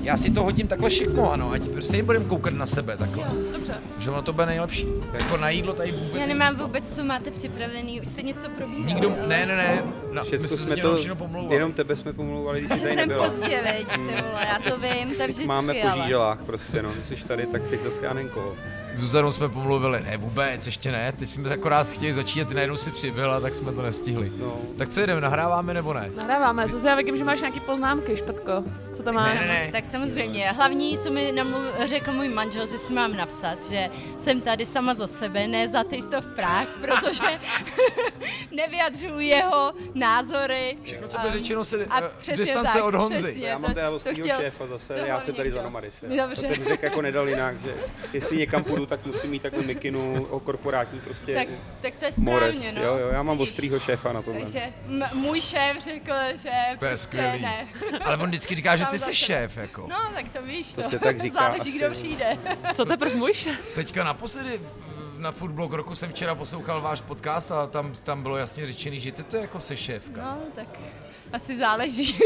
Já si to hodím takhle šikmo, ano, ať prostě budeme koukat na sebe takhle. Jo, dobře. Že ono to bude nejlepší. Jako na jídlo tady vůbec. Já nemám vůbec, co máte připravený, už jste něco probíhali. Nikdo, ale... ne. No, my jsme se to, všechno pomlouvali. jenom tebe jsme pomlouvali, když jsi tady jsem nebyla. pozdě, veď, ty vole, já to vím, to je vždycky, Máme po ale... žíželách prostě, no, jsi tady, tak teď zase já nevím koho. Zuzanou jsme pomluvili, ne vůbec, ještě ne, teď jsme akorát chtěli začít, ty najednou si přibyla, tak jsme to nestihli. No. Tak co jedeme, nahráváme nebo ne? Nahráváme, Zuzi, já vidím, že máš nějaký poznámky, Špatko. Co tam máš? Ne. Tak samozřejmě, hlavní, co mi řekl můj manžel, že si mám napsat, že jsem tady sama za sebe, ne za Taste of Prague, protože nevyjadřuju jeho názory. Všechno, co by řečeno, se přesně distance tak, od Honzy. přesně. Já mám teda vlastního šéfa zase, to já jsem tady hlavně za Nomadis. Dobře. To ten řekl jako nedal jinak, že jestli někam půjdu, tak musím mít takhle mikinu o korporátní prostě tak to je Mores. správně, no. Jo, já mám Vidíš? ostrýho šéfa na tohle. Takže můj šéf řekl, že To je prostě skvělý. ne. Ale on vždycky říká, že Tam ty za jsi sebe. šéf, jako. No, tak to víš, To se tak říká záleží, asi, kdo no. přijde. Co teprve můj šéf? Teďka naposledy na Foodblog roku jsem včera poslouchal váš podcast a tam bylo jasně řečený, že ty to jako se šéfka. No, tak asi záleží.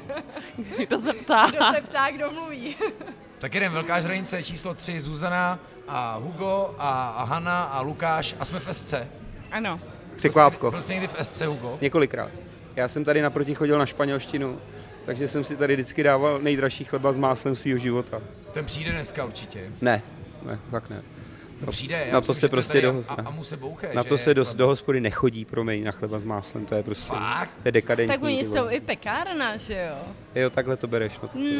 Kdo se ptá? Kdo se ptá, kdo mluví. Tak jdem, Velká žranice číslo 3, Zuzana a Hugo a Hana a Lukáš a jsme v SC. Ano. Překvápko. Byl jsi někdy v SC, Hugo? Několikrát. Já jsem tady naproti chodil na španělštinu, takže jsem si tady vždycky dával nejdražší chleba s máslem svýho života. Ten přijde dneska určitě. Ne, fakt ne. No přijde, já na myslím, to se že prostě tady do, a mu se bouché, na že to se je do hospody nechodí, promiň, na chleba s máslem, to je prostě, Fakt? to je dekadentní. Tak oni ty vole. jsou i pekárna, že jo? Jo, takhle to bereš, no tak to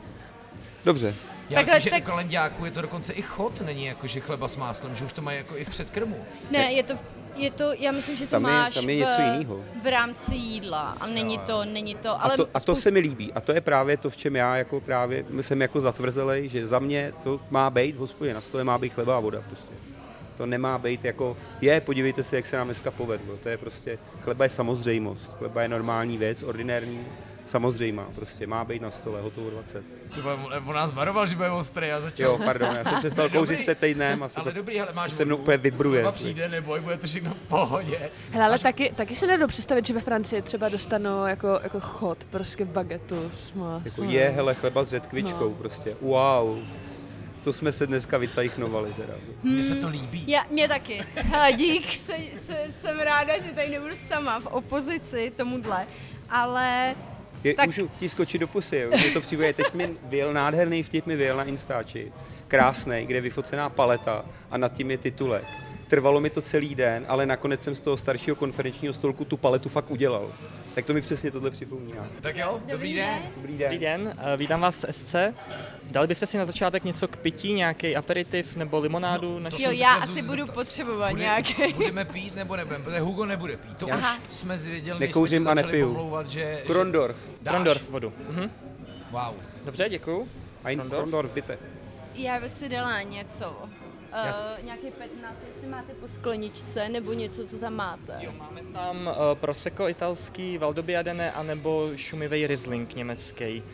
Dobře. Já Takhle, myslím, že tak- i kolenďáků je to dokonce i chod, není jako, že chleba s máslem, že už to mají jako i v předkrmu. Ne, je to, já myslím, že to Tam je- máš tam je něco jinýho. v rámci jídla a není to, ale A to se mi líbí. A to je právě to, v čem já jako právě jsem jako zatvrzelej, že za mě to má být v hospodě na stole, má být chleba a voda prostě. To nemá být jako, podívejte se, jak se nám dneska povedlo. To je prostě, chleba je samozřejmost. Chleba je normální věc, ordinární, samozřejmá prostě. Má být na stole, hotovo 20. On nás varoval, že bude ostrý a začal. Jo, pardon, já jsem přestal kouřit před týdnem a Ale dobrý, hele, máš se mnou vodu, úplně vybruje. chleba přijde, neboj, bude to všechno v pohodě. Hele, ale taky si nedovedu představit, že ve Francii třeba dostanou jako chod, prostě bagetu s máslem. Jako hele, chleba s řetkvičkou prostě. Wow. To jsme se dneska vycajchnovali teda. Mně se to líbí. Mě taky. Hele, dík, jsem ráda, že tady nebudu sama v opozici tomuhle, ale tak... Můžu ti skočit do pusy, jo? Mě to přijde, teď mi vyjel nádherný vtip, mi vyjel na Instači, krásnej, kde je vyfocená paleta a nad tím je titulek. Trvalo mi to celý den, ale nakonec jsem z toho staršího konferenčního stolku tu paletu fakt udělal. Tak to mi přesně tohle připomíná. Tak jo, dobrý den. Dobrý den. Dobrý den, vítám vás z SC. Dali byste si na začátek něco k pití, nějaký aperitiv nebo limonádu? No, to Jo, jsem se já chtěl asi Zuzi budu zeptat. potřebovat nějaký. Budeme pít nebo nebudeme, protože Hugo nebude pít. To Aha. už jsme zvěděli, Nekouřím a nepiju. Pomlouvat, že Krondorf. dáš. Krondorf vodu. Wow. Dobře, děkuju. Ein Krondorf, bitte. Já bych si dala něco. Nějaký petnat, jestli máte po skleničce, nebo něco, co tam máte. Jo, máme tam Prosecco italský, Valdobbiadene, anebo šumivý Riesling německý.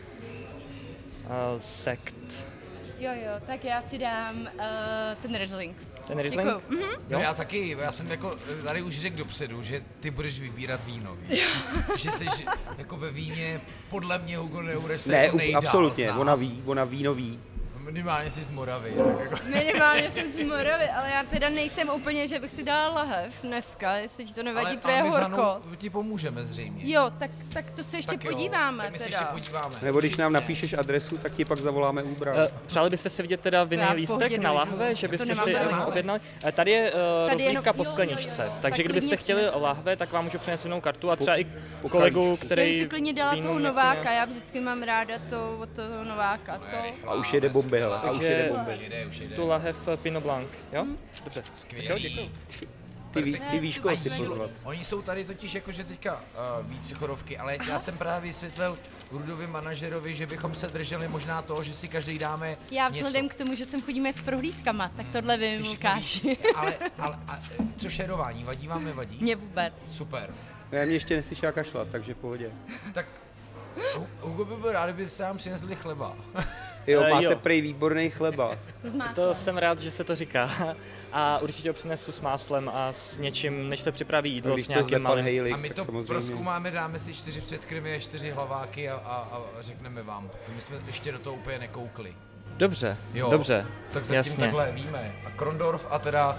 Sekt. Jo, tak já si dám ten Riesling. Ten Riesling? Děkuju. No já taky, já jsem jako tady už řekl dopředu, že ty budeš vybírat víno, víš? Že jsi jako ve víně, podle mě Hugo neudeš se Ne, jako nejdál absolutně, z nás. ona víno ví. Minimálně jsi z Moravy, tak jako... Minimálně jsem z Moravy, ale já teda nejsem úplně, že bych si dala lahev dneska, jestli ti to nevadí, protože je my s horko. Hanou ti pomůžeme zřejmě. Jo, tak to se ještě Tak jo, podíváme tak my se teda. ještě podíváme. Nebo když nám napíšeš adresu, tak ti pak zavoláme Uber. Přáli byste si vidět teda vinný Já v lístek pohodě na dojdu. lahve, že To byste nemám si problém. objednali? Tady je Tady je rozlívka jenom- po jo, skleničce, jo. takže Tak kdybyste klidně chtěli přineste. lahve, tak vám můžu přinést jinou kartu a třeba i po kolegu, kalíčku. který Já bych si klidně dala vínu toho jako Nováka, já vždycky mám ráda to od toho Nováka, co? A už jede bomby, hele. A už Takže- jede bomby. Už jede. tu lahev Pinot Blanc, jo? Dobře. Skvělý. Tak jo, děkuju. Ty víš, koho si pozvat. Oni jsou tady totiž jakože teďka více chorovky, ale já jsem právě vysvětlil Rudovi manažerovi, že bychom se drželi možná toho, že si každý dáme Já něco. vzhledem k tomu, že sem chodíme s prohlídkama, tak tohle vím, Ty Lukáši. šikovný. Ale co šerování, vadí vám, nevadí? Mě vůbec. Super. Já mě ještě neslyšela kašlat, takže v pohodě. Tak Hugo by byl rád, kdyby se nám přinesli chleba. Jo, máte Jo. prej výborný chleba. S máslem. To jsem rád, že se to říká. A určitě ho přinesu s máslem a s něčím, než se připraví jídlo, Když s to nějakým zle pan malým. Hejlik, A my tak to samozřejmě. prozkoumáme, dáme si 4 předkrmy a 4 hlaváky a řekneme vám. My jsme ještě do toho úplně nekoukli. Dobře, Jo, dobře, tak zatím jasně. takhle víme. A Krondorf a teda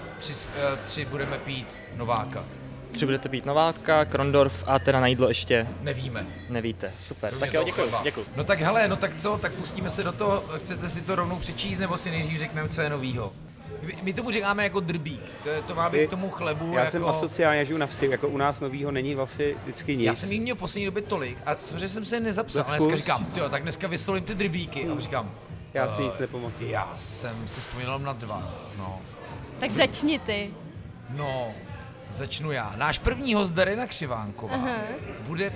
3 budeme pít Nováka. 3 budete pít Nováka, Krondorf a teda na jídlo ještě Nevíme. nevíte. Super, Kromě tak jo, toho děkuji, chleba. děkuji. No tak hele, no tak co, tak pustíme se do toho, chcete si to rovnou přečíst, nebo si nejdřív řekneme, co je novýho? My tomu říkáme jako drbík, to má být k tomu chlebu Já jako... jsem asociální, já žiju na vsi, jako u nás novýho není vlastně vždycky nic. Já jsem jí měl poslední době tolik a samozřejmě jsem se nezapsal, ale Zkus. dneska říkám, tyjo, tak dneska vysolím ty drbíky a říkám, Já si nic nepamatuju. já jsem si vzpomínal na 2, no. Tak začni ty. No, začnu já. Náš první host Darina Křivánková bude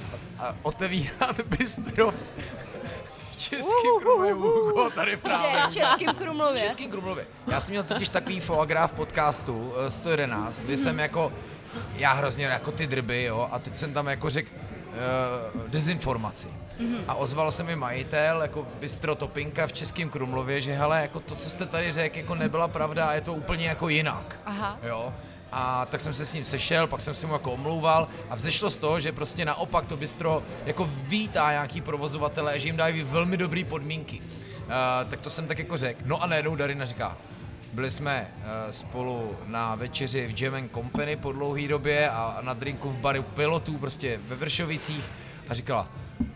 otevírat bistro v Českém Krumlově. Tady právě. Kde? V Českém V Krumlově. Českém Krumlově. Já jsem měl totiž takový foie gras v podcastu 111, kdy jsem jako, já hrozně jako ty drby, jo, a teď jsem tam jako řekl dezinformaci. A ozval se mi majitel, jako bistro Topinka v Českém Krumlově, že hele, jako to, co jste tady řekl, jako nebyla pravda a je to úplně jako jinak. Aha. Jo. A tak jsem se s ním sešel, pak jsem se mu jako omlouval a vzešlo z toho, že prostě naopak to bistro jako vítá nějaký provozovatele a že jim dají velmi dobré podmínky. Tak to jsem tak jako řekl. No a najednou Darina říká, byli jsme spolu na večeři v Jam & Company po dlouhé době a na drinku v baru Pilotů prostě ve Vršovicích a říkala,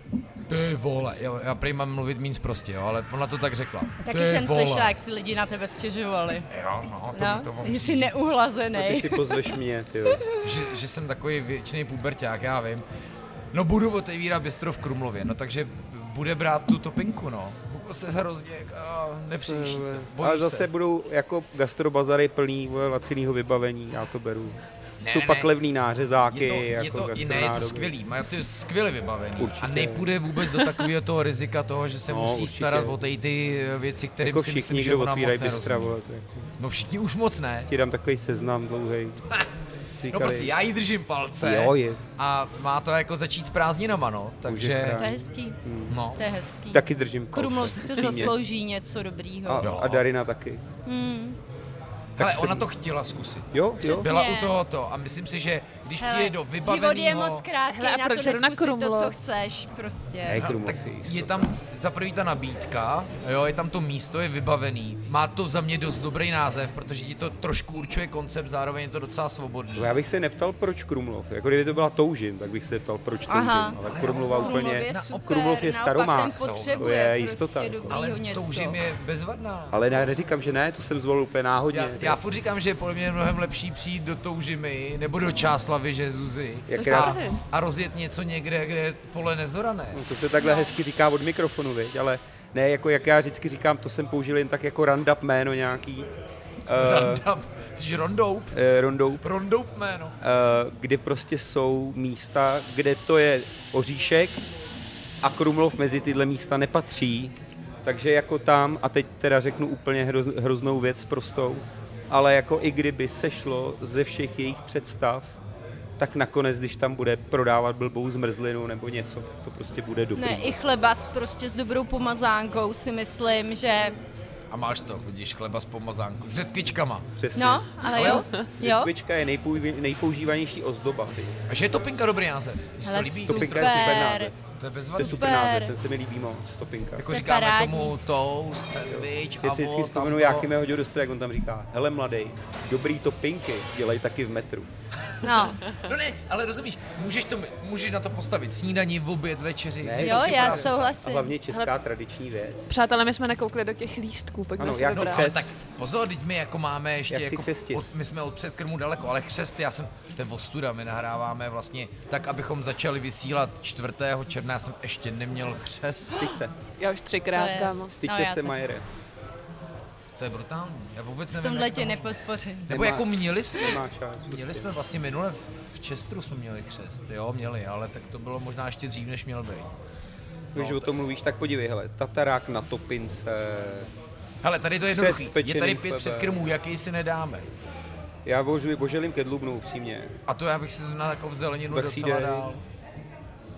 ty vole, jo, já prý mám mluvit míň prostě, jo, ale ona to tak řekla. Taky Ty jsem vole. slyšela, jak si lidi na tebe stěžovali. Jo, no, to mám jsi musím říct. neuhlazený. Ty si pozveš mě, tyjo. Že jsem takový věčný puberťák, já vím. No budu otevírat bistro v Krumlově, no takže bude brát tu Topinku, no. Se hrozně nepřiješ, bojíš Ale zase se. budou jako gastrobazary plný vole, lacinýho vybavení, já to beru. Ne, Jsou ne, pak ne. levný nářezáky, Je jako to i ne, je to gastronádoby. skvělý, má to skvěle vybavený Určitě. a nepůjde vůbec do takového toho rizika toho, že se No, musí určitě. starat o ty věci, které Jako si všichni, myslím, že kdo ona otvírají moc bystra, nerozumí. vole, to jako, No všichni už moc ne. ti dám takový seznam dlouhej. No prostě já jí držím palce Jo, je. a má to jako začít s prázdninama, no, takže To je hezký. no. To je hezký. Taky držím palce. Krumlov si to upřímně. zaslouží něco dobrýho. Jo. A Darina taky. Ale jsem- ona to chtěla zkusit. Jo, jo. Přesně. Byla u tohoto a myslím si, že když přijde do život je vybaveného... moc krátký, Hele, a na to proč jdu na neskusit to, Krumlov? co chceš, prostě. Hej, Krumlov tak je je jistota. tam za prvý ta nabídka, jo, je tam to místo, je vybavený. Má to za mě dost dobrý název, protože ti to trošku určuje koncept, zároveň je to docela svobodný. No, já bych se neptal, proč Krumlov. Jako kdyby to byla Toužim, tak bych se ptal, proč Toužim. Aha. Ale Krumlova Krumlov úplně... je na- super, Krumlov je naopak staromák, ten potřebuje to je jistota, prostě jako. Ale dobrýho něco. toužím je bezvadná. Ale ne, neříkám, že ne, to jsem zvolil úplně náhodně. Já furt říkám, že je podle mě mnohem lepší přijít do Toužimy nebo do Čáslavy, že Zuzi, Jak To rád, tady. a rozjet něco někde, kde je pole nezorané. no, to se takhle hezky říká od mikrofonu, viď? Ale ne, jako jak já vždycky říkám, to jsem použil jen tak jako roundup jméno nějaký. Random, jsi Rondoup? Rondoup. Rondoup jméno. Kde prostě jsou místa, kde to je oříšek a Krumlov mezi tyhle místa nepatří. Takže jako tam, a teď teda řeknu úplně hroznou věc prostou, ale jako i kdyby sešlo ze všech jejich představ, tak nakonec, když tam bude prodávat blbou zmrzlinu nebo něco, tak to prostě bude dobrý. Ne, i chleba prostě s dobrou pomazánkou si myslím, že... A máš to, vidíš, chleba s pomazánkou, s řetkvičkama. Přesně. No, ale jo. Jo. Řetkvička je nejpoužívanější ozdoba. Ty. A že je Topinka dobrý název? Mně se to Hele, líbí. Topinka je super Super. název. To je To je bezvadný. super Super. název, ten se mi líbí moc, Topinka. Jako To je říkáme parádní. tomu toast, sandwich, Já si vždycky avo, vzpomenu, tamto. Jáchyme hodil do stroje, jak on tam říká, hele mladej, dobrý Topinky dělají taky v metru. No, No ne, ale rozumíš, můžeš na to postavit snídani, v oběd, večeři. Ne, Je to jo, si já právě- A souhlasím. hlavně česká tradiční věc. Přátelé, my jsme nekoukli do těch lístků, pojďme Ano, si já vybrat. chci No, ale křest. tak pozor, teď my jako máme ještě, Já chci jako, křestit. my jsme od předkrmu daleko, ale křesty, to je ostuda, my nahráváme vlastně tak, abychom začali vysílat 4. června, já jsem ještě neměl křest. Styď se, Já už 3krát, To je- kámo. styďte já se, taky. Majere. To je brutální, já vůbec V nevím, tomhle jak tě to možná. nepodpořím. Nebo Nemá- jako měli jsme, Nemá čas. měli jsme vlastně minule v Chesteru jsme měli křest, jo, měli, ale tak to bylo možná ještě dřív, než měl být. Když o tom mluvíš, tak podívej, hele, tatarák na topince. Hele, tady to je Křest jednoduchý, s je pečeným tady 5 chlebem. předkrmů, jaký si nedáme. Já boželím ke dlubnu, upřímně. A to já bych si zrovna jako v zeleninu Pak docela přijde- dal.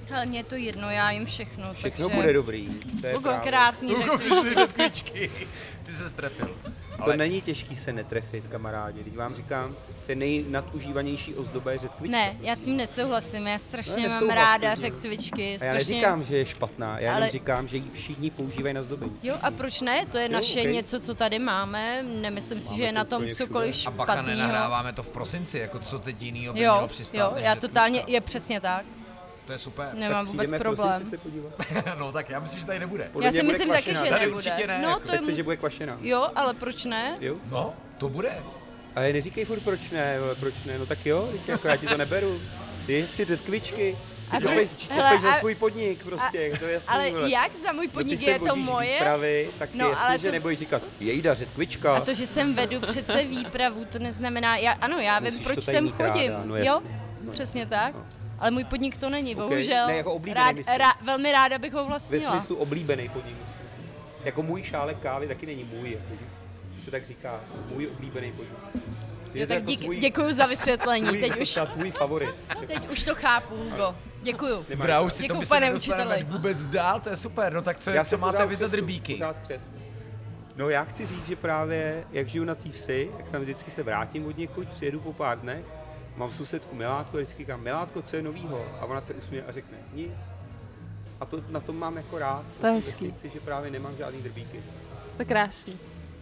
Hele, mně je to jedno, já jim všechno, Všechno takže... bude dobrý. To je právě. Krásný řekli. řetkvičky. Ty se strefil. To není těžký se netrefit, kamarádi. Teď vám říkám, ten nejnadužívanější ozdoba je řetkvička. Ne, já s tím nesouhlasím, já strašně mám nesouhlasím, ráda no. řetkvičky. A já neříkám, že je špatná, já jenom říkám, že ji všichni používají na zdobení. Jo, a proč ne? To je naše okay. něco, co tady máme. Nemyslím si, že je na tom cokoliv A špatného. bacha, nenahráváme to v prosinci, jako co teď jinýho by mělo přistát. Jo, než já řetkvička. totálně, je přesně tak. To je super. Nemám vůbec Přijdeme problém. prosinci se podívat. No tak já myslím, že tady nebude. Podle Já mě si bude myslím taky, kvašená. že Tady nebude. určitě ne. No, to je... Chce, že bude kvašená. Jo, ale proč ne? Jo? No, to bude. Ale neříkej furt proč ne, no tak jo, jako já ti to neberu. Ty si řetkvičky. A Ty kopeš za svůj podnik prostě, to je jasný. Ale vole. jak za můj podnik No, ty je se to vodíš moje? výpravy, tak No, jasně, ale že to- nebudeš říkat, jejda řetkvička. A to, že sem vedu přece výpravu, to neznamená, já vím, Musíš proč to tady sem mít ráda, chodím. no jo, jasně. přesně tak. Ale můj podnik to není, Ok, bohužel. ne, jako oblíbený myslím. Velmi ráda bych ho Ve vlastnila. smyslu oblíbený podnik myslím. Jako můj šálek kávy taky není můj, jakože se tak říká, můj oblíbený podnik. Je Jo, to tak jako tvůj- děkuju za vysvětlení, tvůj, teď už, třeba tvůj favorit. teď už to chápu, Hugo. Děkuju. Nemáš Brá, rád. už si to Děkuju, my se pane nedostaneme učiteli. vůbec dál, to je super. No tak co, Já co jsem máte pořád vy za křestu, drbíky? Pořád křest. No já chci říct, že právě jak žiju na té vsi, jak tam vždycky se vrátím od někud, přijedu po pár dnech, mám sousedku Milátku a vždycky říkám, Milátko, co je novýho? A ona se usměje a řekne, nic. A to na tom mám jako rád, To je v té hezký. vesnici, že právě nemám žádný drbíky. To je krásný.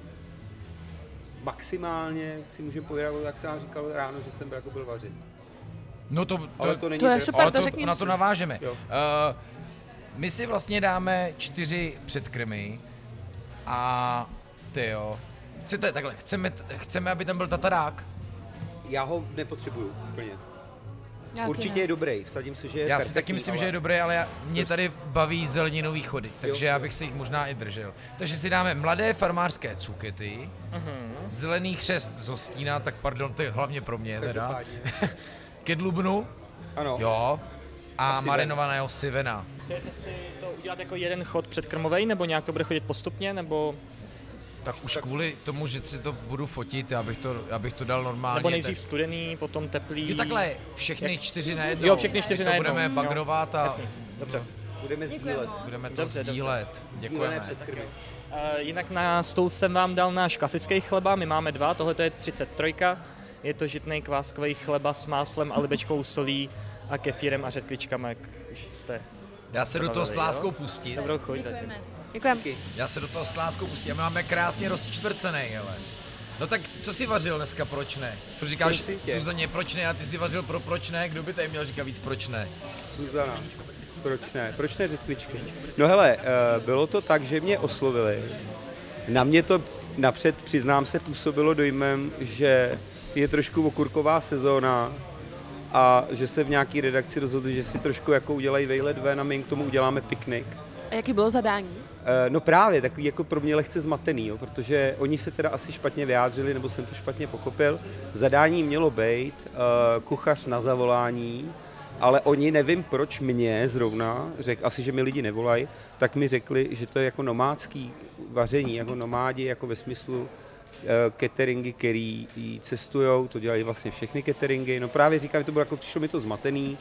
Maximálně si můžeme povídat, jak jsem vám říkal ráno, že jsem jako byl vařit. No Ale to není to je drb. super. ale to řekni na to si. navážeme. Jo. My si vlastně dáme 4 předkrmy a ty jo. Chcete takhle, chceme, aby tam byl tatarák. Já ho nepotřebuju úplně. Nějaký Určitě ne. je dobrý, vsadím si, že je Já si perfektní, taky myslím, ale- že je dobré, ale mě tady baví zeleninový chody, takže Jo, já jo. bych si jich možná i držel. Takže si dáme mladé farmářské cukety, zelený chřest z hostína, tak pardon, to je hlavně pro mě teda, Každopádně. kedlubnu, Ano. jo, a Siven. marinovaného sivena. Chcete si to udělat jako jeden chod předkrmovej, nebo nějak to bude chodit postupně, nebo, Tak už kvůli tomu, že si to budu fotit, já bych to dal normálně. nebo nejdřív studený, potom teplý? Jo takhle, všechny 4 najednou. Jo, všechny 4 to najednou. budeme Jo. bagrovat a Jasný, dobře. Budeme sdílet. budeme to Dobře, dobře. sdílet. Sdílené Děkujeme. předkrmy. Jinak na stůl jsem vám dal náš klasický chleba, my máme 2, tohle je 33, je to žitný kváskový chleba s máslem a libečkou solí a kefírem a řetkvičkami, jak už jste. Já se do toho s Bavili, jo? láskou pustit. Dobrou chuť. Děkujeme. Děkujeme. Já se do toho s láskou pustím. A my máme krásně rozčtvrcenej, hele. No tak, co jsi vařil dneska, proč ne? Proč říkáš, Prosím tě. Zuzaně, proč ne? A ty jsi vařil pro proč ne? Kdo by tady měl říkat víc proč ne? Zuzana, proč ne řetkvičky? No hele, bylo to tak, že mě oslovili. Na mě to napřed, přiznám se, působilo dojmem, že je trošku okurková sezóna a že se v nějaký redakci rozhodli, že si trošku jako udělají vejlet ven a my jim k tomu uděláme piknik. A jaký bylo zadání? No právě, takový jako pro mě lehce zmatený, jo, protože oni se teda asi špatně vyjádřili, nebo jsem to špatně pochopil. Zadání mělo být kuchař na zavolání, ale oni, nevím proč mě zrovna, asi že mi lidi nevolají, tak mi řekli, že to je jako nomádský vaření, jako nomádi, jako ve smyslu cateringy, který cestujou, to dělají vlastně všechny cateringy. No právě říkám, to bylo jako, přišlo mi to zmatený.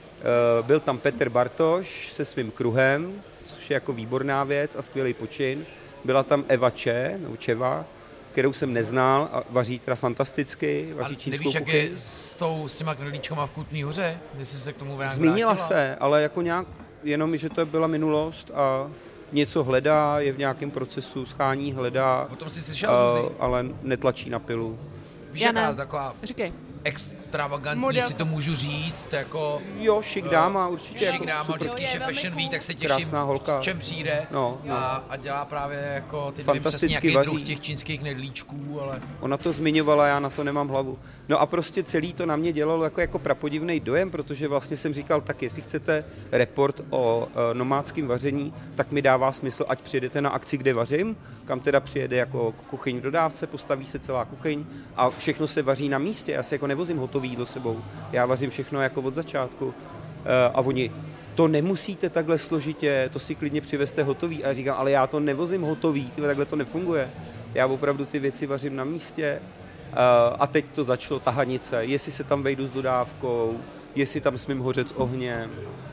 Byl tam Petr Bartoš se svým kruhem, což je jako výborná věc a skvělý počin. Byla tam Eva Čeva, kterou jsem neznal a vaří teda fantasticky, vaří A čínskou nevíš, jak kuchyň. je s těma knedlíčkama v Kutný Hoře? Jestli se k tomu nějak Zmínila vrátila? se, ale jako nějak, jenom že to byla minulost a něco hledá, je v nějakém procesu schání, hledá, O tom jsi slyšel, Zuzi? ale netlačí na pilu. Víš, Já ne. jaká taková Říkej. extravagantní, Model. si to můžu říct, jako Jo, šik dáma, určitě. šik jako dáma, super. vždycky, Jo, je že velmi Fashion cool. Week, tak se těším, Krásná holka. s čem přijde No. a dělá právě jako, teď nevím přesně Fantasticky jaký vaří. druh těch čínských knedlíčků, ale Ona to zmiňovala, já na to nemám hlavu. No a prostě celý to na mě dělalo jako prapodivný dojem, protože vlastně jsem říkal, tak jestli chcete report o nomádském vaření, tak mi dává smysl, ať přijedete na akci, kde vařím, kam teda přijede jako kuchyň v dodávce, postaví se celá kuchyň a všechno se vaří na místě. Já si jako nevozím hotový jídlo sebou, já vařím všechno jako od začátku. A oni, to nemusíte takhle složitě, to si klidně přivezte hotový. A já říkám, ale já to nevozím hotový, takhle to nefunguje. Já opravdu ty věci vařím na místě. A teď to začalo tahanice, jestli se tam vejdu s dodávkou, jestli tam smím hořet s ohněm,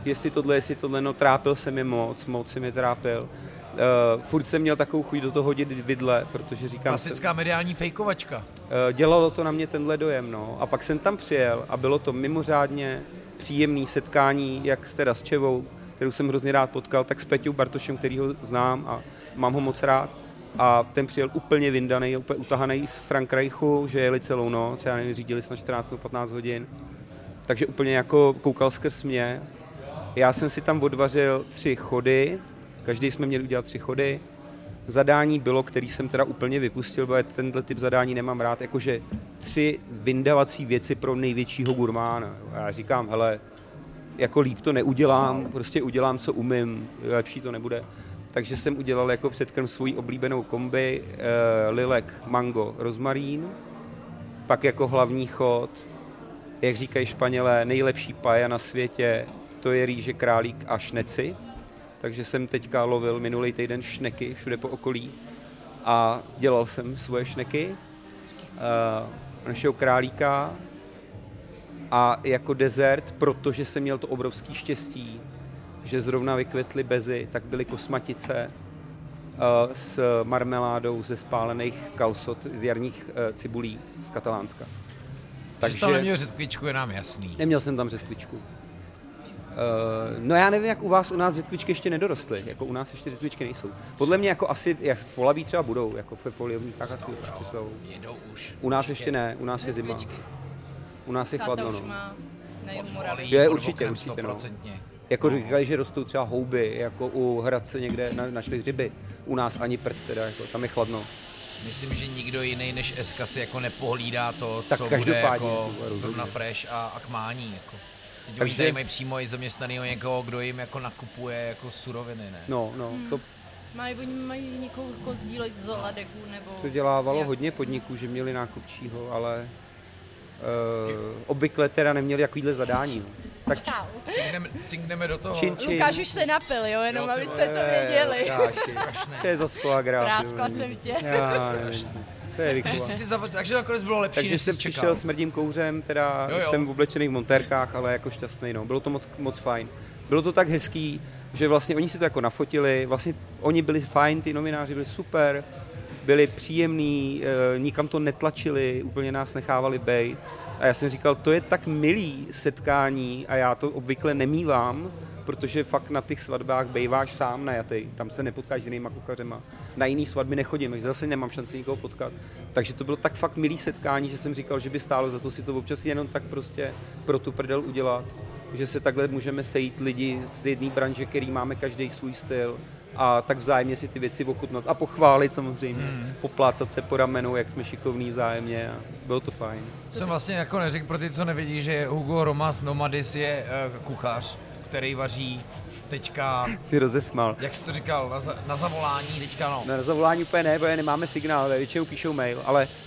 jestli tohle, no trápil se mi moc se mi trápil. Furt jsem měl takovou chuť do toho hodit vidle, protože říkám... Klasická mediální fejkovačka. Dělalo to na mě tenhle dojem, no. A pak jsem tam přijel a bylo to mimořádně příjemné setkání, jak teda s Čevou, kterou jsem hrozně rád potkal, tak s Peťou Bartošem, kterýho znám a mám ho moc rád. A ten přijel úplně vyndaný, úplně utahaný z Frankreichu, že jeli celou noc, já nevím, řídili jsme 14 nebo 15 hodin. Takže úplně jako koukal skrz mě. Já jsem si tam odvařil 3 chody, každý jsme měli udělat 3 chody. Zadání bylo, který jsem teda úplně vypustil, protože tenhle typ zadání nemám rád, jakože 3 vyndavací věci pro největšího gurmána. A já říkám, hele, jako líp to neudělám, prostě udělám, co umím, lepší to nebude. Takže jsem udělal jako předkrm svoji oblíbenou kombi, lilek, mango, rozmarín, pak jako hlavní chod, jak říkají Španělé, nejlepší paja na světě, to je rýže, králík a šneci. Takže jsem teďka lovil minulý týden šneky všude po okolí a dělal jsem svoje šneky, našeho králíka a jako dezert, protože jsem měl to obrovský štěstí, že zrovna vykvetly bezy, tak byly kosmatice s marmeládou ze spálených kalsot, z jarních cibulí z Katalánska. Takže tam neměl řetkvičku, je nám jasný. Neměl jsem tam řetkvičku. No já nevím, jak u nás řetkvičky ještě nedorostly, jako u nás ještě řetkvičky nejsou. Podle mě jako asi, jak polabí třeba budou, jako ve foliovních, tak asi určitě jsou. Jedou už. U nás ještě ne, u nás je zima. U nás je chladno, no. Je určitě, no. Jako říkají, že rostou třeba houby, jako u Hradce někde našli hřiby. U nás ani prd, teda, jako, tam je chladno. Myslím, že nikdo jiný než SK si jako nepohlídá to, tak co bude jako zrovna fresh a k mání. Jako. Oni tady mají přímo i zaměstnanýho někoho, kdo jim jako nakupuje jako suroviny, ne? No, to... Mají někoho, koho sdílejí z Zoladegu, nebo... To dělávalo hodně podniků, že měli nákupčího, ale obvykle teda neměli takovýhle zadání. No. Tak cinkneme do toho. Lukáš už se napil, jo, jenom abyste to věděli. To je zas foagrá. Práskla jsem tě. To je takže nakonec bylo lepší, takže než jsem jsi čekal. přišel smrdím kouřem, teda jsem v oblečených montérkách, ale jako šťastný, no. Bylo to moc fajn. Bylo to tak hezký, že vlastně oni si to jako nafotili, vlastně oni byli fajn, ty novináři byli super, byli příjemní, nikam to netlačili, úplně nás nechávali bejt. A já jsem říkal, to je tak milý setkání a já to obvykle nemívám, protože fakt na těch svatbách bejváš sám najatý, tam se nepotkáš s jinýma kuchařema. Na jiný svatby nechodím, takže zase nemám šanci nikoho potkat. Takže to bylo tak fakt milý setkání, že jsem říkal, že by stálo za to si to občas jenom tak prostě pro tu prdel udělat, že se takhle můžeme sejít lidi z jedné branže, který máme každý svůj styl a tak vzájemně si ty věci ochutnat a pochválit samozřejmě, poplácat se po ramenu, jak jsme šikovní vzájemně a bylo to fajn. Jsem vlastně jako neřekl pro ty, co nevědí, že Hugo Romas Nomadis je kuchař, který vaří teďka... Jsi rozesmal. Jak jsi to říkal, na zavolání teďka no. Na zavolání úplně ne, protože nemáme signál, většinou píšou mail,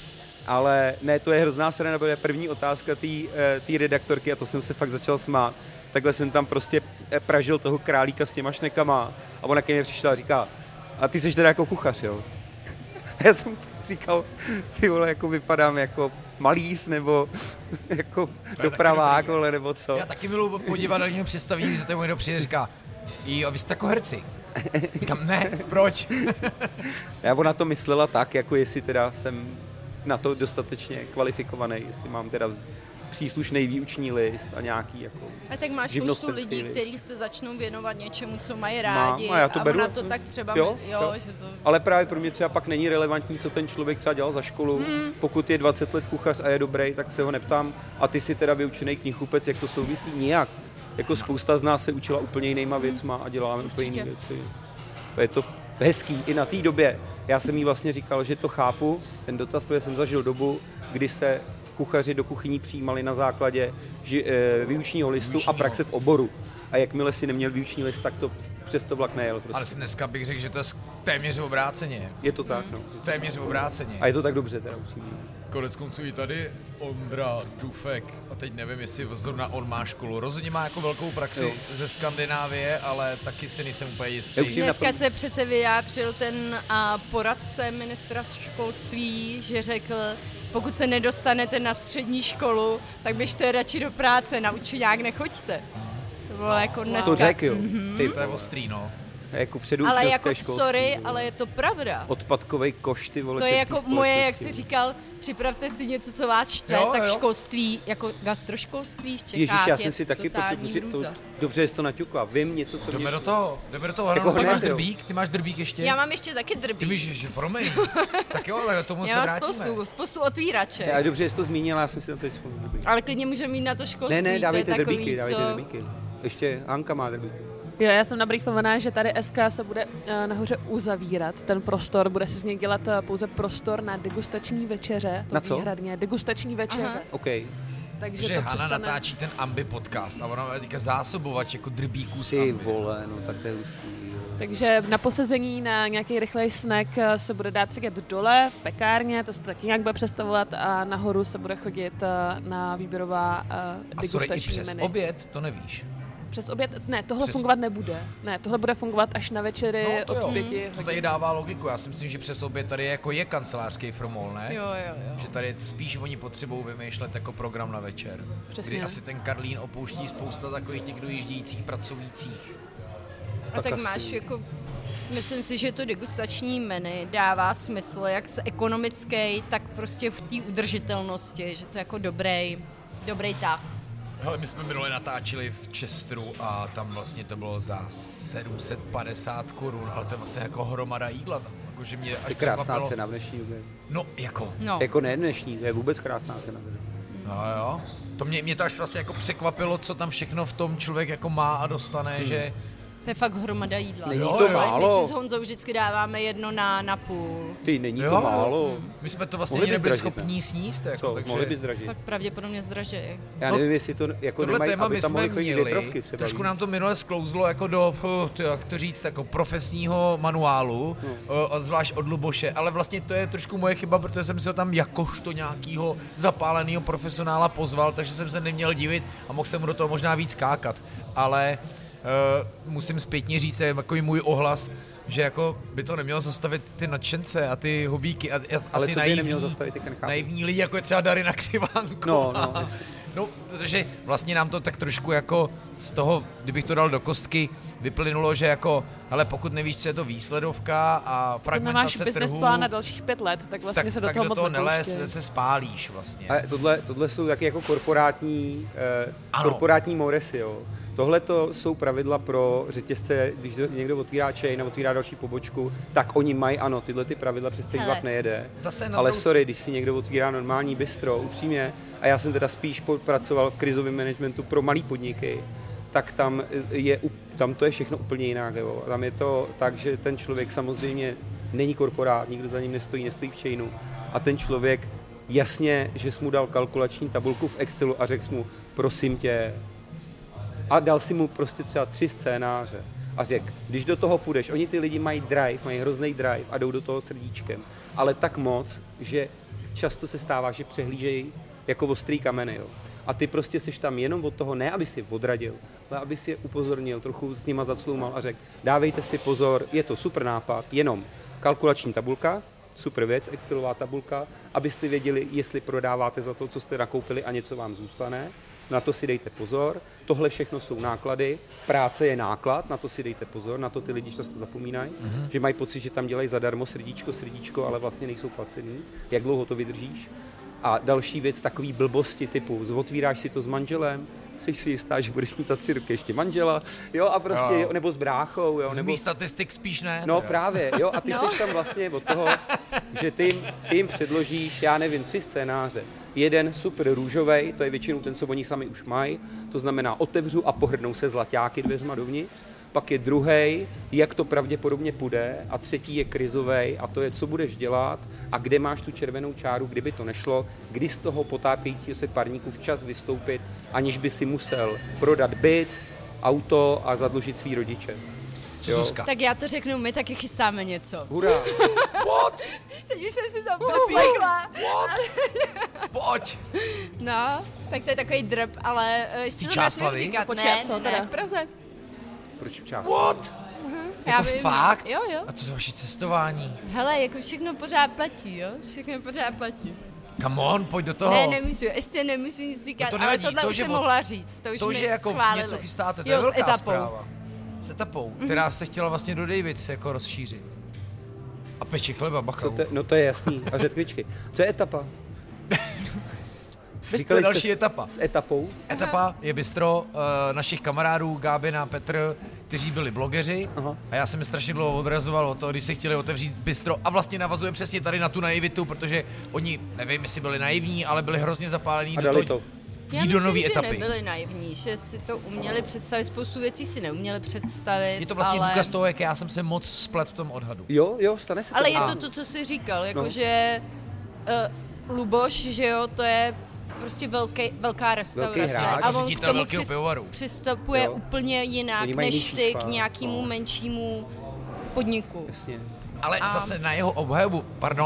ale ne, to je hrozná sranda, protože první otázka té redaktorky, a to jsem se fakt začal smát, takhle jsem tam prostě pražil toho králíka s těma šnekama a ona ke mně přišla a říká, a ty jsi teda jako kuchař, jo? A já jsem říkal, ty vole, jako vypadám jako malíř, nebo jako dopravák, vole, nebo co. Já taky miluji podivadelního představení, že to někdo přijde a říká, jo, vy jste jako herci. Říkám, ne, proč? Já ona to myslela tak, jako jestli teda jsem na to dostatečně kvalifikovaný, jestli mám teda příslušný výuční list a nějaký jako a tak máš spoustu lidí, kteří se začnou věnovat něčemu, co mají rádi a já to beru, ona to tak třeba jo. Že to... Ale právě pro mě třeba pak není relevantní, co ten člověk třeba dělal za školu. Pokud je 20 let kuchař a je dobrý, tak se ho neptám. A ty si teda vyučený knihkupec, jak to souvisí? Nijak. Jako spousta z nás se učila úplně jinýma věcma a děláme úplně jiné věci. Je to hezký i na té době. Já jsem jí vlastně říkal, že to chápu, ten dotaz, protože jsem zažil dobu, kdy se kuchaři do kuchyní přijímali na základě výučního listu a praxe v oboru. A jakmile si neměl výuční list, tak to přes to vlak nejel. Prostě. Ale dneska bych řekl, že to je téměř obráceně. Je to tak, no. Téměř obráceně. A je to tak dobře, teda upřímně. Konec konců i tady Ondra Dufek, a teď nevím, jestli zrovna on má školu. Rozhodně má jako velkou praxi ze Skandinávie, ale taky si nejsem úplně jistý. Dneska se přece vyjádřil ten poradce ministra školství, že řekl, pokud se nedostanete na střední školu, tak běžte radši do práce, na učňák nechoďte. To bylo jako dneska. To řekl, jo. Ty, To je ostrý, no. jako předu Ale učitelské jako školství, sorry, jo. ale je to pravda. Odpadkovej koš, ty vole, To je český jako moje, jak společnosti. jsi říkal, připravte si něco, co vás štve, Jo, tak jo. školství, jako gastroškolství v Čechách Ježíš, já je jsem si taky totální to, hrůza. dobře, jsi to naťukla. Vím něco, co Jdeme mě... do toho. Jako Ty hned, máš jo. drbík? Ty máš drbík ještě? Já mám ještě taky Ty drbík. víš, že promiň. Tak jo, ale tomu se Já mám vrátíme. spoustu otvíraček. A dobře, jsi to zmínila, já jsem si na to vzpomněl. Ale klidně můžeme jít na to školství. Ne, dávejte to je drbíky, takový, dávejte co... drbíky. Ještě Hanka má drbíky. Jo, já jsem nabriefovaná, že tady SK se bude nahoře uzavírat. Ten prostor, bude si z něj dělat pouze prostor na degustační večeře. To Na co? Výhradně, degustační večeře. Aha. OK. Takže Že to Hana přestane... natáčí ten Ambi podcast a ona je teďka zásobovač jako drbíků z Ty Ambi. vole, no tak to je hustý. jo. Takže na posezení na nějaký rychlej snack se bude dát sedět dole v pekárně, to se taky nějak bude představovat a nahoru se bude chodit na výběrová A sorry, i degustační přes menu. oběd, to nevíš. Přes oběd? Ne, tohle Přes- fungovat nebude. Ne, tohle bude fungovat až na večery to od jo. 5 To tady hodin. dává logiku, já si myslím, že přes oběd tady jako je kancelářský formol, ne? Jo. Že tady spíš oni potřebují vymýšlet jako program na večer. Přesně. Kdy asi ten Karlín opouští spousta takových těch dojíždějících pracujících. A tak asi. máš jako... Myslím si, že to degustační menu dává smysl, jak z ekonomický, tak prostě v té udržitelnosti, že to je jako dobrý tah. Hele, my jsme minule natáčeli v Chesteru a tam vlastně to bylo za 750 korun, ale to je vlastně jako hromada jídla tam. Jakože mě To až je krásná překvapilo. cena v dnešní době. No, jako. No, Jako ne dnešní, to je vůbec krásná cena. Jo. To mě to až vlastně jako překvapilo, co tam všechno v tom člověk jako má a dostane, že... to je fakt hromada jídla. Není Jo, to jo. My málo. si s Honzou vždycky dáváme jedno na půl. Ty, není Jo. to málo. My jsme to vlastně Mohli ani bys nebyli zdražit, schopní sníst, jako, Co, takže... mohli by zdražit. Tak pravděpodobně zdražejí. Já No, nevím, jestli to jako Tohle nemají, téma aby my tam jsme mohli chodit měli, větrovky třeba. trošku víš. nám to minule sklouzlo jako do, jak to říct, jako profesního manuálu, zvlášť od Luboše, ale vlastně to je trošku moje chyba, protože jsem se ho tam jakožto nějakýho zapáleného profesionála pozval, takže jsem se neměl divit a mohl jsem mu do toho možná víc kákat, ale musím zpětně říct, je takový můj ohlas, že jako by to nemělo zastavit ty nadšence a ty hobíky a Ale ty co by nemělo zastavit, ty nechápu. naivní lidi, jako je třeba Darina Křivánko. No. No, protože vlastně nám to tak trošku jako z toho, kdybych to dal do kostky, vyplynulo, že jako, hele, pokud nevíš, co je to výsledovka a Pokud fragmentace nemáš business trhu, plán na dalších 5 let, tak vlastně tak, se do tak toho do moc toho nelez, nepouštěj. se spálíš vlastně. Ale tohle jsou taky jako Ano. korporátní moresy, jo. Tohle to jsou pravidla pro řetězce, když někdo otvírá chain a otvírá další pobočku, tak oni mají, ano, tyhle ty pravidla, přes který Hele. vlak nejede. Zase na Ale druhou- sorry, když si někdo otvírá normální bistro, upřímně, a já jsem teda spíš pracoval v krizovém managementu pro malý podniky, tak tam to je všechno úplně jinak. Jo. Tam je to tak, že ten člověk samozřejmě není korporát, nikdo za ním nestojí v chainu a ten člověk jasně, že jsi mu dal kalkulační tabulku v Excelu a řekl jsi mu, prosím tě, a dal si mu prostě třeba 3 scénáře a řekl, když do toho půjdeš, oni ty lidi mají hrozný drive a jdou do toho srdíčkem, ale tak moc, že často se stává, že přehlížejí jako ostrý kameny, jo. A ty prostě jsi tam jenom od toho, ne aby si odradil, ale aby si je upozornil, trochu s nima zacloumal a řekl, dávejte si pozor, je to super nápad, jenom kalkulační tabulka, super věc, Excelová tabulka, abyste věděli, jestli prodáváte za to, co jste nakoupili a něco vám zůstane. Na to si dejte pozor. Tohle všechno jsou náklady. Práce je náklad, na to si dejte pozor. Na to ty lidi často zapomínají, že mají pocit, že tam dělají zadarmo srdíčko, ale vlastně nejsou placený. Jak dlouho to vydržíš? A další věc, takový blbosti typu, otvíráš si to s manželem, jsi si jistá, že budeš mít za 3 roky ještě manžela, jo, a prostě, Jo. jo, nebo s bráchou, jo, Z nebo... mých statistik spíš ne. No teda. právě, jo, a ty jsi tam vlastně od toho, že ty jim předložíš, já nevím, 3 scénáře. Jeden super růžovej, to je většinou ten, co oni sami už mají, to znamená otevřu a pohrdnou se zlaťáky dveřma dovnitř. Pak je druhej, jak to pravděpodobně půjde, a třetí je krizovej, a to je, co budeš dělat a kde máš tu červenou čáru, kdyby to nešlo, kdy z toho potápějícího se parníku včas vystoupit, aniž by si musel prodat byt, auto a zadlužit svý rodiče. Co Jo. Zuzka? Tak já to řeknu, my taky chystáme něco. Hurá! What? Teď už jsem si to poslechla. Pojď! No, tak to je takový drb, ale ještě to Čáslavy? nesmím říkat. Počkej, Ne, co ne, teda? v Praze. Proč čas? What? Já Jako vím. fakt? Jo. A co za vaše cestování? Hele, jako všechno pořád platí, jo? Všechno pořád platí. Come on, pojď do toho. Ne, nemusím nic říkat, No to ale nevadí, tohle to, už že jsem od- mohla říct. To už To, mi že jako schválili. něco chystáte, to Jo, je s velká etapou. zpráva. S etapou, která se chtěla vlastně do Davids jako rozšířit. A peči chleba, bacha. No to je jasný. A řetkvičky. Co je etapa? To je další etapa. S etapou? Etapa je bistro našich kamarádů Gábin a Petr, kteří byli blogeři. Aha. A já jsem je strašně dlouho odrazoval o to, když se chtěli otevřít bistro. A vlastně navazuje přesně tady na tu naivitu, protože oni, nevím, jestli byli naivní, ale byli hrozně zapálení A do dali toho. to. Já Jít do myslím, nové že etapy. nebyli naivní, že si to uměli představit, spoustu věcí si neuměli představit. Je to vlastně ale... důkaz toho, jak já jsem se moc splet v tom odhadu. Jo, stane se to. Ale je A- to, co jsi říkal, jakože Luboš, že jo, to je prostě velká restaurace. hráč. A A on k ředitel tomu velkého pivovaru. přistupuje Jo. úplně jinak, Oni mají než nižší ty švár, k nějakému no. menšímu podniku. Jasně. Ale zase na jeho obhajobu,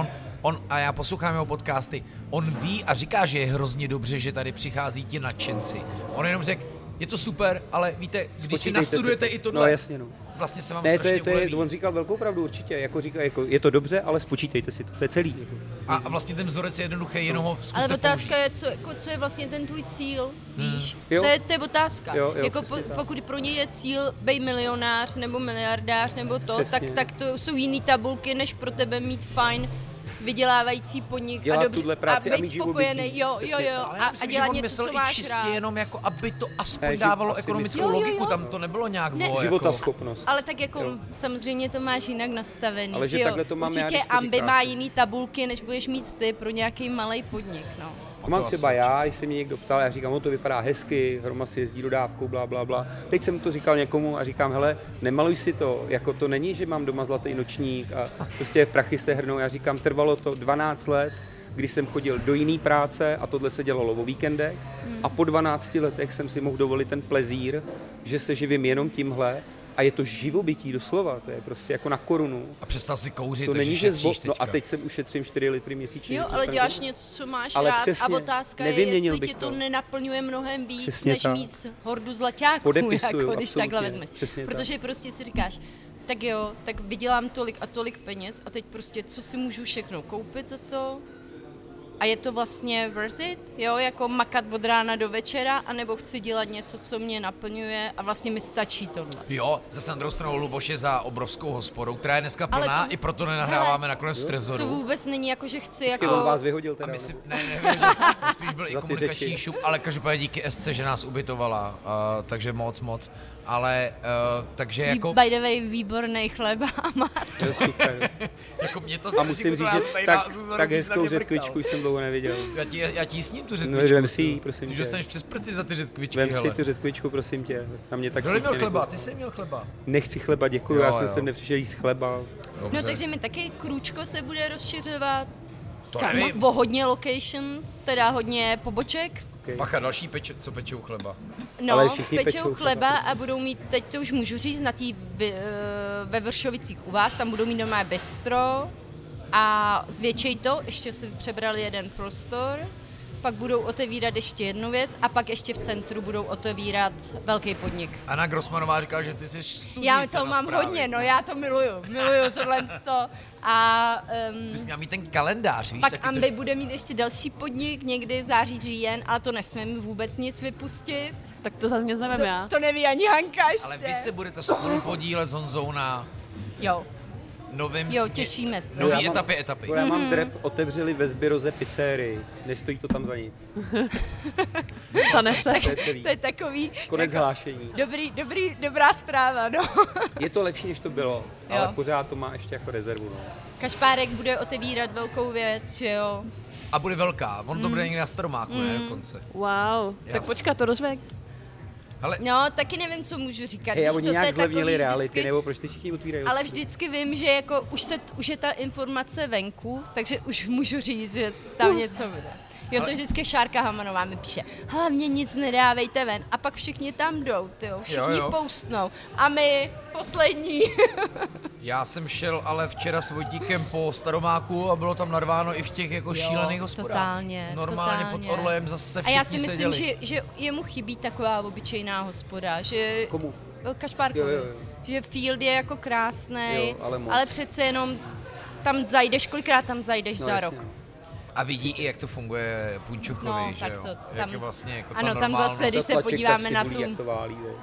a já poslouchám jeho podcasty, on ví a říká, že je hrozně dobře, že tady přichází ti nadšenci. On jenom řekl, je to super, ale víte, když si Spočítejte nastudujete si to. i tohle, No jasně, no. vlastně se vám Ne, strašně uleví. on říkal velkou pravdu určitě, jako říká, jako, je to dobře, ale spočítejte si to, to je celý. Jako. A vlastně ten vzorec je jednoduchý, jenom ho zkuste Ale otázka použít. je, co je vlastně ten tvůj cíl, víš? Jo. To je otázka. Jo, jako přesně tak. pokud pro ně je cíl být milionář nebo miliardář nebo to, Přesně. tak to jsou jiný tabulky, než pro tebe mít fajn vydělávající podnik Dělat a tuhle práci a být mít spokojený. živobytí. Jo, Přesně. Ale já myslím, a dělat že on něco, myslel co i máš čistě rád. jenom jako, aby to aspoň Ne, že dávalo asi ekonomickou myslel. Jo, jo, logiku, jo. tam to nebylo nějak Ne. jako... Životaschopnost. Ale tak jako Jo. samozřejmě to máš jinak nastavený. Ale že jo? takhle to mám já, Určitě když to Ambi říkáš. má jiný tabulky, než budeš mít ty pro nějaký malý podnik. No. To mám to třeba asi já, když se mě někdo ptal, já říkám, to vypadá hezky, Hroma si jezdí dodávkou, blá, blá, blá. Teď jsem to říkal někomu a říkám, hele, nemaluj si to, jako to není, že mám doma zlatý nočník a prostě prachy se hrnou. Já říkám, trvalo to 12 let, kdy jsem chodil do jiné práce a tohle se dělalo o víkendech a po 12 letech jsem si mohl dovolit ten plezír, že se živím jenom tímhle a je to živobytí doslova, to je prostě jako na korunu. A přestal si kouřit, To takže není, že šetříš no a teďka. teď jsem ušetřím 4 litry měsíčně. Jo, což ale jsem děláš jako- něco, co máš Ale rád přesně, a otázka je, nevyměnil jestli bych ti to to. nenaplňuje mnohem víc, Přesně než tak. mít hordu zlaťáků, Podepisuju, jako, když takhle absolutně, vezmeš. přesně Protože prostě si říkáš, tak jo, tak vydělám tolik a tolik peněz a teď prostě co si můžu všechno koupit za to? A je to vlastně worth it, jo, jako makat od rána do večera, anebo chci dělat něco, co mě naplňuje a vlastně mi stačí tohle. Jo, zase na druhou stranu Luboš je za obrovskou hospodou, která je dneska Ale plná, to- i proto nenahráváme hele, nakonec v To Trezoru. vůbec není jako, že chci On jako... vás vyhodil A teda. my si, nebo? ne, spíš byl i Za ty komunikační řeči. šup, ale každopádně díky SC, že nás ubytovala, takže moc, ale takže jako, By the way, výborný chleba a maso. To je super. jako mě to A strašně musím říct, chutná, že stejná tak, Zuzana, tak když hezkou na mě řetkvičku vrtal. jsem dlouho neviděl. Já ti jísním tu No, řetkvičku. vem si ji, prosím Ty tě. dostaneš přes prsty za ty řetkvičky, Vem si hele. tu řetkvičku, prosím tě. Na mě tak Kdo měl smutně chleba? nebylo. Ty jsi měl chleba. Nechci chleba, děkuji, Jo, já jsem jo. sem nepřišel jíst chleba. Dobře. No takže mi taky krůčko se bude rozšiřovat. To nevím. O hodně locations, teda hodně poboček. Okay. Pacha, další co pečou chleba. No, Ale všichni pečou pečou chleba chleba, a budou mít, teď to už můžu říct, na tý ve Vršovicích u vás, tam budou mít doma bistro a zvětšej to, ještě si přebrali jeden prostor, pak budou otevírat ještě jednu věc a pak ještě v centru budou otevírat velký podnik. Anna Grossmanová říkala, že ty jsi studnice Já to na mám zprávě. hodně, no já to miluju tohle a Ty jsi měla mít ten kalendář, víš? pak taky Ambi bude mít ještě další podnik někdy září, říjen, ale to nesmím vůbec nic vypustit. Tak to zase nic nevím já. To neví ani Hanka ještě. Ale vy se budete spolu podílet s Honzou na Jo, novém jo, těšíme se. nový Já mám- etapy. Já mám drep, otevřeli ve Zbyroze pizzerii. Nestojí to tam za nic. Stane se. To je celý. To je takový Konec hlášení. dobrá zpráva, no. Je to lepší, než to bylo, ale pořád to má ještě jako rezervu. No. Kašpárek bude otevírat velkou věc, že jo. A bude velká, on to bude někde na Staromáku, ne dokonce. Wow, tak Jas. počkat, to rozvěk. Hele, No, taky nevím, co můžu říkat. Hej, a Víš oni co, to nějak je zlevnili takový reality, vždycky, nebo proč ty všichni otvírají? ale vždycky vím, že jako už je ta informace venku, takže už můžu říct, že tam něco bude. Jo, to Ale- vždycky Šárka Hamanová mi píše, hlavně nic nedávejte ven. A pak všichni tam jdou, tyjo, všichni Jo. postnou. A my poslední. já jsem šel ale včera s Vojtíkem po Staromáku a bylo tam narváno i v těch jako šílených hospodách. totálně, Normálně totálně. pod Orlejem zase A všichni já si myslím, seděli. že jemu chybí taková obyčejná hospoda, že Komu? Kašpárkovi, Jo. že Field je jako krásnej, Jo, ale moc. ale přece jenom tam zajdeš, kolikrát tam zajdeš za jasně. rok. A vidí i, jak to funguje Punčuchovi, No, že tak jo? to Jak tam- je vlastně jako ano, ta tam normálnost. zase, když se Plaček podíváme asi na bolí, tu- jak to válí, jo.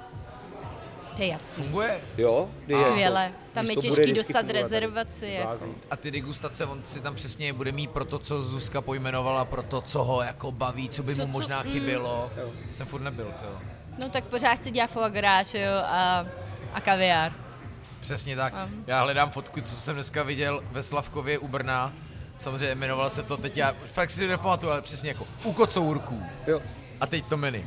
To je jasný. Funguje? Jo? Skvěle. Tam je to bude těžký vždycky dostat fungovat tady. rezervaci. Jako. Blázní. A ty degustace, on si tam přesně bude mít pro to, co Zuzka pojmenovala, pro to, co ho jako baví, co by mu možná chybělo. Jo. Jsem furt nebyl, to jo. No tak pořád chci dělat foie gras, že jo, a kaviár. Přesně tak. A- Já hledám fotku, co jsem dneska viděl ve Slavkově u Brna. Samozřejmě jmenovalo se to, teď já fakt si to nepamatuju, ale přesně jako u kocourků. Jo. A teď to menu.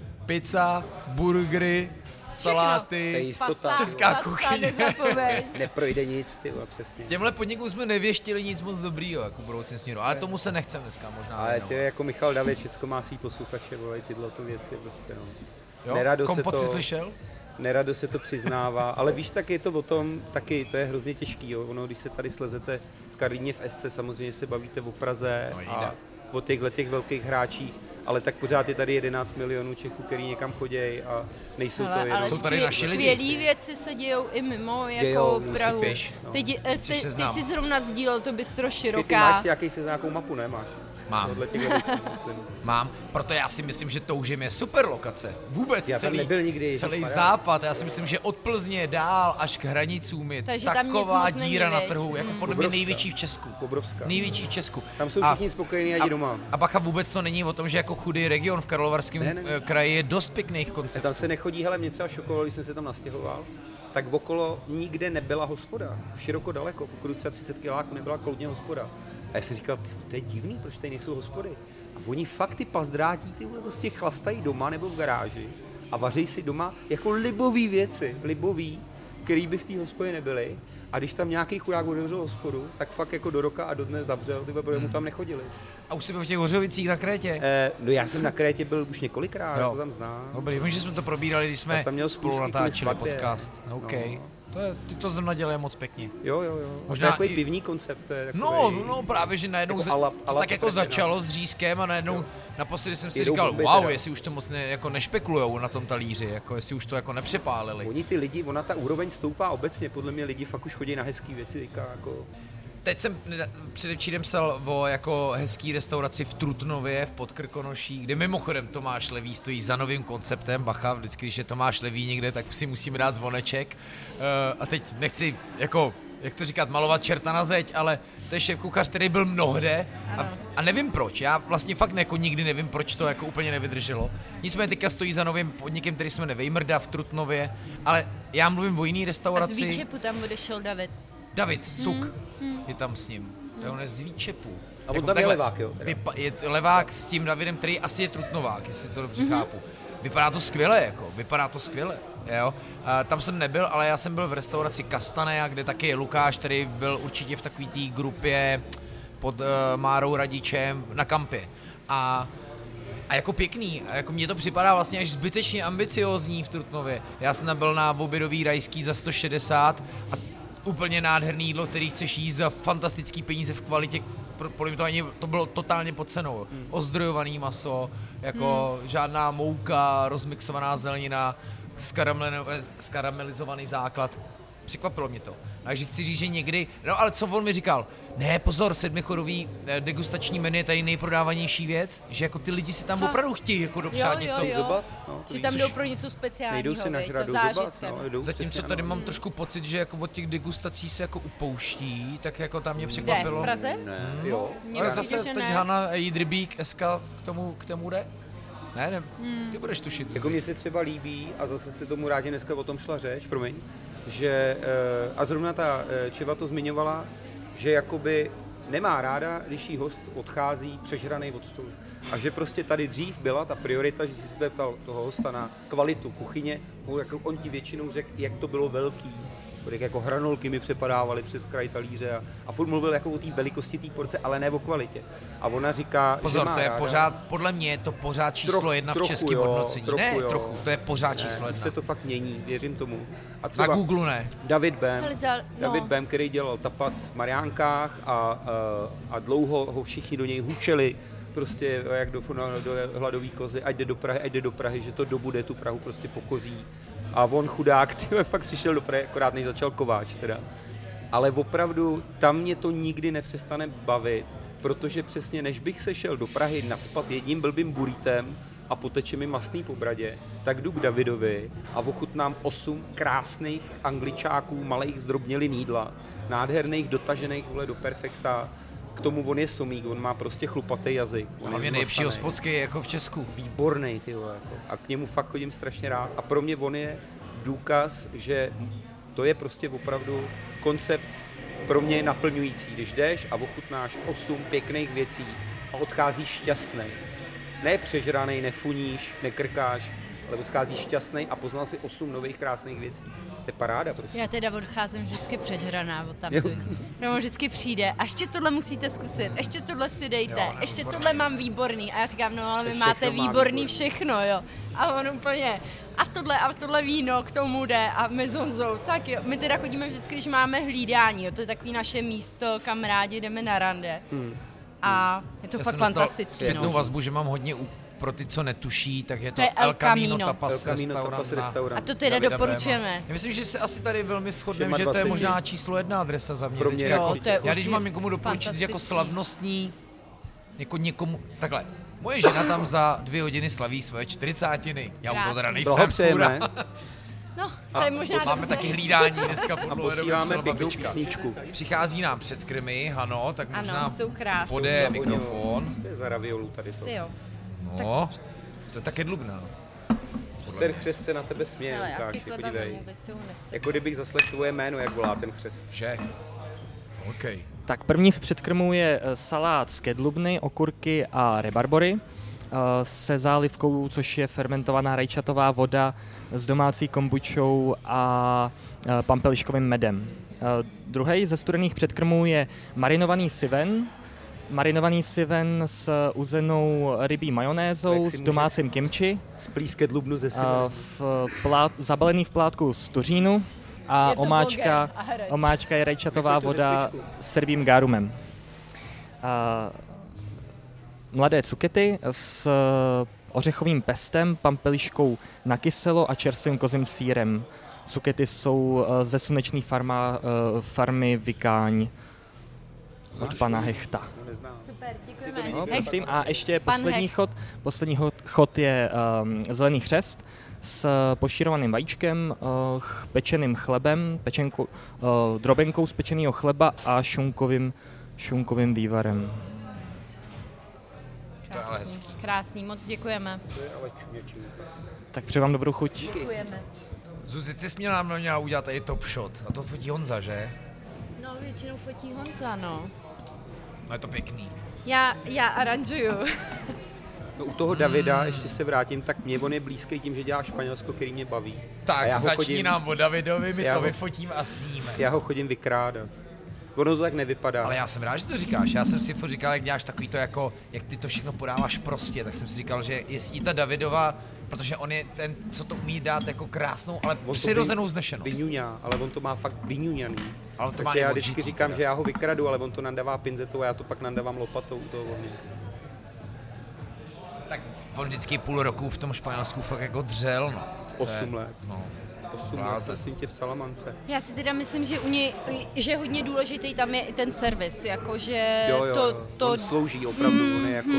Pizza, burgery, To je saláty. jistota. Česká kuchyně. Neprojde nic, ty vole, přesně. Těmhle podnikům jsme nevěštili nic moc dobrýho, jako budoucím směru, ale tomu se nechcem dneska možná Ale věnovat. ty jako Michal David, všecko má svý posluchače, vole, tyhle to věci prostě, no. Jo? Nerado se Kompot to- jsi slyšel? Nerado se to přiznává, ale víš, tak je to o tom, taky to je hrozně těžký, jo. Ono, když se tady slezete v Karlíně v SC, samozřejmě se bavíte o Praze No, jde. a o těch velkých hráčích, ale tak pořád je tady 11 milionů Čechů, který někam chodějí a nejsou to Ale jenom... Jsou tady naši lidi. skvělý věci se dějou i mimo jako Dějou, musí Prahu. pěš, no. Teď Musíš seznam. si zrovna sdílel to bistro Ty Široká. máš nějaký se nějakou mapu, ne? Máš? Mám. Podle těch věcí, myslím. Mám, proto já si myslím, že Toužim je super lokace. Vůbec Já tam nebyl nikdy, celý ježišmarja. západ. Já si myslím, že od Plzně dál až k hranicům je Takže tam nic taková moc není, díra na viď? trhu, jako podle mě Obrovská. největší v Česku. Obrovská. Největší v Česku. Tam jsou všichni spokojení a jdi doma. A bacha, vůbec to není o tom, že jako chudý region v Karlovarském Ne, ne. kraji je dost pěkných A konceptů. tam se nechodí, hele, mě třeba šokovalo, když jsem se tam nastěhoval, tak okolo nikde nebyla hospoda. Široko daleko, v okolo třeba 30 kiláků nebyla kloudně hospoda. A já jsem říkal, to je divný, proč tady nejsou hospody. A oni fakt ty pazdrátí, ty vole, prostě chlastají doma nebo v garáži a vaří si doma jako libový věci, libový, který by v té hospodě nebyly. A když tam nějaký chudák otevřel hospodu, tak fakt jako do roka a do dne zavřel, ty vole, protože mu tam nechodili. A už jsi byl v těch Hořovicích na Krétě? No já jsem na Krétě byl už několikrát, Jo. já to tam znám. Dobrý, vím, že jsme to probírali, když jsme Já tam měl spolu schůzky kvůli natáčeli svatbě. podcast. OK. No. Ty to zrovna dělají moc pěkně. Jo. Možná Možná takový i- pivní koncept. To je No, právě, že najednou jako to ala tak jako Petrina. začalo s řízkem a najednou naposledy jsem si Jedou říkal, bomby wow, teda. jestli už to moc jako nešpekulujou na tom talíři, jako jestli už to jako nepřepálili. Oni ty lidi, ona ta úroveň stoupá obecně, podle mě lidi fakt už chodí na hezký věci, teďka jako... Teď jsem předevčírem psal o jako hezký restauraci v Trutnově v Podkrkonoší, kde mimochodem Tomáš Levý stojí za novým konceptem, bacha, vždycky, když je Tomáš Levý někde, tak si musím dát zvoneček. A teď nechci jako, jak to říkat, malovat čerta na zeď, ale to je šéfkuchař, který byl mnohde a nevím proč, já vlastně fakt jako nikdy nevím, proč to jako úplně nevydrželo. Nicméně teďka stojí za novým podnikem, který se jmenuje Vejmrda v Trutnově, ale já mluvím o jiný A z restauraci. Výčepu tam odešel David. David Suk je tam s ním. To je on je z Výčepu. A on tam je levák, jo? teda. Je levák s tím Davidem, který asi je Trutnovák, jestli to dobře chápu. Vypadá to skvěle, jako, vypadá to skvěle, jo. A tam jsem nebyl, ale já jsem byl v restauraci Kastanea, kde taky je Lukáš, který byl určitě v takové té grupě pod Márou Radičem na kampě. A jako pěkný, a jako mně to připadá vlastně až zbytečně ambiciózní v Trutnově. Já jsem tam byl na obědový rajský za 160 a úplně nádherný jídlo, který chceš jíst za fantastický peníze v kvalitě, podle mě to bylo totálně pod cenou. Ozdrojovaný maso, jako žádná mouka, rozmixovaná zelenina, skaramelizovaný základ. Překvapilo mě to. Takže chci říct, že někdy, no ale co on mi říkal, ne pozor, 7chodový degustační menu je tady nejprodávanější věc, že jako ty lidi si tam opravdu chtějí jako dopřát něco. Zobat? No, to Že víš. tam Což jdou pro něco Nejdou speciálního, si nažrat, se jdou zobat, zážitkem. no, jdou Zatímco přesně, tady ano. mám trošku pocit, že jako od těch degustací se jako upouští, tak jako tam mě Kde, překvapilo. v Praze? Ne, jo. Mně Ale přijde, zase že teď ne. Hana Jidrybík SK k tomu jde? Ne, ty budeš tušit. Jako mně se třeba líbí, a zase se tomu rádi dneska o tom šla řeč, promiň, že, a zrovna ta Čeva to zmiňovala, že jakoby nemá ráda, když jí host odchází přežraný od stolu. A že prostě tady dřív byla ta priorita, že jsi se ptal toho hosta na kvalitu kuchyně, jako on ti většinou řekl, jak to bylo velký. Jak jako hranolky mi přepadávaly přes kraj talíře a furt mluvil jako o té velikosti té porce, ale ne o kvalitě. A ona říká, že Pozor, má to je ráda, pořád, podle mě je to pořád číslo jedna v českém hodnocení. Ne, trochu, to je pořád číslo Už jedna. se to fakt mění, věřím tomu. A Na třeba Google ne. David Bem, Ale David Bem, který dělal tapas v Mariánkách a dlouho ho všichni do něj hučeli, prostě jak do hladový kozy, ať jde do Prahy, že to dobude, tu Prahu prostě pokoří. A on chudák, fakt přišel do Prahy, akorát než začal Kováč teda. Ale opravdu tam mě to nikdy nepřestane bavit, protože přesně než bych se šel do Prahy nacpat jedním blbým burritem a poteče mi mastný po bradě, tak jdu k Davidovi a ochutnám 8 krásných angličáků, malých zdrobnělin jídla, nádherných, dotažených do perfekta. K tomu on je somík, on má prostě chlupatý jazyk. On je nejlepší hospodský jako v Česku. Výborný, ty vole, jako. A k němu fakt chodím strašně rád. A pro mě on je důkaz, že to je prostě opravdu koncept pro mě naplňující. Když jdeš a ochutnáš 8 pěkných věcí a odcházíš šťastný. Ne přežranej, nefuníš, nekrkáš, ale odcházíš šťastný a poznal si 8 nových krásných věcí. To je paráda prostě. Já teda odcházím vždycky přežraná od tamtud. No, vždycky přijde. A ještě tohle musíte zkusit, ještě tohle si dejte, Jo, ještě výborný. tohle mám výborný. A já říkám, no ale vy Všechno máte má výborný všechno, jo. A on úplně, a tohle víno k tomu jde a my s Honzou, tak jo. My teda chodíme vždycky, když máme hlídání, jo. To je takový naše místo, kam rádi jdeme na rande. A je to Já fakt jsem dostal fantastický. zpětnou No. vazbu, že mám hodně pro ty, co netuší, tak je to To je El El Camino Camino. Tapas El Camino restaurant. Tapas na restaurant. A to teda Davida doporučujeme. Béma. Já myslím, že se asi tady velmi shodneme, že to je 27. možná číslo 1 adresa za mě. Pro mě teďka. jo, to je Já když určitě mám někomu doporučit jako fantastický. slavnostní, jako někomu, takhle, moje žena tam za 2 hodiny slaví svoje 40. Já u toho teda Krásný. nejsem. Blahopřejeme No, to je možná Máme dobře. taky hlídání dneska a podle posíláme pěknou babička. písničku. Přichází nám před krmy, Hano, tak možná Ano, jsou krásný. pode mikrofon. To je za raviolu tady to. Ty jo. No, to je taky dlubná. Ten křest se na tebe směje, Hele, já si Lukáši, chleba podívej. vemu, bez toho nechci. Jako kdybych zaslechl tvoje jméno, jak volá ten křest. Že? OK. Tak první z předkrmů je salát z kedlubny, okurky a rebarbory se zálivkou, což je fermentovaná rajčatová voda s domácí kombučou a pampeliškovým medem. Druhý ze studených předkrmů je marinovaný siven. Marinovaný siven s uzenou rybí majonézou, Jak si s domácím kimchi, Splísket lubnu ze sebe. zabalený v plátku z tuřínu a Je to bloger a herec. omáčka je rajčatová Vyfoť tu voda řetkvičku. s rybím garumem. Mladé cukety s ořechovým pestem, pampeliškou na kyselo a čerstvým kozím sýrem. Cukety jsou ze slunečné farmy Vykáň od pana Hechta. No, neznám. Super, Si to děkujeme. vidíte? No, prosím. A ještě Pan poslední Hech. chod. Poslední chod je zelený chřest s pošírovaným vajíčkem, pečeným chlebem, drobenkou z pečeného chleba a šunkovým vývarem. To je ale hezký. Krásný, moc děkujeme. To je ale čuměčinka. Tak přeji vám dobrou chuť. Děkujeme. Zuzi, ty jsi měla udělat tady top shot. A to fotí Honza, že? No, většinou fotí Honza, no. No je to pěkný. Já aranžuju. No, u toho Davida, ještě se vrátím, tak mě on je blízký tím, že dělá Španělsko, který mě baví. A Tak já ho začni chodím- nám o Davidovi, my Já to ho- vyfotím a sníme. Já ho chodím vykrádat. Ono to tak nevypadá. Ale já jsem rád, že to říkáš. Já jsem si furt říkal, jak děláš takový to jako, jak ty to všechno podáváš prostě, tak jsem si říkal, že jestli ta Davidova, protože on je ten, co to umí dát jako krásnou, ale On to přirozenou vznešenost. Vyňuňá, ale on to má fakt vyňuňaný. Ale to má Takže i já od vždycky žití říkám, teda. že já ho vykradu, ale on to nandává pinzetou a já to pak nandávám lopatou u toho ohně. Tak on vždycky půl roku v tom Španělsku fakt jako dřel, no. To 8 je- let. No. 8 let, Blázen. prosím tě, v Salamance. Já si teda myslím, že u něj, že hodně důležitý tam je i ten servis, jakože Jo, to on slouží opravdu, on je jako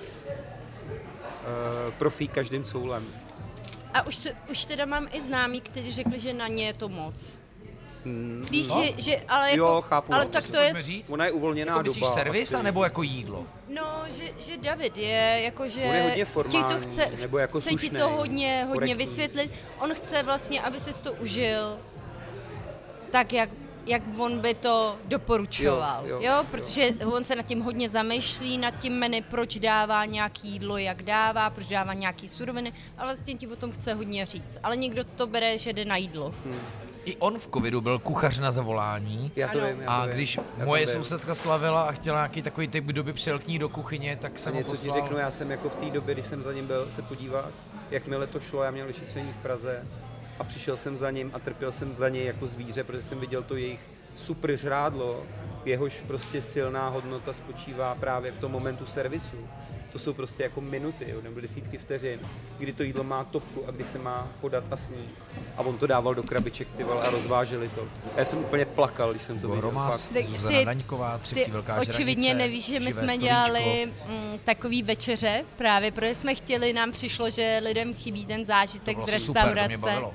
profík každým coulem. a už teda mám i známí, kteří řekli, že na ně je to moc. Víš, No. že ale jako, Jo, chápu, ale no, tak si to je, pojďme říct. Ona je uvolněná Jako myslíš doba. servis, asi. anebo jako jídlo? no, že David je jakože On je hodně ti formální, to chce nebo jako chce ti slušnej, to hodně korektní. vysvětlit. On chce vlastně, aby si to užil tak, jak on by to doporučoval, Jo, protože on se nad tím hodně zamýšlí, nad tím menu, proč dává nějaký jídlo, jak dává, proč dává nějaký suroviny, a vlastně ti o tom chce hodně říct. Ale někdo to bere, že jde na jídlo. I on v covidu byl kuchař na zavolání. Já to Ano. vím, já A to vím, když já to moje vím. sousedka slavila a chtěla nějaký takový typ, kdo by přijel k ní do kuchyně, tak A jsem ho něco ti poslal. řeknu, já jsem jako v té době, když jsem za ním byl se podívat, jakmile to šlo, já měl vyšetření v Praze a přišel jsem za ním a trpěl jsem za něj jako zvíře, protože jsem viděl to jejich super žrádlo, jehož prostě silná hodnota spočívá právě v tom momentu servisu. to jsou prostě jako minuty, jo, nebo desítky vteřin, kdy to jídlo má topku a kdy se má podat a sníst. A on to dával do krabiček, ty vole, a rozváželi to. A já jsem úplně plakal, když jsem to viděl. Romas, Ty- Zuzana Daňková, třetí velká žranice. Očividně nevíš, že my živé jsme stolíčko. dělali takový večeře, právě protože jsme chtěli, nám přišlo, že lidem chybí ten zážitek To z bylo super, to mě restaurace. bavilo.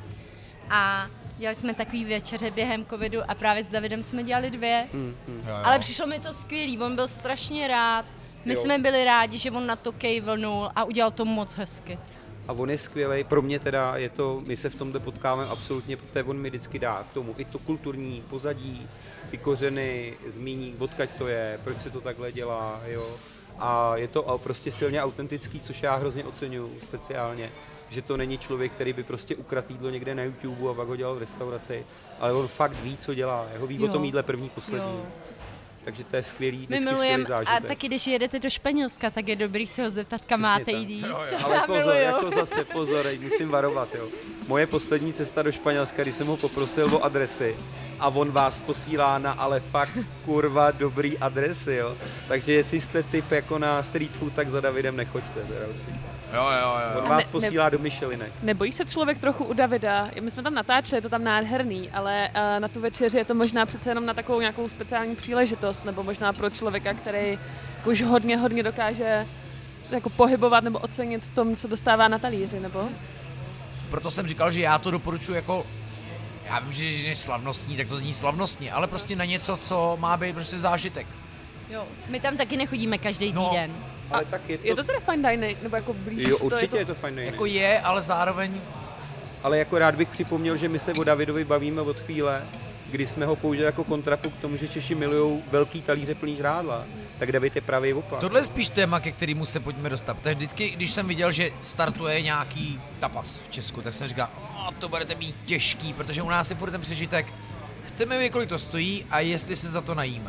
A dělali jsme takový večeře během covidu a právě s Davidem jsme dělali 2. Jo, jo. Ale přišlo mi to skvělý, on byl strašně rád. My Jo. jsme byli rádi, že on na to kejvlnul a udělal to moc hezky. A on je skvělej, pro mě teda je to, my se v tomto potkáváme absolutně, protože on mi vždycky dá k tomu i to kulturní pozadí, ty kořeny, zmíní, odkud to je, proč se to takhle dělá, jo. A je to prostě silně autentický, což já hrozně oceňuju speciálně, že to není člověk, který by prostě ukradl jídlo někde na YouTube a pak ho dělal v restauraci, ale on fakt ví, co dělá, jeho ví o tom jídle první, poslední. Jo. Takže to je skvělý, My vždycky skvělý milujeme, a zážitek. taky když jedete do Španělska, tak je dobrý si ho zeptat, kam Přesně máte tak. jít jíst. Ale Já pozor, miluju. jako zase pozor, musím varovat, jo. Moje poslední cesta do Španělska, když jsem ho poprosil o adresy a on vás posílá na ale fakt kurva dobrý adresy, jo. Takže jestli jste typ jako na street food, tak za Davidem nechoďte, teda určitě. Jo. On A vás ne- posílá do Michelinek. Nebojí se člověk trochu u Davida? My jsme tam natáčeli, je to tam nádherný, ale na tu večeři je to možná přece jenom na takovou nějakou speciální příležitost, nebo možná pro člověka, který už hodně dokáže jako pohybovat nebo ocenit v tom, co dostává na talíři, nebo? Proto jsem říkal, že já to doporučuji jako, já vím, že je slavnostní, tak to zní slavnostně, ale prostě na něco, co má být prostě zážitek. Jo, my tam taky nechodíme každý No. týden. Ale tak Je to teda fine dining, nebo jako blíž Jo, to? určitě je to fajn. Jako je, ale zároveň, Ale jako rád bych připomněl, že my se o Davidovi bavíme od chvíle, kdy jsme ho použili jako kontrapunkt k tomu, že Češi milujou velký talíře plný žrádla. Tak David je pravý opak. tohle je spíš téma, ke kterému se pojďme dostat. Takže vždycky, když jsem viděl, že startuje nějaký tapas v Česku, tak jsem říkal, to budete mít těžký, protože u nás je furt ten přežitek. Chceme vědět, kolik to stojí a jestli se za to najíme.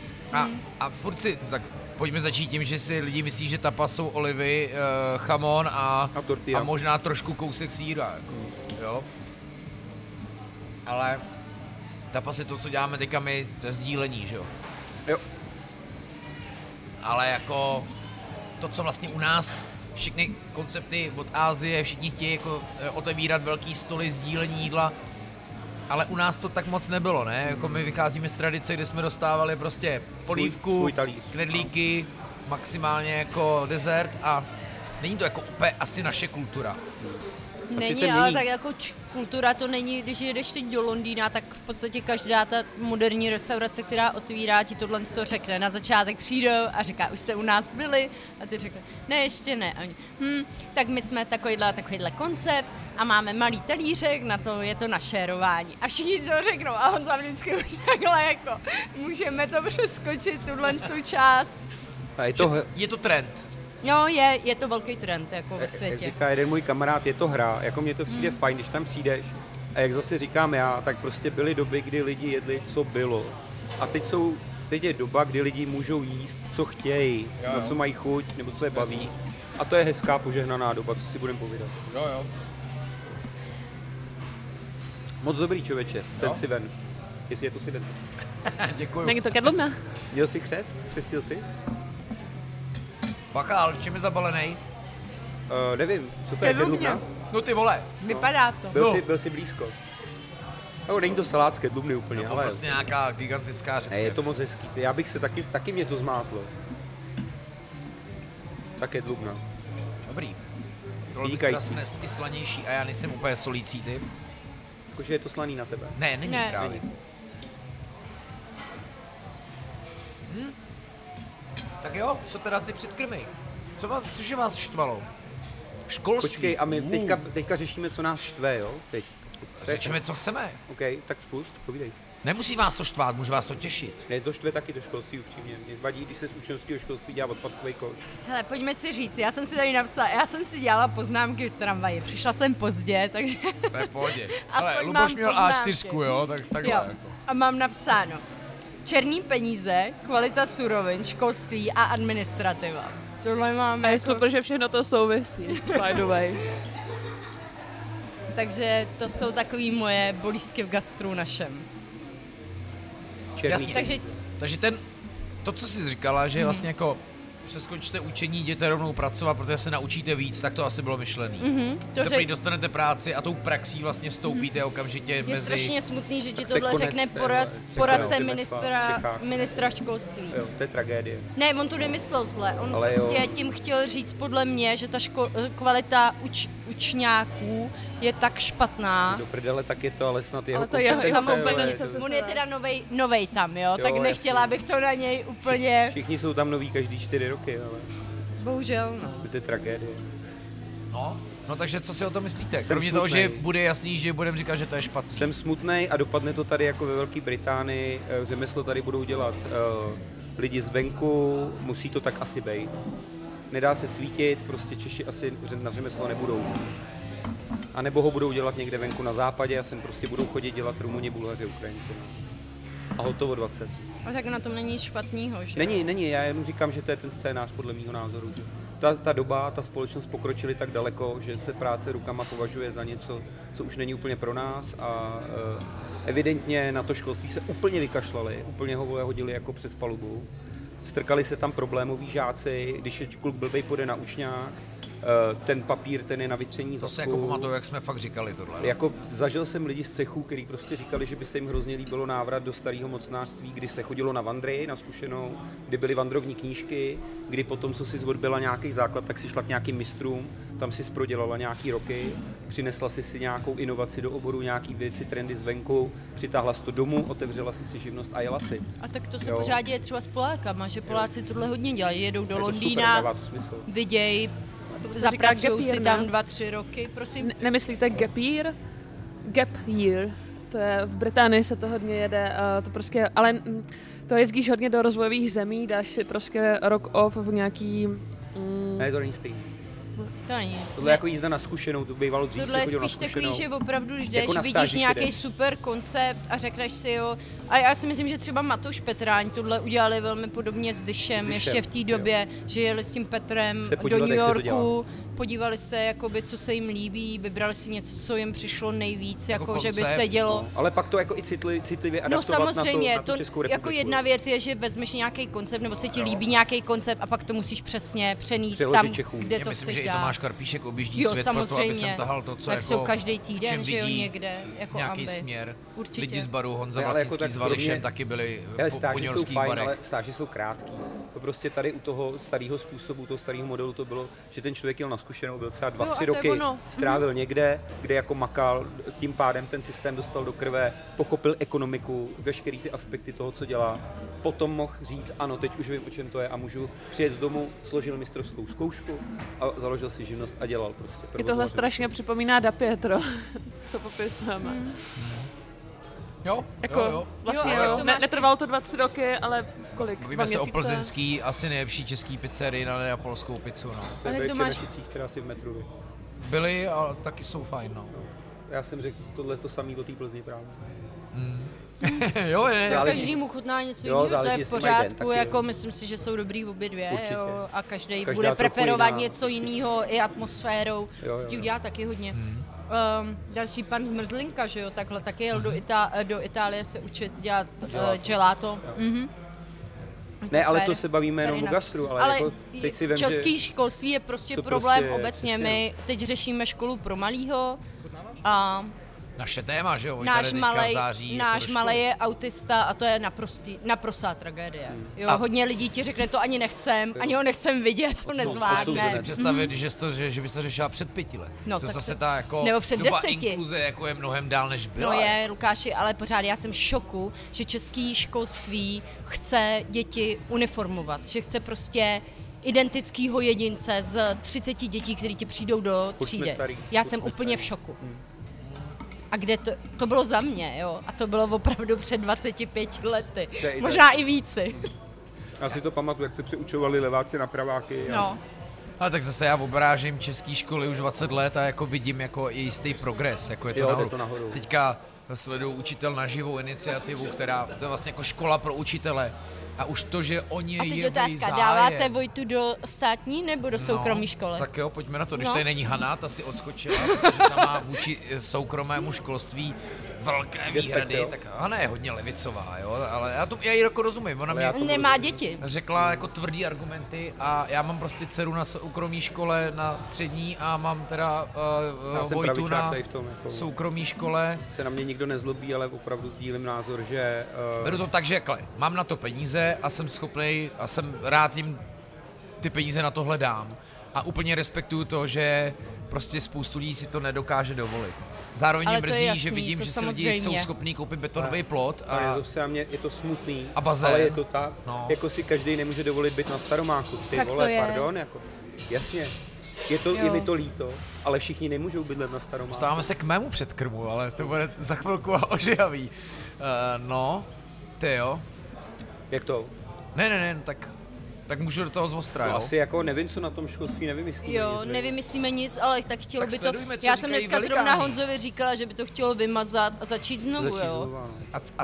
A furt si, tak pojďme začít tím, že si lidi myslí, že tapas jsou olivy, chamon A tortilla. a možná trošku kousek sýra. Jako, jo? Ale tapas je to, co děláme teďka my, to je sdílení, že jo? Jo. Ale jako to, co vlastně u nás, všechny koncepty od Asie, všichni chtějí jako otevírat velký stoly, sdílení jídla, ale u nás to tak moc nebylo, ne? Jako my vycházíme z tradice, kde jsme dostávali prostě polívku, svůj talíř. knedlíky, maximálně jako dezert a není to jako úplně asi naše kultura. Není, se ale mění. tak jako kultura to není, když jedeš teď do Londýna, tak v podstatě každá ta moderní restaurace, která otvírá, ti tohle to řekne. Na začátek přijdou a říká, už jste u nás byli? A ty řekne, ne, ještě ne. A oni, tak my jsme takovýhle koncept a máme malý talířek, na to je to našérování. A všichni to řeknou a on za vždycky už takhle jako, můžeme to přeskočit, tuhle tu část. A je to, Je to trend. Jo, je to velký trend jako ve jak světě. říká jeden můj kamarád, je to hra, jako mně to přijde fajn, když tam přijdeš. A jak zase říkám já, tak prostě byly doby, kdy lidi jedli, co bylo. A teď je doba, kdy lidi můžou jíst, co chtějí, na co mají chuť, nebo co je baví. A to je hezká požehnaná doba, co si budeme povídat. Jo. Moc dobrý člověče, ten Jo. si ven. Jestli je to si ven. Děkuju. Není to kedlubna? Měl jsi křest? Křestil jsi? Bakál, v čem je zabalený? Nevím, co to je kedlubna? No ty vole. Vypadá to. Byl jsi blízko. No, není to salát z kedlubny úplně, Nebo ale prostě nějaká gigantická řetka. ne, je to moc hezký. Já bych se taky mě to zmátlo. Ta kedlubna. Dobrý. Tohle bych Vynikající. teda snes i slanější a já nejsem úplně solící typ. Jakože je to slaný na tebe. Ne, není Ne. právě. Tak jo, co teda ty předkrmy? Cože vás štvalo? Školství. Počkej, a my teďka řešíme, co nás štve, jo? Teď. Řečíme, co chceme. OK, tak spust, povídej. Nemusí vás to štvát, může vás to těšit. Ne, to štve taky to školství upřímně. Mě vadí, když se z učňovského školství dělá odpadkový koš. Hele, pojďme si říct, já jsem si tady napsala, já jsem si dělala poznámky v tramvaji, přišla jsem pozdě, takže To je v pohodě. Aspoň Ale mám Luboš měl poznámky. A4, jo, tak takhle. jo. Jako. A mám napsáno, černý peníze, kvalita surovin, školství a administrativa. Tohle mám A je jako, super, že všechno to souvisí, by the way. takže to jsou takový moje bolístky v gastru našem. Černý. Jasně. Takže Takže to, co jsi říkala, že vlastně jako přeskočte učení, jděte rovnou pracovat, protože se naučíte víc, tak to asi bylo myšlený. To Prý dostanete práci a tou praxí vlastně vstoupíte okamžitě je mezi... strašně smutný, že ti to je tohle konec řekne té poradce Řemesla v Čechách. ministra školství. Jo, to je tragédie. Ne, on to nemyslel zle, on Ale prostě tím chtěl říct podle mě, že ta kvalita učňáků je tak špatná. Do prdele, tak je to, ale snad jeho Ale to jeho kompetence, kompetence ale- přesně. On je teda novej tam, jo, tak Jo, nechtěla jasně. bych to na něj úplně, Všichni jsou tam noví každý 4 roky, ale bohužel, no. to je tragédie. No takže co si o to myslíte? Jsem Kromě toho, smutnej. že bude jasný, že budeme říkat, že to je špatný. Jsem smutnej a dopadne to tady jako ve Velké Británii. Řemeslo tady budou dělat lidi zvenku, musí to tak asi být. Nedá se svítit, prostě Češi asi na řemeslo nebudou. A nebo ho budou dělat někde venku na západě a sem prostě budou chodit dělat Rumuni, Bulhaři, Ukrajinci. A hotovo 20. A tak na tom není nic špatnýho, že? Není, já jenom říkám, že to je ten scénář podle mýho názoru. Že ta doba, ta společnost pokročily tak daleko, že se práce rukama považuje za něco, co už není úplně pro nás a evidentně na to školství se úplně vykašlali, úplně ho hodili jako přes palubu. Strkali se tam problémoví žáci, když je kluk blbej, půjde na učňák, ten papír, ten je na vytření To zadku. se jako pamatuju, jak jsme fakt říkali tohle. No. Jako zažil jsem lidi z cechů, kteří prostě říkali, že by se jim hrozně líbilo návrat do starého mocnářství, kdy se chodilo na vandry, na zkušenou, kdy byly vandrovní knížky, kdy potom, co si odbyla nějaký základ, tak si šla k nějakým mistrům, tam si prodělala nějaký roky, přinesla si nějakou inovaci do oboru, nějaký věci, trendy zvenku, přitáhla si to domů, otevřela si živnost a jela si. A tak to se Jo. pořád děje třeba s Polákama, že Poláci tohle hodně dělají, jedou do Je to super, Londýna, dává to smysl. vidějí, se říká zapracují gap si year, tam ne? 2-3 roky, prosím. Nemyslíte gap year? Gap year. To je, v Británii se to hodně jede, to prostě, ale to jezdíš hodně do rozvojových zemí, dáš si prostě rok off v nějaký... Ne, to není stejný. To není. Tohle je jako jízda na zkušenou, to bývalo dřív, Tohle se je chodilo na spíš zkušenou. takový, že opravdu jdeš, Jako na vidíš stáži nějaký jdeš. super koncept a řekneš si jo. A já si myslím, že třeba Matouš Petráň tohle udělali velmi podobně s Dyšem, ještě v té době, že jeli s tím Petrem Se do podívat, New jak se to Yorku, podívali se, jakoby, co se jim líbí, vybrali si něco, co jim přišlo nejvíc, jako že by koncept, se dělo. No, ale pak to jako i citlivě No adaptovat samozřejmě, na tu Českou to jako republiku. jedna věc je, že vezmeš nějaký koncept, nebo se ti líbí nějaký koncept a pak to musíš přesně přenést Přeložit tam, Čechům. kde Já to myslím, chceš že i dát. Tomáš Karpíšek objíždí Jo, svět proto, aby samozřejmě. jsem tahal to, co Tak jako jsou každý v týden, čem že jo, vidí někde, jako nějaký ambi. směr. Určitě. Lidi z baru, Honza Ne, ale jako Vlatický tak s pro Vališem mě- taky byli Ale po stáže jsou juniorských fajn, barech. ale stáže jsou krátký. To prostě tady u toho starého způsobu, toho starého modelu to bylo, že ten člověk jel na zkušenou, byl třeba Jo, a 2-3 to je roky, ono. strávil někde, kde jako makal, tím pádem ten systém dostal do krve, pochopil ekonomiku, veškerý ty aspekty toho, co dělá. Potom mohl říct, ano, teď už vím, o čem to je a můžu přijet z domu, složil mistrovskou zkoušku a založil si živnost a dělal prostě. I tohle strašně připomíná Da Pietro, co popisujeme. Jo, Jako, jo. vlastně Jo, ale jo. to máš Netrvalo to 2-3 roky, ale kolik? Bavíme 2 se o měsíce? plzeňský, asi nejlepší český pizzerii na neapolskou pizzu, no. To Ale je to v máš- Černešicích, která si v metru. Vy. Byli, ale taky jsou fajn, no. Já jsem řekl tohle to samý o té Plzni právě. Jo, Tak záleží. každému chutná něco Jo, jiného, to záleží, je v jestli mají den, pořádku, taky, jako jo. myslím si, že jsou dobrý obě dvě, Určitě. jo, a každý Každá bude trochu preferovat jiná. něco jiného i atmosférou, Jo, jo, ti jo. udělá taky hodně. Další pan Zmrzlinka, že jo, takhle taky jel do Itálie se učit dělat gelato. Mhm. Ne, ale to Super. se bavíme jenom o Very gastru, ale jako teď si vem, český že... školství je prostě co problém prostě- obecně. přesně. My teď řešíme školu pro malýho a Naše téma, že jo? náš malej, září, náš jako malej je autista a to je naprostá tragédie. Jo, hodně lidí ti řekne, to ani nechcem, ani ho nechcem vidět, to nezvládne. si představit, že bys to řešila před 5 let. No, to tak zase se- ta jako nebo před doba 10. inkluze jako je mnohem dál, než byla. No je, Lukáši, ale pořád já jsem v šoku, že český školství chce děti uniformovat, že chce prostě identického jedince z 30 dětí, který ti přijdou do Furt jsme třídy. starý, Já furt jsem jsme úplně starý. v šoku. A kde to bylo za mě, jo? A to bylo opravdu před 25 lety. To je i Možná i víci. Já si to pamatuju, jak se přiučovali leváci na praváky. No. Ale tak zase já obrážím české školy už 20 let a jako vidím jako i jistý progres, jako je to Jo, jde nahoru. to nahoru. Teďka sleduju Učitel na živou iniciativu, která to je vlastně jako škola pro učitele. A už to, že oni A teď jeví otázka, zájem. dáváte Vojtu do státní nebo do soukromé školy? Tak jo, pojďme na to. Když No. tady není Hana, ta si odskočila, protože ta má vůči soukromému školství velké Respekt, výhrady, jo. tak Hana je hodně levicová, jo, ale já jí jako rozumím, ona mě Nemá děti. řekla jako tvrdý argumenty a já mám prostě dceru na soukromý škole na střední a mám teda Já jsem Vojtu pravičák na tady v tom, jako, soukromý škole. se na mě nikdo nezlobí, ale opravdu sdílím názor, že... Beru to tak, že mám na to peníze a jsem schopnej a jsem rád jim ty peníze na tohle dám. A úplně respektuju to, že prostě spoustu lidí si to nedokáže dovolit. Zároveň mě Ale to je mrzí, jasný, že vidím, to že si lidi jsou samozřejmě. schopní koupit betonový plot A a nezlob se na mě, je to smutný, A bazén. ale je to tak, No. jako si každý nemůže dovolit být na Staromáku. Ty Tak to vole, je. pardon, jako, jasně, je mi to líto, ale všichni nemůžou bydlet na Staromáku. dostáváme se k mému předkrmu, ale to bude za chvilku a ožehavý. No, ty jo. Jak to? Ne, tak můžu do toho zostra, No, jo? asi jako nevím, co na tom školství nevymyslíme. Jo, nic, nevymyslíme nic, ale tak chtělo Tak by to... sledujme, co Já jsem říkají dneska zrovna velikáni. Honzovi říkala, že by to chtělo vymazat a začít znovu, Začít jo. znova, no. A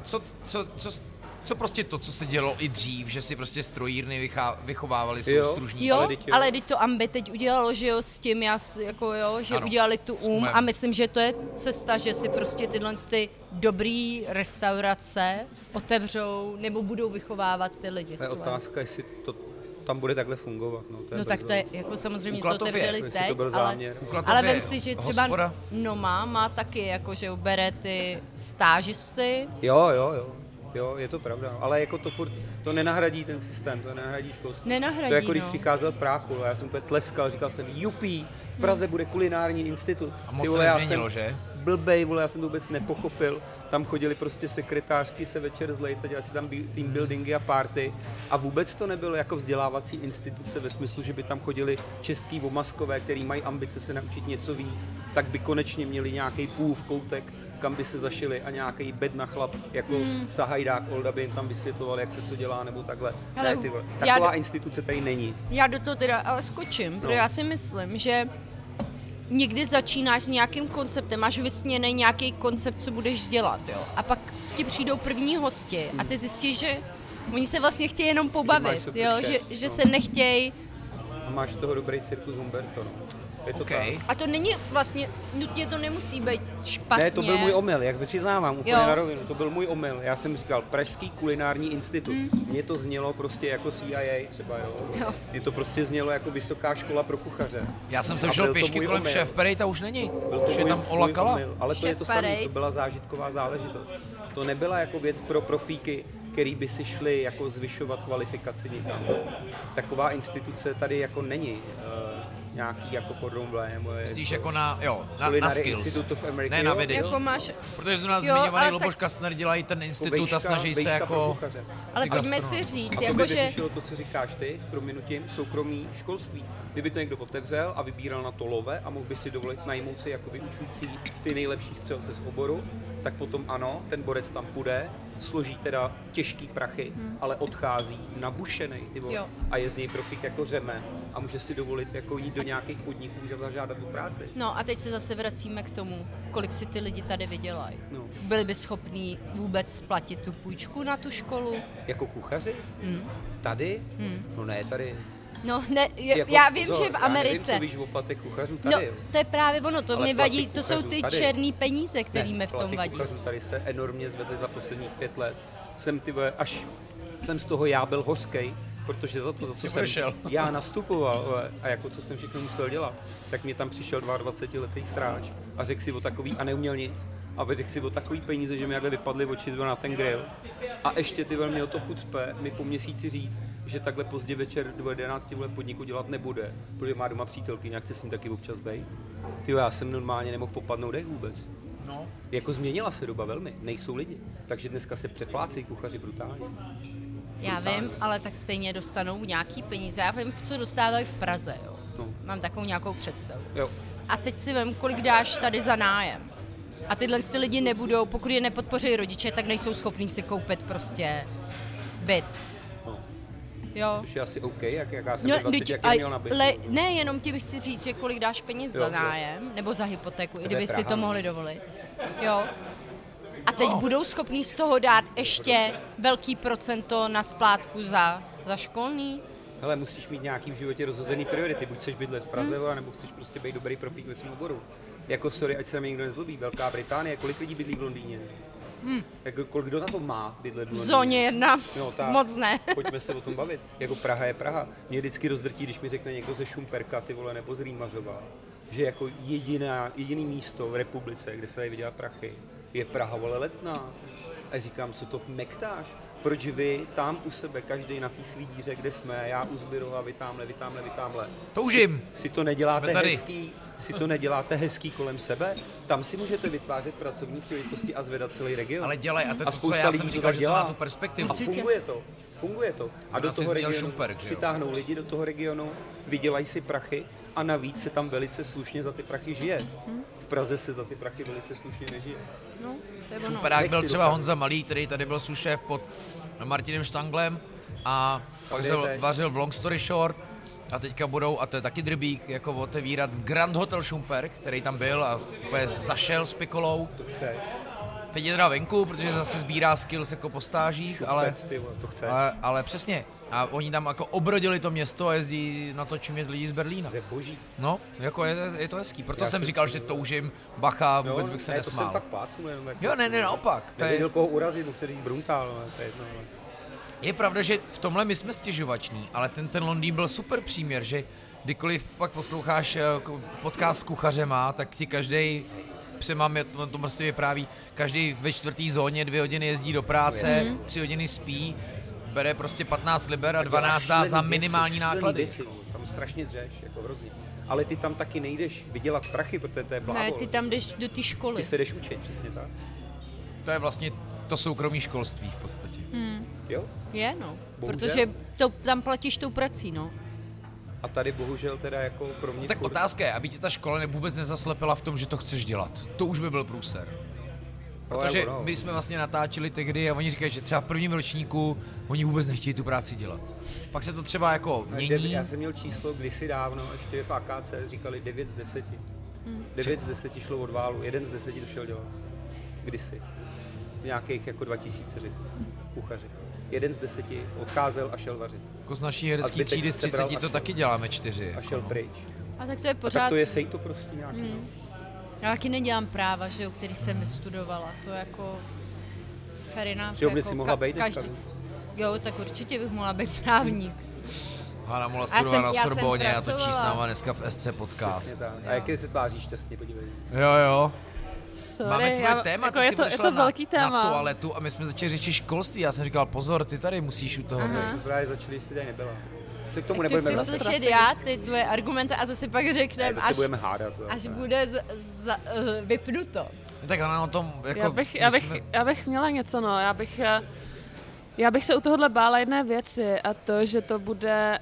co prostě to, co se dělo i dřív, že si prostě strojírny vychovávali Jo. soustružníky? Jo, Ale ale teď jo. teď to Ambi teď udělalo, že jo, s tím, jako jo, že Ano, udělali tu s umem. a myslím, že to je cesta, že si prostě tyhle ty dobrý restaurace otevřou nebo budou vychovávat ty lidi To je své. otázka, jestli to tam bude takhle fungovat. No, to je No tak bez to je, jako samozřejmě U to Klatově, otevřeli jestli teď, to byl ale, záměr. U Klatově ale vem si, že třeba hospoda. Noma má taky, jako že bere ty stážisty. Jo, je to pravda, ale jako to furt, to nenahradí ten systém, to nenahradí školství. Nenahradí, to je jako když no. přicházel Prákul a já jsem úplně tleskal, říkal jsem jupí, v Praze bude kulinární institut. A moc Ty se vole, já nezměnilo, jsem že? Blbej, vole, já jsem to vůbec nepochopil. Tam chodili prostě sekretářky se večer zlejt a dělali si tam team buildingy a party. A vůbec to nebylo jako vzdělávací instituce ve smyslu, že by tam chodili český omaskové, který mají ambice se naučit něco víc, tak by konečně měli nějaký půl v koutek, kam by se zašili a nějaký bedna chlap jako Sahajdák Olda by jim tam vysvětloval, jak se co dělá nebo takhle. Hele, Ne, ty vole. já Taková do- instituce tady není. Já do toho teda ale skočím, protože já si myslím, že někdy začínáš s nějakým konceptem, máš vysněný nějaký koncept, co budeš dělat, jo. A pak ti přijdou první hosti a ty zjistíš, že oni se vlastně chtějí jenom pobavit, super jo, šéf, že no. se nechtějí. A máš z toho dobrý cirkus Humberto, no. Je to Okay. tak. A to není vlastně, nutně to nemusí být špatně. Ne, to byl můj omyl, jak přiznávám, úplně Jo. na rovinu, to byl můj omyl. Já jsem říkal Pražský kulinární institut. Mně to znělo prostě jako CIA třeba, jo. Mně to prostě znělo jako vysoká škola pro kuchaře. Já jsem se A šel byl to pěšky můj kolem omyl. Šéf Perejta, už není. Byl to Už je můj- tam Ola můj Kala. omyl, ale to je Šéf to samé, Perejt. to byla zážitková záležitost. To nebyla jako věc pro profíky, který by si šli jako zvyšovat kvalifikaci někam. Taková instituce tady jako není. Nějaký jako Cordon Bleu nebo Myslíš jako na Culinary skills, Institute of America, ne na jo? vědy. Jako máš, Protože zrovna Jo, zmiňovaný ale Luboš tak- Kastner dělají ten institut Vejška- a snaží se vejška pro jako... kuchaře. ale ty pojďme gastronomy. si říct, A to by jakože vyřešilo to, co říkáš ty, s prominutím, soukromý školství. Kdyby to někdo otevřel a vybíral na to love a mohl by si dovolit najmout si jako vyučující ty nejlepší střelce z oboru, tak potom ano, ten borec tam půjde, složí teda těžký prachy, ale odchází nabušenej, ty vole, Jo. a je z něj profík jako řemen a může si dovolit jako jít do nějakých podniků, že zažádat o práci. No a teď se zase vracíme k tomu, kolik si ty lidi tady vydělají. No. Byli by schopní vůbec splatit tu půjčku na tu školu? Jako kuchaři? Tady? No ne, tady. No, ne, Jako, já vím, pozor, že v já nevím, Americe. co víš o platech kuchařů No, tady. Jo. to je právě ono, to Ale mi platy vadí, to jsou kuchařů ty tady. černý peníze, který mi v tom platy vadí. kuchařů tady se enormně zvedly za posledních 5 let. Jsem až jsem z toho já byl hořkej, protože za to, co jsem prošel. já nastupoval a jako co jsem všechno musel dělat, tak mě tam přišel 22letý sráč a řekl si o takový a neuměl nic. A řekl si o takový peníze, že mi jakhle vypadly oči na ten grill. A ještě ty měl to chucpe mi po měsíci říct, že takhle pozdě večer do 11 v podniku dělat nebude, protože má doma přítelky, nějak chce s ním taky občas bejt. Tyjo, já jsem normálně nemohl popadnout dech vůbec. No. Jako změnila se doba velmi, nejsou lidi. Takže dneska se přeplácejí kuchaři brutálně. Já vím, ale tak stejně dostanou nějaký peníze. Já vím, co dostávají v Praze, jo. No. Mám takovou nějakou představu. Jo. A teď si vím, kolik dáš tady za nájem. A tyhle ty lidi nebudou, pokud je nepodpoří rodiče, tak nejsou schopní si koupit prostě byt. No. Jo. Což je asi OK, jak já jsem No, 20, jak já měl na byt. ne, jenom ti chci říct, že kolik dáš peněz Jo, za jo. nájem, nebo za hypotéku, i je kdyby si Praha, to no. mohli dovolit. Jo. A teď budou schopní z toho dát ještě velký procento na splátku za školní. Hele, musíš mít nějaký v životě rozhozený priority. Buď chceš bydlet v Praze, nebo chceš prostě být dobrý profík ve svém oboru. jako sorry, ať se na mě nikdo nezlobí, Velká Británie, kolik lidí bydlí v Londýně? Jako, kdo na to má bydlet v V Londýně? zóně 1, No, tak, moc ne. pojďme se o tom bavit. Jako Praha je Praha. Mě vždycky rozdrtí, když mi řekne někdo ze Šumperka, ty vole, nebo z Rýmařova, že jako jediný místo v republice, kde se dají vydělat prachy, je Praha, vole, Letná. A říkám, co to mektáš? Proč vy tam u sebe, každý na té svý díře, kde jsme, já u Zbyrova, vy tamhle. Toužím. Si to neděláte Jsme tady. hezký, si to neděláte hezký kolem sebe? Tam si můžete vytvářet pracovní příležitosti a zvedat celý region. Ale dělej, a to je A to, co spousta já lidí jsem to říkal, tak že to má dělá. tu perspektivu. A funguje to. A do asi toho zmínil regionu Šumperk, že jo? přitáhnou lidi do toho regionu, vydělají si prachy a navíc se tam velice slušně za ty prachy žije. V Praze se za ty prachy velice slušně nežije. No, to je ono. Šumperák byl Nechci třeba dopadnout. Honza Malý, který tady byl sušéf pod Martinem Štanglem a pak Kde je teď? vařil v Long Story Short a teďka budou, a to je taky drbík, jako otevírat Grand Hotel Šumperk, který tam byl a úplně zašel s Pikolou. To chceš. Teď je teda venku, protože zase sbírá skills jako po stážích, Šupec, ty vole, to chceš. ale přesně. A oni tam jako obrodili to město a jezdí na to čumět lidi z Berlína. To je boží. No, jako je to hezký. Proto Já jsem si- říkal, že toužím, bacha, vůbec bych se ne, to jsem nesmál. fakt plácnul jenom tak. Jo, ne, naopak. To Nevěděl, koho urazit, mohl se říct Bruntál, ale to je jedno. Ale. Je pravda, že v tomhle my jsme stěžovační, ale ten Londýn byl super příměr, že kdykoliv pak posloucháš podcast s kuchařema, tak ti každej přemám, on to prostě vypráví, každý ve čtvrtý zóně 2 hodiny jezdí do práce, 3 hodiny spí, bere prostě 15 liber a 12 dá za minimální náklady. Věci, tam strašně dřeš, jako hrozně. Ale ty tam taky nejdeš vydělat prachy, protože to je blábol. Ne, ty tam jdeš do té školy. Ty se jdeš učit, přesně tak. To je vlastně to soukromé školství v podstatě. Jo? Je, no. Bohužel. Protože to tam platíš tou prací, no. A tady bohužel teda jako pro mě Tak otázka je, aby tě ta škola vůbec nezaslepila v tom, že to chceš dělat. To už by byl průser. Protože my jsme vlastně natáčeli tehdy a oni říkají, že třeba v prvním ročníku oni vůbec nechtějí tu práci dělat. Pak se to třeba jako mění. Já jsem měl číslo kdysi dávno, ještě v AKC říkali 9 z 10. 9 z 10 šlo od válu, 1 z 10 to šel dělat. Kdysi. V nějakých jako 2000 kuchaři. 1 z 10 odcházel a šel vařit. Jako z naší A herecké zbytek třídy z se sebral 30 a to šel. taky děláme 4. A šel pryč. A tak to je A pořád. tak to je sejto prostě nějaký. No. Já taky nedělám práva, že jo, který jsem vystudovala. To je jako fair enough. Že by jako si mohla být dneska. Jo, tak určitě bych mohla být právník. Hana mohla Já jsem- studovat na já jsem Sorboně a točí s pracovala. náma dneska v SC podcast. Přesně tak. A jak se tváří šťastně, podívej. Jo. Sorry, Máme tvoje téma, jako ty je jsi to odešla velký téma. na toaletu a my jsme začali řešit školství. Já jsem říkal, pozor, ty tady musíš u toho. My jsme právě začali, jestli tady nebyla. Se k tomu To nebudeme chci vracet. slyšet já, ty tvoje argumenty a to si pak Ne, řekneme, to se až, budeme hádat. jo. až bude vypnuto. Tak Hana o tom, jako... Já bych měla něco, no. Já bych se u tohohle bála jedné věci a to, že to bude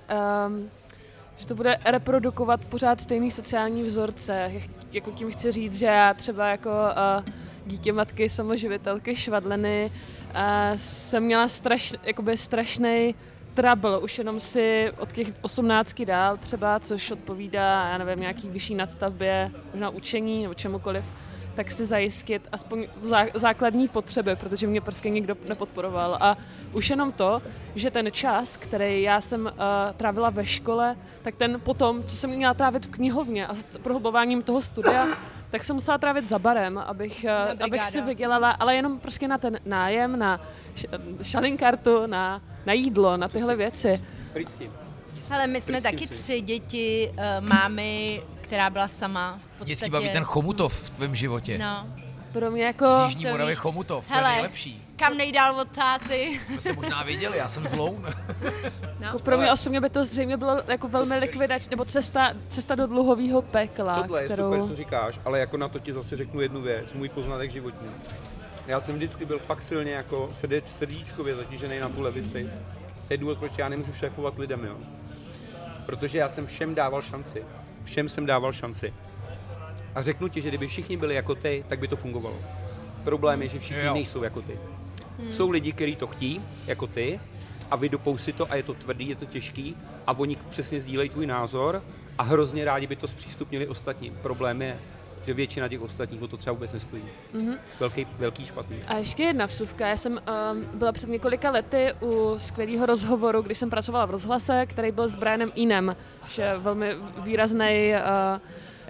reprodukovat pořád stejný sociální vzorce. Jako tím chci říct, že já třeba jako dítě matky, samoživitelky, švadleny jsem měla strašný trouble, už jenom si od těch 18 dál třeba, což odpovídá, já nevím, nějaký vyšší nadstavbě, možná učení nebo čemukoliv, tak si zajistit aspoň základní potřeby, protože mě prostě nikdo nepodporoval. A už jenom to, že ten čas, který já jsem trávila ve škole, tak ten potom, co jsem měla trávit v knihovně a s prohlubováním toho studia, tak jsem musela trávit za barem, abych si vydělala, ale jenom prostě na ten nájem, na šalinkartu, na jídlo, na tyhle věci. Pryč s tím. Ale my jsme taky 3 děti, mámy, která byla sama v podstatě. Mě vždycky baví ten Chomutov v tvém životě. No. Pro mě jako... Z Jižní to Moravy víš. Chomutov, to Hele. je nejlepší. Kam nejdál od táty. Jsme se možná věděli, já jsem z Loun. Jako pro mě osobně by to zřejmě bylo jako velmi likvidační, nebo cesta do dluhového pekla, Tohle je kterou... super, co říkáš, ale jako na to ti zase řeknu jednu věc, můj poznatek životní. Já jsem vždycky byl fakt silně jako srdíčkově zatížený na tu levici. To je důvod, proč já nemůžu šéfovat lidem, jo. Protože já jsem všem dával šanci. Všem jsem dával šanci. A řeknu ti, že kdyby všichni byli jako ty, tak by to fungovalo. Problém je, že všichni Jo. nejsou jako ty. Jsou lidi, kteří to chtí, jako ty, a vydupou si to a je to tvrdý, je to těžký a oni přesně sdílejí tvůj názor a hrozně rádi by to zpřístupnili ostatním. Problém je, že většina těch ostatních o to třeba vůbec nestojí. Velký špatný. A ještě jedna vsuvka. Já jsem byla před několika lety u skvělého rozhovoru, když jsem pracovala v rozhlase, který byl s Brianem Inem, že je velmi výrazný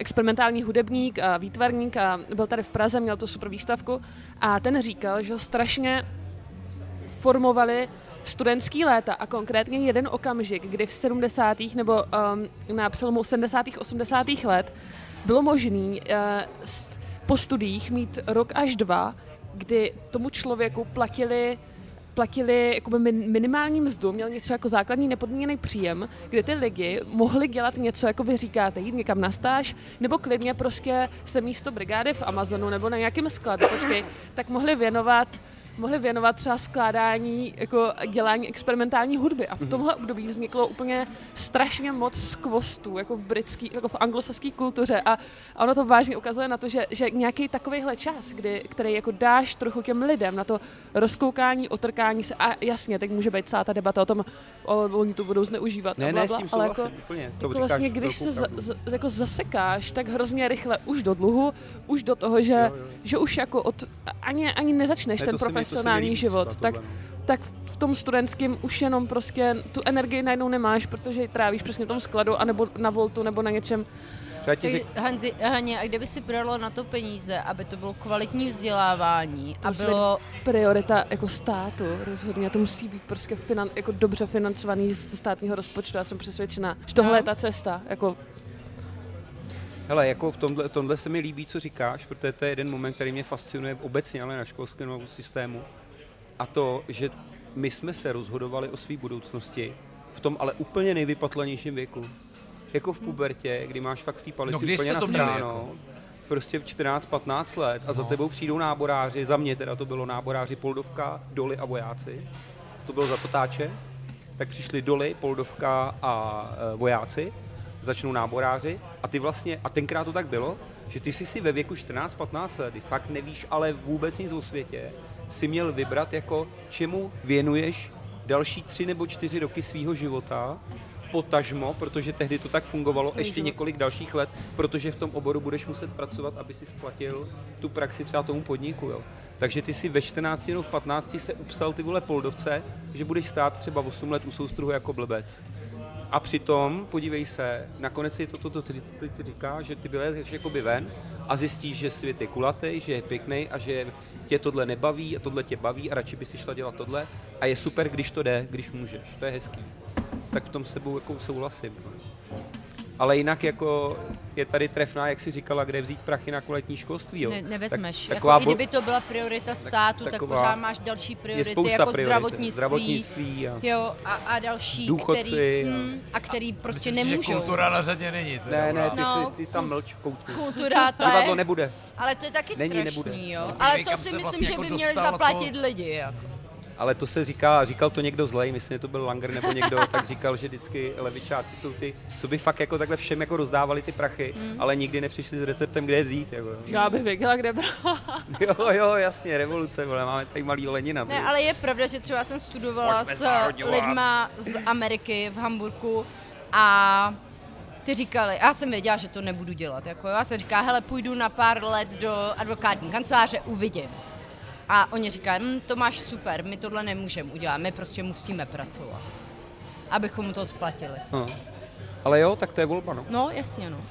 experimentální hudebník a výtvarník a byl tady v Praze, měl tu super výstavku a ten říkal, že ho strašně formovali studentský léta a konkrétně jeden okamžik, kdy v 70. nebo na přelomu 70. 80. let bylo možné po studiích mít rok až 2, kdy tomu člověku platili jakoby minimální mzdu, měl něco jako základní nepodmíněný příjem, kde ty lidi mohli dělat něco, jako vy říkáte, jít někam na stáž, nebo klidně prostě se místo brigády v Amazonu nebo na nějakém skladu, tak mohli věnovat třeba skládání, jako dělání experimentální hudby. A v tomhle období vzniklo úplně strašně moc skvostů, jako v anglosaské kultuře. A ono to vážně ukazuje na to, že nějaký takovejhle čas, který jako dáš trochu těm lidem na to rozkoukání, otrkání se. A jasně, tak může být celá ta debata o tom, oni to budou zneužívat. Ne, s tím ale souhlasím, úplně. Jako vlastně, když se jako zasekáš, tak hrozně rychle už do dluhu, už do toho, že už jako ani nezačneš ten profesionální život, tak v tom studentském už jenom prostě tu energii najednou nemáš, protože ji trávíš přesně v tom skladu, anebo na Voltu, nebo na něčem. Haně, a kde by si bralo na to peníze, aby to bylo kvalitní vzdělávání a bylo priorita jako státu, rozhodně, to musí být prostě jako dobře financovaný z státního rozpočtu, já jsem přesvědčená, že tohle je ta cesta, jako. Hele, jako v tomhle se mi líbí, co říkáš, protože to je jeden moment, který mě fascinuje obecně, ale na školském systému. A to, že my jsme se rozhodovali o své budoucnosti v tom ale úplně nejvypatlanějším věku. Jako v pubertě, kdy máš fakt v té palici úplně nasráno, jako? Prostě 14-15 let a za tebou přijdou náboráři, za mě teda to bylo náboráři Poldovka, Doly a vojáci. To bylo za Totáče. Tak přišli Doly, Poldovka a vojáci. Začnou náboráři a ty vlastně, a tenkrát to tak bylo, že ty jsi ve věku 14-15 let, fakt nevíš ale vůbec nic o světě, si měl vybrat jako čemu věnuješ další 3 nebo 4 roky svýho života, potažmo, protože tehdy to tak fungovalo ještě několik dalších let, protože v tom oboru budeš muset pracovat, aby si splatil tu praxi třeba tomu podniku, jo. Takže ty si ve 14 nebo v 15 se upsal ty vole Poldovce, že budeš stát třeba 8 let u soustruhu jako blbec. A přitom, podívej se, nakonec je to teď si říká, že ty vylezeš jakoby ven a zjistíš, že svět je kulatý, že je pěkný a že tě tohle nebaví a tohle tě baví a radši by si šla dělat tohle. A je super, když to jde, když můžeš, to je hezký. Tak v tom sebou jako souhlasím. Ale jinak jako je tady trefná, jak jsi říkala, kde vzít prachy na kvalitní školství. Jo? Nevezmeš. Tak, jako, i kdyby to byla priorita státu, tak pořád máš další priority, jako zdravotnictví a další, důchodci, který prostě myslím, nemůžou. Že kultura na řadě není. Ne, ty tam mlč v koutku. Kultura, divadlo nebude. Ale to je taky strašný, jo. Taky Ale to si vlastně myslím, že by měli zaplatit lidi, jako. Ale to se říkal to někdo zlej, myslím, že to byl Langer nebo někdo, tak říkal, že vždycky levičáci jsou ty, co by fakt jako takhle všem jako rozdávali ty prachy, ale nikdy nepřišli s receptem, kde je vzít. Jako. Já bych věděla, kde brala. Jo, jasně, revoluce, vole, máme tady malýho Lenina. Ne, ale je pravda, že třeba jsem studovala s lidma z Ameriky v Hamburku a ty říkali, já jsem věděla, že to nebudu dělat. Jako, já jsem říkala, hele, půjdu na pár let do advokátní kanceláře, uvidím. A oni říkají, to máš super, my tohle nemůžeme udělat, my prostě musíme pracovat, abychom mu to splatili. Ale jo, tak to je volba, no. No, jasně, no.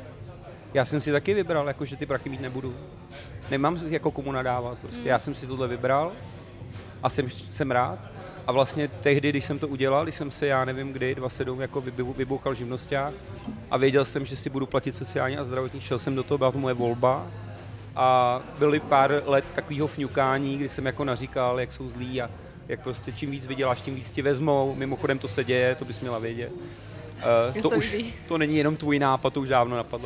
Já jsem si taky vybral, jako, že ty prachy mít nebudu. Nemám jako komu nadávat, prostě. Já jsem si tohle vybral a jsem rád. A vlastně tehdy, když jsem to udělal, když jsem se, já nevím kdy, 27 jako vybouchal živnosťák a věděl jsem, že si budu platit sociální a zdravotní, šel jsem do toho, byla to moje volba. A byly pár let takového fňukání, kdy jsem jako naříkal, jak jsou zlí a jak prostě čím víc vyděláš, tím víc ti vezmou. Mimochodem to se děje, to bys měla vědět. To není jenom tvůj nápad, to už dávno napadlo.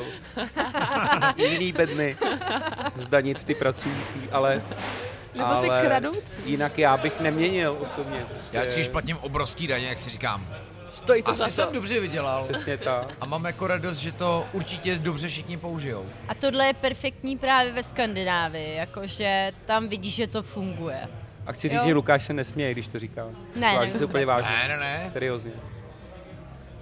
Jiný bedny zdanit ty pracující, ale ty kradoucí. Jinak já bych neměnil osobně. Prostě. Já vždycky platím obrovský daně, jak si říkám. Stojí to asi jsem dobře vydělal. Přesně tak. A mám jako radost, že to určitě dobře všichni použijou. A tohle je perfektní právě ve Skandinávii, jakože tam vidíš, že to funguje. A chci říct, že Lukáš se nesměje, když to říká. Ne, se úplně vážně. Ne. Seriózně.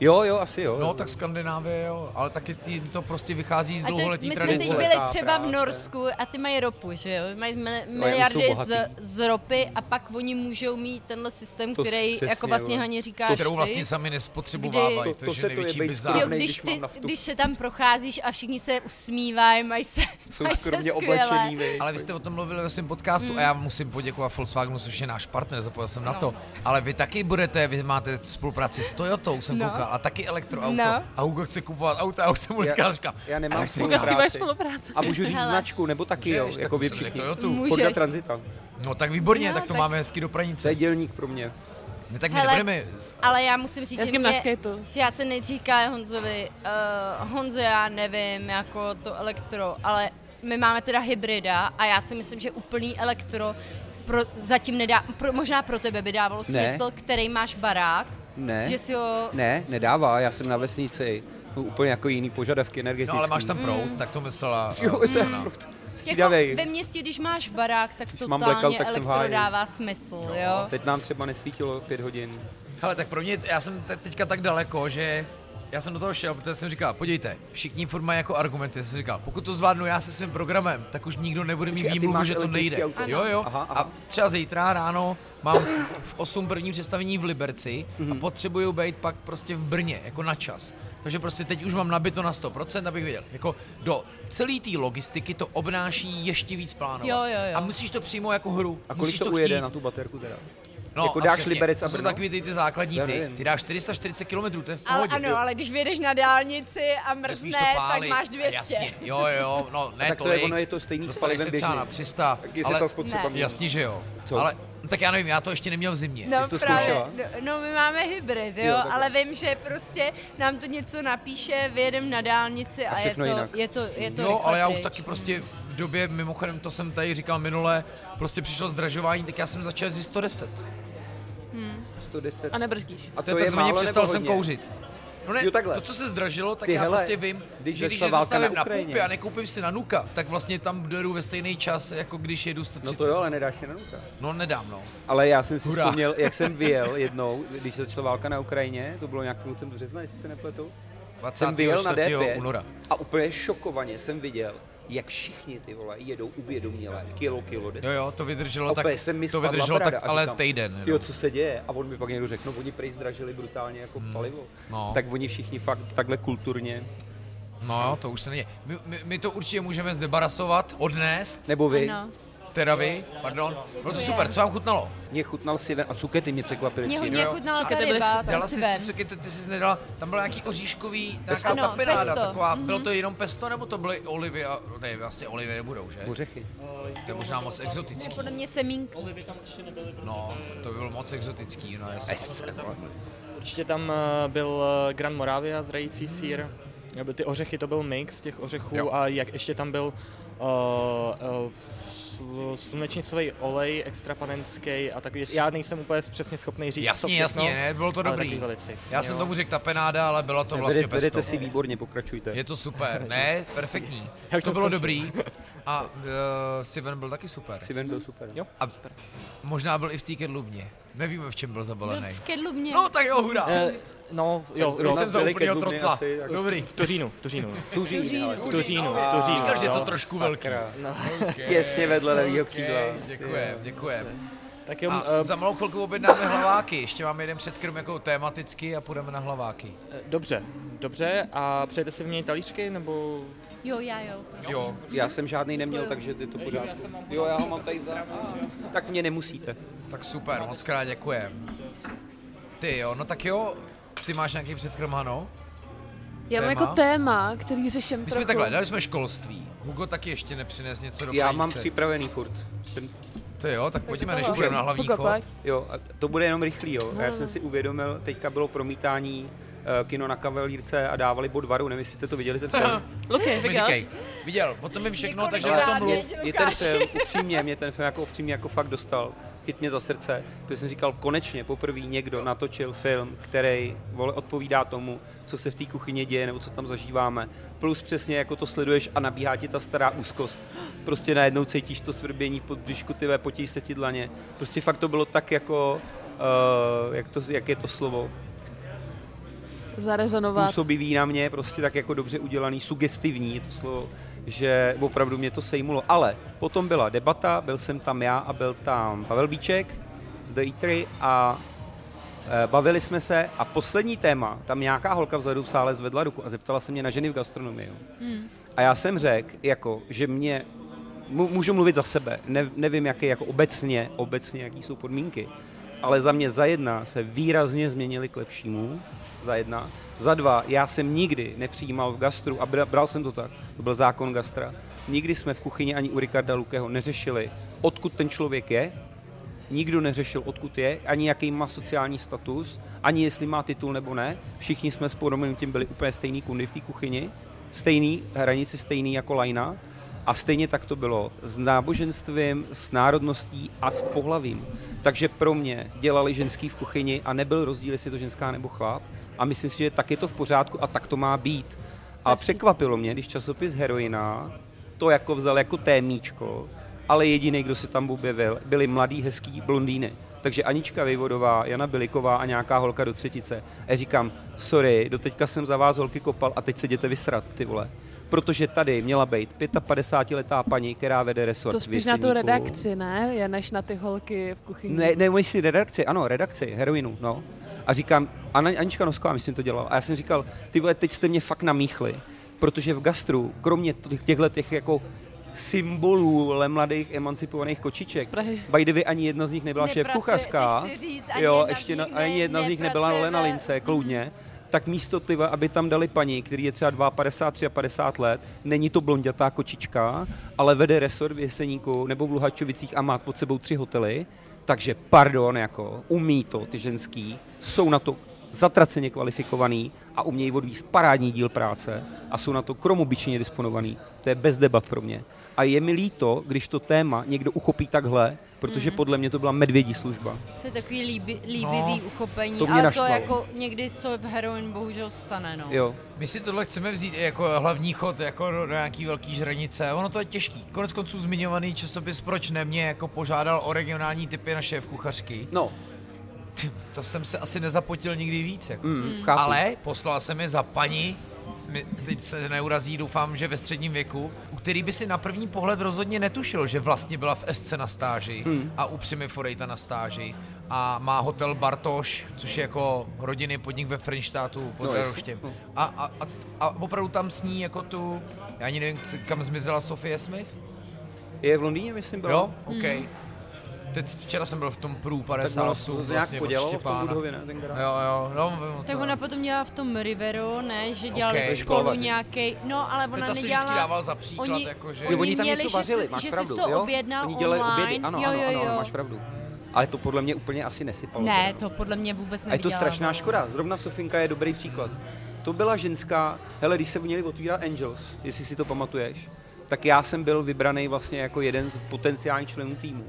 Jo, asi jo. No, tak Skandinávie, jo, ale taky tím to prostě vychází z dlouholetý my tradice. jsme teď byli třeba v práce. Norsku a ty mají ropu, že jo? Mají oni miliardy jsou bohatý. z ropy a pak oni můžou mít tenhle systém, To který, přesně, jako vlastně vole. Haně říkáš Kterou ty. vlastně sami nespotřebovávají, To což se je to je největší být bizár. Jo, správnej, když, když mám naftu. když se tam procházíš a všichni se usmívají, mají se Jsou mají se skromně skvěle. oblečený, vy. Ale vy jste o tom mluvili ve svém podcastu a já musím poděkovat Volkswagenu, což je náš partner, zapomněl jsem na to. Ale vy taky vy máte spolupráci s Toyotou, jsem koukal, a taky elektroauto. No. A Hugo chce kupovat auto a už jsem mu říkal, Já nemám Hugo, s kým máš spolupráci. spolupráci? A můžu říct Hele. značku, nebo taky jo, Můžeš, jako tak vy musím říct všichni. Toyotu. Můžeš. Forda Transita. No tak výborně, No, tak to tak- máme hezky do To pranice. je dělník pro mě. Ne, tak my Hele, nebudeme, Ale já musím říct, Jezdím na skateu. že já se neříká Honzovi, Honzo, já nevím, jako to elektro, ale my máme teda hybrida a já si myslím, že úplný elektro zatím nedá, možná pro tebe by dávalo smysl, který máš barák, Ne. že si ho... Ne, nedává, já jsem na vesnici. Úplně jako jiný požadavky energetický. no ale máš tam proud, tak to myslela. Jo, to je ona. proud. Jako Střídavej. ve městě, když máš barák, tak mám totálně blackout, tak jsem v elektro háji. dává smysl, jo? Teď nám třeba nesvítilo 5 hodin. Hele, tak pro mě, já jsem teďka tak daleko, že já jsem do toho šel, protože jsem říkal, podívejte, všichni furt mají jako argumenty, jsem říkal, pokud to zvládnu já se svým programem, tak už nikdo nebude mít Počkej, a ty výmluvu, máš že to elektrický nejde. auto? Jo, jo. Aha. A třeba zítra ráno mám v 8 první představení v Liberci a potřebuju být pak prostě v Brně, jako na čas. Takže prostě teď už mám nabito na 100%, abych věděl. Jako do celé té logistiky to obnáší ještě víc plánovat. Jo. A musíš to přijmout jako hru. A kolik musíš to to ujede chtít. na tu baterku teda? No, Jako a dáš přesně, Liberec a to jsou Brno? takový ty základní Já ty. nevím. Ty dáš 440 km, to je v Ale pohodě. ano, ale když vyjedeš na dálnici a Nesmíš mrzne, to tak pálit. máš A 200. jasně, jo, no ne tak to tolik. je, ono je to stejný s Dostaneš palivem se třeba běžně. na 300, Taky se ale ta spotřeba Ne. mění. jasně, že jo. Co? Ale tak já nevím, já to ještě neměl v zimě. No Jsi to právě, zkoušela? no my máme hybrid, jo, Jo, takhle. ale vím, že prostě nám to něco napíše, vyjedem na dálnici a je všechno jinak. to Jo, rychle ale já už pryč. taky prostě v době, mimochodem, to jsem tady říkal minule, prostě přišlo zdražování, tak já jsem začal jezdit 110. 110. A nebrzdíš. A To je takzvaně málo přestal nebo jsem hodně? kouřit. No ne, Jo, takhle. to, co se zdražilo, tak Ty, já hele, prostě vím, když že když začala válka nezastavím na na Ukrajině. pumpy a nekoupím si na Nuka, tak vlastně tam dojedu ve stejný čas, jako když jedu 130. No to jo, ale nedáš si na Nuka. No nedám, no. Ale já jsem si Hurá. vzpomněl, jak jsem vyjel jednou, když začala válka na Ukrajině, to bylo nějak koncem března, jestli se nepletu. Jsem vyjel na 24. D5 února. a úplně šokovaně jsem viděl, jak všichni ty vole jedou uvědoměle, kilo, 10. Jo, to vydrželo A tak, úplně jsem mi to spadla vydrželo brada tak a ale říkám, týden. Tyjo, No. co se děje? A on mi pak někdo řekl, no oni prej zdražili brutálně jako palivo. No. Tak oni všichni fakt takhle kulturně. No jo, to už se neděje. My to určitě můžeme zdebarasovat, odnést, Nebo vy. Ano. teda vy, pardon. Bylo to super, co vám chutnalo? Mě chutnal Siven a cukety mě překvapily. Mě příjemně. hodně Jo, chutnala ta čekajte, byli ryba, Dala ten jsi Siven. ty cuky, ty jsi nedala, tam byl nějaký oříškový, nějaká Ano, tapináda, pesto. taková, bylo to jenom pesto, nebo to byly olivy a, ne, vlastně olivy nebudou, že? Ořechy. To je možná moc exotický. Podle mě semínky. No, to by bylo moc exotický, no jasně. Určitě tam byl Grand Moravia, zrající sýr. Ty ořechy, to byl mix těch ořechů Jo. a jak ještě tam byl slunečnicový olej, extra panenský a takový. Já nejsem úplně přesně schopný říct, co Jasně, všechno, jasně, ne, bylo to ale dobrý. takovýhle věci. Já jsem Jo. tomu řekl tapenáda, ale bylo to vlastně Vedete pesto. si výborně, pokračujte. Je to super, ne, perfektní. Jak To to bylo skončí? dobrý a Siven byl taky super. Siven byl super. Jo. A možná byl i v té kedlubně. Nevíme, v čem byl Byl zabalený. v Kedlubně. No tak jo, hurá. No, jo, Zrovna Jsem za byli úplnýho kedlubny trotla. asi, tak- Dobrý. v Tuřínu. Tuřín, ale. V Tuřínu. Říkal, že je to jo. trošku velký. Sakra. Těsně vedle levýho křídla. Děkujem. Tak jo, A za malou chvilku objednáme hlaváky. Ještě máme jeden předkrm jako tematicky a půjdeme na hlaváky. dobře. A přejete si vyměnit talířky, nebo... Jo, já jo. Jo. Já jsem žádný neměl, takže ty to pořád. Jo, já ho mám tady za. Tak mě nemusíte. Tak super, moc krát děkujem. Ty jo, no tak jo. Ty máš nějaký předkrm, ano? Já mám Téma? jako téma, který řeším My trochu. jsme takhle, dali jsme školství. Hugo taky ještě nepřines něco do Já krajíce. mám připravený furt. Ty jo, tak pojďme, než toho. půjdeme na hlavní Hugo, chod. pojď. Jo, a to bude jenom rychlý, jo. Já jsem si uvědomil, teďka bylo promítání kino na Kavalírce a dávali bod varu, nevím, jestli jste to viděli ten film. Luky, Mi viděl říkej, jsi? viděl, o tom vím všechno, takže o Několikrát tom mluv. Mě ten film upřímně jako fakt dostal, chyt mě za srdce, protože jsem říkal, konečně poprvé někdo natočil film, který odpovídá tomu, co se v té kuchyni děje nebo co tam zažíváme. Plus přesně jako to sleduješ a nabíhá ti ta stará úzkost. Prostě najednou cítíš to svrbění v podbřišku, potějí se ti dlaně. Prostě fakt to bylo tak jako, jak je to slovo? zarezonovat. Působivý na mě, prostě tak jako dobře udělaný, sugestivní je to slovo, že opravdu mě to sejmulo. Ale potom byla debata, byl jsem tam já a byl tam Pavel Bíček z The Eatery a bavili jsme se a poslední téma, tam nějaká holka vzadu v sále zvedla ruku a zeptala se mě na ženy v gastronomii. A já jsem řekl, jako, že mě, můžu mluvit za sebe, nevím, jaké jako obecně, jaký jsou podmínky, ale za mě za jedna se výrazně změnily k lepšímu, za jedna. Za dva, já jsem nikdy nepřijímal v gastru, a bral jsem to tak, to byl zákon gastra, nikdy jsme v kuchyni ani u Ricarda Lukeho neřešili, odkud ten člověk je, nikdo neřešil, odkud je, ani jaký má sociální status, ani jestli má titul nebo ne. Všichni jsme s prominutím byli úplně stejný kundy v té kuchyni, stejný hranici, stejný jako lajna. A stejně tak to bylo s náboženstvím, s národností a s pohlavím. Takže pro mě dělali ženský v kuchyni a nebyl rozdíl, jestli je to ženská nebo chlap. A myslím si, že tak je to v pořádku a tak to má být. A překvapilo mě, když časopis Heroina to jako vzal jako témíčko, ale jediný, kdo se tam objevil, byli mladý, hezký blondýny. Takže Anička Vejvodová, Jana Biliková a nějaká holka do třetice. A říkám, sorry, doteďka jsem za vás holky kopal a teď se jděte vysrat, ty vole. Protože tady měla být 55letá paní, která vede resort. To spíš na tu redakci, ne? Je než na ty holky v kuchyni. Ne, myslí redakci, ano, redakci, Heroinu, no. A říkám, Anička Nosková, myslím, to dělala. A já jsem říkal, ty vole, teď jste mě fakt namíchli, protože v gastru, kromě těchto těch jako symbolů mladých emancipovaných kočiček. By the way, ani jedna z nich nebyla šéfkuchařka. Jo, ještě ani jedna z nich nebyla Lena Lince, kloudně. Tak místo tyva, aby tam dali paní, který je třeba 52, 53 let, není to blondětá kočička, ale vede resort v Jeseníku nebo v Luhačovicích a má pod sebou 3 hotely, takže pardon, jako umí to, ty ženský, jsou na to zatraceně kvalifikovaný a umějí odvízt parádní díl práce a jsou na to kromobyčeně disponovaný. To je bez debat pro mě. A je mi líto, když to téma někdo uchopí takhle, protože podle mě to byla medvědí služba. To je takový líbivý uchopení, to ale naštvalo. To jako někdy co v Heroin bohužel stane, no. Jo. My si tohle chceme vzít jako hlavní chod jako do nějaký velký žranice. Ono to je těžký. Konec konců zmiňovaný časopis Proč ne mě jako požádal o regionální typy na šéfkuchařky. No. To jsem se asi nezapotil nikdy víc. Jako. Ale poslal jsem je za paní, teď se neurazí, doufám, že ve středním věku, u který by si na první pohled rozhodně netušil, že vlastně byla v SC na stáži a u Přimy Forejta na stáži a má hotel Bartoš, což je jako rodinný podnik ve Frenštátu pod Jaroštěm. A opravdu tam sní jako tu, já ani nevím, kam zmizela Sophie Smith? Je v Londýně, myslím, byla. Jo, OK. Teď včera jsem byl v tom Prů 58. Tak vlastně podělalo v tom Budhově, ne? Jo, no. Tak ona potom dělala v tom Rivero, ne? Že dělali školu nějaký. No, ale ona nedělala. To dával za příklad, jakože. Oni tam něco vařili, máš pravdu. Že jsi to objednal oni dělali online. Obědy, ano, máš pravdu. Ale to podle mě úplně asi nesypalo. Ne, to podle mě vůbec nevydělalo. A je to strašná škoda. Zrovna Sofinka je dobrý příklad. To byla ženská, hele, když se měli otvírat Angels, jestli si to pamatuješ, tak já jsem byl vybraný vlastně jako jeden z potenciálních členů týmu.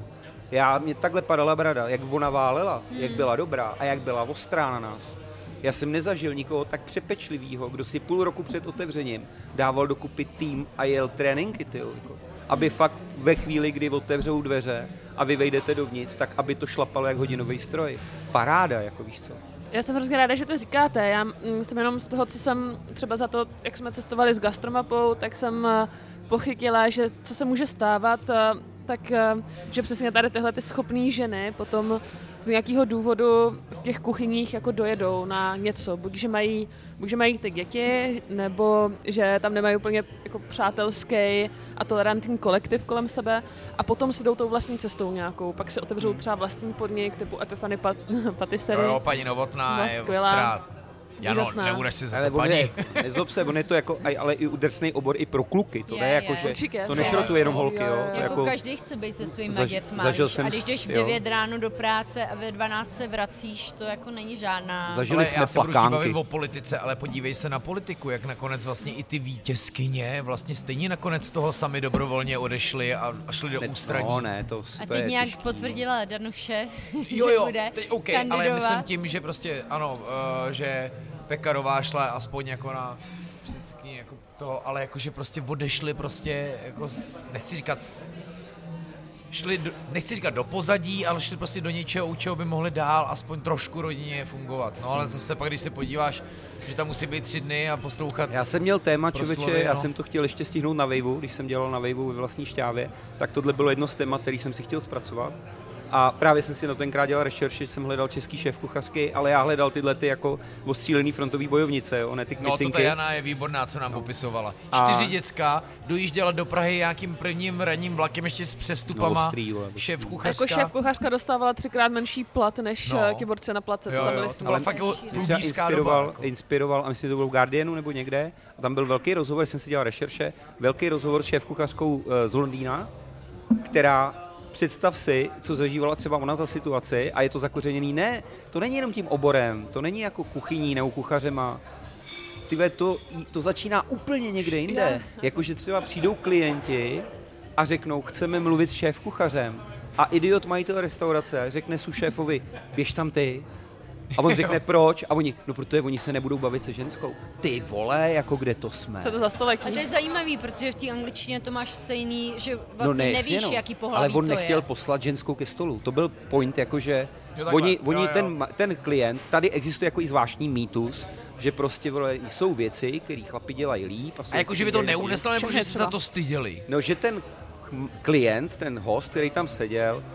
Mě takhle padala brada, jak ona válela, jak byla dobrá a jak byla ostrá na nás. Já jsem nezažil nikoho tak přepečlivýho, kdo si půl roku před otevřením dával dokupy tým a jel tréninky, aby fakt ve chvíli, kdy otevřou dveře a vy vejdete dovnitř, tak aby to šlapalo jak hodinový stroj. Paráda, jako víš co. Já jsem hrozně ráda, že to říkáte. Já jsem jenom z toho, co jsem třeba za to, jak jsme cestovali s gastromapou, tak jsem pochytila, že co se může stávat, tak že přesně tady tyhle ty schopné ženy potom z nějakého důvodu v těch kuchyních jako dojedou na něco. Buď, že mají ty děti, nebo že tam nemají úplně jako přátelský a tolerantní kolektiv kolem sebe a potom si jdou tou vlastní cestou nějakou. Pak si otevřou třeba vlastní podnik typu Epiphany Patisserie. Jo, paní Novotná je ostrá. Jano, nebudeš si za to paní. Nezlob se, on je to jako, ale i údersný obor i pro kluky. To ne jako, že to nešrotuje jenom holky, jo. Jako každý chce být se svýma dětma. A když jdeš v 9 ráno do práce a ve 12 se vracíš, to jako není žádná. Zažili jsme já se budu plakánky. o politice, ale podívej se na politiku, jak nakonec vlastně i ty vítězkyně vlastně stejně nakonec toho sami dobrovolně odešly a šli do ústraní. No, ne, to a teď nějak těžký, potvrdila Danuše, že bude okay, ale myslím tím, že prostě ano, že Pekarová šla aspoň jako na předsedkyni jako toho, ale jakože prostě odešli prostě, jako nechci říkat šli, nechci říkat do pozadí, ale šli prostě do něčeho, u čeho by mohli dál aspoň trošku rodině fungovat. No ale zase pak, když se podíváš, že tam musí být 3 dny a poslouchat. Já jsem měl téma, proslovy, člověče, já no. jsem to chtěl ještě stihnout na Waveu, když jsem dělal na Waveu ve Vlastní Štávě, tak tohle bylo jedno z témat, který jsem si chtěl zpracovat. A právě jsem si na tenkrát dělal rešerši, jsem hledal český šéfkuchařky, ale já hledal tyhle ty jako ostřílený frontový bojovnice, jo, ne ty kmicinky. No to Jana je výborná, co nám popisovala. 4 děcka dojížděla do Prahy nějakým prvním ranním vlakem ještě s přestupama. Šéfkuchařka. Jako šéfkuchařka dostávala 3krát menší plat než kyborce na place, co tam byli s ním. Ale fakt průbířská doba. Inspiroval, a myslím, že to bylo v Guardianu nebo někde, a tam byl velký rozhovor, jsem si dělal rešerše, velký rozhovor s šéfkuchařkou z Londýna, která, představ si, co zažívala třeba ona za situaci, a je to zakořeněný, ne, to není jenom tím oborem, to není jako kuchyní nebo kuchařema, to začíná úplně někde jinde, jakože třeba přijdou klienti a řeknou, chceme mluvit s šéfkuchařem, a idiot majitel restaurace řekne šéfovi, běž tam ty. A on řekne proč? A oni, no protože oni se nebudou bavit se ženskou. Ty vole, jako kde to jsme? Co to za stolek? A to je zajímavý, protože v té angličtině to máš stejný, že vlastně nevíš, jaký pohlaví ale on to je. nechtěl poslat ženskou ke stolu. To byl point, jakože jo. ten klient, tady existuje jako i zvláštní mýtus, že prostě vole, jsou věci, které chlapi dělají líp. A jakože by to neunesl, nebo že se za to styděli? No, že ten klient, ten host, který tam seděl,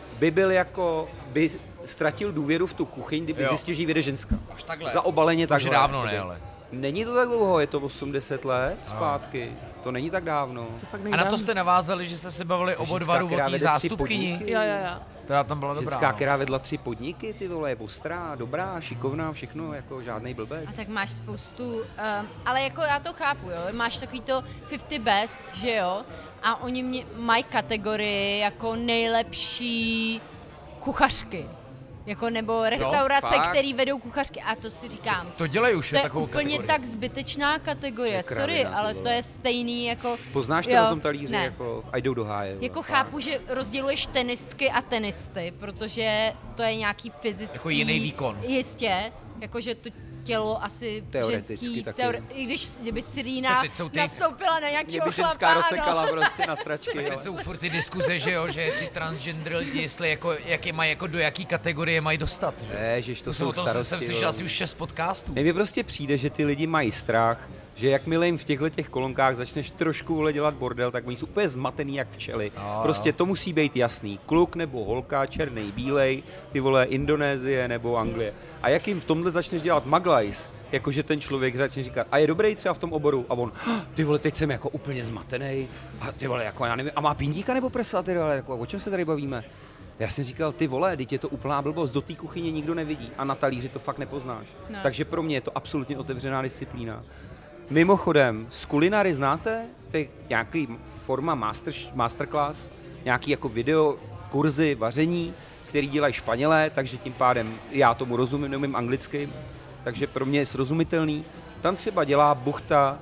by ztratil důvěru v tu kuchyň, kdyby zjistil, že jí vede ženská. Až takhle. Zaobaleně takhle. Už dávno ne, ale. Není to tak dlouho, je to 80 let zpátky. To není tak dávno. A na to jste navázali, že jste se bavili o Bodvaru, o té zástupkyni? Jo. Která tam byla dobrá. Ženská, která vedla 3 podniky, ty vole, je ostrá, dobrá, šikovná, všechno, jako žádnej blbec. A tak máš spoustu, ale jako já to chápu, jo, máš takový to 50 best, že jo, a oni mají kategorii jako nejlepší kuchařky. Jako nebo restaurace, které vedou kuchařky, a to si říkám. To dělají už, to je takovou úplně kategorii. Tak zbytečná kategorie, sorry, ale to je stejný jako. Poznáš to na tom talíři, jako a jdou do háje. Jako chápu, že rozděluješ tenistky a tenisty, protože to je nějaký fyzický. Jako jiný výkon. Jistě, jakože to tělo asi ženský, i kdyby Serena nastoupila na nějakého chlapa. Ženská rozsekala prostě na sračky. Teď jsou furt ty diskuze, že jo, že ty transgender lidi, jestli jako, do jaký kategorie mají dostat. Ježiš, to jsou starosti. Jsem slyšel asi už 6 podcastů. Mně prostě přijde, že ty lidi mají strach, že jakmile jim v těch kolonkách začneš trošku dělat bordel, tak oni jsou úplně zmatený jak včely. Prostě to musí být jasný. Kluk nebo holka, černej, bílej, ty vole Indonésie nebo Anglie. A jak jim v tomhle začneš dělat maglajs, jakože ten člověk začne říkat, a je dobrý třeba v tom oboru, a on, ty vole, teď jsem jako úplně zmatený, a ty vole, jako já nevím, a má pindíka nebo prsa, ty vole, jako, o čem se tady bavíme? Já jsem říkal, ty vole, teď je to úplná blbost, do té kuchyně nikdo nevidí a na talíři to fakt nepoznáš. No. Takže pro mě je to absolutně otevřená disciplína. Mimochodem, z kulinary znáte? To je nějaký forma masterclass, nějaký jako video, kurzy, vaření, který dělají Španělé, takže tím pádem já tomu rozumím, neumím anglicky, takže pro mě je srozumitelný. Tam třeba dělá Buchta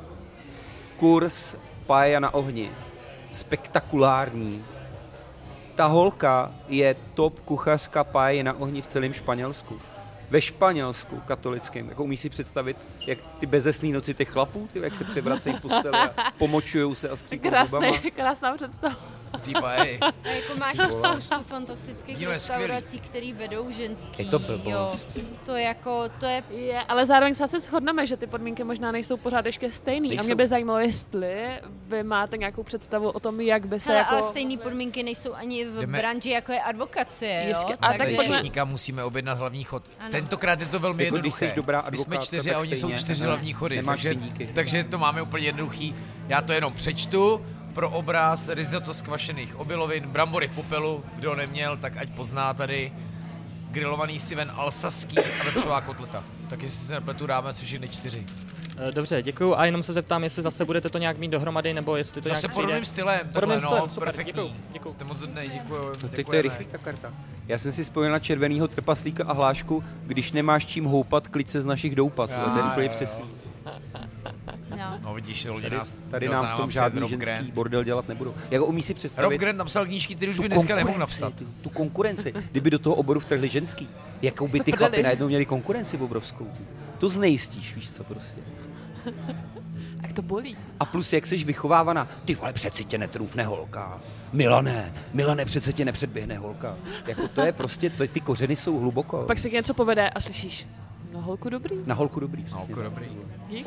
kurz paella na ohni. Spektakulární. Ta holka je top kuchařka paella na ohni v celém Španělsku. Ve Španělsku katolickém, jako umíš si představit, jak ty bezesný noci těch chlapů, ty, jak se převracejí v posteli a pomočujou se a skříkou zubama. Krásná představa. A jako máš spoustu fantastických restaurací, které vedou ženský. Je to blbost. To je... Ale zároveň se asi shodneme, že ty podmínky možná nejsou pořád ještě stejný. A mě by zajímalo, jestli vy máte nějakou představu o tom, jak by se jako... Ale stejné podmínky nejsou ani v branži, jako je advokacie, jo? A tak češníka musíme objednat hlavní chod. Ano. Tentokrát je to velmi jednoduché. My jsme 4 a oni jsou 4 hlavní chody, takže to máme úplně jednoduchý. Já to jenom přečtu. Pro obraz risotto z kvašených obilovin, brambory v popelu, kdo neměl, tak ať pozná tady grilovaný siven alsaský a vepřová kotleta. Tak jestli se nepletu, dáme si všechny 4. Dobře, děkuju a jenom se zeptám, jestli zase budete to nějak mít dohromady, nebo jestli to zase nějak podobným stylem, super, perfektní. Děkuju. Jste moc hodnej, děkuju. Teď to je rychlý ta karta. Já jsem si spojil na červenýho trpaslíka a hlášku, když nemáš čím houpat, klid se z našich doupat. To je úplně přesný. No vidíš, tady nám v tom žádný ženský Grant. Bordel dělat nebudou. Jako umí si představit... Rob Grant napsal knížky, který už by dneska nemohl napsat. Tu konkurenci, kdyby do toho oboru vtrhli ženský. Jakou by ty chlapi najednou měli konkurenci obrovskou. To znejistíš, víš co prostě. Jak to bolí. A plus, jak jsi vychovávaná, ty vole, přeci tě netrůfne holka. Milane, přece tě nepředběhne holka. Jako to je prostě, ty kořeny jsou hluboko. Pak se něco povede a slyšíš, na holku dobrý? Na holku dobrý. Na holku dobrý. Dík.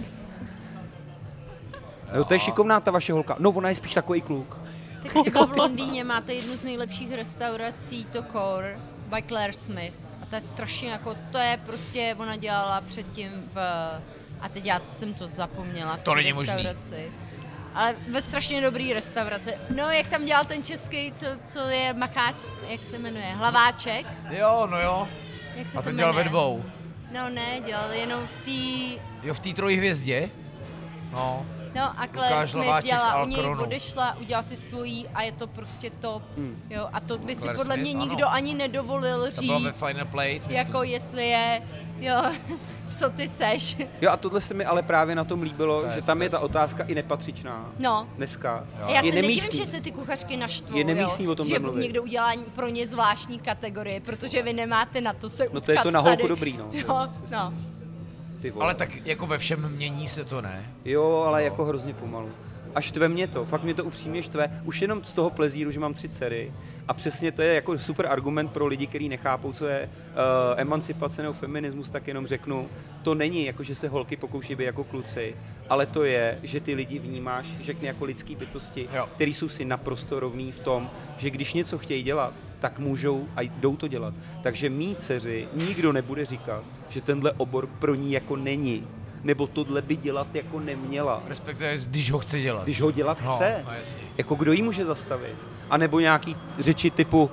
Jo, to je šikovná ta vaše holka. No, ona je spíš takový kluk. Tak třeba v Londýně máte jednu z nejlepších restaurací, to Core, by Claire Smith. A to je strašně jako, to je prostě, ona dělala předtím a teď já jsem to zapomněla v té restauraci. Ale ve strašně dobrý restauraci. No, jak tam dělal ten český, co je makáč, jak se jmenuje, Hlaváček. Jo, no jo. Jak se A to ten dělal ve jmenuje? 2. No ne, dělal jenom v té... Jo, v té 3 hvězdě? No. No a Claire Lukáš Smith Hlaváček z dělala, u něj Alkronu. odešla, udělala si svojí a je to prostě top. Jo, a to by si Claire podle Smith, mě ano. nikdo ani nedovolil Ta byla ve říct, Final Plate, myslím. jako jestli je, jo, co ty seš. Jo, a tohle se mi ale právě na tom líbilo, To je že tam je ta stres. otázka i nepatřičná. No. Dneska. A já se Je nedivím, nemístný. že se ty kuchařky naštvou, Je nemístný o tomhle že mluvit. někdo udělá pro ně zvláštní kategorie, protože vy nemáte na to se No to je utkat to na holku tady. dobrý, no. Jo, no. Ty vole. Ale tak jako ve všem mění se to, ne? Jo, ale jako hrozně pomalu. A štve mě to, fakt mě to upřímně štve. Už jenom z toho plezíru, že mám 3 dcery. A přesně to je jako super argument pro lidi, kteří nechápou, co je emancipace nebo feminismus, tak jenom řeknu, to není jako, že se holky pokouší být jako kluci, ale to je, že ty lidi vnímáš všechny jako lidský bytosti, Jo. který jsou si naprosto rovný v tom, že když něco chtějí dělat, tak můžou a jdou to dělat. Takže mý dceři nikdo nebude říkat, že tenhle obor pro ní jako není, nebo tohle by dělat jako neměla. Respektive, když ho chce dělat. Když ho dělat No, chce. no jasně. Jako kdo jí může zastavit? A nebo nějaký řeči typu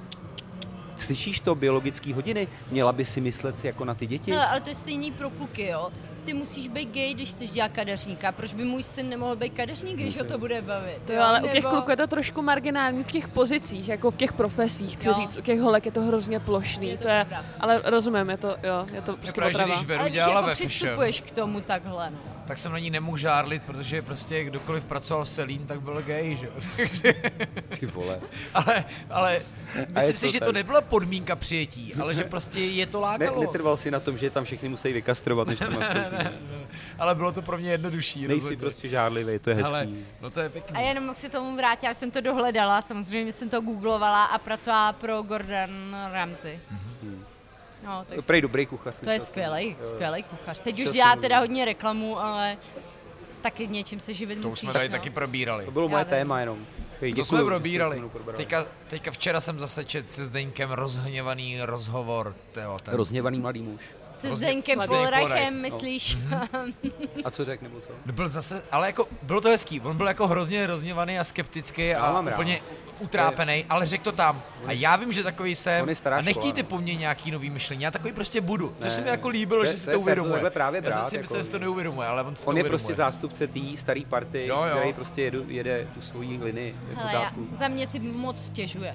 slyšíš to, biologické hodiny? Měla by si myslet jako na ty děti? Hele, ale to je stejný pro kluky, jo. Ty musíš být gay, když chceš dělat kadeřníka. Proč by můj syn nemohl být kadeřník, když ho to bude bavit? To jo, ale u těch kluků je to trošku marginální v těch pozicích, jako v těch profesích, chci Jo. říct. U těch holek je to hrozně plošný, Je to to je, pravda. ale rozumím, je to, jo, je to prostě Právě, že potrava. když Veru Ale když dělala jako ve Fashion, přistupuješ k tomu takhle, no. tak jsem na ní nemohl žárlit, protože prostě kdokoliv pracoval v Selín, tak byl gay, že jo. Takže, Ty vole. ale myslím to si, že to tak. nebyla podmínka přijetí, ale že prostě je to lákalo. Netrval si na tom, že tam všechny musí vykastrovat, než tam nastoupí. Ale bylo to pro mě jednodušší. Nejsi rozhodně. prostě žádlivý, to je hezký. Ale, no to je pěkný. A jenom se tomu vrátila, já jsem to dohledala, samozřejmě jsem to googlovala a pracovala pro Gordon Ramsay. No, tak Prej dobrý kuchař. to je slyšel skvělý kuchař. Teď už Slyšel dělá jsem teda ho. hodně reklamu, ale taky něčím se živit To už musíš, jsme tady no. taky probírali. To bylo Já moje vím. téma jenom. Hej, To děkuju, jsme že jste probírali. se mnou probrali. Teďka včera jsem zase četl se Zdeňkem rozhněvaný rozhovor. Ten Rozhněvaný mladý muž. Se Hrozně Zdeňkem mladý Polreich, Polreichem, myslíš? A co řekl nebo co? No byl zase, ale jako, bylo to hezký, on byl jako hrozně rozněvaný a skeptický Já a mám rád. úplně utrápený, ale řekl to tam. A já vím, že takový jsem on je stará a nechtějte škola, po mně nějaký nový myšlení, já takový prostě budu, což Ne, se mi jako líbilo, to je- že si to to je fér to uvědomuje. takhle právě Já jsem brát, si myslel, jako- že si to neuvědomuje, ale on si to On je uvědomuje. prostě zástupce té staré party, Jo, jo. který prostě jede tu svoji linii. Je v Hele, já, pořádku. za mě si moc stěžuje.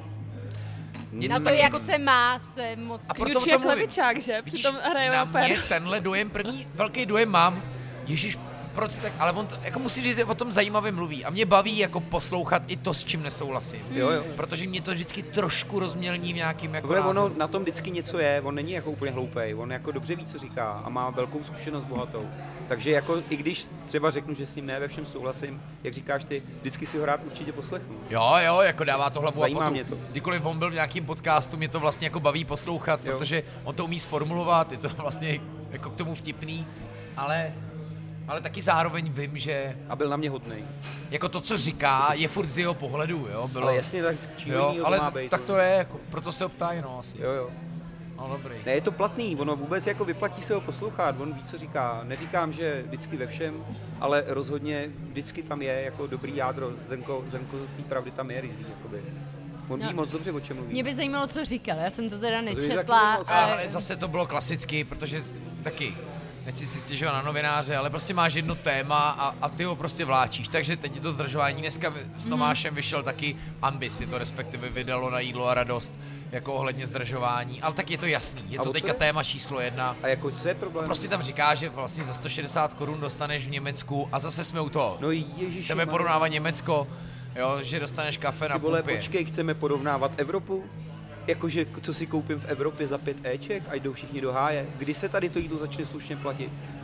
Je Na to, tak jak jako- se má, se moc A proto Juči o tom jak mluvím. levičák, že? Vidíš, Přitom hraje na oper. mě tenhle dojem, první velký dojem mám, Ježíš, proč tak, ale on to, jako musí říct, že o tom zajímavě mluví a mě baví jako poslouchat i to, s čím nesouhlasím. Jo, jo. Protože mě to vždycky trošku rozmělní v nějakým jako Takhle ono názoru. na tom vždycky něco je, on není jako úplně hloupej, on jako dobře ví, co říká a má velkou zkušenost bohatou. Takže jako i když třeba řeknu, že s ním ne ve všem souhlasím, jak říkáš ty, vždycky si ho rád určitě poslechnu. Jo, jako dává to hlavu Zajímá a potu. mě to. Kdykoliv on byl v nějakém podcastu, mě to vlastně jako baví poslouchat, Jo. protože on to umí sformulovat, je to vlastně jako k tomu vtipný, ale taky zároveň vím, že A byl na mě hodnej. jako to, co říká, je furt z jeho pohledu, jo, bylo. Ale jasně, tak čím Jo, jinýho ale to má být. tak no. to je, jako, proto se ho ptají, no asi. Jo. No dobrý. Ne, je to platný, ono vůbec jako vyplatí se ho poslouchat, on ví, co říká. Neříkám, že vždycky ve všem, ale rozhodně vždycky tam je jako dobrý jádro, zrnko té pravdy tam je rizí, jakoby. On ví No. moc dobře, o čem mluví. Mě by zajímalo, co říkal, já jsem to teda by taky nečetla. zajímalo, co Ale zase to bylo klasicky, protože taky nechci si stěžovat na novináře, ale prostě máš jedno téma a ty ho prostě vláčíš. Takže teď je to zdržování. Dneska s Tomášem vyšel taky Ambis, je to respektive vydalo na Jídlo a radost jako ohledně zdržování. Ale tak je to jasný, je A to o co teďka je? téma číslo 1. A jako co je problém? Prostě tam říká, že vlastně za 160 korun dostaneš v Německu a zase jsme u toho. No ježiši, Chceme porovnávat Německo, jo, že dostaneš kafe na Ty vole, pumpě. počkej, chceme porovnávat Evropu? Jakože co si koupím v Evropě za 5 éček a jdou všichni do háje? Kdy se tady to jídlo začne slušně platit?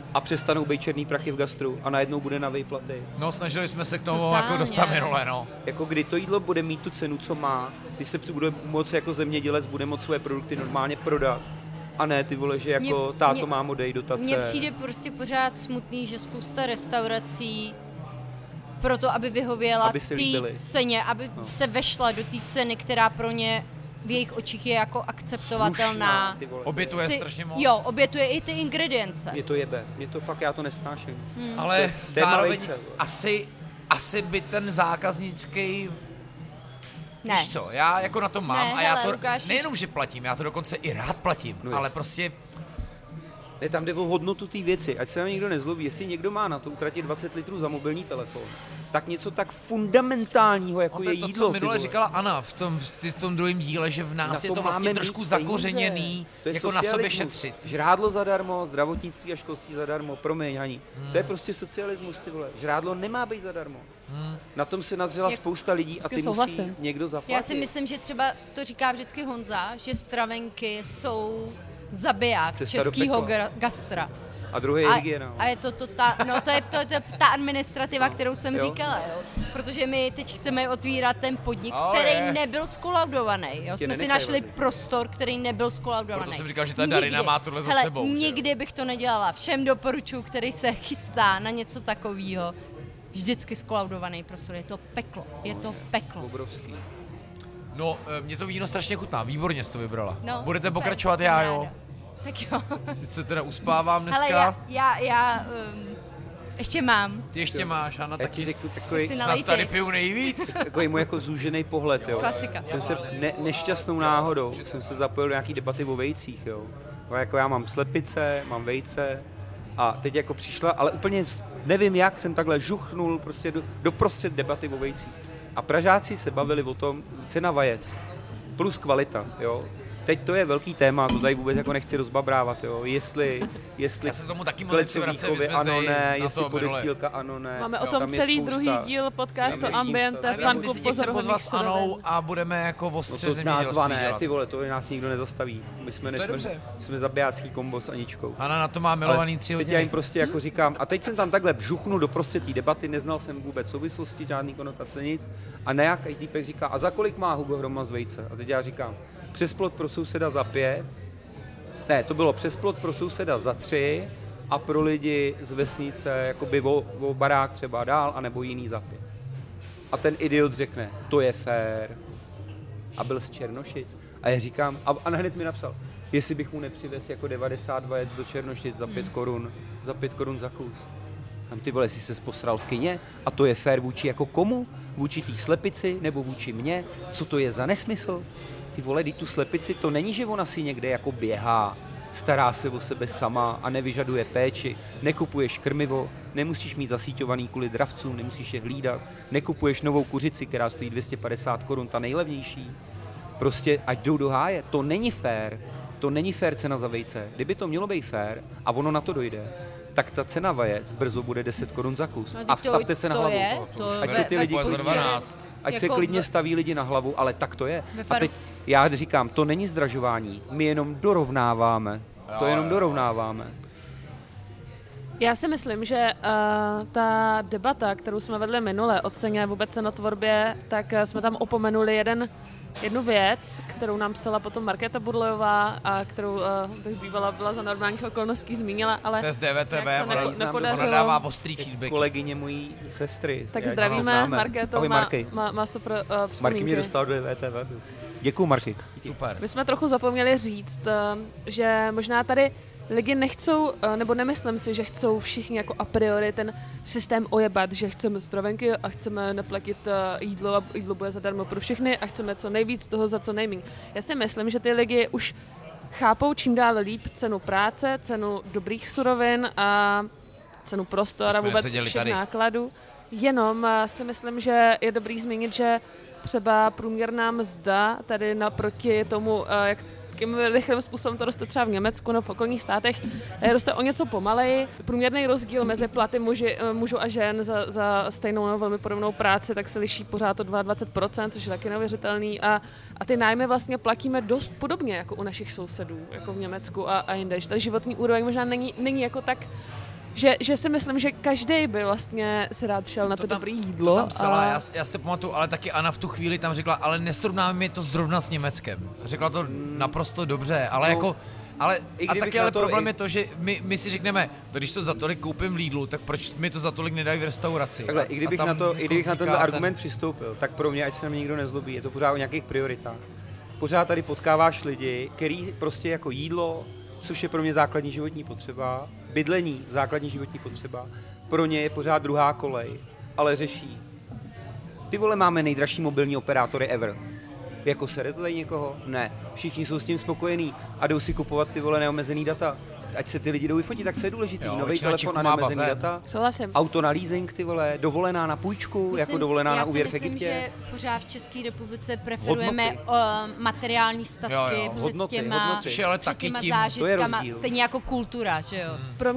a přestanou být černý prachy v gastru a najednou bude na výplaty. No, snažili jsme se k tomu Totálně. jako dostat minule, no. Jako kdy to jídlo bude mít tu cenu, co má, když se bude moc jako zemědělec, bude moct svoje produkty normálně prodat. A ne, ty vole, že jako táto mámo dej dotace. Mně přijde prostě pořád smutný, že spousta restaurací proto, aby vyhověla Aby se líbily. té ceně, aby se vešla do té ceny, která pro ně v jejich očích je jako akceptovatelná. Slušná, ty vole. Obětuje strašně moc. Jo, obětuje i ty ingredience. Mě to jebe, mě to fakt, já to nesnáším. Ale To je zároveň malejce, vole. asi by ten zákaznický. Ne. Víš co, já jako na to mám Ne, a já hele, to Lukáši. nejenom, že platím, já to dokonce i rád platím, No ale jasně. prostě Ne, tam jde o hodnotu té věci, ať se na někdo nezlobí, jestli někdo má na to utratit 20 litrů za mobilní telefon, tak něco tak fundamentálního, jako no, to je je to, jídlo. co ty minule vole. říkala Anna v tom druhém díle, že v Na nás je to to vlastně máme trošku mít zakořeněný, to je jako na sobě socialismus. šetřit. Žrádlo zadarmo, zdravotnictví a školství zadarmo, promiň Hani. To je prostě socialismus, ty vole. Žrádlo nemá být zadarmo. Na tom se nadřela spousta lidí a ty musí souhlasím. někdo zaplatit. Já si myslím, že třeba to říká vždycky Honza, že stravenky jsou zabiják Cesta do českého pekla. gastra. A druhý je hygiena. A je to to je ta administrativa, kterou jsem Jo. říkala, jo. Protože my teď chceme otvírat ten podnik, Oh, který je. nebyl skolaudovaný, jo. Jsme si nenechají našli vazit. prostor, který nebyl skolaudovaný. Proto jsem říkal, že ta Darina má tohle za Hele, sebou, že jo. nikdy bych to nedělala. Všem doporučuji, který se chystá na něco takového, vždycky skolaudovaný prostor. Je to peklo. Je to peklo. Obrovský. No, mě to víno strašně chutná, výborně jsi to vybrala. No, Budete super, pokračovat, jsem já ráda. jo. Tak jo. Sice teda uspávám Ale dneska. já ještě mám. Ty ještě máš, Anna Já ti taky. řeknu takový, Si Snad nalejte. tady piju nejvíc. takový můj jako zúžený pohled, jo. Klasika. Jsem se nešťastnou náhodou, jsem se zapojil do nějaký debaty o vejcích, jo. No, jako já mám slepice, mám vejce a teď jako přišla, ale úplně nevím jak, jsem takhle žuchnul prostě do prostřed debaty o vejcích. A Pražáci se bavili o tom, cena vajec plus kvalita, jo. Teď to je velký téma, to tady vůbec jako nechci rozbabrávat, jo. Jestli Já se tomu taky moc nechci vracet, klecový my chovy, jsme ano, si ne, na jestli to minule. podestýlka, ano, ne. Máme o Jo, tom tam je celý spousta. druhý díl podcastu Tam je Ambiente, spousta. Navíc Franku my si tě chceme pozvat pozoruhodných s Anou surovin. a budeme jako v No ostře to nás dva zemědělství ne, dělat. ty vole, to nás nikdo nezastaví. My jsme, dobře. jsme zabijácký kombo s Aničkou. Anna na to má milovaný 3 teď já jim hodiny. prostě jako říkám, a teď jsem tam takhle bžuchnul do prostřed té debaty, neznal jsem vůbec souvislosti, žádný konotace, nic. A nějaký týpek říká, a za kolik má Hugo Hroma z vejce? A teď já říkám, přes plot pro souseda za 5, ne, to bylo přes plot pro souseda za 3 a pro lidi z vesnice, jakoby o barák třeba dál, anebo jiný za 5. A ten idiot řekne, to je fér. A byl z Černošic. A já říkám, a hned mi napsal, jestli bych mu nepřivez jako 90 vajec do Černošic za 5 korun, za 5 korun za kus. Tam ty vole, jsi se posral v kině a to je fér vůči jako komu? Vůči té slepici nebo vůči mně? Co to je za nesmysl? Ty vole, tu slepici, to není, že ona si někde jako běhá, stará se o sebe sama a nevyžaduje péči, nekupuješ krmivo, nemusíš mít zasíťovaný kvůli dravcům, nemusíš je hlídat, nekupuješ novou kuřici, která stojí 250 korun, ta nejlevnější. Prostě ať jdou do háje, to není fér. To není fér cena za vejce. Kdyby to mělo být fér a ono na to dojde, tak ta cena vajec brzo bude 10 korun za kus. No, A vstavte se na hlavu. Ať se ty lidi za prostě- 12. Ať se jako klidně staví lidi na hlavu, ale tak to je. Ve A far- teď já říkám, to není zdražování, my jenom dorovnáváme. To jenom dorovnáváme. Já si myslím, že ta debata, kterou jsme vedli minule o ceně vůbec cenotvorbě, tak jsme tam opomenuli jednu věc, kterou nám psala potom Markéta Budlejová a kterou bych bývala byla za normálních okolností zmínila, ale To je z DVTV, jak se ona nepodařilo. dává ostrý feedback. Kolegyně mojí sestry. Tak já ji zdravíme, známe. Markéto Ahoj, má, Marky. má super vzpomínky. Marky mě dostal do VTV. Děkuju, Marky. Super. My jsme trochu zapomněli říct, že možná tady lidi nechcou, nebo nemyslím si, že chcou všichni jako a priori ten systém ojebat, že chceme stravenky a chceme neplatit jídlo a jídlo bude zadarmo pro všechny a chceme co nejvíc toho za co nejméně. Já si myslím, že ty lidi už chápou čím dál líp cenu práce, cenu dobrých surovin a cenu prostor a jsme vůbec neseděli všech tady. nákladů. Jenom si myslím, že je dobrý zmínit, že třeba průměrná mzda tady naproti tomu, jakým rychlým způsobem to roste třeba v Německu nebo v okolních státech, roste o něco pomaleji. Průměrný rozdíl mezi platy mužů a žen za stejnou nebo velmi podobnou práci, tak se liší pořád o 22%, což je taky neuvěřitelný. A ty nájmy vlastně platíme dost podobně jako u našich sousedů, jako v Německu a jinde. Že ta životní úroveň možná není jako tak že si myslím, že každý by vlastně se rád šel na to dobrý jídlo. To tam psala, já si to pamatuju, ale taky Anna v tu chvíli tam řekla, ale nesrovnáme mi to zrovna s Německem. Řekla to naprosto dobře, ale No. jako... Ale, a taky ale problém je to, že my si řekneme, když to za tolik koupím v Lidlu, tak proč mi to za tolik nedají v restauraci? Takhle, i kdybych na ten argument přistoupil, tak pro mě, ať se na mě nikdo nezlobí, je to pořád o nějakých prioritách. Pořád tady potkáváš lidi, který prostě jako jídlo, což je pro mě základní životní potřeba, bydlení, základní životní potřeba, pro ně je pořád druhá kolej, ale řeší. Ty vole, máme nejdražší mobilní operátory ever. Jako sere to tady někoho? Ne. Všichni jsou s tím spokojení a jdou si kupovat ty vole neomezený data. Ať se ty lidi jdou vyfotit, tak co je důležitý? Nový telefon a neomezený data? Souhlasím. Auto na leasing, ty vole, dovolená na půjčku, jako dovolená na úvěr v Egyptě. Já si myslím, že pořád v České republice preferujeme materiální statky před těma zážitkama, stejně jako kultura, že jo? Pro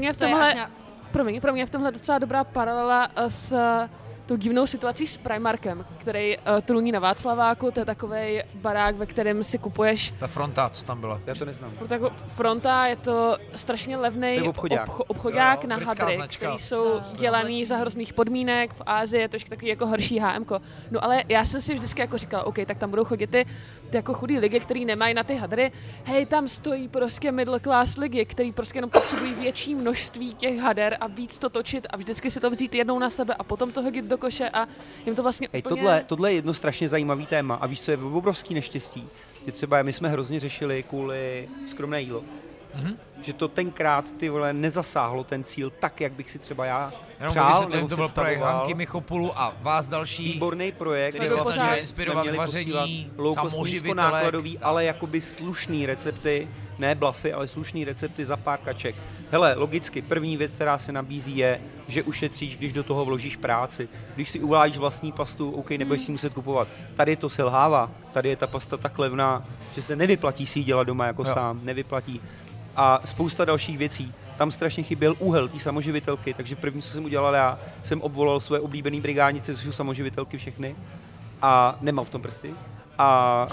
mě v tomhle docela dobrá paralela s tou divnou situací s Primarkem, který truní na Václaváku, to je takovej barák, ve kterém si kupuješ... Ta Fronta, co tam byla? Já to neznám. Fronta je to strašně levnej obchodák na hadry, který jsou dělaný za hrozných podmínek v Ázii, je to ještě takový jako horší HMko. No ale já jsem si vždycky jako říkala, OK, tak tam budou chodit ty jako chudý lidi, který nemají na ty hadry. Hej, tam stojí prostě middle class lidi, který prostě jenom potřebují větší množství těch hader a víc to točit a vždycky si to vzít jednou na sebe a potom to hodit do koše a jim to vlastně úplně... Tohle je jedno strašně zajímavý téma a víš, co je obrovský neštěstí, že třeba my jsme hrozně řešili kvůli Skromné jídlo. Mm-hmm. Že to tenkrát, ty vole, nezasáhlo ten cíl tak, jak bych si třeba já přál, nebo to byl projekt Hanky Michopulu a vás další. Výborný projekt, který se snažil inspirovat vaření, nízkonákladový, ale jakoby slušný recepty, ne blafy, ale slušný recepty za pár kaček. Hele, logicky, první věc, která se nabízí, je, že ušetříš, když do toho vložíš práci. Když si uvážíš vlastní pastu, OK, nebudeš si muset kupovat. Tady to selhává, tady je ta pasta tak levná, že se nevyplatí si ji dělat doma jako sám, nevyplatí. A spousta dalších věcí. Tam strašně chyběl úhel té samoživitelky, takže první, co jsem udělal já, jsem obvolal své oblíbený brigádnice, což jsou samoživitelky všechny a nemám v tom prsty. A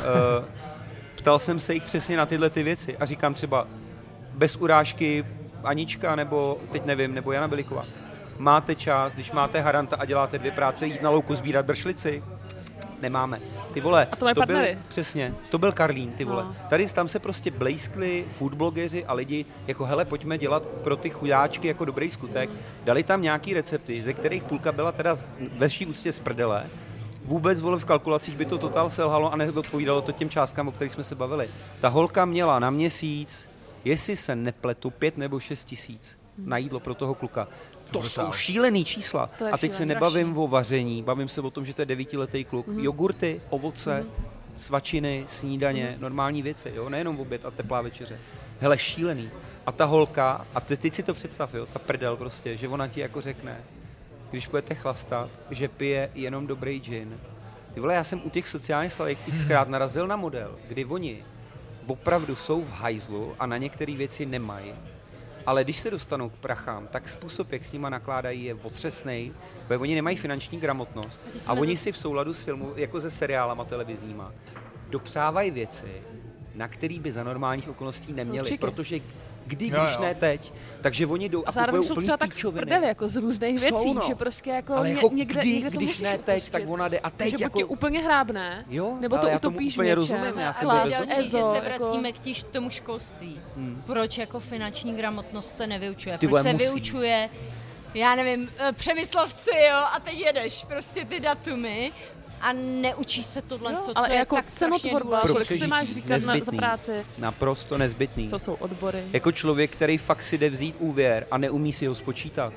ptal jsem se jich přesně na tyhle ty věci a říkám třeba bez urážky Anička nebo teď nevím, nebo Jana Beliková. Máte čas, když máte haranta a děláte 2 práce, jít na louku sbírat bršlici? Nemáme. Ty vole, a to mají partnery. Přesně, to byl Karlín, ty vole. Tady tam se prostě blejskli foodblogeři a lidi, jako hele, pojďme dělat pro ty chudáčky jako dobrý skutek. Dali tam nějaký recepty, ze kterých půlka byla teda ve vší úctě z prdele. Vůbec, vole, v kalkulacích by to totál selhalo a neodpovídalo to těm částkám, o kterých jsme se bavili. Ta holka měla na měsíc, jestli se nepletu, 5 nebo 6 tisíc na jídlo pro toho kluka. To jsou šílený čísla. A teď se nebavím o vaření, bavím se o tom, že to je 9letý kluk. Jogurty, ovoce, svačiny, snídaně, normální věci, jo? Nejenom oběd a teplá večeře. Hele, šílený. A ta holka, a teď si to představ, jo? Ta prdel prostě, že ona ti jako řekne, když budete chlastat, že pije jenom dobrý gin. Ty vole, já jsem u těch sociálních slavek xkrát narazil na model, kdy oni opravdu jsou v hajzlu a na některé věci nemají. Ale když se dostanou k prachám, tak způsob, jak s nima nakládají, je otřesnej, protože oni nemají finanční gramotnost a oni si v souladu s filmu, jako se seriálama televizníma, dopřávají věci, na který by za normálních okolností neměli, určitě. Protože když ne teď, takže oni jdou a zároveň kupují jsou úplný třeba tak prdeli jako z různých věcí, že prostě jako, ale jako někde to když musíš ne teď, opustit. tak ona jde a teď že jako... buď úplně hrábne, jo, nebo to utopíš v něčem. Rozumím, já jsem další, že se vracíme k tomu školství. Proč jako finanční gramotnost se nevyučuje? Proč se vyučuje, já nevím, Přemyslovci, jo, a teď jedeš prostě ty datumy a neučí se tohle, co ale je jako tak strašně cenotvorba, kolik si máš říkat za práci. Naprosto nezbytný. Co jsou odbory? Jako člověk, který fakt si jde vzít úvěr a neumí si ho spočítat.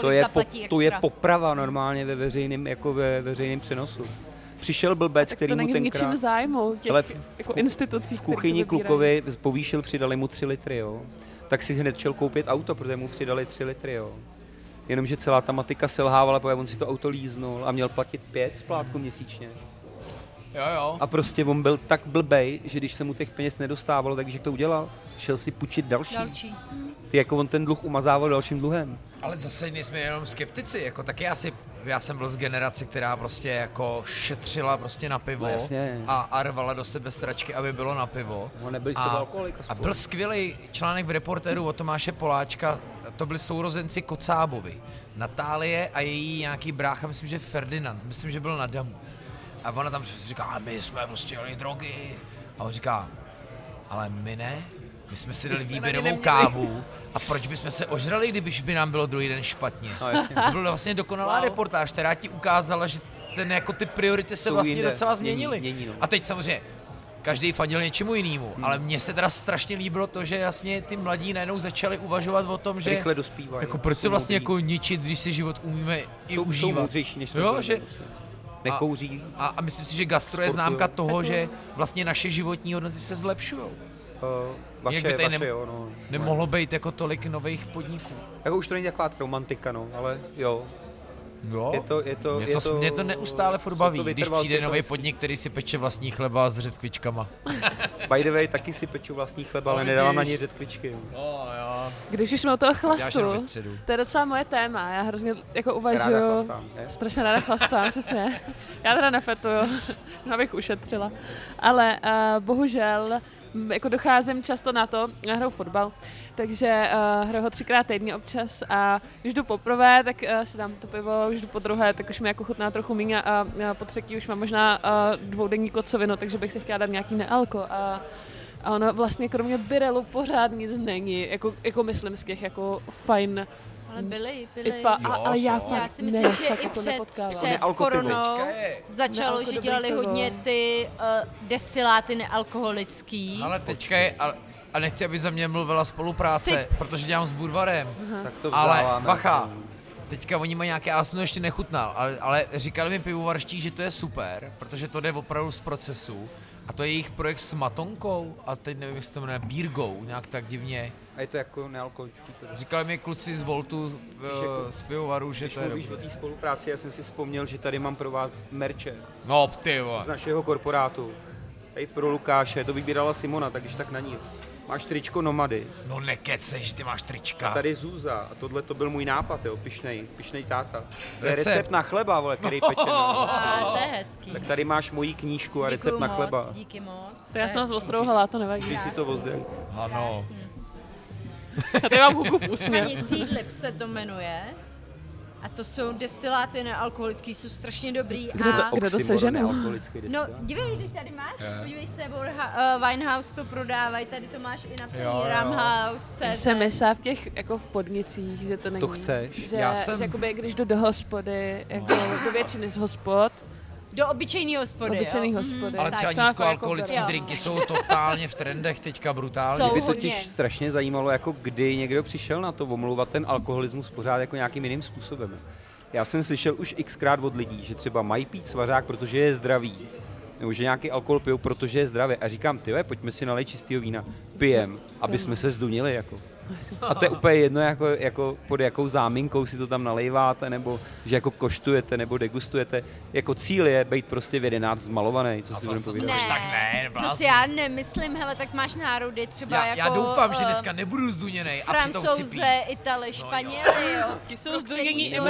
To je poprava normálně ve veřejném přenosu. Přišel blbec, který mu tenkrát... to není ničím zájmu těch jako institucí, v kuchyni klukovi povýšil, přidali mu 3 litry, jo. Tak si hned šel koupit auto, protože mu přidali 3 litry, jo. Jenomže celá ta matika selhávala, protože on si to auto líznul a měl platit 5 splátku měsíčně. Jo. A prostě on byl tak blbej, že když se mu těch peněz nedostávalo, takže to udělal. Šel si půjčit další. Ty jako on ten dluh umazával dalším dluhem. Ale zase nejsme jenom skeptici, jako taky já jsem byl z generace, která prostě jako šetřila prostě na pivo a rvala do sebe stračky, aby bylo na pivo. A byl skvělý článek v Reportéru od Tomáše Poláčka, to byli sourozenci Kocábovi. Natálie a její nějaký brácha, myslím, že Ferdinand, myslím, že byl na Damu. A ona tam říká, my jsme prostě jeli drogy. A on říká, ale my ne, my jsme si dali výběrovou kávu. A proč bychom se ožrali, kdybyž by nám bylo druhý den špatně? No, to byla vlastně dokonalá reportáž, která ti ukázala, že ty priority se vlastně docela změnily. A teď samozřejmě každý fandil něčemu jinému, ale mně se teda strašně líbilo to, že jasně ty mladí najednou začali uvažovat o tom, že rychle dospívají. Jako proč se vlastně jako ničit, když si život umíme i užívat. Jsou moudřejší, než jsme nekouří. A myslím si, že gastro je známka toho, že vlastně naše životní hodnoty se zlepšují. Vaše, nemohlo být jako tolik nových podniků. Jako už to není taková romantika, ale jo. Mě to neustále furt baví, když přijde nový podnik, který si peče vlastní chleba s řetkvičkama. By the way, taky si peču vlastní chleba, ale nedávám na ně řetkvičky. Když už jsme u toho chlastu, to je docela moje téma, já hrozně jako uvažuju, strašně ráda chlastám, přesně. Já teda nefetuju, abych ušetřila, ale bohužel jako docházím často na to, já hraju fotbal, takže hraju ho 3x týdně občas a když jdu poprvé, tak si dám to pivo, už jdu po druhé, tak už mi jako chutná trochu míň a po třetí už mám možná dvoudenní kocovinu, takže bych si chtěla dát nějaký nealko a ono vlastně kromě birelu pořád nic není, jako myslím z těch jako fajn. Ale byly. IPA, ale já si myslím, že i před koronou začalo, že dělali hodně ty destiláty nealkoholický. Ale teďka je, a nechci, aby za mě mluvila spolupráce, protože dělám s Budvarem. Tak to ale bacha, teďka oni mají nějaké, já jsem to ještě nechutnal, ale říkali mi pivovarští, že to je super, protože to jde opravdu z procesu. A to je jejich projekt s matonkou a teď nevím, jak se to jmenuje, bírgou, nějak tak divně. A je to jako nealkoholický? Říkali mi kluci z Voltu, z pivovaru, že to je dobrý. Když mluvíš o té spolupráci, já jsem si vzpomněl, že tady mám pro vás merče. No, ty vole. Z našeho korporátu. Tady pro Lukáše, to vybírala Simona, tak když tak na ní. Máš tričko Nomady. No nekecej, že ty máš trička. A tady Zúza. A tohle to byl můj nápad, jo, pišnej táta. To je recept na chleba, vole, který peče. To je hezký. Tak tady máš moji knížku a recept na chleba. Díky moc. To já jsem vás ostrouhala, to nevadí. Když si to ozdravím. Ano. Já tady mám huku v úsměv. Ani Seedlip se to jmenuje. A to jsou destiláty nealkoholický, jsou strašně dobrý. Kde to seženu? No, dívej, tady máš, podívej se, Winehouse to prodávají, tady to máš i napsaný Ramhouse, Já jsem myslela v těch, jako v podnicích, že to není. To chceš? Že jakoby, když jdu do hospody, jako do většiny z hospod, do obyčejný hospody, Ale třeba nízkoalkoholický drinky jsou totálně v trendech teďka brutálně. Mě by totiž strašně zajímalo, jako kdy někdo přišel na to omlouvat ten alkoholismus pořád jako nějakým jiným způsobem. Já jsem slyšel už xkrát od lidí, že třeba mají pít svařák, protože je zdravý, nebo že nějaký alkohol pijou, protože je zdravý. A říkám, tyhle, pojďme si nalejt čistého vína, pijem, aby jsme se zdunili, jako. A to je úplně jedno, jako pod jakou záminkou si to tam nalejváte, nebo že jako koštujete, nebo degustujete. Jako cíl je být prostě v 11 zmalovaný, co si budeme povídat. To si já nemyslím, hele, tak máš národy třeba já doufám, že dneska nebudu zduněnej a přitom chci pít. Francouze, Itali, Španěli, jo. Ti jsou zdunění i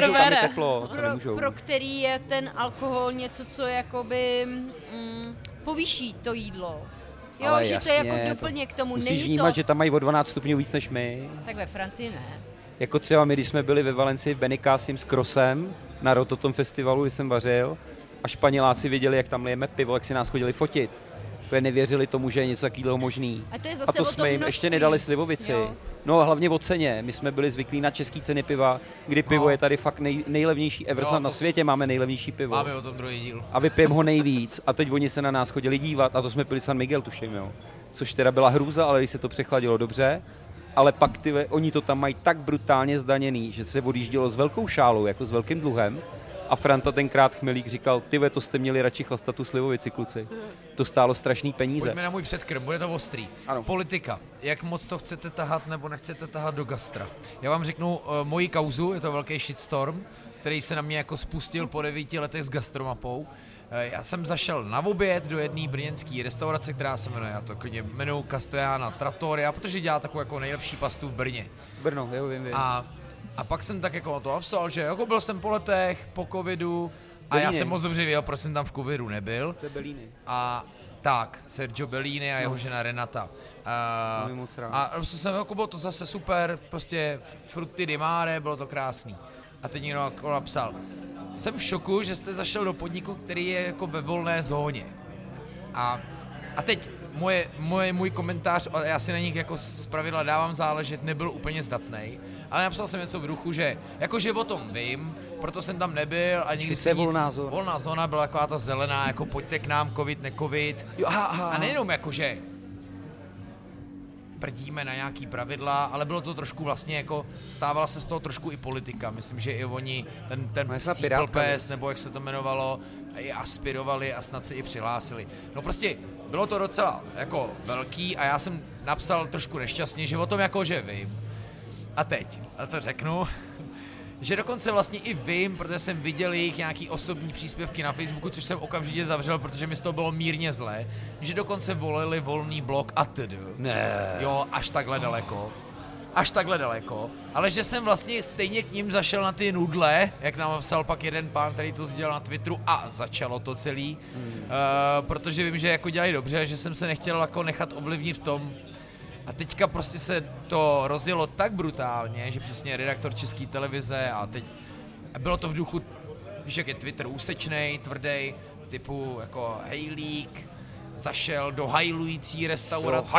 pro který je ten alkohol něco, co jakoby povýší to jídlo. Jo, ale že jasně, to je jako doplněk k tomu. Musíš vnímat, že tam mají o 12 stupňů víc než my. Tak ve Francii ne. Jako třeba my, když jsme byli ve Valencii v Benicassim s Krosem na Rototom festivalu, kdy jsem vařil, a Španěláci viděli, jak tam lijeme pivo, jak si nás chodili fotit. Protože nevěřili tomu, že je něco takového možný. A to jsme jim ještě nedali slivovici. Jo. No a hlavně o ceně. My jsme byli zvyklí na české ceny piva, kdy pivo je tady fakt nejlevnější ever, na světě máme nejlevnější pivo. Máme o tom druhý díl. A vypijeme ho nejvíc. A teď oni se na nás chodili dívat a to jsme pili San Miguel, tuším, jo. Což teda byla hrůza, ale když se to přechladilo dobře. Ale pak oni to tam mají tak brutálně zdaněný, že se odjíždělo s velkou šálou, jako s velkým dluhem. A Franta tenkrát Chmelík říkal, to jste měli radši chlastat tu slivovici, kluci. To stálo strašný peníze. Pojďme na můj předkrm, bude to ostrý. Ano. Politika. Jak moc to chcete tahat nebo nechcete tahat do gastra? Já vám řeknu moji kauzu, je to velký shitstorm, který se na mě jako spustil po 9 letech s gastromapou. Já jsem zašel na oběd do jedné brněnské restaurace, která se jmenuje, já to klidně jmenuji Castellana Trattoria, protože dělá takovou jako nejlepší pastu v Brně. Brno, jo, vím. A pak jsem tak jako to napsal, že jako byl jsem po letech, po covidu, a já jsem moc dobře věděl, proč jsem tam v covidu nebyl. To je Bellini. A tak, Sergio Bellini a jeho žena Renata. A jsem jako bylo to zase super, prostě frutti di mare, bylo to krásný. A teď někdo jako napsal, jsem v šoku, že jste zašel do podniku, který je jako ve volné zóně. A teď můj komentář, já si na nich jako zpravidla dávám záležet, nebyl úplně zdatnej, ale napsal jsem něco v duchu, že jakože o tom vím, proto jsem tam nebyl a nikdy si nic... Volná zóna byla taková ta zelená, jako pojďte k nám, covid, necovid. A nejenom jakože prdíme na nějaký pravidla, ale bylo to trošku vlastně jako, stávala se z toho trošku i politika. Myslím, že i oni, ten People Pass, nebo jak se to jmenovalo, i aspirovali a snad se i přihlásili. No prostě bylo to docela jako velký a já jsem napsal trošku nešťastně, že o tom jakože vím. A teď, a to řeknu, že dokonce vlastně i vím, protože jsem viděl jejich nějaký osobní příspěvky na Facebooku, což jsem okamžitě zavřel, protože mi z toho bylo mírně zlé, že dokonce volili volný blok atd. Ne. Jo, až takhle daleko. Ale že jsem vlastně stejně k ním zašel na ty nudle, jak nám psal pak jeden pán, který to sdělal na Twitteru a začalo to celý, protože vím, že jako dělají dobře, že jsem se nechtěl jako nechat ovlivnit v tom. A teďka prostě se to rozdělo tak brutálně, že přesně redaktor České televize a teď bylo to v duchu, víš, jak je Twitter úsečnej, tvrdej, typu jako hejlík, zašel do hajlující restaurace.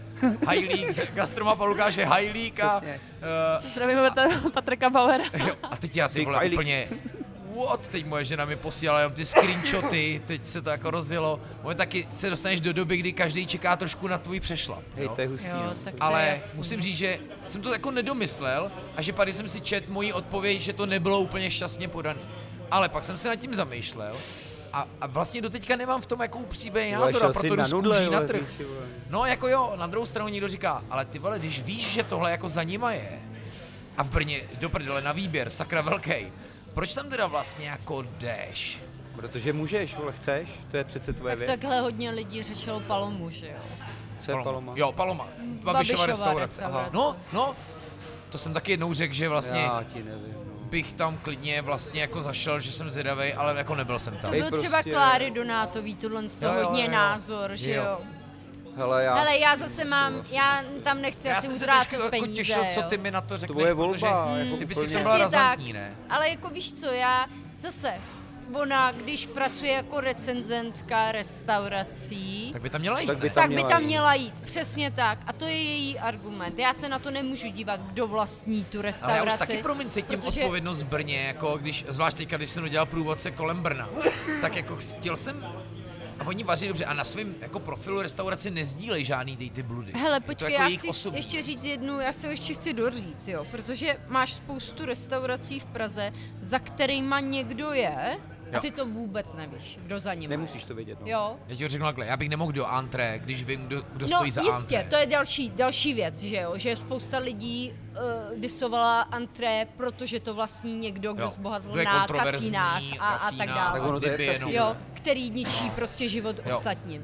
Hajlík, gastromapa Lukáše Hajlíka. Zdravíme Patrika Bauera. A teď já ty vole úplně... Teď moje žena mi posílala jenom ty screenshoty, teď se to jako rozjelo. Moje taky se dostaneš do doby, kdy každý čeká trošku na tvůj přešlap. Hej, to je hustý. Jo, ale musím říct, že jsem to jako nedomyslel a že pak jsem si četl moji odpověď, že to nebylo úplně šťastně podaný. Ale pak jsem se nad tím zamýšlel a vlastně doteďka nemám v tom jako upřímný názor a proto jdu z kůží na trh. No jako jo, na druhou stranu někdo říká, ale ty vole, když víš, že tohle jako za nima je a v Brně do prdele na výběr, sakra velkej, proč tam teda vlastně jako jdeš? Protože můžeš, vole, chceš, to je přece tvoje věc. Takhle hodně lidí řešilo Palomu, že jo? Co je Paloma? Jo, Paloma, Babišova restaurace. No, to jsem taky jednou řekl, že vlastně Já ti nevím, bych tam klidně vlastně jako zašel, že jsem zvědavej, ale jako nebyl jsem tam. To byl třeba Kláry Donátový, tohle z toho hodně názor, že jo? Hele, já zase mám, já tam nechci asi utrácet peníze, jako těšil, co ty mi na to řekneš, tvoje volba, protože ty bys si byla razantní, ne? Ale jako víš co, já zase, ona, když pracuje jako recenzentka restaurací, tak by tam měla jít, tak by tam měla jít, přesně tak. A to je její argument. Já se na to nemůžu dívat, kdo vlastní tu restauraci. Ale já už taky promiň cítím odpovědnost v Brně, jako když, zvlášť teďka, když jsem udělal průvodce kolem Brna, tak jako chtěl jsem. A oni vaří dobře a na svém jako profilu restauraci nezdílej žádný ty bludy. Hele, počkej, jako já chci ještě říct jednu, já se ještě chci doříct, jo, protože máš spoustu restaurací v Praze, za kterýma někdo je, a ty to vůbec nevíš, kdo za ním. Nemusíš to vědět, no. Jo. Já ti řeknu takhle, já bych nemohl do antré, když vím, kdo stojí za antré. No jistě, to je další věc, že jo, že spousta lidí disovala antré, protože to vlastní někdo, kdo zbohatl na kasínách a tak dále. Tak ono to je jo, který ničí prostě život ostatním.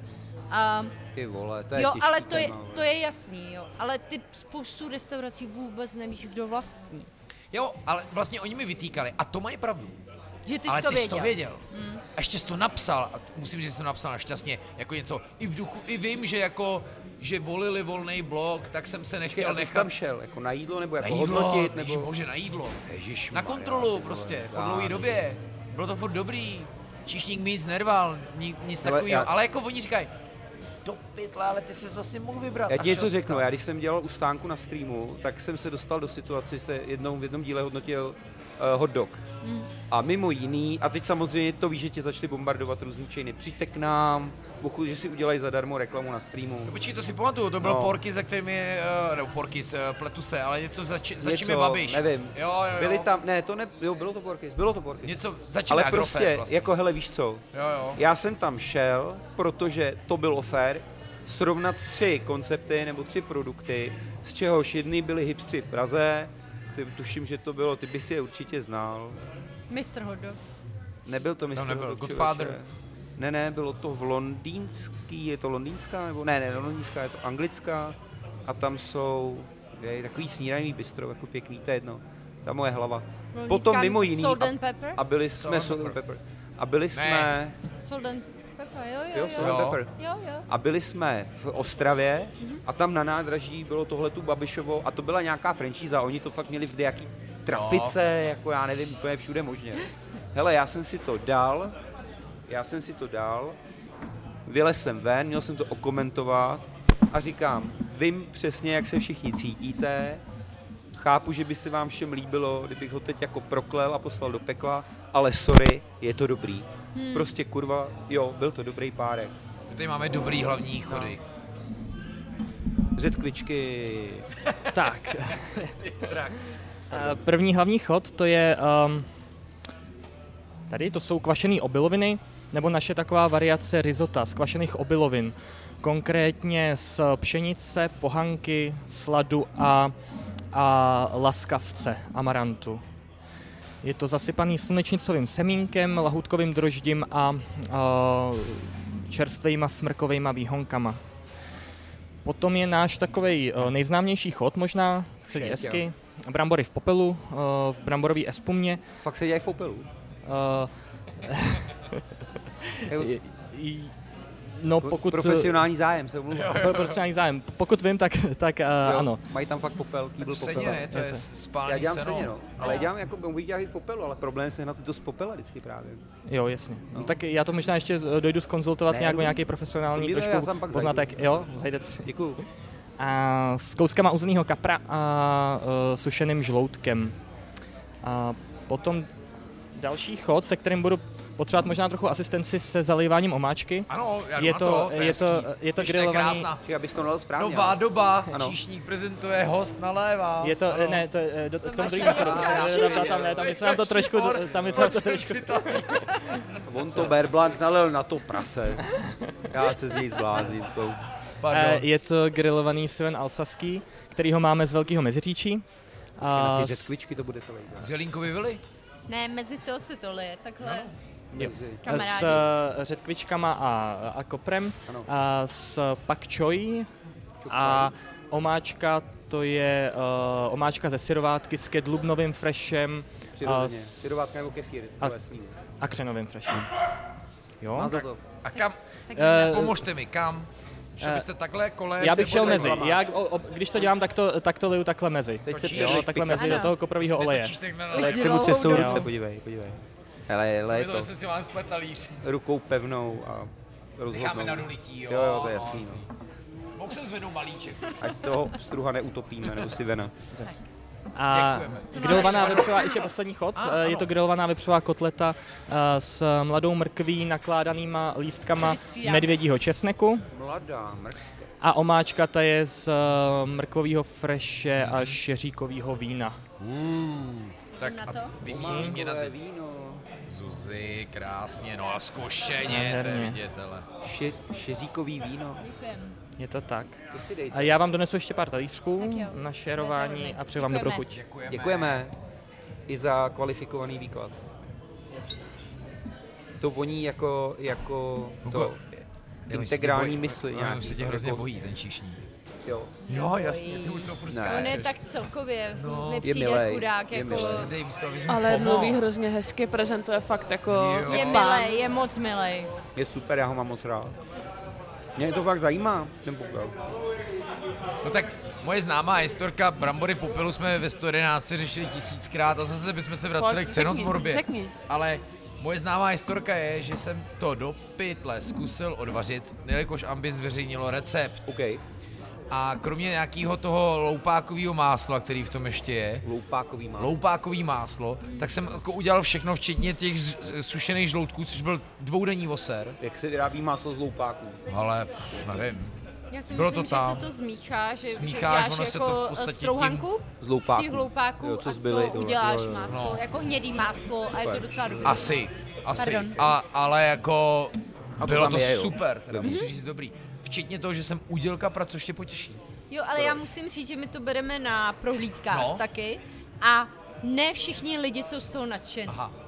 Ty vole, to je jo, těžký ale téma, to je jasný, jo. Ale ty spoustu restaurací vůbec nevíš, kdo vlastní. Jo, ale vlastně oni mi vytýkali a to mají pravdu. Že ty ale jsi to věděl. A ještě jsi to napsal, a musím říct, že jsem napsal našťastně jako něco i v duchu, i vím, že jako, že volili volný blok, tak jsem se nechtěl nechat. Tam šel, jako na jídlo, nebo jako hodnotit, nebo... Ježišbože, na jídlo. Ježišmarja, na kontrolu prostě, po dlouhé době. Bylo to furt dobrý, číšník mi nic nerval, nic takového, ale jako oni říkají, do pytle, ale ty jsi vlastně mohl vybrat. Já ti něco řeknu, já když jsem dělal u stánku na streamu, tak jsem se dostal do situace, se v jednom díle hodnotil hot dog. A mimo jiný, a teď samozřejmě to víš, že tě začali bombardovat různý chainy, přijďte k nám, že si udělají zadarmo reklamu na streamu. No, počkej, to si pamatuju, to bylo Porky, za kterými je, nebo Porky, pletu se, ale něco za čím je Babiš. Nevím. Jo. Byli tam, ne, to ne, jo, bylo to Porky. Něco za čím ale je prostě, Agrofert, vlastně. jako hele, víš co, jo. Já jsem tam šel, protože to bylo fér, srovnat 3 koncepty nebo 3 produkty, z čehož jedny byly hipstři v Praze, tuším, že to bylo, ty bys je určitě znal. Mr. Hot Dog. Nebyl to Mr. No, nebyl Hot Dog, Godfather. Ne, bylo to v londýnský, je to londýnská, nebo ne, londýnská, je to anglická a tam jsou takový snídaňový bistro, jako pěkný, to je jedno, ta moje hlava. Potom mimo jiný, Salt and pepper? a byli jsme, Salt and Pepper, a byli jsme, Salt and pepper, jo, Salt and Pepper. Jo. A byli jsme v Ostravě a tam na nádraží bylo tohletu Babišovo a to byla nějaká franšíza, oni to fakt měli v nějaký trafice, jako já nevím, úplně všude možně. Hele, já jsem si to dal, vylez jsem ven, měl jsem to okomentovat a říkám, vím přesně, jak se všichni cítíte, chápu, že by se vám všem líbilo, kdybych ho teď jako proklel a poslal do pekla, ale sorry, je to dobrý. Prostě kurva, jo, byl to dobrý párek. Tady máme dobrý hlavní chody. Řetkvičky. Tak. První hlavní chod, to je tady, to jsou kvašené obiloviny, nebo naše taková variace risota z kvašených obilovin. Konkrétně z pšenice, pohanky, sladu a laskavce, amarantu. Je to zasypaný slunečnicovým semínkem, lahůdkovým droždím a čerstvejma smrkovejma výhonkama. Potom je náš takovej nejznámější chod možná, celý esky, brambory v popelu, v bramborový espumě. Fakt se dělají v popelu? No, pokud... Profesionální zájem se omlouvám. Profesionální zájem. Pokud vím, tak ano. Mají tam fakt popel, kýbl popel. Seně, ne? To je spálný já dělám seno. seně, no. Ale já dělám jako, můžu dělat i v popelu, ale problém se na to z popela vždycky právě. Jo, jasně. No. Tak já to možná ještě dojdu zkonzultovat nějaký profesionální trošku poznatek. Jo, zajdete si. Děkuju. A s kouskama uzeného kapra a sušeným žloutkem. A potom další chod, se kterým budu potřebovat možná trochu asistenci se zaléváním omáčky. Ano, já je to grilovaný. Či abys to nalil správně. Nová doba, číšník prezentuje, host nalévá. Je to, ne, to je k tomu druhým chodu. Tam se nám to trošku. On to Bear Blanc nalil na to prase. Já se z něj zblázím. Je to grilovaný sven alsaský, který ho máme z Velkého Meziříčí. Na ty řetkvičky to bude to lejde. Z jelínkový vily? Ne, mezi toho se to lije, takhle. S řetkvičkama a koprem, s pak choi a omáčka, to je omáčka ze syrovátky s kedlubnovým freshem. Syrovátka nebo kefír. A křenovým freshem. Jo? A kam? Pomožte mi, kam? Že byste takhle kolem... Já bych šel mezi. Když to dělám, tak to liju takhle mezi. Takhle mezi do toho koprového oleje. Ale jak se mu třesou ruce, podívej. Hele, to jsem si vám splet talíř. Rukou pevnou a rozhodnou. Necháme na dolití, jo. Jo, to je jasný. Mohl jsem zvednout malíček. Ať toho struha neutopíme, nebo si vena. A grilovaná vepřová, ještě poslední chod, je to grilovaná vepřová kotleta s mladou mrkví nakládanýma lístkama medvědího česneku. Mladá mrkve. A omáčka ta je z mrkového freše a šeříkového vína. Tak a vymění mě na ty víno. Zuzi, krásně, no a zkušeně, to je vidět, ale. Šeříkový víno. Děkujeme. Je to tak. To si dejte. A já vám donesu ještě pár talířků na šérování a přeju vám dobrou chuť. Děkujeme i za kvalifikovaný výklad. To voní jako to integrální mysli. On se tě hrozně bojí, ten číšník. Jo, jasně, ty už to furt skáčeš. On je tak celkově, milej, chudák, je jako... Ale mluví hrozně hezky, prezentuje fakt jako... Je milej, je moc milej. Je super, já ho mám moc rád. Mě to fakt zajímá, ten popel. No tak moje známá historka, brambory v popelu jsme ve 111 řešili 1000krát a zase bychom se vraceli k cenotvorbě. Ale moje známá historka je, že jsem to do pytle zkusil odvařit, jelikož Ambi zveřejnilo recept. Okay. A kromě nějakého toho loupákového másla, který v tom ještě je, loupákový máslo, tak jsem jako udělal všechno, včetně těch sušených žloutků, což byl 2denní voser. Jak se vyrábí máslo z loupáků? Ale nevím. Já si bylo myslím, to tam. že se to smíchá, že smícháš, ono se to v podstatě strouhanku z loupáků. Z těch loupáků jo, co zbyli, a z toho uděláš máslo, jako hnědý máslo a je to docela dobrý. Asi. Ale jako bylo to super, teda musím říct dobrý. Včetně toho, že jsem udělal kapra, což tě potěší. Jo, ale já musím říct, že my to bereme na prohlídkách taky a ne všichni lidi jsou z toho nadšení. Aha.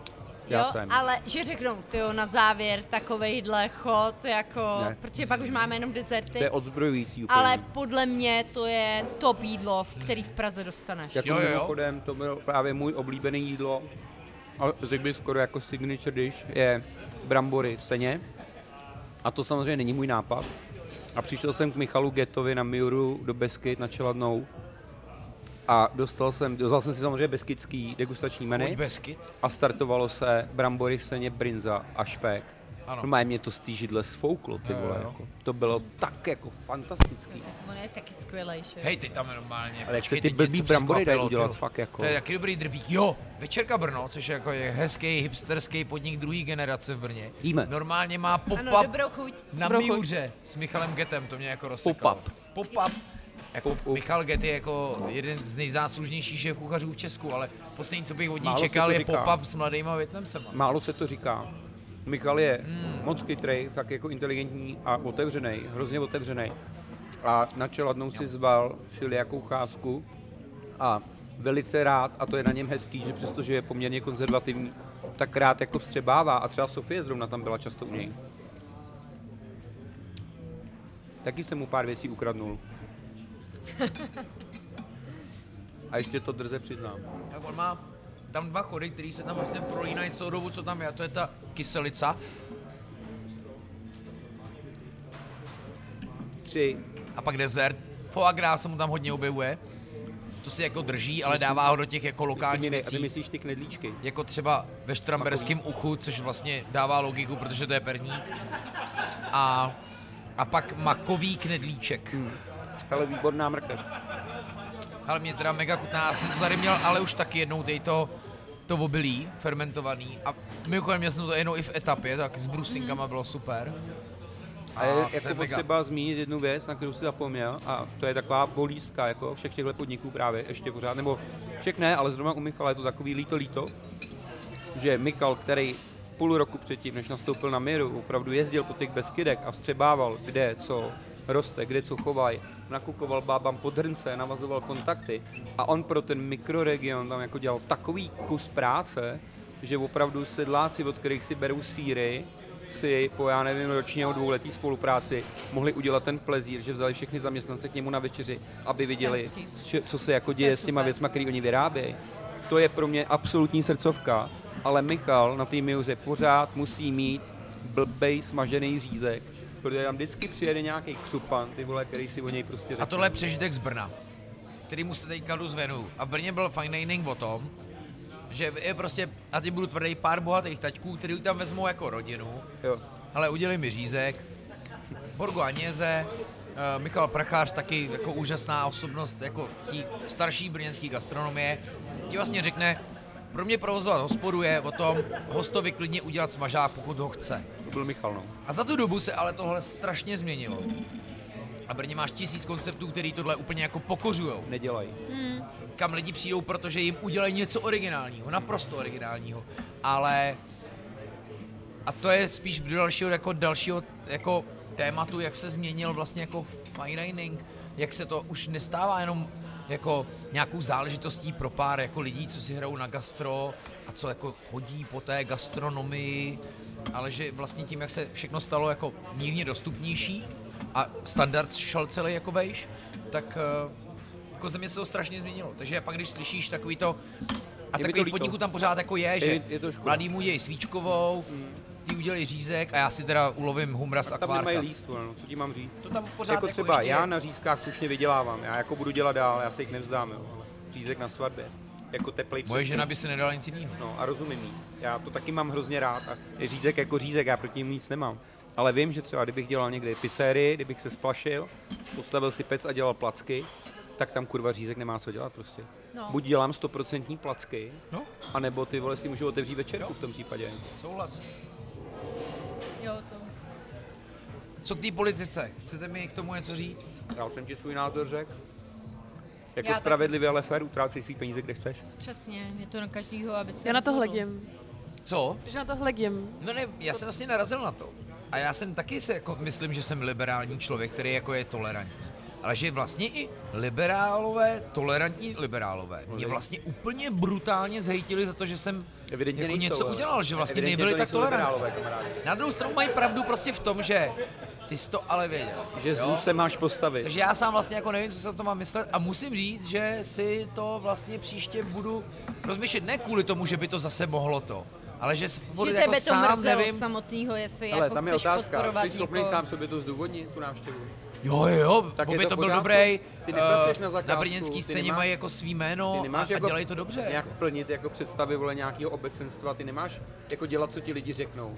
Já Jo, jsem. ale že řeknou, tyjo, na závěr takovejhle chod, jako, Ne. protože pak už máme jenom dezerty. To je odzbrojující úplně. Ale podle mě to je top jídlo, který v Praze dostaneš. Jako Jo. mimochodem, to byl právě můj oblíbené jídlo, a řekl bych skoro jako signature dish, je brambory v seně. A to samozřejmě není můj nápad. A přišel jsem k Michalu Getovi na Miuru do Beskyd na Čeladnou a dostal jsem si samozřejmě beskydský degustační Buď menu Beskyd. a startovalo se brambory v seně, brinza a špek. Ano. Normálně mě to z té židle sfouklo, ty Jo, vole, jo. jako. To bylo tak jako fantastický. On je taky skvělej, že? Hej, ty tam normálně. Ale jak se počkej, ty teď blbý něco brambory dají překvapilo, udělat ty. fakt jako. To je taky dobrý drbík. Jo, Večerka Brno, což je jako je hezký hipsterský podnik druhé generace v Brně. Jíme. Normálně má Ano, pop-up dobrou chuť. na Dobrou chuť. Miuře s Michalem Getem, to mě jako rozsekalo. Pop-up. Jako Pop-up. Michal Get je jako jeden z nejzáslužnějších šéf kuchařů v Česku, ale poslední, co bych od něj Málo se čekal, to je říká. pop-up s mladýma Vietnamcema. Málo se to říká. Michal je moc chytrej, fakt jako inteligentní a otevřený, hrozně otevřený. A na Čeladnou si zval všelijakou cházku a velice rád, a to je na něm hezký, že přestože je poměrně konzervativní, tak rád jako vstřebává a třeba Sofie zrovna tam byla často u něj. Taky jsem mu pár věcí ukradnul. A ještě to drze přiznám. Tak on má tam dva chody, které se tam vlastně prolínají celou dobu, co tam je, a to je ta kyselica. 3. A pak dezert. Foie gras se mu tam hodně objevuje. To si jako drží, ale dává ho do těch jako lokálních A věcí. vymyslíš ty knedlíčky. Jako třeba ve štramberském uchu, což vlastně dává logiku, protože to je perník. A pak makový knedlíček. Hele, výborná mrkev. Ale mě teda mega chutná, já jsem to tady měl, ale už taky jednou to obilí, fermentovaný. A mimochodem měl jsem to jednou i v etapě, tak s brusinkama bylo super. A je to jako mega. potřeba zmínit jednu věc, na kterou si zapomněl, a to je taková bolístka jako všech těchto podniků právě ještě pořád, nebo všech ne, ale zrovna u Michala je to takový líto, že Michal, který půl roku předtím, než nastoupil na Miru, opravdu jezdil po těch Beskydech a vstřebával, kde co roste, kde co chovají, nakukoval bábám pod hrnce, navazoval kontakty a on pro ten mikroregion tam jako dělal takový kus práce, že opravdu sedláci, od kterých si berou sýry, si po, já nevím, ročního 2letý spolupráci mohli udělat ten plezír, že vzali všechny zaměstnance k němu na večeři, aby viděli, Hezky. co se jako děje s těma super. věcma, které oni vyrábějí. To je pro mě absolutní srdcovka, ale Michal na té Miuře pořád musí mít blbej smažený řízek, protože tam vždycky přijede nějaký křupan, ty vole, který si o něj prostě řekne. A tohle je přežitek z Brna, který mu se teďka zvenuju. A v Brně byl fine dining o tom, že je prostě, a teď budu tvrdý, pár bohatých taťků, který tam vezmou jako rodinu, Jo. ale udělej mi řízek, Borgo Agnese, Michal Prachář, taky jako úžasná osobnost jako tí starší brněnský gastronomie, ti vlastně řekne, pro mě provozovat hospodu je o tom hostovi klidně udělat smažák, pokud ho chce. To byl Michal, no. A za tu dobu se ale tohle strašně změnilo. A v Brně máš 1000 konceptů, který tohle úplně jako pokořujou. Nedělají. Kam lidi přijdou, protože jim udělají něco originálního, naprosto originálního. Ale a to je spíš do dalšího jako tématu, jak se změnil vlastně jako fine dining, jak se to už nestává jenom jako nějakou záležitostí pro pár jako lidí, co si hrajou na gastro a co jako chodí po té gastronomii, ale že vlastně tím, jak se všechno stalo jako mírně dostupnější a standard šel celý jako vejš, tak jako země se to strašně změnilo. Takže pak, když slyšíš takový to, a Je mi to takových líto. podniků tam pořád jako je, že Je to škoda. mladý mu dějí svíčkovou, ty udělej řízek a já si teda ulovím humra z Tam nemají akvárka. líst, no, co ti mám říct? To tam pořád Jako třeba ještě já je. na řízkách slušně vydělávám, já jako budu dělat dál, já se jich nevzdám, jo, ale řízek na svatbě, jako teplej Moje předtím. žena by si nedala nic jiného. No a rozumím jí. Já to taky mám hrozně rád a řízek jako řízek, já proti němu nic nemám. Ale vím, že třeba kdybych dělal někde pizzerii, kdybych se splašil, postavil si pec a dělal placky, tak tam kurva řízek nemá co dělat prostě. No. Buď dělám 100% placky, No, anebo ty vole si můžu otevřít večerku v tom případě. souhlas. Jo, to. Co k té politice? Chcete mi k tomu něco říct? Já jsem ti svůj názor řekl. Jako Já taky. spravedlivě, ale fér, utrácej svý peníze, kde chceš. Přesně, je to na každýho, aby se Já na to rozhodl. hledím. Co? Že na to hledím. No ne, já jsem vlastně narazil na to. A já jsem taky si jako myslím, že jsem liberální člověk, který jako je tolerantní. ale že vlastně i liberálové, tolerantní liberálové, mě vlastně úplně brutálně zhejtili za to, že jsem Evidentně jako nejsou, něco ale udělal, že vlastně evidentně nebyli to tak nejsou liberálové, tolerantní. kamarádi. Na druhou stranu mají pravdu prostě v tom, že ty jsi to ale věděl. Že zůst se máš postavit. Takže já sám vlastně jako nevím, co se o tom mám myslet a musím říct, že si to vlastně příště budu rozmýšlet ne kvůli tomu, že by to zase mohlo to, ale že si Že jako tebe to sám mrzelo nevím. samotného, jestli Ale jako tam je chceš otázka, podporovat jsi schopný někoho. sám sobě to zdůvodnit, tu návštěvu? Jo, Tak bo je by to to v byl pořádku. dobrý, Ty nepracuješ na zakázku, na brněnský ty scéně nemáš- mají jako svý Ty jméno nemáš a jako dělají to dobře. nějak Jako. plnit jako představy vole nějakého obecenstva, ty nemáš jako dělat, co ti lidi řeknou.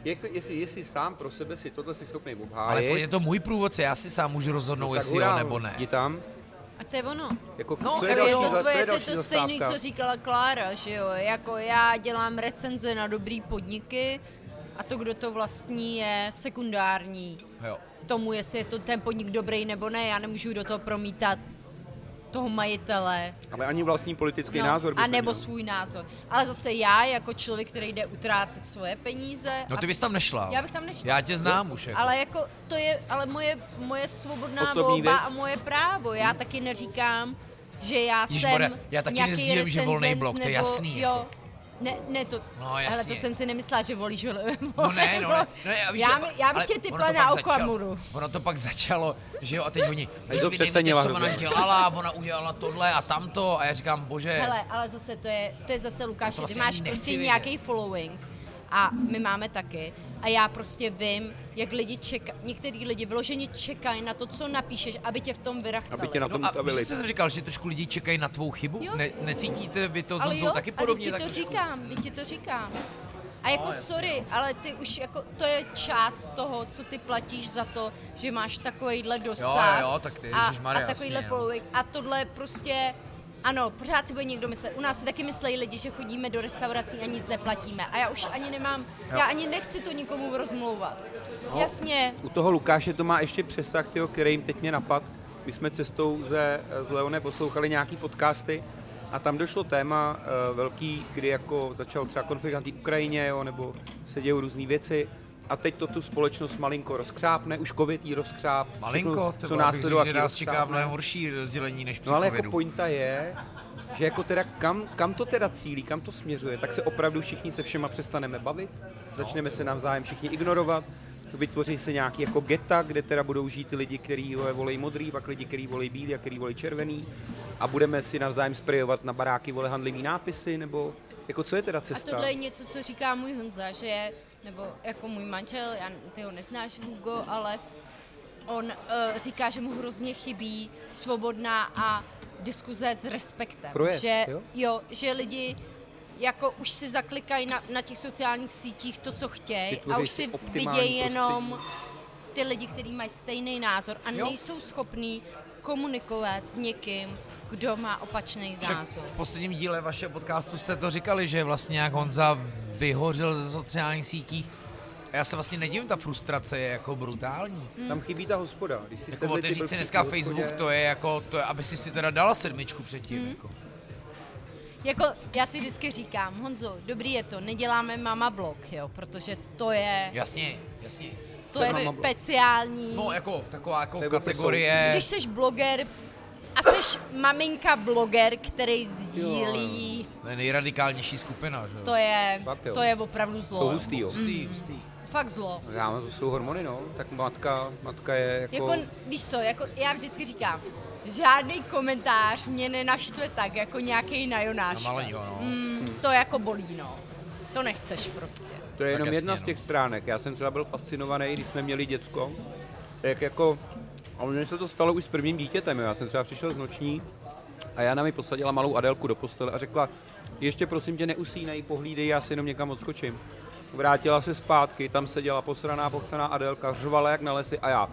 Jestli sám pro sebe si tohle si schopný Ale obhájit, je to můj průvodce, já si sám můžu rozhodnout, jestli jo nebo ne. Jdi tam, A to je ono. jako, No, co je Je další to za- co tvoje, je to je další to stejný, zastávka? co říkala Klára, že jo, jako já dělám recenze na dobrý podniky a to, kdo to vlastní, je sekundární Jo. tomu, jestli je to ten podnik dobrý nebo ne, já nemůžu do toho promítat toho majitele. Ale ani vlastní politický názor bys a nebo neměl. svůj názor. Ale zase já, jako člověk, který jde utrácet svoje peníze. No ty bys tam nešla. Já bych tam nešla. Já tě znám už. Jako. Ale jako to je moje svobodná Osobní volba věc. a moje právo. Já taky neříkám, že já Ježišmarja, jsem já taky nějaký nezdílím, že volný recenzent blok, to je nebo, jasný, Jo, jako. ne to, No, ale to jasně. jsem si nemyslela, že volíš No ne, víš, já bych ale tě ono typla to na pak začalo- Okamuru. Ono to pak začalo, že jo, a teď oni, to teď vy nevíte, přecenila co ona hrozně. dělala, ona udělala tohle a tamto a já říkám, bože, Hele, ale zase to je zase Lukáš, To ty vlastně máš ani nechci prostě vědět. nějaký following a my máme taky. A já prostě vím, jak lidi čekají, některý lidi vyloženě čekají na to, co napíšeš, aby tě v tom vyrachtali. Aby tě na tom no a utavili. víš, co jsem říkal, že trošku lidi čekají na tvou chybu? Jo. Necítíte vy to s Ale Honzou jo, taky a podobně? teď Tak ti to trošku? říkám, teď ti to říkám. A jako jasně, sorry, ale ty už jako, to je část toho, co ty platíš za to, že máš takovejhle dosah. Jo, tak ty, a ježišmarja, takovýhle jasně, no. following. A tohle prostě, ano, pořád si bude někdo myslet. U nás si taky myslejí lidi, že chodíme do restaurací a nic neplatíme. A já už ani nemám, já ani nechci to nikomu rozmlouvat. Jasně, U toho Lukáše to má ještě přesah, tyjo, který jim teď mě napad. My jsme cestou z Leone poslouchali nějaký podcasty a tam došlo téma velký, kdy jako začal třeba konflikt na té Ukrajině, jo, nebo se dějou různé věci. A teď to tu společnost malinko rozkřápne, už covid jí rozkřáp. Malinko, všechno, co následovat, že nás čeká mnohem horší rozdělení než při No ale jako covidu. pointa je, že jako teda kam to teda cílí, kam to směřuje, tak se opravdu všichni se všema přestaneme bavit, začneme se navzájem všichni ignorovat, vytvoří se nějaký jako geta, kde teda budou žít ty lidi, kteří volej modrý, pak lidi, kteří volej bílý a kteří volej červený a budeme si navzájem sprejovat na baráky vole handlivý nápisy, nebo jako co je teda a cesta? tohle je něco, co říká můj Honza, že je, nebo jako můj manžel, ty ho neznáš, Hugo, ale on říká, že mu hrozně chybí svobodná a diskuze s respektem. Projev, že, jo? že lidi jako už si zaklikají na těch sociálních sítích to, co chtějí a Vytvoří už si si optimální vidějí jenom ty lidi, kteří mají stejný názor a Jo. nejsou schopní komunikovat s někým, kdo má opačný Však názor. v posledním díle vašeho podcastu jste to říkali, že vlastně jak Honza vyhořel ze sociálních sítích. A já se vlastně nedivím, ta frustrace je jako brutální. Tam chybí ta hospoda. Když si Jako sedli ty otevřít si blbci dneska v hospodě- Facebook, to je jako, aby si teda dala 7 předtím. Jako. Jako, já si vždycky říkám, Honzo, dobrý je to, neděláme mama blog, jo, protože to je Jasně. to je mama blog? speciální. No jako taková jako Nebo kategorie. Když jsi bloger a jsi maminka bloger, který sdílí, To je nejradikálnější skupina, že jo? Fakt jo. to je opravdu zlo. Jsou hustý, jo. Hustý. Fakt zlo. Já, to jsou hormony, no. Tak matka je Jako, víš co, jako já vždycky říkám, žádný komentář mě nenaštve tak, jako nějaký na Jonáška. Na Maleňho, no. To jako bolí, no. To nechceš prostě. To je jenom jasně, jedna z no. těch stránek. Já jsem třeba byl fascinovaný, když jsme měli děcko. Jak jako, a mně se to stalo už s prvním dítětem. Jo. Já jsem třeba přišel z noční a Jana mi posadila malou Adélku do postele a řekla, ještě prosím tě neusínej, pohlídej, já si jenom někam odskočím. Vrátila se zpátky, tam seděla posraná, pochcená Adélka, řvala jak na lesy a já.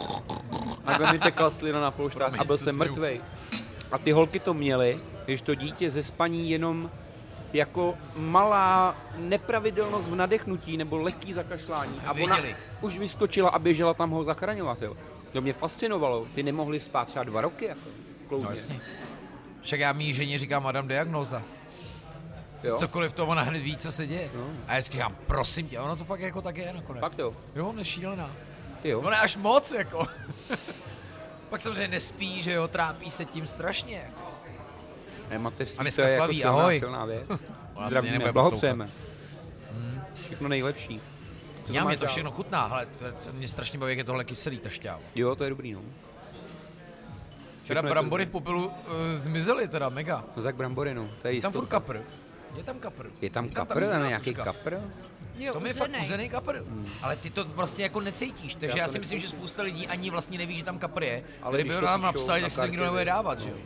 A mi tekla slina na polštář a byl jsem mrtvej. A ty holky to měly, když to dítě ze spaní jenom jako malá nepravidelnost v nadechnutí nebo lehký zakašlání. A ona Věděli. už vyskočila a běžela tam ho zachraňovat. Jo. To mě fascinovalo. Ty nemohli spát třeba 2 roky. Jako, kloudně. No jasně. Však já mý ženě říkám Adam diagnóza. Jo. Cokoliv to ona hned ví, co se děje. No. A já říkám, prosím tě, ono to fakt jako tak je nakonec. Fakt jo. Jo, nešílená. Ty jo. No ne až moc, jako. Pak samozřejmě nespí, že jo, trápí se tím strašně. Mateřství, A dneska to je slaví, jako ahoj. silná věc. Ona Zdravíme, nebude blahopřejeme. Všechno nejlepší. Co Já to mě máš to dál? všechno chutná, hele, to mě strašně baví, jak je tohle kyselý, ta šťáva. Jo, to je dobrý, no. Teda je to brambory v dobrý. popelu zmizely teda, mega. No tak brambory, no. To je Je tam furt jistota. kapr. Je tam kapr. Je tam ta kapr, uzená nějaký suška. kapr? Jo, To je fakt uzenej. uzený kapr. Ale ty to vlastně jako necítíš, takže Já já to si myslím, že necítím. spousta lidí ani vlastně neví, že tam kapr je. Ale Kdyby když ho to nám píšou napsali, na tak si to nikdo kartě, nebude no. dávat, že jo.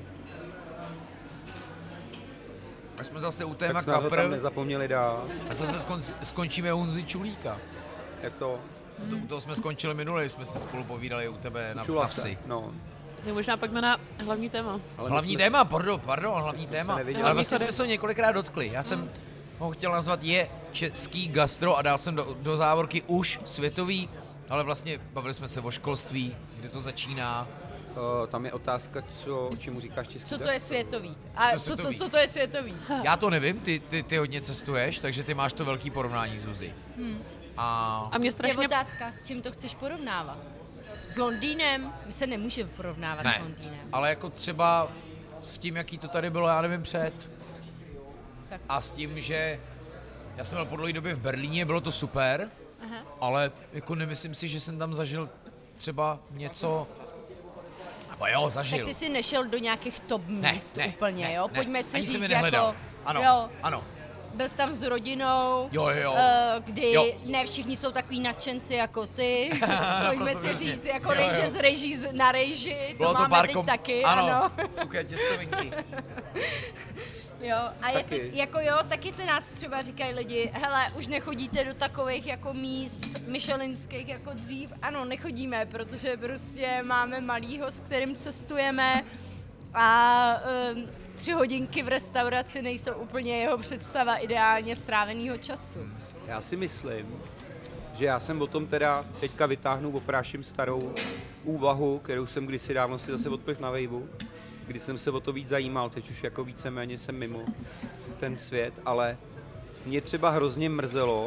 A jsme zase u téma Tak snad ho tam kapr nezapomněli dát. a zase skončíme u Honzy Čulíka. Jak to? U toho jsme skončili minule, jsme si spolu povídali u tebe na Čula vsi. No. My možná pojďme na hlavní téma. Ale Hlavní téma, pardon, hlavní téma. neviděli. Ale vlastně jsme se ho několikrát dotkli. Já jsem ho chtěl nazvat je český gastro a dal jsem do závorky už světový, ale vlastně bavili jsme se o školství, kde to začíná. Tam je otázka, čemu říkáš český Co to gastro? je světový? A je co světový? to je světový? Já to nevím, ty hodně cestuješ, takže ty máš to velký porovnání, Zuzi. A mě Je strašně... otázka, s čím to chceš porovnávat? S Londýnem? My se nemůžeme porovnávat Ne, s Londýnem. ale jako třeba s tím, jaký to tady bylo, já nevím, před. Tak. A s tím, že já jsem byl po dlouhé době v Berlíně, bylo to super, Aha. ale jako nemyslím si, že jsem tam zažil třeba něco, nebo jo, Tak zažil. ty jsi nešel do nějakých top míst úplně, jo? Pojďme si ani jsem je říct nehledal. jako... Ano, Jo, ano, byl jsi tam s rodinou, jo. kdy Jo. ne všichni jsou takový nadšenci jako ty. Pojďme si přesně. říct, jako Jo, jo. rejže z rejží na rejži, Bylo to to máme pár teď taky, ano, ano. suché těstovinky. Jo, a je to, Taky. jako jo, taky se nás třeba říkají lidi, hele, už nechodíte do takových jako míst michelinských jako dřív. Ano, nechodíme, protože prostě máme malýho, s kterým cestujeme a 3 hodinky v restauraci nejsou úplně jeho představa ideálně stráveného času. Já si myslím, že já jsem o tom teda teďka vytáhnu, opráším starou úvahu, kterou jsem kdysi dávno si zase odpěl na vejvu, kdy jsem se o to víc zajímal, teď už jako víceméně jsem mimo ten svět, ale mě třeba hrozně mrzelo,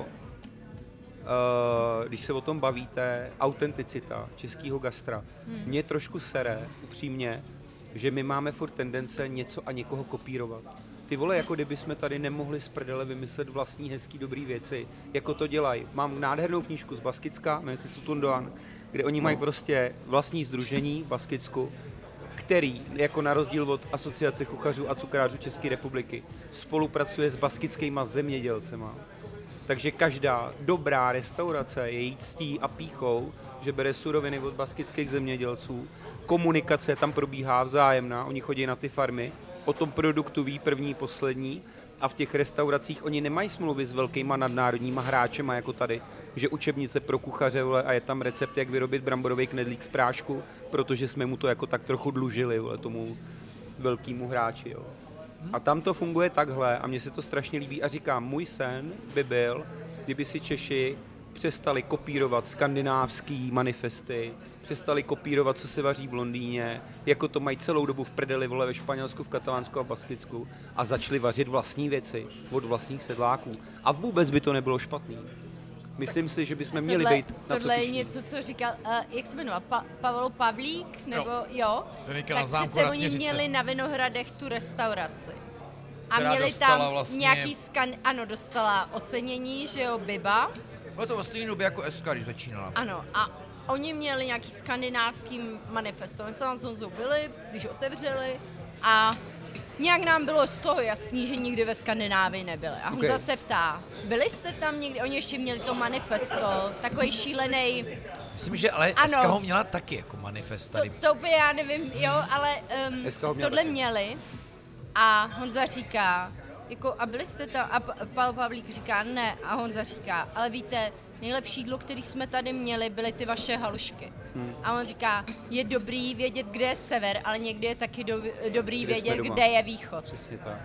když se o tom bavíte, autenticita českého gastra. Mě trošku sere, upřímně, že my máme furt tendence něco a někoho kopírovat. Ty vole, jako kdyby jsme tady nemohli z prdele vymyslet vlastní hezký dobrý věci, jako to dělají. Mám nádhernou knížku z Baskicka, jmenuje se Sutundoan, kde oni mají prostě vlastní sdružení v Baskicku, který, jako na rozdíl od Asociace kuchařů a cukrářů České republiky, spolupracuje s baskickýma zemědělcema. Takže každá dobrá restaurace je jí ctí a pýchou, že bere suroviny od baskických zemědělců, komunikace tam probíhá vzájemná, oni chodí na ty farmy, o tom produktu ví první, poslední a v těch restauracích oni nemají smlouvy s velkýma nadnárodníma hráčema jako tady, že učebnice pro kuchaře vole, a je tam recept, jak vyrobit bramborový knedlík z prášku, protože jsme mu to jako tak trochu dlužili vole, tomu velkému hráči. Jo. A tam to funguje takhle a mně se to strašně líbí a říkám, můj sen by byl, kdyby si Češi přestali kopírovat skandinávský manifesty, přestali kopírovat, co se vaří v Londýně, jako to mají celou dobu v prdeli vole ve Španělsku, v Katalánsku a v Baskicku a začali vařit vlastní věci od vlastních sedláků. A vůbec by to nebylo špatný. Myslím si, že bychom měli být na co Tohle je pyšní. něco, co říkal, jak se jmenuje, Pavel Pavlík, nebo jo? Ten říkal na Tak zámku přece na oni Kněžice. měli na Vinohradech tu restauraci. A Která měli dostala tam vlastně- nějaký ano, dostala ocenění, že jo, Biba, Bylo to ve stejné době jako SK, když začínala. ano, a oni měli nějaký skandinávský manifesto. My jsme tam s Honzou byli, když otevřeli a nějak nám bylo z toho jasný, že nikdy ve Skandinávii nebyli. A Honza Okay. se ptá, byli jste tam někdy? Oni ještě měli to manifesto, takový šílený. Myslím, že ale Ano. SK ho měla taky jako manifest tady. To by já nevím, jo, ale SK ho měla tohle taky. měli a Honza říká, jako a byli jste tam a Pavel Pavlík říká ne a Honza říká, ale víte, nejlepší jídlo, který jsme tady měli, byly ty vaše halušky. A on říká, je dobrý vědět, kde je sever, ale někdy je taky dobrý Kde jsme vědět, doma. kde je východ. Přesně tak.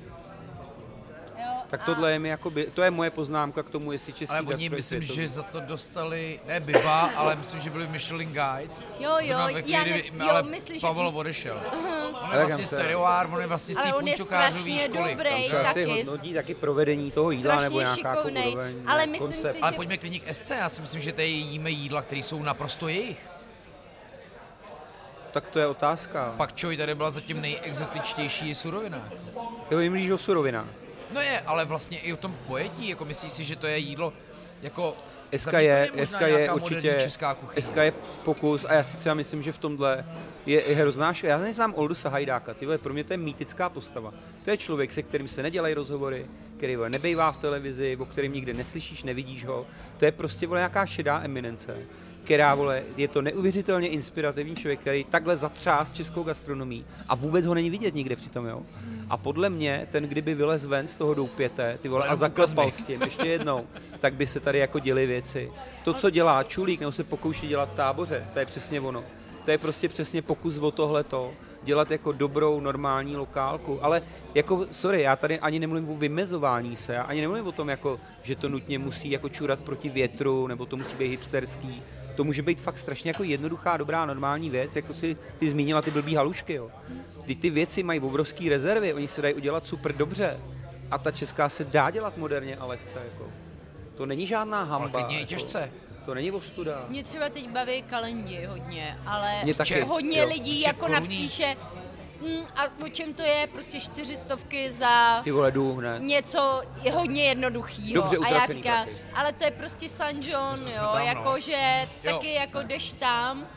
Jo, Tak a- tohle je mi jakoby, to je moje poznámka k tomu, jestli český Ale oni, gastro je myslím, světový. že za to dostali, ne Biba, ale myslím, že byli Michelin Guide. Jo, Zrovna ve já chvíli, ne, kdy- jo, ale myslíš, že... Pavel odešel. On je Ale vlastně kam se- stereoár, on je vlastně z té Ale on je půjčokářové strašně školy. dobrý. Tam se asi taky hodnotí taky provedení toho jídla nebo strašně nějaká jako šikovnej, úroveň, ale nějak myslím koncept. si, Ale že- pojďme Klinik SC, já si myslím, že tady jíme jídla, které jsou naprosto jejich. tak to je otázka. Pak čoj tady byla zatím nejexotičtější surovina. Jo, jim líž o surovinách. No je, ale vlastně i o tom pojetí, jako myslíš si, že to je jídlo, jako... SK za mě to je možná určitě, nějaká moderní česká kuchyně. SK je pokus a já si třeba myslím, že v tomhle je hrozná já neznám Oldu Sahajdáka, ty vole, pro mě to je mýtická postava. To je člověk, se kterým se nedělají rozhovory, který vole, nebejvá v televizi, o kterém nikde neslyšíš, nevidíš ho. To je prostě vole, nějaká šedá eminence, která vole, je to neuvěřitelně inspirativní člověk, který takhle zatřás českou gastronomii a vůbec ho není vidět nikde přitom, jo. A podle mě, ten kdyby vylez ven z toho doupěte, ty vole, a zaklepal s tím ještě jednou, tak by se tady jako děly věci. To, co dělá Čulík, nebo se pokouší dělat v Táboře, to je přesně ono. To je prostě přesně pokus o tohleto, dělat jako dobrou, normální lokálku, ale jako, sorry, já tady ani nemluvím o vymezování se, já ani nemluvím o tom, jako, že to nutně musí jako čurat proti větru, nebo to musí být hipsterský. To může být fakt strašně jako jednoduchá, dobrá, normální věc, jako si ty zmínila ty blbý halušky, jo. Ty věci mají obrovský rezervy, oni se dají udělat super dobře a ta česká se dá dělat moderně a lehce, jako. To není žádná hamba. Ale klidně i jako, těžce. to není ostuda. Mě třeba teď baví kalendi hodně, ale taky, hodně jo. lidí Čep jako koruní. napíše, a o čem to je, prostě 400 za Ty vole, jdu hned. něco je hodně jednoduchýho. Dobře a já utracený říkám, prachy. ale to je prostě San John, jsme jo, tam, no. jakože Jo. taky jako jdeš tam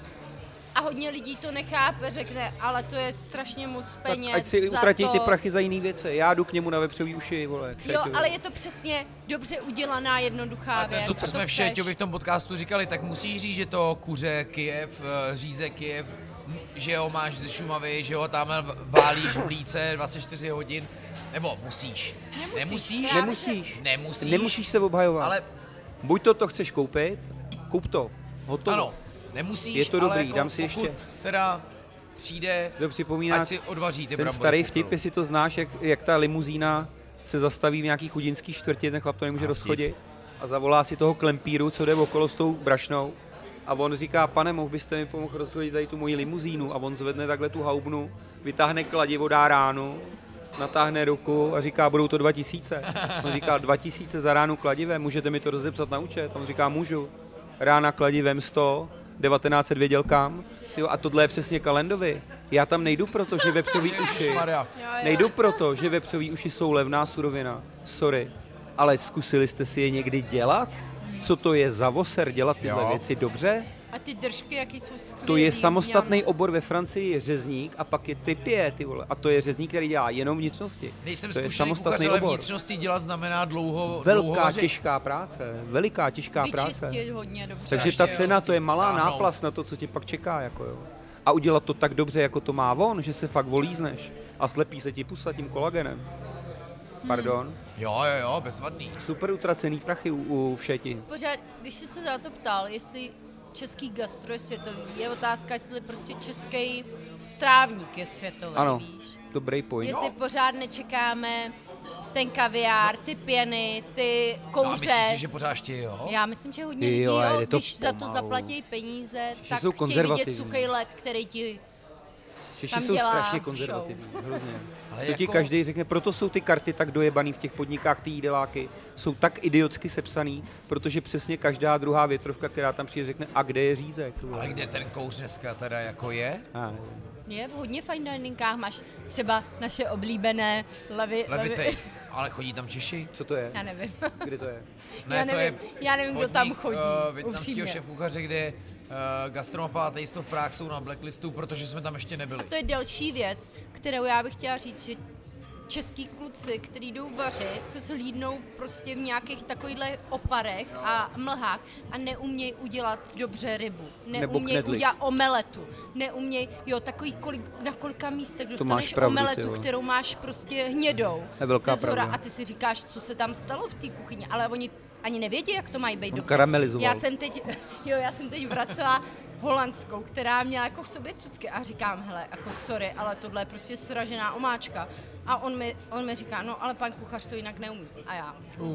a hodně lidí to nechápe, řekne, ale to je strašně moc Tak peněz ať si za utratí to. ty prachy za jiný věci. Já jdu k němu na vepřový uši, vole. k Jo, šejtovi. ale je to přesně dobře udělaná, jednoduchá A to věc. je to, co a jsme v chceš. Šeťovi v tom podcastu říkali, tak musíš říct, že to kuře Kyjev, říze Kyjev, že ho máš ze Šumavy, že ho tam válíš v mlíce 24 hodin, nebo musíš. Nemusíš. Nemusíš. Nemusíš. Nemusíš se obhajovat. Ale Buď to chceš koupit, kup to. Hotovo. ano, nemusíš, Je to ale dobrý, jako dám si pokud ještě. teda přijde, Kdo připomíná ať si odvaří ty ten brambory starý v vtip, pokoru. jestli to znáš, jak ta limuzína se zastaví v nějaký chudinský čtvrti, ten chlap to nemůže rozchodit a zavolá si toho klempíru, co jde okolo s tou brašnou a on říká, pane, mohl byste mi pomoct rozchodit tady tu moji limuzínu a on zvedne takhle tu haubnu, vytáhne kladivo, dá ránu, natáhne ruku a říká, budou to 2000. On říká, 2000 za ránu kladivem, můžete mi to rozepsat na účet? On říká, můžu. Rána kladivem 100, 1900 věděl kam. Jo, a tohle je přesně kalendovi. Já tam nejdu proto, že vepřový uši. Ježišmarja. Nejdu proto, že vepřový uši jsou levná surovina. Sorry. Ale zkusili jste si je někdy dělat? Co to je za voser dělat tyhle Jo. věci dobře? A ty držky, jaký jsou skvělý. To je samostatný obor ve Francii, je řezník a pak je tripie, ty vole. A to je řezník, který dělá jenom vnitřnosti. Nejsem to je zkušený kuchař, samostatný ale obor. vnitřnosti dělat znamená dlouho Velká vařit. těžká práce, veliká těžká práce. Vyčistit hodně dobře. Takže ta Strašně, cena, jo, to je malá táhnout. náplast na to, co tě pak čeká, jako jo. A udělat to tak dobře, jako to má on, že se fakt volízneš a slepí se ti pusa tím kolagenem. Pardon. Jo, bezvadný. Super utracený prachy u všeti. Pořád, když jsi se na to ptal, jestli český gastro je světový, je otázka, jestli prostě český strávník je světový, Ano, víš. dobrý point. Jestli pořád nečekáme ten kaviár, ty pěny, ty No a kouře. myslíš si, že pořád ještě jo? Já myslím, že hodně Jo, lidí, ale jo, je to když za to pomalu. zaplatí peníze, Češi tak jsou chtějí vidět konzervativní. suchý led, který ti Češi tam jsou dělá strašně show. konzervativní, hrozně. Ale To ti jako- každý řekne, proto jsou ty karty tak dojebaný v těch podnikách, ty jídeláky, jsou tak idiotsky sepsaný, protože přesně každá druhá větrovka, která tam přijde, řekne, a kde je řízek? Ale kde ten kouř dneska teda jako je? Já nevím. je v hodně fine diningách, máš třeba naše oblíbené Levitej. Ale chodí tam Češi? Co to je? Já nevím. Kde to je? Já nevím, kdo tam chodí, Větnamského upřímně. šéfkuchaře, kde Gastromapa a Taste of Prague jsou na blacklistu, protože jsme tam ještě nebyli. To je další věc, kterou já bych chtěla říct, že český kluci, kteří jdou vařit, se slídnou prostě v nějakých takovýchhle oparech a mlhách a neumějí udělat dobře rybu. Nebo Neumějí knedlík. udělat omeletu. Neumějí, jo, takový na kolika místech máš dostaneš pravdu, ty omeletu, vole. kterou máš prostě hnědou. Je velká ze zhora pravda. a ty si říkáš, co se tam stalo v té kuchyni, ale oni ani nevědí, jak to mají být dobře. karamelizoval. Já jsem teď vracela holandskou, která měla jako v sobě cucky a říkám, hele, jako sorry, ale tohle je prostě sražená omáčka. A on mi říká, no ale pan kuchař to jinak neumí. A já.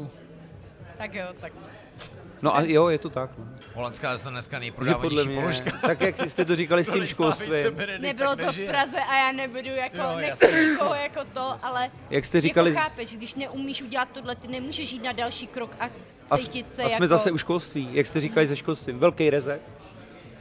Tak jo, tak. No a jo, je to tak. No. Holandská je dneska Že podle nejprodávanější mě, položka. tak jak jste to říkali s tím školstvím, Nebylo to v Praze a já nebudu jako, Jo, nechci jasně. nikoho jako to, ale jak jste říkali, jako chápeš, když neumíš udělat tohle, ty nemůžeš jít na další krok a a, cítit se a jsme jako... zase u školství, jak jste říkali se školstvím, velký rezet,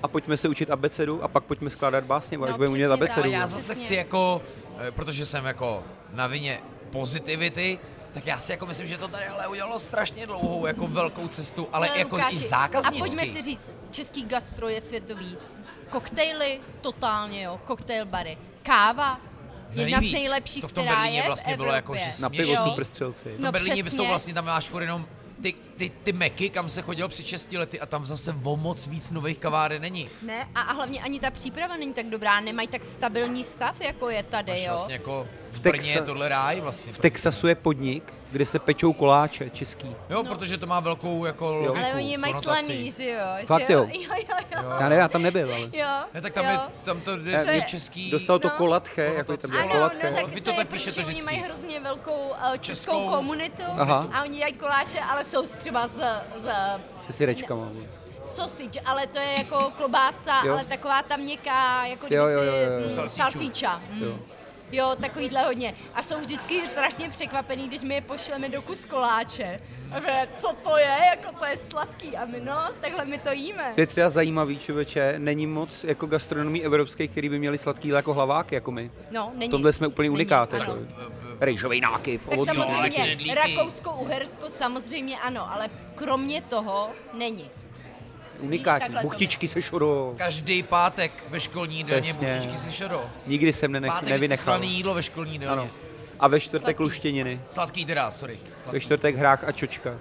a pojďme se učit abecedu a pak pojďme skládat básně, až No, budeme umět přesně abecedu. tak. Ale já no. zase Přesně. chci jako, protože jsem jako na vině pozitivity, tak já si jako myslím, že to tady ale udělalo strašně dlouhou jako velkou cestu, ale jako Lukáši, i a zákaznicky. pojďme si říct, český gastro je světový. Koktejly, totálně jo, koktejl bary. Káva, jedna z Nejvíc. nejlepších, To v tom která Berlíně je vlastně v bylo jako, Evropě. že Na pivo směšný. super střelci. No, Berlíně přesně. jsou vlastně, tam máš furt jenom ty meky, kam se chodil před 6 lety a tam zase o moc víc nových kaváren není. Ne, a hlavně ani ta příprava není tak dobrá, nemají tak stabilní stav, jako je tady, Až jo. vlastně jako v Texa- Brně je tohle ráj vlastně. V Texasu je podnik, kde se pečou koláče český. Jo, protože to má velkou jako logiku, Ale oni je mají konotaci. slaný, že jo. Fakt že jo? Jo. Já nevím, já tam nebyl, ale... Jo, Ne, tak tam, jo. je, tam to Ne, je ne. český. Dostal to No. kolatche, jako Konotace. tam bylo Ano, kolatche. no tak Vy to to je, tak píšete protože oni vždycky. mají hrozně velkou českou Českou. komunitu Aha. a oni dělají koláče, ale jsou třeba z Se syrečkama. sausage, ale to je jako klobása, Jo. ale taková ta měkká, jako Jo, kdysi jo. Salsíčů. salsíča. Jo. Jo, takovýhle hodně. A jsou vždycky strašně překvapený, když my je pošleme do kus koláče. A že, co to je? Jako to je sladký. A my, no, takhle my to jíme. To je třeba zajímavý, člověče, není moc jako gastronomii evropských, který by měli sladký jako hlaváky, jako my. No, není. V tomhle jsme úplně Není, unikát. ano. Jako. Rejžový nákyp, Tak ovocný samozřejmě knedlíky. Rakousko-Uhersko samozřejmě ano, ale kromě toho není. unikátní. takhle to Buchtičky se šodou. Každý pátek ve školní jídelně Přesně. buchtičky se šodou. Nikdy jsem Pátek vždycky nevynechal. slaný jídlo ve školní jídelně. Ano. A ve čtvrtek Sladký. luštěniny. Sladký teda, sorry. Ve Sladký. čtvrtek hrách a čočka.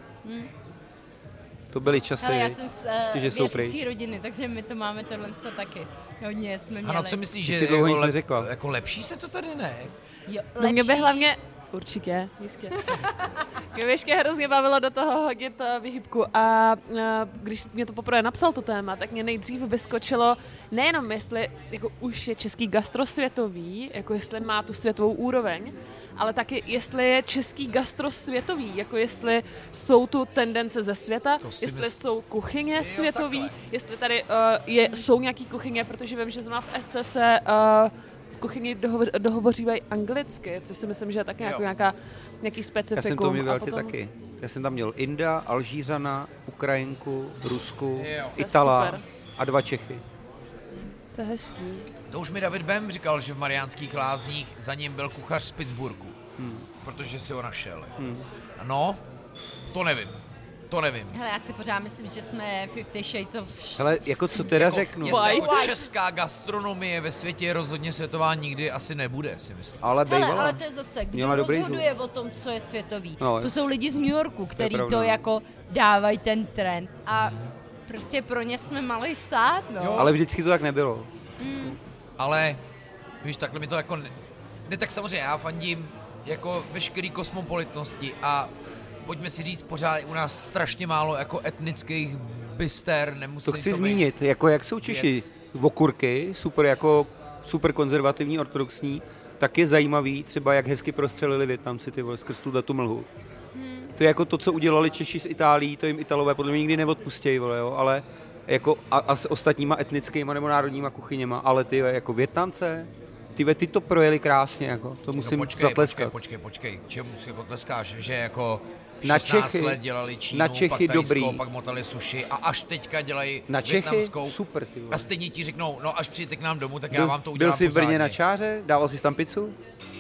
To byly časy, Ale já jsem ještě, že jsou věřící pryč. rodiny, takže my to máme tohle taky. Hodně jsme měli. Ano, co myslíš, že Ty si dlouho jako, nic neřekla. jako lepší se to tady ne? Jo, No mě by lepší. hlavně, určitě, jistě. Mě by ještě hrozně bavilo do toho hodit vyhybku a když mě to poprvé napsal to téma, tak mě nejdřív vyskočilo nejenom jestli jako už je český gastro světový, jako jestli má tu světovou úroveň, ale taky jestli je český gastro světový, jako jestli jsou tu tendence ze světa, To si jestli mysl- jsou kuchyně Jo, světový, takhle. jestli tady jsou nějaký kuchyně, protože vím, že zrovna v SC se v kuchyni dohovořívají anglicky, což si myslím, že je taky Jo. jako nějaký Já specifikum. jsem to měl A ty potom- taky. Já jsem tam měl Inda, Alžířana, Ukrajinku, Rusku, Jo. Itala super. a 2 Čechy. To je hezký. To už mi David Bem říkal, že v Mariánských Lázních za ním byl kuchař z Pittsburghu. Protože si ho našel. No, to nevím. To nevím. Hele, já si pořád myslím, že jsme 50 Shades of... Hele, jako co teda řeknu, Jestli jako White. česká gastronomie ve světě rozhodně světová nikdy asi nebude, si myslím. ale Hele, bejvala. ale to je zase, Měla kdo dobrý rozhoduje o tom, co je světový. No, To jsou lidi z New Yorku, který pravda. to jako dávají ten trend. A prostě pro ně jsme malý stát, no. Jo. Ale vždycky to tak nebylo. Ale, víš, takhle mi to jako... Ne, tak samozřejmě, já fandím jako veškerý kosmopolitnosti a pojďme si říct, pořád je u nás strašně málo jako etnických byster, nemusí To chci být- zmínit, jako jak jsou Češi věc. okurky, super jako super konzervativní, ortodoxní, tak je zajímavý třeba, jak hezky prostřelili Vietnamci ty vole, skrz tu mlhu. To je jako to, co udělali Češi s Itálií, to jim Italové podle mě nikdy neodpustějí, vole, jo, ale jako a s ostatníma etnickýma nebo národníma kuchyněma, ale ty jako Vietnamce, ty to projeli krásně, jako, to musím zatleskat. Počkej, čemu jako tleskáš, že jako Na 16 Čechy- let dělali Čínu, na Čechy pak tajskou, dobrý. pak motali sushi a až teďka dělají Na Čechy vietnamskou. super, ty vole. A stejně ti řeknou, no až přijďte k nám domů, tak já Byl, vám to udělám byl jsi v Brně pořádně. na čáře, dával jsi tam pizzu?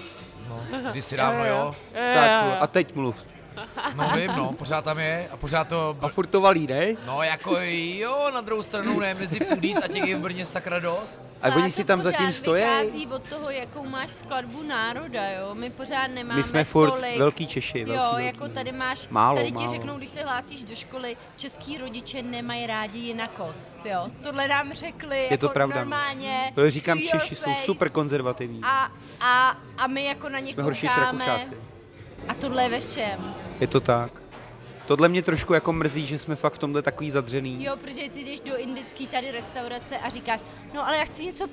Kdysi dávno, jo. Tak, vole, a teď mluv. No vím, no, pořád tam je a pořád to... A furt to valí, ne? No jako jo, na druhou stranu ne, mezi foodies a těch je v Brně sakra dost. A Ale oni to si tam pořád zatím stojí. vychází od toho, jakou máš skladbu národa, jo. My pořád nemáme My jsme furt tolik. velký Češi. Jo, Velký. jako tady máš, Málo, tady ti málo. řeknou, když se hlásíš do školy, český rodiče nemají rádi jinakost, jo. Tohle nám řekli Je jako to pravda. normálně. Protože říkám, to your Češi jsou face. super konzervativní. A my jako na ně Jsme horší než koukáme. Rakušáci. A tohle je ve čem? Je to tak. Tohle mě trošku jako mrzí, že jsme fakt v tomhle takový zadřený. Jo, protože ty jdeš do indický tady restaurace a říkáš, no ale já chci něco,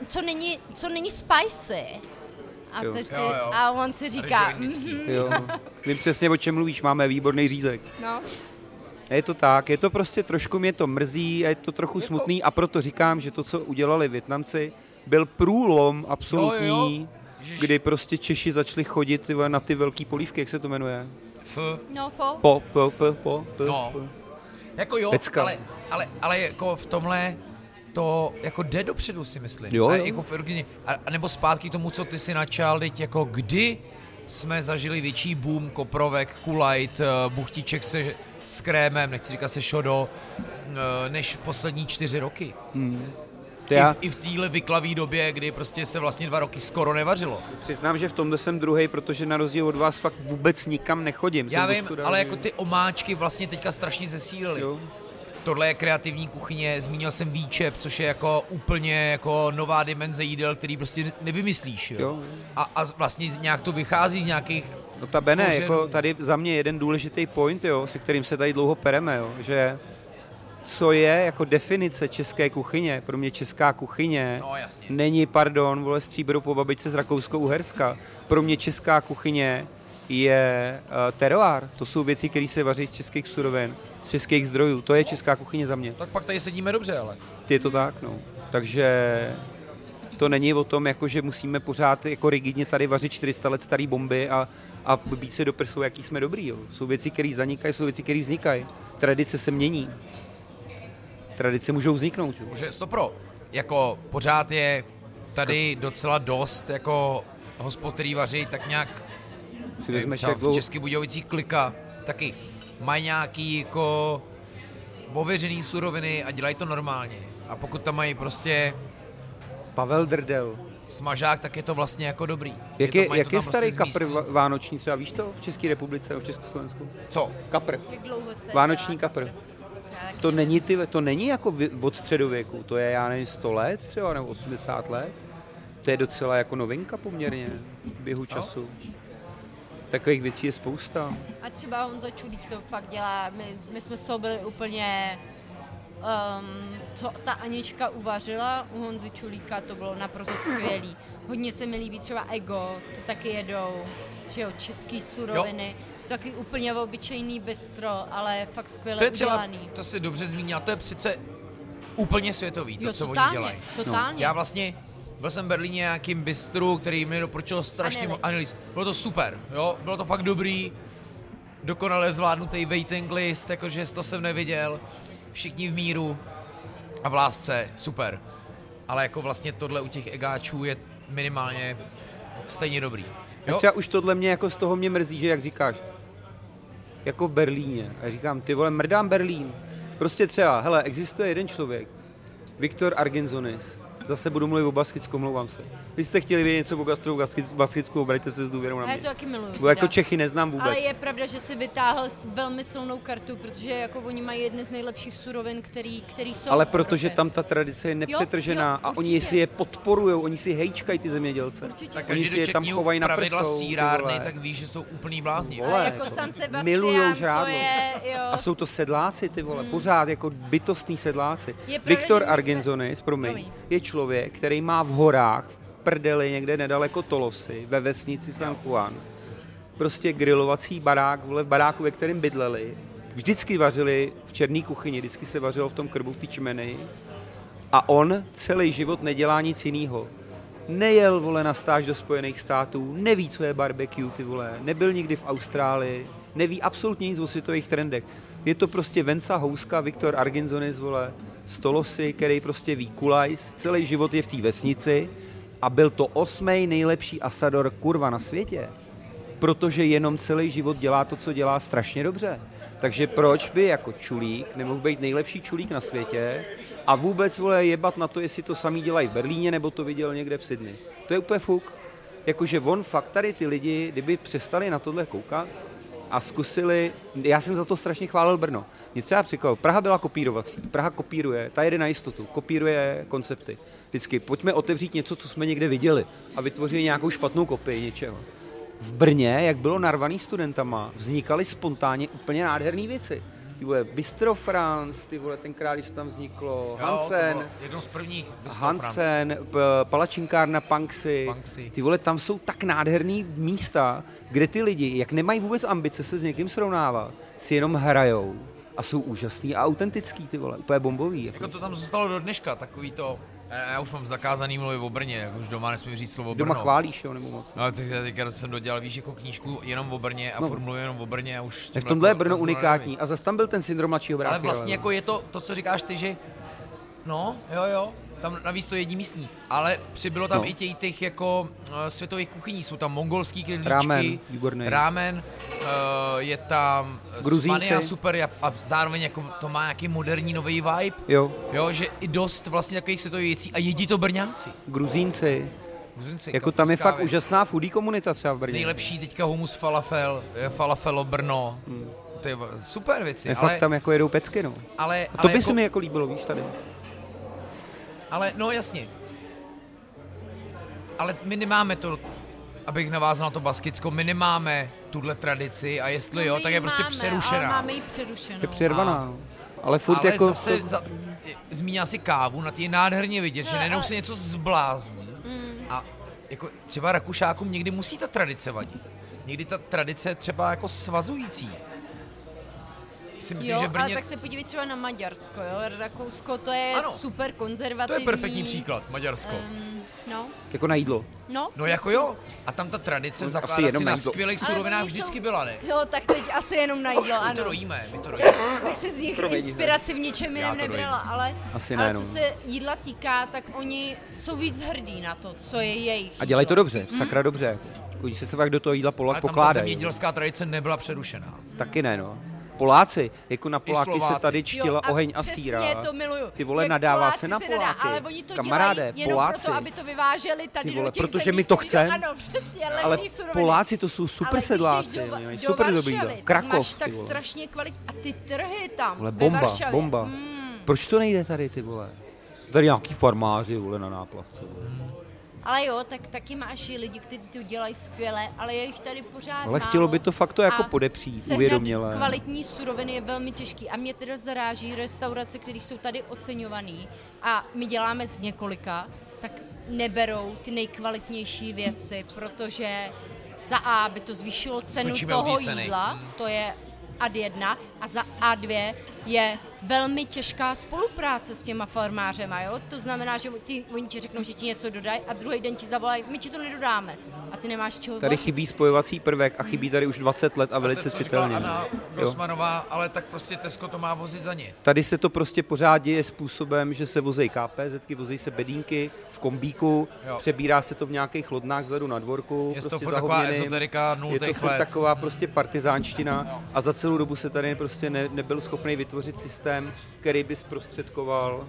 co není spicy. A, Jo. ty si, Jo. a on si říká, jdeš do indický. Jo. Vím přesně, o čem mluvíš, máme výborný řízek. no. Je to tak, je to prostě trošku mě to mrzí, a je to trochu smutný a proto říkám, že to, co udělali Vietnamci, byl průlom absolutní, Jo. Ježiš. kdy prostě Češi začali chodit ty vole, na ty velký polívky, jak se to jmenuje? No, fo. Po. No. Jako jo, Pecka. ale jako v tomhle to jako jde dopředu, si myslím. Jo. Jako a nebo zpátky k tomu, co ty si načal, teď jako kdy jsme zažili větší boom koprovek, kulajt, buchtiček s krémem, nechci říkat se šodo, než poslední 4 roky. I v téhle vyklavý době, kdy prostě se vlastně 2 roky skoro nevařilo. Přiznám, že v tomhle jsem druhej, protože na rozdíl od vás fakt vůbec nikam nechodím. Já vím, ale jako ty omáčky vlastně teďka strašně zesílily. Tohle je kreativní kuchyně, zmínil jsem výčep, což je jako úplně jako nová dimenze jídel, který prostě nevymyslíš. Jo? A vlastně nějak to vychází z nějakých... Notabene, jako tady za mě jeden důležitý point, jo, se kterým se tady dlouho pereme, jo, že co je jako definice české kuchyně, pro mě česká kuchyně není, stříbro po babičce z Rakousko-Uherska. Pro mě česká kuchyně je terroir. To jsou věci, které se vaří z českých surovin, z českých zdrojů. To je česká kuchyně za mě. Tak pak tady sedíme dobře, ale. Je to tak, no. Takže to není o tom, jako, že musíme pořád jako rigidně tady vařit 400 let starý bomby a být se do prsu, jaký jsme dobrý. Jo. Jsou věci, které zanikají, jsou věci, které vznikají. Tradice se mění. Tradice můžou vzniknout. Může 100%. Jako pořád je tady docela dost jako hospod, který vaří tak nějak v Českých Budějovicích Klika taky mají nějaký jako ověřený suroviny a dělají to normálně. A pokud tam mají prostě Pavel Drdel smažák, tak je to vlastně jako dobrý. Jak je starý kapr vánoční, třeba víš to v České republice, v Československu? Co? Kapr. Jak dlouho se vánoční kapr. To není jako od středověku, to je, já nevím, 100 let třeba, nebo 80 let. To je docela jako novinka poměrně v běhu času. Takových věcí je spousta. A třeba Honza Čulík to fakt dělá, my jsme z toho byli úplně, co ta Anička uvařila u Honzy Čulíka, to bylo naprosto skvělý. Hodně se mi líbí třeba Ego, to taky jedou, že jo, český suroviny. To taky úplně obyčejný bistro, ale fakt skvěle udělaný. To si dobře zmínila, to je přece úplně světový, to, co oni dělají. Totálně. Já vlastně byl jsem v Berlíně nějakým bistru, který mi doporučil strašně Annelies. Bylo to super, jo, bylo to fakt dobrý, dokonale zvládnutý waiting list, jakože to jsem neviděl, všichni v míru a v lásce, super. Ale jako vlastně tohle u těch egáčů je minimálně stejně dobrý. Jo? Třeba už tohle mě jako z toho mě mrzí, že jak říkáš, jako v Berlíně. A říkám, ty vole, mrdám Berlín. Prostě třeba, hele, existuje jeden člověk, Viktor Argenzonis. Zase budu mluvit o Baskicku, mluvám se. Vy jste chtěli vědět něco o gastru Baskicku, obraťte se s důvěrou na mě. Já to taky miluju. Bo jako Čechy neznám vůbec. Ale je pravda, že si vytáhl velmi silnou kartu, protože jako oni mají jedny z nejlepších surovin, který jsou. Ale protože tam ta tradice je nepřetržená a oni si je podporujou, oni si hejčkají ty zemědělce. Určitě. Tak oni si je tam chovají na prsou. Pravidla sírárny, tak víš, že jsou úplný blázni. Ale jako San Sebastian, milujou žrádlo. to je, jo. A jsou to sedláci, ty vole, pořád jako bytostní sedláci. Pravda, Viktor Argenzonis, promiň, je člověk, který má v horách, v prdeli někde nedaleko Tolosy, ve vesnici San Juan, prostě grilovací barák, vole, v baráku, ve kterém bydleli. Vždycky vařili v černé kuchyni, vždycky se vařilo v tom krbu, v té čmeneji. A on celý život nedělá nic jiného. Nejel, vole, na stáž do Spojených států, neví, co je barbecue, ty vole, nebyl nikdy v Austrálii, neví absolutně nic o světových trendech. Je to prostě Venca Houska, Viktor Argenzonis, vole, z Tolosy, který prostě ví kulajs, celý život je v té vesnici a byl to 8. nejlepší asador kurva na světě. Protože jenom celý život dělá to, co dělá strašně dobře. Takže proč by jako čulík nemohl být nejlepší čulík na světě a vůbec, vole, jebat na to, jestli to samý dělají v Berlíně nebo to viděl někde v Sydney. To je úplně fuk. Jakože on fakt tady ty lidi, kdyby přestali na tohle koukat a zkusili, já jsem za to strašně chválil Brno. Mě třeba překvapilo, Praha byla kopírovací, Praha kopíruje, ta jede na jistotu, kopíruje koncepty. Vždycky pojďme otevřít něco, co jsme někde viděli a vytvořili nějakou špatnou kopii něčeho. V Brně, jak bylo narvaný studentama, vznikaly spontánně úplně nádherné věci. Ty vole, Bistro France, ty vole, tenkrát, když tam vzniklo, Hansen, jedno z prvních Hansen, palačinkárna Punksy, ty vole, tam jsou tak nádherný místa, kde ty lidi, jak nemají vůbec ambice se s někým srovnávat, si jenom hrajou a jsou úžasný a autentický, ty vole, úplně bombový. Jako to tam zůstalo do dneška, takový to, já už mám zakázaný mluvit o Brně, jak už doma nesmím říct slovo Brno. Doma chválíš, jo, nebo moc? No, ale teďka jsem dodělal, víš, jako knížku jenom o Brně a formuluji jenom o Brně a už... Tak v tomhle je Brno unikátní a zase tam byl ten syndrom mladšího bráchy. Ale vlastně jako je to, co říkáš ty, že No, jo. Tam navíc to jedí místní, ale přibylo tam i těch jako světových kuchyní, jsou tam mongolský knedlíčky, rámen, je tam Spania super a zároveň jako to má nějaký moderní nový vibe, jo, že i dost vlastně takových světových věcí a jedí to Brňáci. Gruzínci, jako tam je fakt věc. Úžasná foodie komunita třeba v Brně. Nejlepší teďka humus falafelo Brno, to je super věci. Ale fakt tam jako jedou pecky, no. Ale to by jako, se mi jako líbilo, víš, tady. Ale, no jasně. Ale my nemáme to, abych navázal na to Baskicko, my nemáme tuhle tradici a jestli jo, tak je prostě přerušená. Ale máme ji přerušenou. Je přervaná, no. Ale furt ale jako... zase zmínila si kávu, na ty je nádherně vidět, že nejenom se něco zblázní. A jako třeba Rakušákům někdy musí ta tradice vadit. Někdy ta tradice je třeba jako svazující. Si myslím, že v Brně... ale tak se podívej třeba na Maďarsko, jo? Rakousko to je super konzervativní. To je perfektní příklad, Maďarsko. No. Jako na jídlo. No jako jo. A tam ta tradice zakládat si na skvělých surovinách vždycky byla, ne? Jo, tak teď asi jenom na jídlo, ano. My to dojíme. Tak se z nich inspiraci v ničem jiném nebrala, ale co se jídla týká, tak oni jsou víc hrdí na to, co je jejich. A dělají to dobře, sakra dobře. Když se fakt do toho jídla pokládají. Ale tam ta zemědělská tradice nebyla přerušená. Taky ne, no. Poláci, jako na Poláky se tady čtila oheň a síra. Přesně to miluju. Ty vole, nadává se na Poláky. Ale oni to kamaráde, dělají jenom Poláci. proto, aby to vyváželi tady do těch protože zemí, my to chceme. Ano, přesně, ale Poláci to jsou super sedláci, mají super dobrý jídlo. Krakov, máš tak strašně kvalitní a ty trhy tam vole, ve Varšavě. Bomba. Proč to nejde tady, ty vole? Tady nějaký farmáři, vole, na náplavce. Ale jo, tak taky máš i lidi, kteří to dělají skvěle, ale je jich tady pořád ale málo. Chtělo by to fakt to jako podepřít, uvědoměle. Kvalitní suroviny je velmi těžký a mě teda zaráží restaurace, které jsou tady oceňované a my děláme z několika, tak neberou ty nejkvalitnější věci, protože za A by to zvýšilo cenu toho jídla, to je ad 1 a za A2 je velmi těžká spolupráce s těma farmářema, jo? To znamená, že oni ti řeknou, že ti něco dodají a druhý den ti zavolají, my ti to nedodáme a ty nemáš čeho tady chybí spojovací prvek a chybí tady už 20 let a velice citelně. Anna Grossmanová, ale tak prostě Tesco to má vozit za ně. Tady se to prostě pořád děje způsobem, že se vozejí KPZky, vozejí se bedínky v kombíku, přebírá se to v nějakých lodnách vzadu na dvorku. Je prostě to taková ezoterika 0. let. Je to taková prostě partizánština a za celou dobu se tady prostě nebyl schopný vytvořit systém, který by zprostředkoval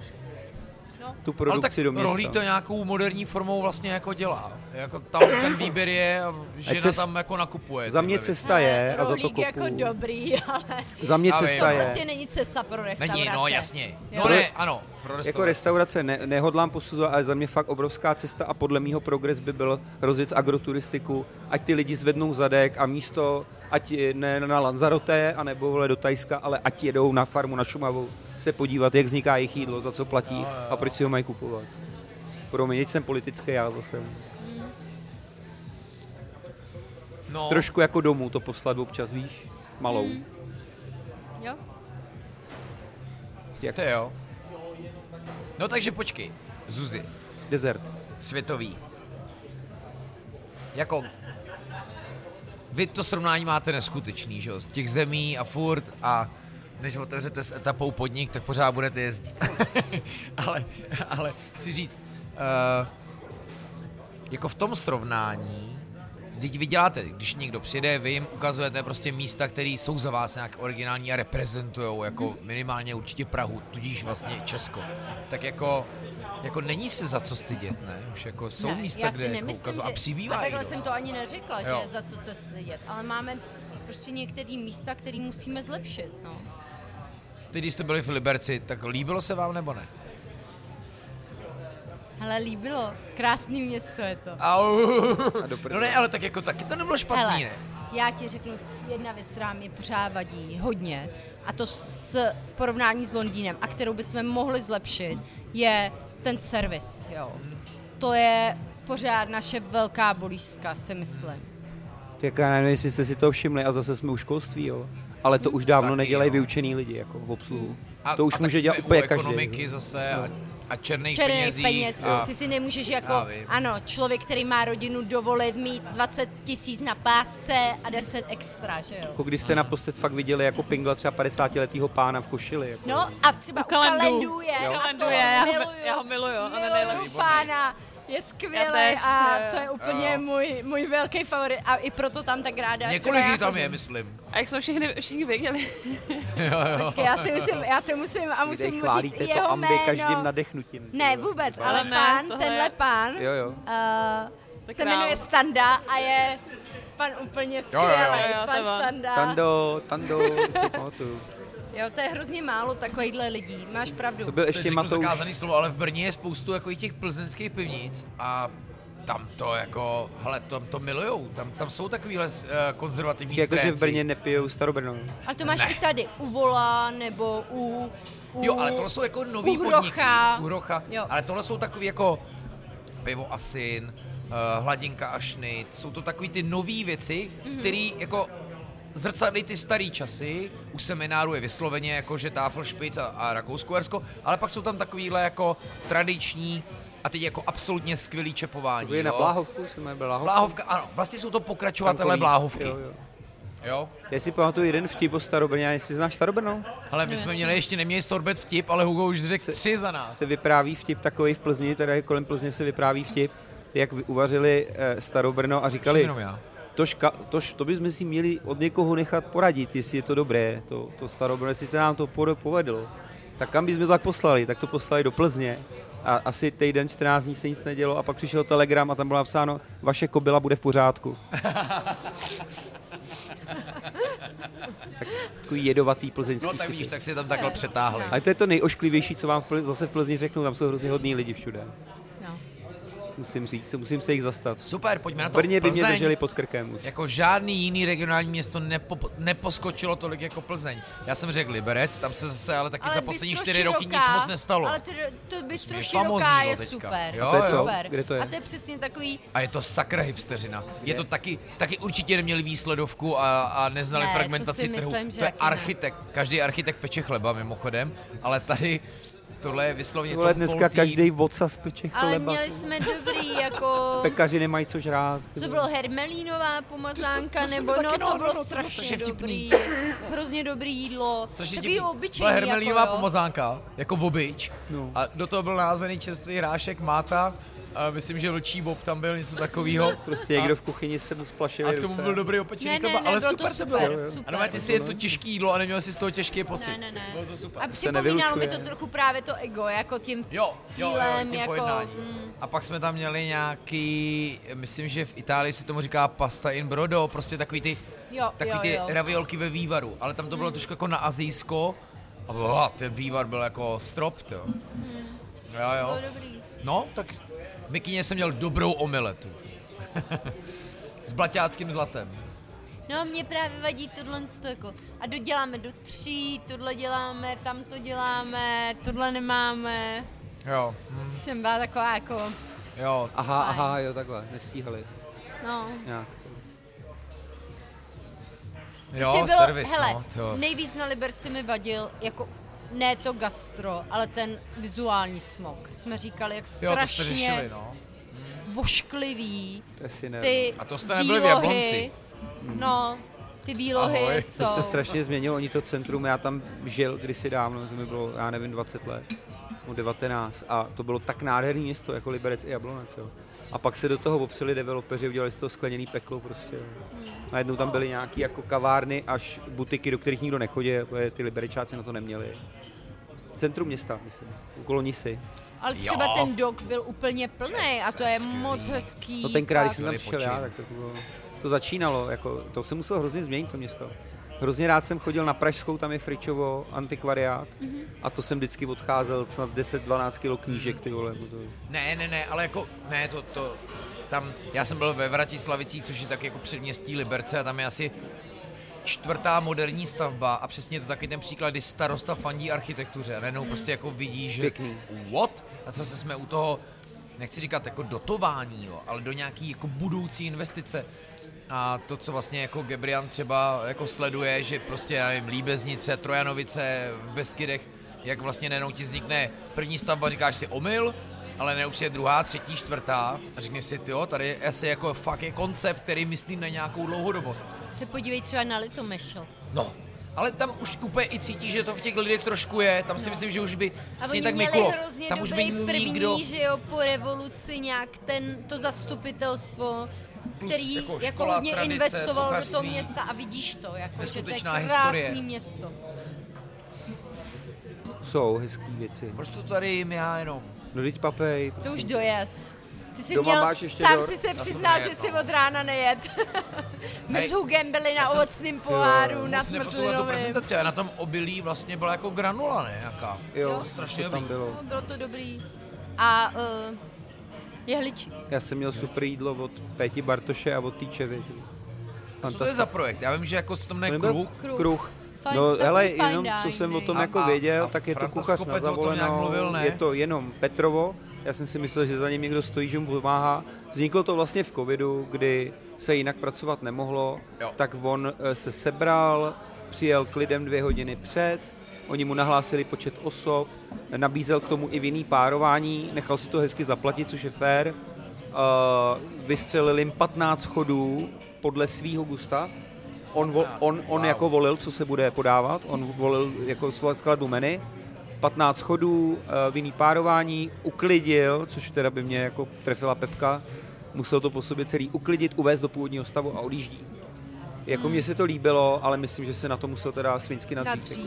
tu produkci do města. Rohlík to nějakou moderní formou vlastně jako dělá. Jako tam ten výběr je a žena tam jako nakupuje. Za mě cesta je a za to kopu. Rohlík jako dobrý, ale... Za mě cesta je. To prostě není cesta pro restaurace. Není, no jasně. No ne, ano, pro restaurace. Jako restaurace nehodlám posuzovat, ale za mě fakt obrovská cesta a podle mýho progres by byl rozjet agroturistiku, ať ty lidi zvednou zadek a místo, ať ne na Lanzarote, anebo vole do Thajska, ale ať jedou na farmu na Šumavu se podívat, jak vzniká jejich jídlo, za co platí a proč si ho mají kupovat. Promiň, jsem politický já zase. No. Trošku jako domů to poslat občas, víš? Malou. Jo. To jo. No takže počkej, Zuzi. Dezert. Světový. Jako... Vy to srovnání máte neskutečný, že jo? Z těch zemí a furt a než otevřete s etapou podnik, tak pořád budete jezdit. ale chci říct, jako v tom srovnání, když vy děláte, když někdo přijde, vy jim ukazujete prostě místa, které jsou za vás nějak originální a reprezentujou jako minimálně určitě Prahu, tudíž vlastně Česko. Tak jako není se za co stydět, ne? Už jako jsou ne, místa, kde jako ukazují a přibývá. A takhle jsem to ani neřekla, že je za co se stydět, ale máme prostě některé místa, které musíme zlepšit, no. Ty, když jste byli v Liberci, tak líbilo se vám nebo ne? Hele, líbilo. Krásný město je to. No ne, ale tak jako taky to nebylo špatný, hele, ne? Já ti řeknu, jedna věc, která mě pořád vadí hodně, a to s porovnání s Londýnem, a kterou bychom mohli zlepšit, je ten servis, jo. To je pořád naše velká bolístka, si myslím. Tak já nevím, jestli jste si toho všimli, a zase jsme u školství, jo. Ale to už dávno taky, nedělají vyučený lidi, jako v obsluhu. To už může dělat úplně každý. Ekonomiky zase. A černých peněz. penězích. A... Ty si nemůžeš jako, Já vím. ano, člověk, který má rodinu, dovolit mít 20 000 na pásce a 10 extra, že jo? Jako když jste naposled fakt viděli jako pingla třeba 50letýho pána v košili. Jako. No a třeba u Kalendu je. Jo. A Kalendu to je, miluju. já ho miluju, on je Miluju nejlepší. pána. Je skvělý tež, a jo. to je úplně můj velký favorit a i proto tam tak ráda. Několik třeba jich tam chodím. je, myslím. A jak jsou všichni věděli? Počkej, já si musím Kde mu říct chválíte i to jeho ambi jméno. každým nadechnutím. Ne, vůbec, ale Ale ne, pán, tohle tenhle je- pán Jo. Tak se král. jmenuje Standa a je pan úplně jo. skvělý, Jo, to pan je on. Standa. Tando, si pamatuju. Jo, to je hrozně málo takovýchhle lidí, máš pravdu. To byl Teď ještě řeknu Matouš. zakázaný slovo, ale v Brně je spoustu jako těch plzeňských pivnic a tam to jako, hele, to milujou, tam jsou takovýhle konzervativní Jakože v stréci. Brně nepijou Starobrno. Ale to máš i tady u Vola nebo u Jo, ale tohle jsou jako nový u podniky. Hrocha. U Hrocha. Jo. Ale tohle jsou takový jako pivo a syn, hladinka a šnit. Jsou to takový ty nový věci, které jako zrcadlí ty starý časy. U semináru je vysloveně jako, že Tafelšpic a Rakousko-Uhersko, ale pak jsou tam takovýhle jako tradiční a teď jako absolutně skvělý čepování. To je na jo. Bláhovku, se jmenuje Bláhovka. Bláhovka, ano, vlastně jsou to pokračovatelé Tankový. Bláhovky. Jo. Jo? Já si pamatuju jeden vtip o Starobrně, jestli znáš Starobrno? Ale my jsme měli ještě neměli sorbet vtip, ale Hugo už řekl 3 za nás. Se vypráví vtip takový v Plzni, teda kolem Plzně se vypráví vtip, jak uvařili Starobrno a říkali, Jenom já. to bychom si měli od někoho nechat poradit, jestli je to dobré, to Starobrno, jestli se nám to povedlo. Tak kam bychom to tak poslali? Tak to poslali do Plzně a asi týden, 14 dní se nic nedělo a pak přišel telegram a tam bylo napsáno, vaše kobila bude v pořádku. Takový jedovatý plzeňský. No tak vidíš, tak si tam takhle přetáhli. Ale to je to nejošklivější, co vám zase v Plzni řeknu, tam jsou hrozně hodní lidi všude. No. Musím říct, musím se jich zastat. Super, pojďme na V to. Brně by mě Plzeň. drželi pod krkem už. Jako žádný jiný regionální město neposkočilo tolik jako Plzeň. Já jsem řekl Liberec, tam se zase ale taky za poslední 4 roky nic moc nestalo. Ale to Bystro je Široká famózní, je teďka. super. Jo, A to je co? Super. Kde to je? A to je přesně takový, A je to sakra hipsteřina. Je to taky určitě neměli výsledovku a neznali Ne, to fragmentaci si trhu. myslím, že To je taky ne. architekt, každý architekt peče chleba mimochodem, ale tady tohle je vyslovně Tohle Tom dneska Foltý. každý vodca speče ale chleba. měli jsme dobrý, jako... Pekaři nemají co žrát. To bylo hermelínová pomazánka, To jsem nebo taky, no, to bylo strašně strašně vtipný. dobrý. Hrozně dobrý jídlo. Strašně Takový divný. obyčejný, Byla hermelínová jako, jo. pomazánka, jako obyč. No. A do toho byl názený čerstvý hrášek máta. A myslím, že vlčí bob tam byl, něco takového. Prostě někdo v kuchyni se mu splašili A ruce. k tomu byl dobrý opečený Ne, chleba, ne, ale bylo super to to bylo. super, A super. no, ty si je to těžký jídlo a neměl si z toho těžký pocit. Ne. Bylo to super. A připomínalo mi to nevylučuje. trochu právě to ego, jako tím Jo, chvílem, tím jako, pojednáním. A pak jsme tam měli nějaký, myslím, že v Itálii se tomu říká pasta in brodo, prostě takový ty jo. raviolky ve vývaru, ale tam to bylo trošku jako na azijsko a ten vývar byl jako strop, to. Jo. Bylo dobrý. No, tak v Mikině jsem měl dobrou omeletu. S blaťáckým zlatem. No, mě právě vadí tohle jako, a doděláme do 3, tohle děláme, tam to děláme, tohle nemáme. Jo. Jsem byla taková jako, Jo. Aha, jo, takhle, nestíhali. no. Nějak. Jo, Prostě servis, hele, no. To. nejvíc na Liberci mi vadil, jako, ne to gastro, ale ten vizuální smog. Jsme říkali, jak Jo, to jste strašně řešili, no. vošklivý, To si ne. ty A to jste nebyli v Jablonci. No, ty výlohy Ahoj. jsou. To se strašně změnilo, oni to centrum, já tam žil kdysi dávno, to mi bylo, já nevím, 20 let, 19 a to bylo tak nádherný město, jako Liberec i Jablonec, jo. A pak se do toho opřeli developeři, udělali z toho skleněný peklo prostě, jo. Najednou tam byly nějaký jako kavárny až butiky, do kterých nikdo nechodí, protože ty Liberečáci na to neměli. Centrum města, myslím, okolo Nisy. Ale třeba Jo. ten dok byl úplně plný a to je skvělý. moc hezký. No tenkrát, když fakt. jsem tam Skvělý přišel já, počin. tak to bylo, to začínalo, jako, to se muselo hrozně změnit to město. Hrozně rád jsem chodil na Pražskou, tam je Fričovo, antikvariát a to jsem vždycky odcházel snad 10-12 kilo knížek, ty vole. To... Ne, ale jako, ne, to tam, já jsem byl ve Vratislavicích, což je tak jako předměstí Liberce a tam je asi 4. moderní stavba a přesně je to taky ten příklad, kdy starosta fandí architektuře a najednou prostě jako vidí, že Pěkný. what? A zase jsme u toho, nechci říkat jako dotování, jo, ale do nějaký jako budoucí investice. A to, co vlastně jako Gebrian třeba jako sleduje, že prostě, já nevím, Líbeznice, Trojanovice v Beskydech, jak vlastně najednou ti vznikne první stavba, říkáš si omyl, ale ne už je druhá, třetí, čtvrtá a řekneš si, tyjo, tady asi jako fakt je koncept, který myslí na nějakou dlouhodobost. Se podívej třeba na Litomyšl. No, ale tam už úplně i cítí, že to v těch lidech trošku je, tam si myslím, že už by A stejně oni tak měli Mikulov, hrozně tam už by dobrý první, nikdo, že jo, po revoluci nějak to zastupitelstvo, který jako jako škola, hodně tradice, investoval do toho sochařství. města a vidíš to, jako, že to je Neskutečná krásný historie. město. Jsou hezký věci. proč to tady jim já jenom? No teď papej. To už dojez. Ty jsi Doma měl, máš ještě sám dort? si se jsem přiznal, že nejedl, jsi no. od rána nejet. My Hej, s Hugem byli na já jsem- ovocným poháru, na Moc neposlouchal tu smrzlinovém. prezentaci, a na tom obilí vlastně byla jako granula, ne? Jaká? Jo, strašně to tam dobrý. bylo. No, bylo to dobrý. A jehličí. Já jsem měl super jídlo od Péti Bartoše a od Týčevy. A co to je za projekt? Já vím, že jako se to jmenuje Kruh. Kruh. Fajn- No takový hele, fine jenom co jsem o tom dining. jako A- věděl, a tak je to Franta kuchař na Skopec o tom nějak zavolenou, mluvil, ne? je to jenom Petrovo. Já jsem si myslel, že za ním někdo stojí, že mu pomáhá. Vzniklo to vlastně v covidu, kdy se jinak pracovat nemohlo, Jo. tak on se sebral, přijel k lidem 2 hodiny před, oni mu nahlásili počet osob, nabízel k tomu i vinný párování, nechal si to hezky zaplatit, což je fér. Vystřelil jim 15 chodů podle svýho gusta. On Wow. jako volil, co se bude podávat, on volil jako skladbu menu, 15 chodů, vinný párování, uklidil, což teda by mě jako trefila pepka, musel to po sobě celý uklidit, uvést do původního stavu a odjíždí. Jako mně se to líbilo, ale myslím, že se na to musel teda svinsky nadřít.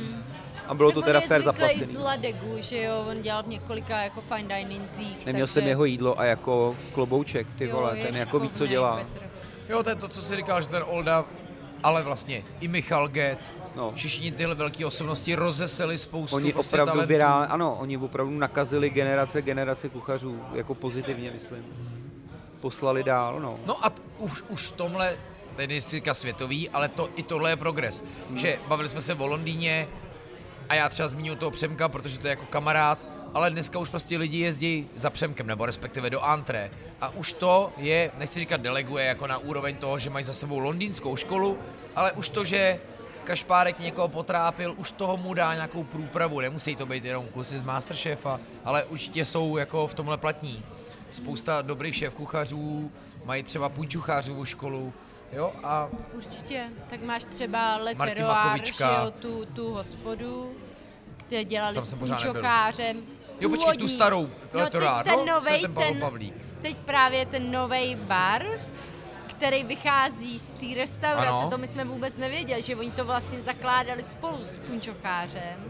A bylo to teda fair z zaplacený. Ladegu, že jo, on dělal v několika jako fine diningsích. Neměl jsem jeho jídlo a jako klobouček, ty vole, ten jako ví, co dělá. Jo, to je to, co jsi říkal, že ten Olda, ale vlastně i Michal Get, No. všichni tyhle velké osobnosti rozeseli spoustu Oni prostě opravdu talentů. ano, oni opravdu nakazili generace kuchařů, jako pozitivně, myslím. Poslali dál, no. No a už v tomhle, tedy je říká světový, ale i tohle je progres. Že bavili jsme se o Londýně a já třeba zmíním toho Přemka, protože to je jako kamarád, ale dneska už prostě lidi jezdí za Přemkem, nebo respektive do antré. A už to je, nechci říkat deleguje jako na úroveň toho, že mají za sebou londýnskou školu, ale už to, že Kašpárek někoho potrápil, už toho mu dá nějakou průpravu. Nemusí to být jenom kluci z Masterchefa, ale určitě jsou jako v tomhle platní. Spousta dobrých šéfkuchařů, mají třeba punčuchářovou školu, jo, a Určitě. Tak máš třeba Le Martin Terroir, že Makovička. jo, tu hospodu, kde dělali Tam s jsem pořád nebyl. punčochářem. jo, počkej, tu starou No, Terroir, teď ten no, to je novej, ten Pavel Pavlík. teď právě ten novej bar, který vychází z té restaurace, Ano. to my jsme vůbec nevěděli, že oni to vlastně zakládali spolu s punčochářem.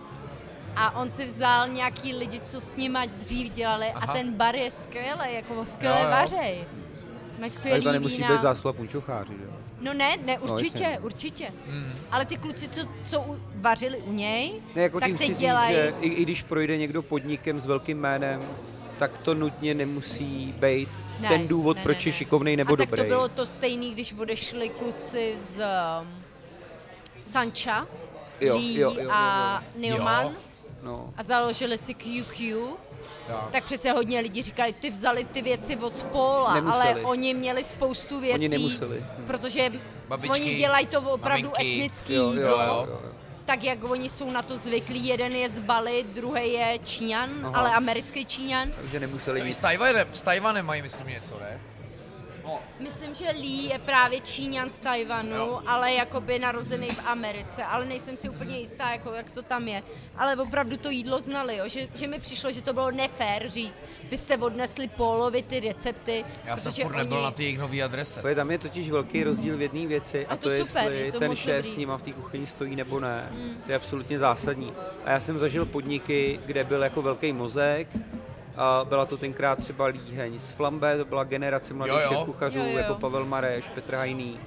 A on si vzal nějaký lidi, co s nima dřív dělali Aha. a ten bar je skvělý, jako skvěle Jo, jo. vařej. Mají Ale skvělý to nemusí vína. být zásluha punčocháři, jo. No ne, určitě, jasně. určitě. Ale ty kluci, co vařili u něj, Ne, jako tak tím teď chci říct, dělají. že i když projde někdo podnikem s velkým jménem, tak to nutně nemusí být Ne, ten důvod, ne, proč ne, je ne. šikovnej nebo a tak dobrý. to bylo to stejný, když odešli kluci z Sancha, Jo, Lee jo, jo, a jo, Neumann Jo. No. a založili si QQ, Tak. tak přece hodně lidí říkali, ty vzali ty věci od Paula, Nemuseli. ale oni měli spoustu věcí, Oni nemuseli. protože Babičky, oni dělají to opravdu maminky. etnický Jo, jídlo. jo. Tak jak oni jsou na to zvyklí, jeden je z Bali, druhý je Číňan, Aha. ale americký Číňan. Takže nemuseli Co i nic. s Tajvanem mají, myslím, něco, ne? Myslím, že Lee je právě Číňan z Tajvanu, Jo. ale jakoby narozený v Americe, ale nejsem si úplně jistá, jako, jak to tam je. Ale opravdu to jídlo znali, jo? Že mi přišlo, že to bylo nefér říct, vy jste odnesli Paulovi ty recepty. Já jsem protože furt nebyl na té jejich nový adrese. Tam je totiž velký rozdíl v jedné věci a, A to to super, jestli je to ten moc šéf dobrý. s nima v té kuchyni stojí nebo ne. To je absolutně zásadní. A já jsem zažil podniky, kde byl jako velký mozek, a byla to tenkrát třeba Líheň z Flambé, to byla generace mladých Jo, jo. šéfkuchařů, Jo, jo. jako Pavel Mareš, Petr Hajný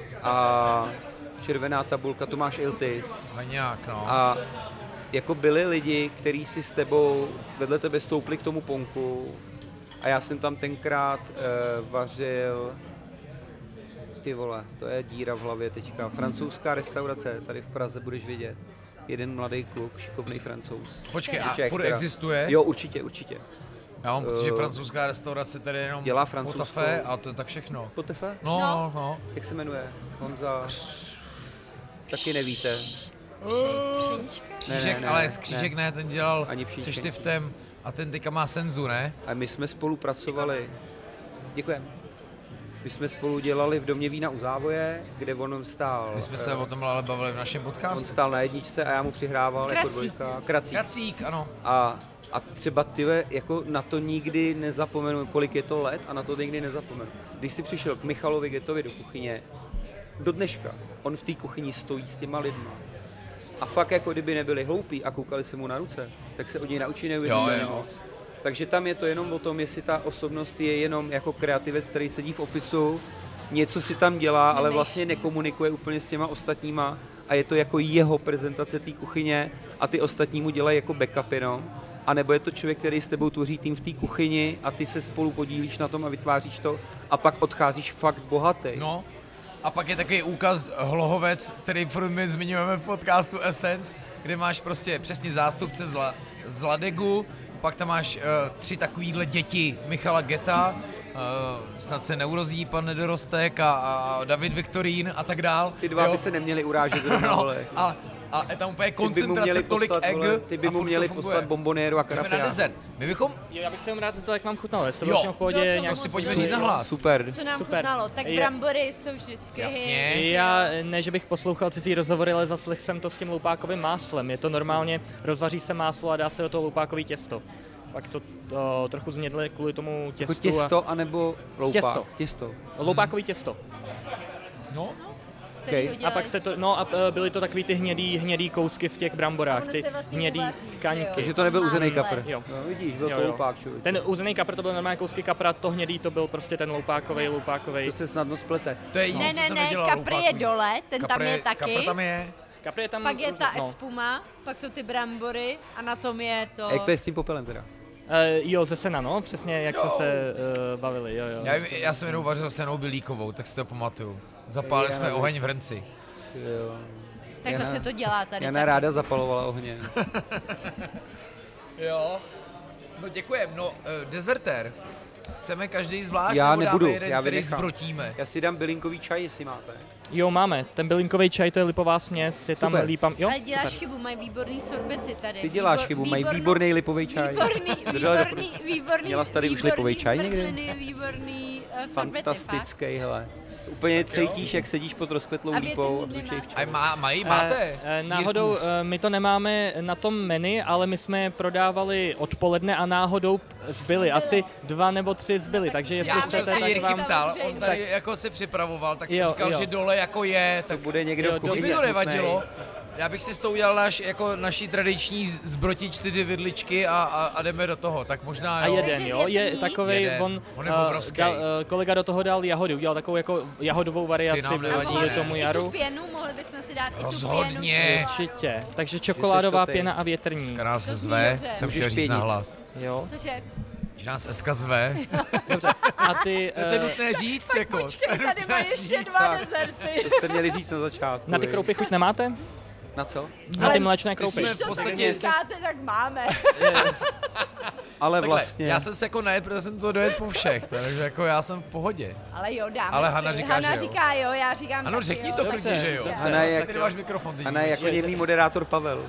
a Červená tabulka Tomáš Iltis. Haňák, no. A jako byli lidi, kteří si s tebou, vedle tebe stoupli k tomu ponku a já jsem tam tenkrát vařil, ty vole, to je díra v hlavě teďka, francouzská restaurace, tady v Praze budeš vidět. Jeden mladý kluk, šikovný Francouz. Počkej, a Čech furt teda. existuje? Jo, určitě, určitě. Já mám pocit, že francouzská restaurace tady jenom Dělá francouzskou. potafé a to je tak všechno. Potefe? No. Jak se jmenuje? Honza... Taky nevíte. Pšenička? Křížek, Ne, ale ne, Křížek ne, ten dělal Ani se Příček. Štiftem a ten teďka má Senzu, ne? A my jsme spolupracovali. Děkujeme. My jsme spolu dělali v Domě vína u Závoje, kde on stál. My jsme se o tom ale bavili v našem On podcastu. stál na jedničce a já mu přihrával jako Kracík. dvojka. Kracík. Kracík, ano. A třeba tyve, jako na to nikdy nezapomenu, kolik je to let a na to nikdy nezapomenu. Když jsi přišel k Michalovi Getovi do kuchyně, do dneška, on v té kuchyni stojí s těma lidma. A fakt jako kdyby nebyli hloupí a koukali se mu na ruce, tak se od něj naučí neuvěřitelně Jo. moc. Takže tam je to jenom o tom, jestli ta osobnost je jenom jako kreativec, který sedí v ofisu, něco si tam dělá, ale vlastně nekomunikuje úplně s těma ostatníma a je to jako jeho prezentace té kuchyně a ty ostatní mu dělají jako backup jenom. A nebo je to člověk, který s tebou tvoří tým v té kuchyni a ty se spolu podílíš na tom a vytváříš to a pak odcházíš fakt bohatý. No. A pak je takový úkaz Hlohovec, který furt my zmiňujeme v podcastu Essence, kde máš prostě přesně zástupce z Ladegu, pak tam máš 3 takovýhle děti Michala Geta, snad se neurozí pan Nedorostek a David Viktorín a tak dál. Ty dva jo. by se neměli urážet zrovna, No, vole. a je tam úplně Ty by mu koncentrace, měli tolik poslat, egg vole, ty by a mu furt to měli funguje. poslat bombonéru a Jdeme na karafián. dezert. My bychom... Jo, já bych se jenom rád zeptal, jak vám chutnalo, jestli to Jo. bylo všechno v pohodě. No, to nějak... To si pojďme říct na hlas. Super. Co nám Super. chutnalo? Tak Já- brambory jsou vždycky. Jasně. Já ne, že bych poslouchal cizí rozhovory, ale zaslechl jsem to s tím loupákovým máslem. Je to normálně, rozvaří se máslo a dá se do toho loupákový těsto. Pak to trochu znědli kvůli tomu těstu. Jako těsto, anebo loupák? Těsto. Těsto. Loupákový těsto. No, Z kterého Okay. A dělají. pak se to, no a byly to takový ty hnědý kousky v těch bramborách, Ono ty se vlastně hnědý uvaří, že jo? kaňky. Takže to nebyl uzený Másle. kapr. Jo. No vidíš, byl Jo, to jo. loupák, člověk. Ten uzený kapr to byl normálně kousky kapra, to hnědý to byl prostě ten loupákovej. To se snadno splete. to je jediné, co Ne, jsem ne, nedělal. kapr je loupákový. dole, ten tam je taky. Kapr tam je. Kapr je tam... Pak je ta no. espuma, pak jsou ty brambory a na tom je to... A jak to je s tím popelem teda? Jo, ze sena, no, přesně jak jsme se bavili, jo. Já jsem jednou vařil senou bylíkovou, tak si to pamatuju. Zapálili jsme oheň v hrnci. Jo. Takhle Jana- se to dělá tady. Jana taky. ráda zapalovala ohně. Jo. No děkujem. No, dezertér. Chceme každý zvlášť, Já nebo nebudu, dáme jeden, já který vynechám. zbrotíme? Já si dám bylinkový čaj, jestli máte. Jo, máme. Ten bylinkový čaj, to je lipová směs, je tam Super. lípam. Jo, Ale děláš super. chybu, mají výborný sorbety tady. Ty děláš chybu, mají výborný lipový čaj. Výborný. Měla jsi tady už lipový čaj někdy? Výborný sorbety, Fantastický, hele. Úplně cítíš, jak sedíš pod rozkvetlou A lípou a větrný bzučej v A čele. máte? Náhodou Jirkův. my to nemáme na tom menu, ale my jsme je prodávali odpoledne a náhodou zbyly. Asi 2 nebo 3 zbyly, takže jestli Já chcete, jsem se tak Jirky vám- ptal, on Samozřejmě. tady jako se připravoval, tak Jo, říkal, jo. že dole jako je, To tak bude někdo Jo, v to kuchyni by to smutnej. nevadilo. Já bych si s tou udělal naší tradiční zbrotí 4 vidličky a jdeme do toho, tak možná A jo. jeden, Takže jo, je větrný? takovej, Jeden. On je obrovský. kolega do toho dal jahody, udělal takovou jako jahodovou variaci nám nevadí, kvůli ne. tomu I tu jaru. pěnu, mohli bychom si dát Rozhodně. i tu pěnu. Určitě, takže čokoládová ty. pěna a větrní. Dneska nás To zní zve, dobře. jsem Můžeš chtěl říct pěnit. na hlas. Jo, Cože? Že nás Eska zve, dobře. A ty, to je nutné říct, jako. Počkej, tady má ještě 2 tak. dezerty. To jste měli říct na začátku. na ty viď? kroupy chuť nemáte? Na co? Na ty mléčné ty kroupy. jsme Když v to podstatě- říkáte, tak máme. Ale Takhle, vlastně... já jsem se jako nejet, protože jsem to dojet po všech, takže jako já jsem v pohodě. Ale jo, dáme Ale si. Hana říká, Hana že jo. říká jo, já říkám Ano, taky řekni jo. to Dobře, klidně, že jo. dobře. Hana je Ty nemáš mikrofon teď. Hana je jako němý moderátor Pavel.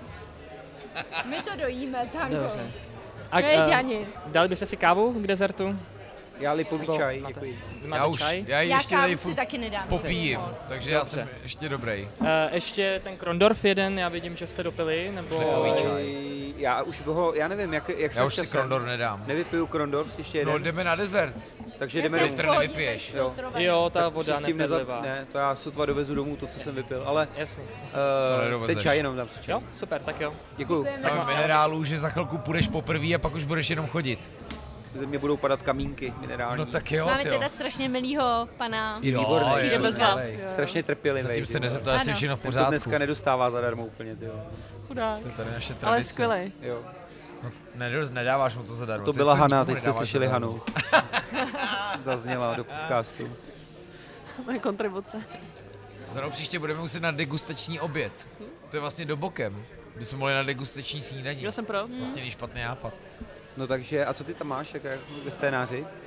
My to dojíme s Hankou. Dobře. A Věďani. dali byste si kávu k dezertu? Já lipový Nebo čaj, máte? děkuji. Vy Já máte už, čaj? já ji Já ještě tady kávu si furt taky nedám. popijím, moc. takže já Dobře. jsem ještě dobrý. Ještě ten Krondorf jeden, já vidím, že jste dopili, nebo... Lipový čaj. Já už ho, já nevím, jak jsme Já už s si časem. Krondor nedám. Nevypiju Krondorf, ještě jeden. No jdeme na dezert. Takže Já jdeme jsem do... Litr v pohodě nevypiješ. filtrovaný. Jo, ta Tak voda se s tím nepedlivá. Ne, to já sotva dovezu domů, to, co jsem vypil, ale Jasný. To nedovezeš. ten čaj jenom dám si čaj. Jo, super, tak jo. Děkuju. Děkujeme. Tam je minerálů, že za chvilku půjdeš poprvé a pak už budeš jenom chodit. Ze mě budou padat kamínky minerální. No tak jo, Máme tyjo. teda strašně milýho pana. Jo, Výborný. je Přijde bez vás. skvělej. Strašně trpělivý. Zatím se ty vole. nezeptal, jestli Ano. všechno v Ten to pořádku. dneska nedostává zadarmo úplně, ty jo. Chudák. To je tady naše Ale tradice. skvělej. Jo. Nedáváš mu to zadarmo. To Ty byla to Hana, nikomu teď jste nedáváš slyšeli zadarmo. Hanu. Zazněla do podcastu. Moje kontribuce. Zrovna příště budeme muset na degustační oběd. To je vlastně do bokem. By jsme mohli na degustační snídaní. Já jsem pro. Vlastně není špatný nápad. No takže, a co ty tam máš, jak ve scénáři?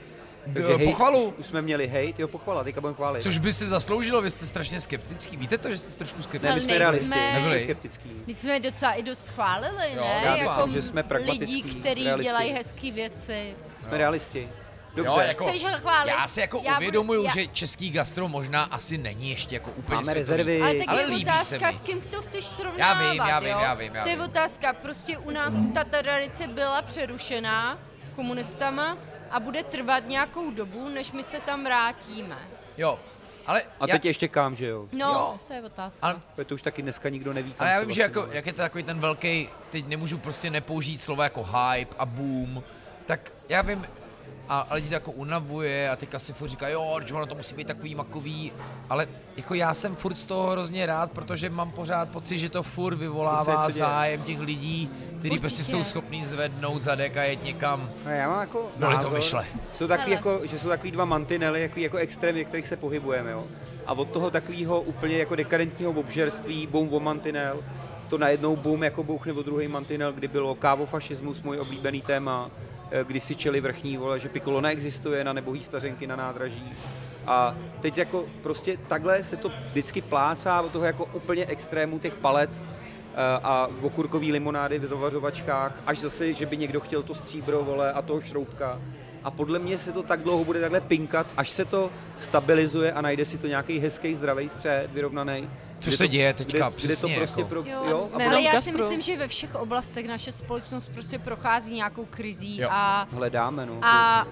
Pochvalu. Už jsme měli hejt, jo, pochvala, teďka budeme chválit. Což by si zasloužilo, vy jste strašně skeptický. Víte to, že jste trošku skeptický? Ne, my jsme realisti, Nebyli. jsme skeptický. Teď jsme docela i dost chválili, Jo, ne? já Jako doufám, že jsme pragmatický, lidi, kteří realisti. dělají hezké věci. Jsme realisti. Dobře, Jo, jako, Chceš ho chválit? já si jako Já uvědomuju, budu- že český gastro možná asi není ještě jako úplně máme světový. rezervy. Ale tak Ale je líbí se otázka, mi. s kým to chceš srovnávat, Já vím. To je otázka, prostě u nás ta tradice byla přerušená komunistama a bude trvat nějakou dobu, než my se tam vrátíme. Jo, ale A teď ještě kam, že jo? No, Jo. to je otázka. Ale, To už taky dneska nikdo neví. kam ale já se vím, že vlastně jako, jde. jak je to takový ten velký, teď nemůžu prostě nepoužít slova jako hype a boom, tak já vím, a lidi to jako unavuje a teďka si furt říkají, jo, že ono to musí být takový makový, ale jako já jsem furt z toho hrozně rád, protože mám pořád pocit, že to furt vyvolává Co se děje. zájem těch lidí, kteří prostě Určitě. jsou schopní zvednout zadek a jet někam. No, já mám jako Dole to názor, myšle. jsou takový Hele. jako, že jsou takový dva mantinely, jako extrém, ve kterých se pohybujeme, jo. A od toho takového úplně jako dekadentního obžerství, boom o mantinel, to najednou boom jako bouchne o druhý mantinel, kdy bylo kávofašismus, můj oblíbený téma, kdy si čeli vrchní, vole, že pikolo neexistuje na nebohý stařenky na nádraží. A teď jako prostě takhle se to vždycky plácá od toho jako úplně extrému těch palet a okurkový limonády v zavařovačkách, až zase, že by někdo chtěl to stříbro, vole, a toho šroubka. A podle mě se to tak dlouho bude takhle pinkat, až se to stabilizuje a najde si to nějaký hezký, zdravý střed, vyrovnaný. Což se děje teďka, kde to přesně, prostě jako. Jo, ne, ale jenom já si gastro. myslím, že ve všech oblastech naše společnost prostě prochází nějakou krizí Jo. a hledáme, no.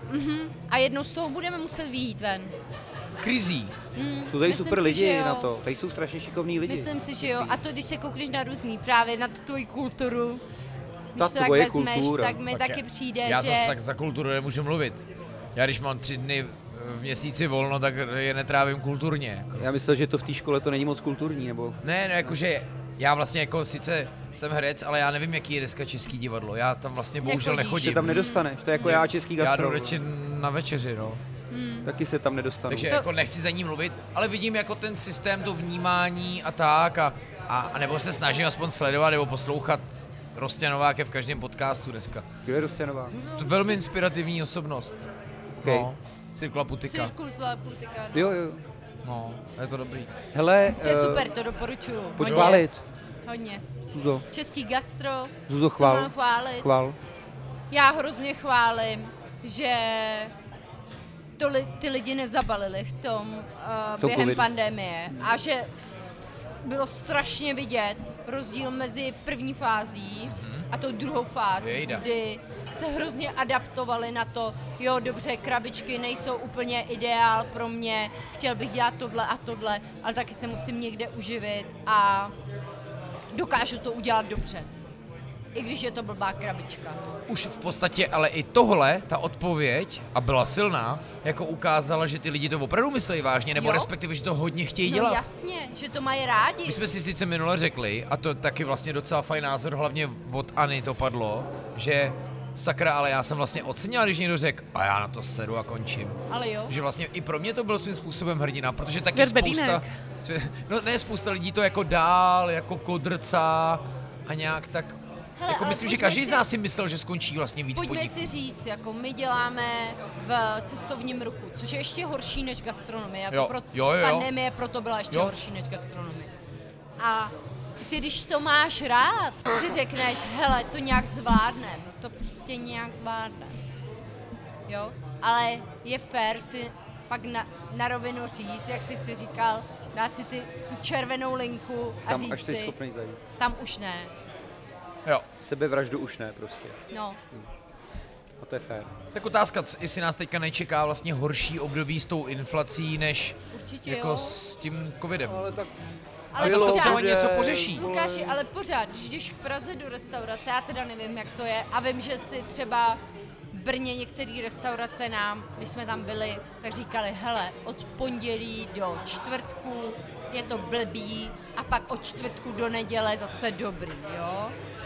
a jednou z toho budeme muset vyjít ven. Krizí. Jsou tady myslím super si, lidi že jo. na to, tady jsou strašně šikovní lidi. Myslím si, že jo. A to, když se koukneš na různý, právě na tu tvoji kulturu, když Ta to tak tvoje vezmeš, kultura. tak mi taky přijde, Já že... zase tak za kulturu nemůžu mluvit. Já když mám 3 dny v měsíci volno, tak je netrávím kulturně. Jako. Já myslel, že to v té škole to není moc kulturní, nebo... Ne, jakože já vlastně jako sice jsem herec, ale já nevím, jaký je dneska český divadlo. Já tam vlastně bohužel Nechodíš. Se nechodím. tam nedostaneš, to je jako já český Já gastro. jdu radši na večeři, no. Taky se tam nedostanu. Takže jako nechci za ní mluvit, ale vidím jako ten systém, to vnímání a tak a nebo se snažím aspoň sledovat nebo poslouchat Rostě Nováka v každém podcastu dneska. Kdo je Rostěnová? To je velmi inspirativní osobnost. Okay. No, Cirkla Putika. Cirkus La Putika. Jo, jo. No, je to dobrý. Hele, To je super, to doporučuju. pojď Hodně. chválit. Hodně. Zuzo, Český gastro, Zuzo, co mám chvál. chválit? Chvál. Já hrozně chválím, že ty lidi nezabalili v tom To během covidu. pandemie a že bylo strašně vidět rozdíl mezi první fází a tou druhou fází, Jejda. kdy se hrozně adaptovali na to, jo, dobře, krabičky nejsou úplně ideál pro mě, chtěl bych dělat tohle a tohle, ale taky se musím někde uživit a dokážu to udělat dobře. I když je to blbá krabička. Už v podstatě, ale i tohle, ta odpověď, a byla silná, jako ukázala, že ty lidi to opravdu myslí vážně, nebo Jo. respektive, že to hodně chtějí No dělat. jasně, že to mají rádi. My jsme si sice minule řekli, a to taky vlastně docela fajn názor, hlavně od Ani to padlo, že sakra, ale já jsem vlastně ocenil, když někdo řekl, a já na to sedu a končím. Ale jo. Že vlastně i pro mě to byl svým způsobem hrdina, protože taky Svět spousta, no ne, spousta lidí to jako dál, jako kodrcá a nějak tak, Hele, jako ale myslím, že pojďme každý z si- nás si myslel, že skončí vlastně víc Pojďme podniků. si říct, jako my děláme v cestovním ruchu, což je ještě horší než gastronomie. Jako Jo, pro jo. pandemie proto byla ještě Jo. horší než gastronomie. A prostě, když to máš rád, si řekneš, hele, to nějak zvládnem, to prostě nějak zvládnem. Jo? Ale je fér si pak na rovinu říct, jak ty si říkal, dát si tu červenou linku a Tam říct až jsi si, schopný zajít. tam už ne. Jo. Sebevraždu už ne prostě. No. A to je fér. Tak otázka, jestli nás teďka nečeká vlastně horší období s tou inflací, než Určitě jako jo. s tím covidem. Ale tak A zase pořád- třeba něco pořeší. Lukáši, ale pořád, když jdeš v Praze do restaurace, já teda nevím, jak to je, a vím, že si třeba v Brně některé restaurace nám, když jsme tam byli, tak říkali, hele, od pondělí do čtvrtku je to blbý a pak od čtvrtku do neděle zase dobrý, jo?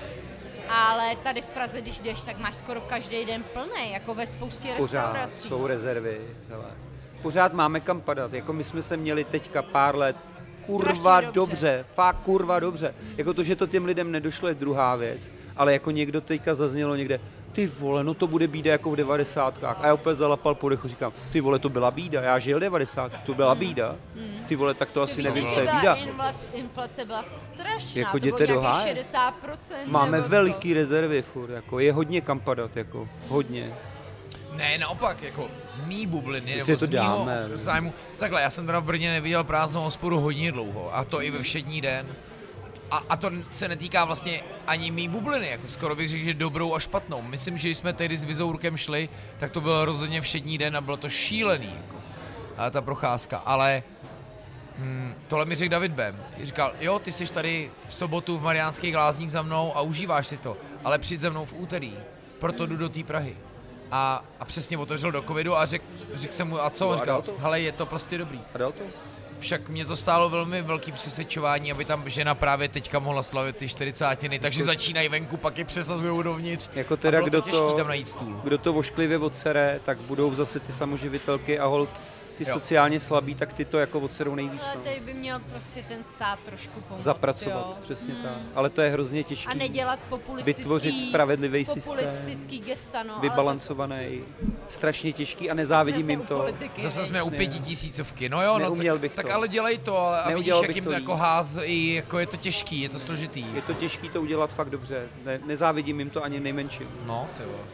Ale tady v Praze, když jdeš, tak máš skoro každý den plný, jako ve spoustě pořád restaurací. jsou rezervy. Hele. Pořád máme kam padat. Jako my jsme se měli teďka pár let kurva Strašně dobře, fakt kurva dobře. Jako to, že to těm lidem nedošlo, je druhá věc, ale jako někdo teďka zaznělo někde, ty vole, no to bude bída jako v 90kách. A já opět zalapal po dechu, říkám, ty vole, to byla bída, já žil 90, to byla bída. Ty vole, tak to asi nevím, co je bída. Inflace byla strašná, Jako to jděte bylo do nějakých háje. 60%. Máme nebo veliký rezervy furt, jako je hodně kam padat, jako hodně. Ne, naopak, jako z mý bubliny, Prostě nebo to z mýho dáme. zájmu. Takhle, já jsem teda v Brně neviděl prázdnou hospodu hodně dlouho, a to i ve všední den. A to se netýká vlastně ani mý bubliny, jako skoro bych řekl, že dobrou a špatnou. Myslím, že když jsme tehdy s Vizourkem šli, tak to byl rozhodně všední den a bylo to šílený, jako, a ta procházka, ale tohle mi řekl David Bem. Říkal, jo, ty jsi tady v sobotu v Mariánských Lázních za mnou a užíváš si to, ale přijď za mnou v úterý, proto jdu do té Prahy. A přesně otevřel do covidu a řekl jsem mu, a co? On říkal, hele, je to prostě dobrý. A dal to? Však mě to stálo velmi velký přesvědčování, aby tam žena právě teďka mohla slavit ty 40, takže začínají venku, pak je přesazujou dovnitř. Jako teda, a bylo kdo to těžký tam najít stůl. Kdo to vošklivě odsere, tak budou zase ty samoživitelky a holt ty Jo. sociálně slabí, tak ty to jako odserou nejvíc. Ale No. tady by měl prostě ten stát trošku pomoct, Zapracovat, jo. přesně tak. Ale to je hrozně těžké. A nedělat Vytvořit spravedlivý populistický gesta, no. vybalancovaný, strašně těžký a nezávidím jim to. Zase jsme u 5000, no jo, no Neuměl tak, bych tak to. ale dělej to, a vidíš, Neudělal jak bych jim to to jako líp. hází, jako je to těžký, je to složitý. Je to těžký to udělat fakt dobře. Nezávidím jim to ani nejmenším. No, ty vole.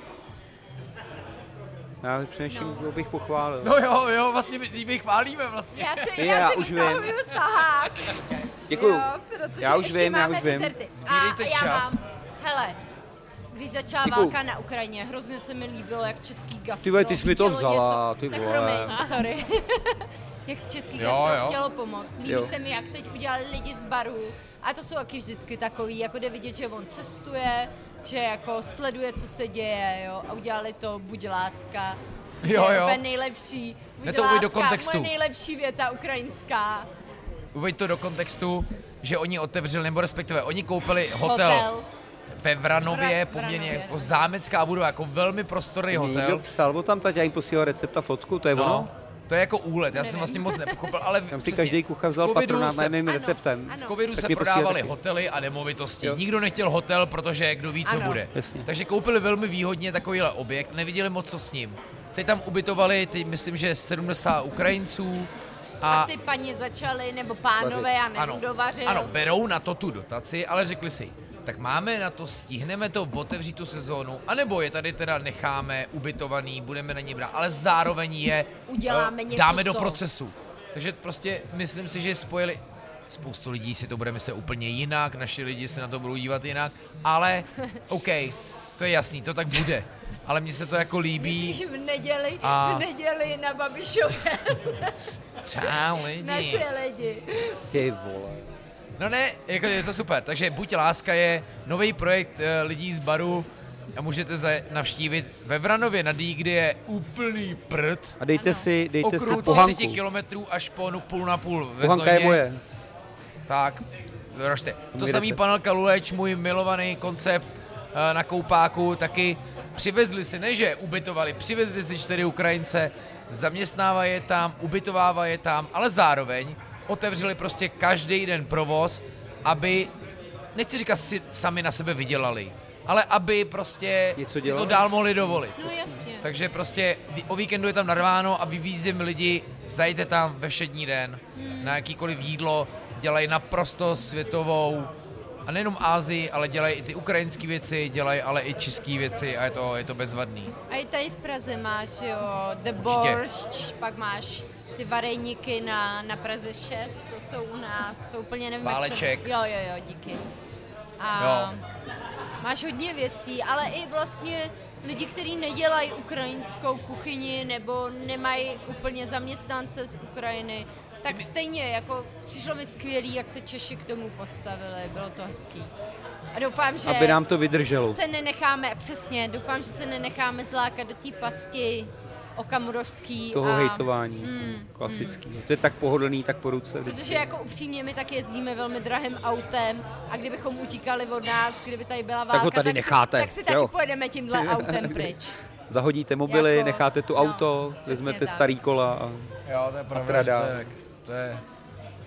Já především no. bych pochválil. No jo, vlastně my chválíme vlastně. Já si už vytahuju tahák. Děkuju. Jo, protože Já už ještě vím, já máme už vím. dezerty. Sbírejte a já čas. mám, hele, když začala Děkuju. válka na Ukrajině, hrozně se mi líbilo, jak český gastro Ty vole, ty jsi mi to chtělo vzala, něco. ty Tak vole. promiň, sorry. Jak český Jo, gastro jo. chtělo pomoct. Líbí Jo. se mi, jak teď udělali lidi z barů. A to jsou taky vždycky takový, jako jde vidět, že on cestuje, že jako sleduje, co se děje, jo. A udělali to Buď láska, což Jo, je jo. úplně nejlepší. Buď Ne, to uveď do láska, kontextu. moje nejlepší věta ukrajinská. Uveď to do kontextu, že oni otevřeli, nebo respektive oni koupili hotel. Ve Vranově, poměrně Vranově. jako zámecká budova, jako velmi prostorný Někdo hotel. psal o tam, tak já jim posílal recept a fotku, to je ono? No, to je jako úlet, já jsem vlastně moc nepochopil, ale Tam si přesně, každý kuchař vzal v covidu patronát se- na jedným ano, receptem. ano. V covidu Tak se mi posílej prodávaly taky. hotely a nemovitosti. Jo. Nikdo nechtěl hotel, protože kdo ví, co Ano. bude. Jasně. Takže koupili velmi výhodně takovýhle objekt, neviděli moc, co s ním. Teď tam ubytovali, teď myslím, že 70 Ukrajinců A ty paní začaly, nebo pánové, já nevím, kdo vařil. ano, berou na to tu dotaci, ale řekli si, tak máme na to, stihneme to otevřít tu sezónu, anebo je tady teda necháme ubytovaný, budeme na ně brát, ale zároveň je Uděláme něco dáme z do toho. procesu. Takže prostě myslím si, že spojili, spoustu lidí si to bude myslet úplně jinak, naši lidi se na to budou dívat jinak, ale OK, to je jasný, to tak bude. Ale mně se to jako líbí. Myslíš v A- neděli na Babišově, Čau lidi. naše lidi. Ty vole. No ne, jako je to super. Takže Buď láska je nový projekt lidí z baru a můžete navštívit ve Vranově nad Dý, kde je úplný prd. A dejte si Okruh 30 pohanku. kilometrů až po půl na půl ve Pohanka je Znojmě. moje. Tak, rošte. To Můj samý recept. Panel Kaluleč, můj milovaný koncept na Koupáku, taky přivezli si, ne že ubytovali, přivezli si 4 Ukrajince, zaměstnávají je tam, ubytovávají je tam, ale zároveň otevřeli prostě každý den provoz, aby, nechci říkat si sami na sebe vydělali, ale aby prostě Něco si to dělali. dál mohli dovolit. No jasně. Takže prostě o víkendu je tam narváno a vybízím lidi, zajďte tam ve všední den na jakýkoliv jídlo, dělají naprosto světovou, a nejenom Asii, ale dělají i ty ukrajinské věci, dělají ale i české věci a je to bezvadný. A i tady v Praze máš, jo, The Určitě. Borscht, pak máš ty varejníky na Praze 6, to jsou u nás, to úplně nevím, jak se- Váleček. Jo, díky. A Jo. máš hodně věcí, ale i vlastně lidi, kteří nedělají ukrajinskou kuchyni nebo nemají úplně zaměstnance z Ukrajiny, tak stejně, jako přišlo mi skvělý, jak se Češi k tomu postavili, bylo to hezký. A doufám, že Aby nám to vydrželo. se nenecháme, přesně, doufám, že se nenecháme zlákat do té pasti okamurovský. Toho a, hejtování. Klasický. To je tak pohodlný, tak po ruce. Protože vždycky. jako upřímně my tak jezdíme velmi drahým autem a kdybychom utíkali od nás, kdyby tady byla válka, ho tady necháte, tak si taky jo. pojedeme tímhle autem pryč. Zahodíte mobily, Jako, necháte tu no, auto, přesně vezmete tak. starý kola a Jo, to je trada. to je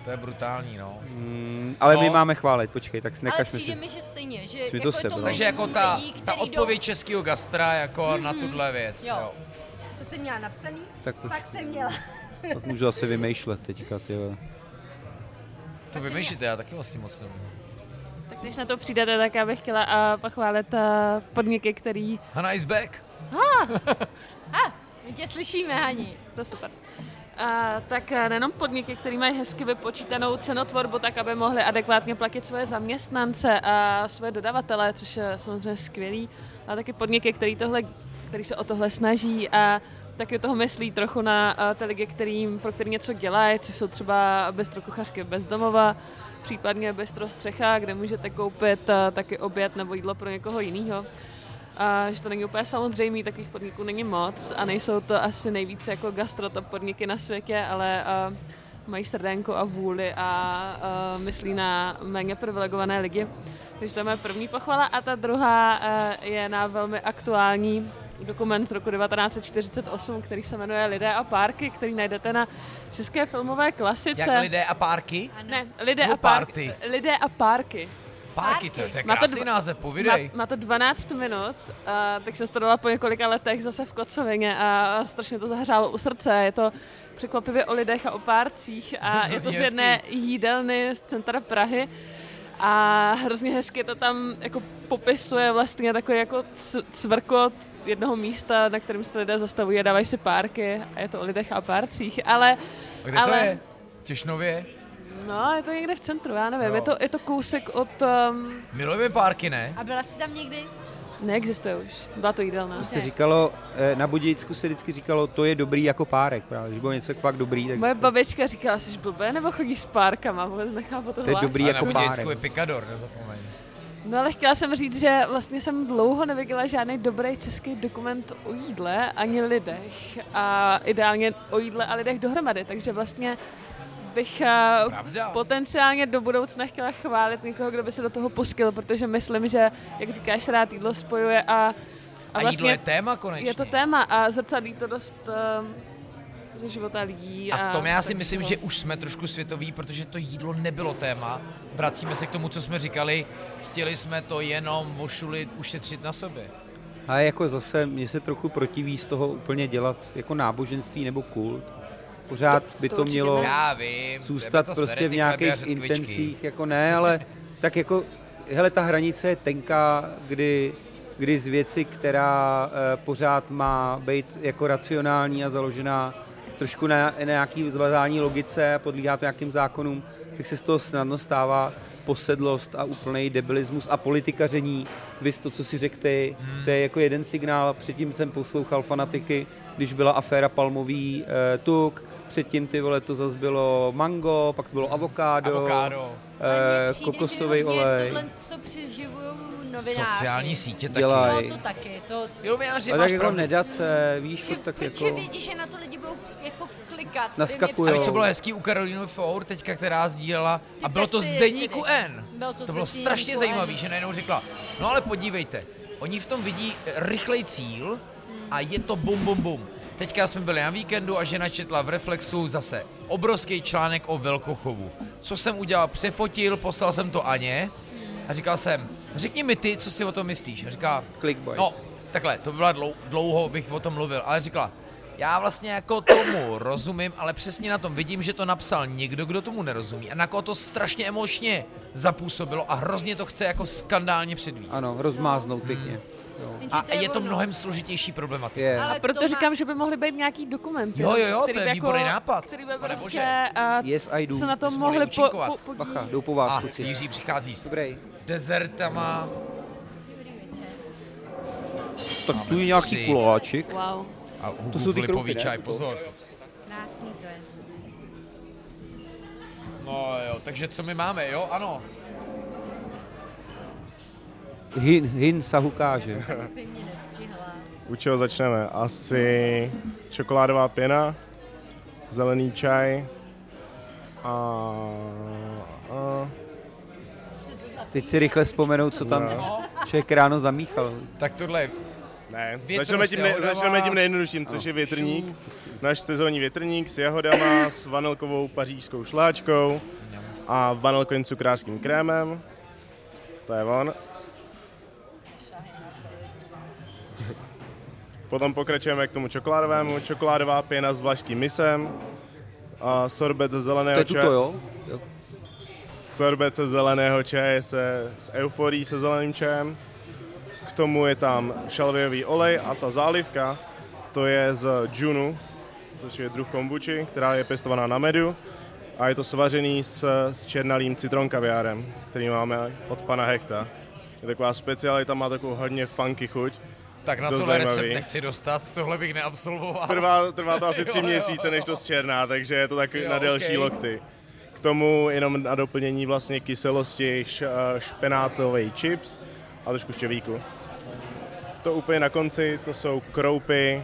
To je brutální, no. Ale No. my máme chválit, počkej, tak Ale nekažme přijde si. mi, že stejně, že Jsme jako to je to sebili. Takže jako minimum ta lidí, ta který odpověď českého gastra jako na tuhle věc. Jo. Jo. To jsem měla napsaný, Tak tak jsem měla. pak můžu zase vymýšlet teďka, tyjo. To vymýšlíte, já taky vlastně moc nevím. Tak když na to přijdete, tak já bych chtěla pochválit podniky, který... Hana is back. My tě slyšíme, Hani. To je super. Tak nejenom podniky, které mají hezky vypočítanou cenotvorbu, tak aby mohli adekvátně platit svoje zaměstnance a svoje dodavatele, což je samozřejmě skvělý, ale taky podniky, který se o tohle snaží a taky toho myslí trochu na ty lidi, pro který něco dělají, což jsou třeba bistrokuchařky bezdomova, případně bistro střecha, kde můžete koupit taky oběd nebo jídlo pro někoho jiného. A že to není úplně samozřejmé, takových podniků není moc a nejsou to asi nejvíce jako gastrotop podniky na světě, ale mají srdénko a vůli a myslí na méně privilegované lidi. Takže to je moje první pochvala a ta druhá je na velmi aktuální dokument z roku 1948, který se jmenuje Lidé a párky, který najdete na české filmové klasice. Jak lidé a párky? Ne, Lidé Nebo a párky. party? Lidé a párky. Párky, to je Má to krásný název, povídej. Má to 12 minut, tak jsem to dala po několika letech zase v Kocovině a strašně to zahřálo u srdce. Je to překvapivě o lidech a o párcích a je to z jedné jídelny z centra Prahy. A hrozně hezky to tam jako popisuje vlastně takový jako cvrkot jednoho místa, na kterém se lidé zastavují a dávají si párky a je to o lidech a párcích, ale... A kde to je? Těšnově? No, je to někde v centru, já nevím, Jo. je to kousek od... Milujeme párky, ne? A byla jsi tam někdy? Neexistuje už, byla to jídelná. Se říkalo, na Budějicku se vždycky říkalo, to je dobrý jako párek, právě. Když bylo něco fakt dobrý, tak Moje babička říkala, jsi blbé nebo chodíš s párkama, vůbec nechápu to to je dobrý Ale jako na Budějicku párek. je Picador, nezapomeň. No ale chtěla jsem říct, že vlastně jsem dlouho neviděla žádný dobrý český dokument o jídle ani lidech a ideálně o jídle a lidech dohromady, takže vlastně bych Pravda. potenciálně do budoucna chtěla chválit někoho, kdo by se do toho pustil, protože myslím, že, jak říkáš, rád jídlo spojuje a A vlastně jídlo je téma konečně. je to téma a zrcadlí to dost ze života lidí. A v tom já si tak myslím, toho. že už jsme trošku světoví, protože to jídlo nebylo téma. Vracíme se k tomu, co jsme říkali. Chtěli jsme to jenom ošulit, ušetřit na sobě. A jako zase mě se trochu protiví z toho úplně dělat jako náboženství nebo kult. Pořád by to to určitě mělo ne. Já vím. zůstat tebe to prostě sere, v ty chleby a nějakých řetkvičky. intencích, jako ne, ale tak jako, hele, ta hranice je tenká, kdy z věci, která pořád má být jako racionální a založená trošku na nějaký zvládání logice a podlíhá to nějakým zákonům, tak se z toho snadno stává posedlost a úplný debilismus a politikaření. Vys to, co si řekl ty, to je jako jeden signál. Předtím jsem poslouchal fanatiky, když byla aféra palmový tuk, předtím ty vole to zase bylo mango, pak to bylo avokádo, Ale mně přijde, kokosový že hodně olej. tohle to přeživují novináři. Sociální sítě taky. Dělají. No to taky, to... Jo, Jáři, Ale máš tak jako pravdu. nedace, víš, Že, tak protože jako... vidíš, že na to lidi budou jako klikat. Naskakujou. A víš, co bylo hezký u Karolíny Four, teďka, která sdílela, Ty a bylo to z pesticidy. deníku N. Bylo to z To bylo deníku strašně N. zajímavé, že najednou řekla, no ale podívejte, oni v tom vidí rychlej cíl a je to bum, bum, bum. Teďka jsme byli na víkendu a žena četla v Reflexu zase obrovský článek o velkochovu. Co jsem udělal? Přefotil, poslal jsem to Aně a říkal jsem, řekni mi ty, co si o tom myslíš. A říká, Clickbait. no, takhle, to byla dlouho bych o tom mluvil, ale říkala, já vlastně jako tomu rozumím, ale přesně na tom vidím, že to napsal někdo, kdo tomu nerozumí a na koho to strašně emočně zapůsobilo a hrozně to chce jako skandálně předvíst. Ano, rozmáznout pěkně. Jo. Jenže A je to ono. mnohem složitější problematika. Je. Ale A proto to má- říkám, že by mohly být nějaký dokumenty. Jo, který to je by výborný nápad. Který by Pane prostě bože. Yes, I do. se na to Bychom mohli mohli účinkovat. podívat. Bacha, jdou po vás, A kluci. Jiří přichází s Dobrý. dezertama. Tak tu je tři. nějaký kuláčik. Wow. A To jsou ty lipový kroupy, ne? čaj, pozor. Krásný to je. No jo, takže co my máme, jo, ano. Hin sahukáže. Zřejmě nestihla. U čeho začneme? Asi čokoládová pěna, zelený čaj a Teď si rychle vzpomenout, co tam člověk ráno zamíchal. Tak tohle, Ne, Větru začneme tím nejjednodušším, což je větrník. Náš sezónní větrník s jahodama, s vanilkovou pařížskou šláčkou a vanilkovým cukrářským krémem. To je on. Potom pokračujeme k tomu čokoládovému. Čokoládová pěna s vlašským misem. A sorbet ze zeleného čaje. To je tuto, jo? Sorbet ze zeleného čaje s euforií se zeleným čajem. K tomu je tam šalvějový olej a ta zálivka, to je z džunu, což je druh kombuči, která je pěstovaná na medu. A je to svařený s černalým citron kaviárem, který máme od pana Hechta. Je taková specialita, má takovou hodně funky chuť. Tak na tohle recept nechci dostat, tohle bych neabsolvoval. Trvá to asi 3 měsíce, než to zčerná, takže je to taky na delší lokty. K tomu jenom na doplnění vlastně kyselosti špenátový chips a trošku štěvíku. To úplně na konci, to jsou kroupy,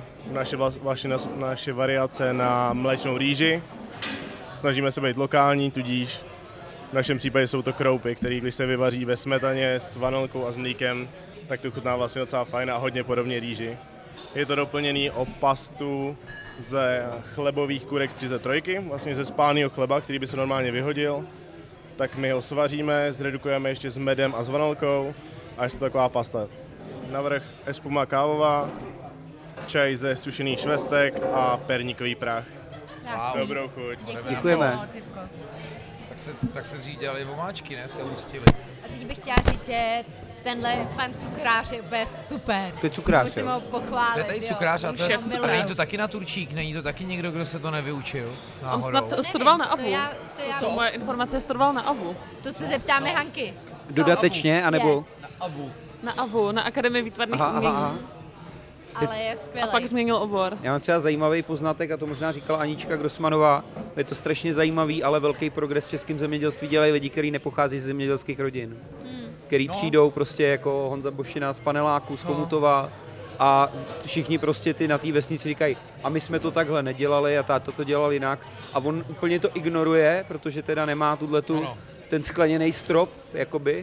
naše variace na mléčnou rýži. Snažíme se být lokální, tudíž v našem případě jsou to kroupy, které když se vyvaří ve smetaně s vanilkou a s mlíkem, tak to chutná vlastně docela fajn a hodně podobně rýži. Je to doplněný o pastu ze chlebových kůrek z 33, vlastně ze spálného chleba, který by se normálně vyhodil. Tak my ho svaříme, zredukujeme ještě s medem a s vanilkou a je to taková pasta. Navrch espuma kávová, čaj ze sušených švestek a perníkový prach. Wow. Dobrou chuť. Děkujeme. Tak se dřív dělali vomáčky, ne? Se ustili. A teď bych chtěla říct, že tenhle pan cukrář je úplně super. To je cukrář, musím jo? ho pochválit. To je tady cukrář a to je, Šéf a není to taky na Turčík, není to taky někdo, kdo se to nevyučil? On snad studoval na AVU. To Co jsou moje informace, studoval na AVU. To se zeptáme Hanky. Dodatečně, anebo? Na AVU, na Akademii výtvarných umění. Ale je skvělý. A pak změnil obor. Já mám třeba zajímavý poznatek, a to možná říkala Anička Grossmanová, je to strašně zajímavý, ale velký progres v českém zemědělství dělají lidi, kteří nepochází z zemědělských rodin. Který přijdou prostě jako Honza Bošina z Paneláku, z Chomutova a všichni prostě ty na té vesnici říkají, a my jsme to takhle nedělali a táta to dělal jinak. A on úplně to ignoruje, protože teda nemá ten skleněný strop, jakoby,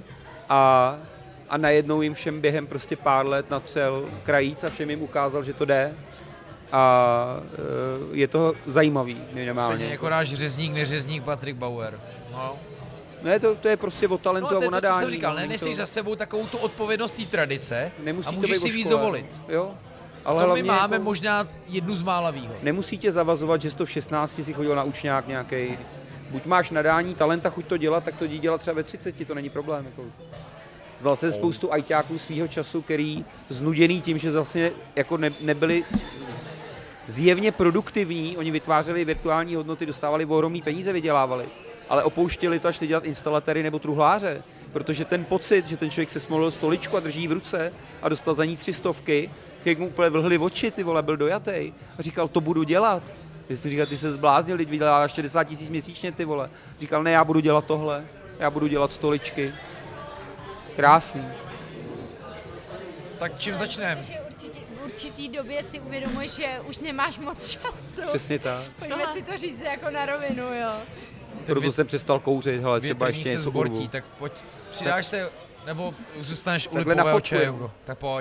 a najednou jim všem během prostě pár let natřel krajíc a všem jim ukázal, že to jde. A je to zajímavý minimálně. Stejně jako náš řezník, neřezník Patrik Bauer. No. Ne, to je prostě o talentu a o nadání. To jsem říkal, neseš za sebou takovou tu odpovědnost té tradice a můžeš si víc dovolit. Jo? Ale to my máme jako možná jednu z mála výhod. Nemusí tě zavazovat, že jsi to v 16 si chodil na učňák nějaký. Buď máš nadání, talenta, chuť to dělat, tak to jdi dělat třeba ve 30, to není problém. Jako. Znal jsem spoustu ajťáků svýho času, který znuděný tím, že vlastně jako nebyli zjevně produktivní, oni vytvářeli virtuální hodnoty, dostávali ohromný peníze, vydělávali, ale opouštěli to a šli dělat instalatéry nebo truhláře, protože ten pocit, že ten člověk se smolil stoličku a drží ji v ruce a dostal za ní 300, jak mu úplně vlhly oči, ty vole, byl dojatej a říkal, to budu dělat. Když si říkal, ty se zbláznil, teď vyděláváš 60 000 měsíčně, ty vole. Říkal, ne, já budu dělat tohle, já budu dělat stoličky. Krásný. Tak čím začneme? V určitý době si uvědomuješ, že už nemáš moc času. Přesně tak. Pojďme si to říct jako na rovinu, jo. Proto jsem přestal kouřit, hele, třeba ještě něco urvu. Tak pojď, přidáš se, nebo zůstaneš u takhle lipového čaju. Tak pojď.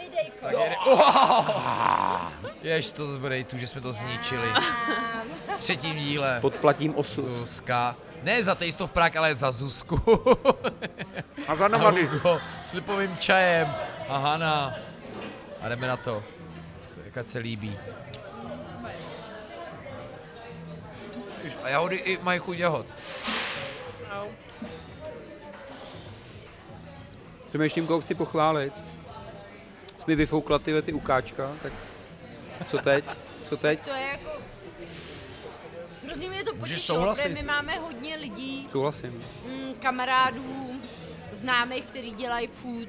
Jež to zbrej tu, že jsme to zničili. V 3. díle. Podplatím osu. Zuzka. Ne za Taste of Prague, ale za Zuzku. A za Nomady. S lipovým čajem. A Hana. A jdeme na to. Jak se líbí. A jahody i mají chuť jahod. Přemýšlím, koho chci pochválit. Jsi mi vyfoukla ty ukáčka, tak co teď? To je jako... Hrozně mě to potěšilo, protože my máme hodně lidí, kamarádů, známých, kteří dělají food,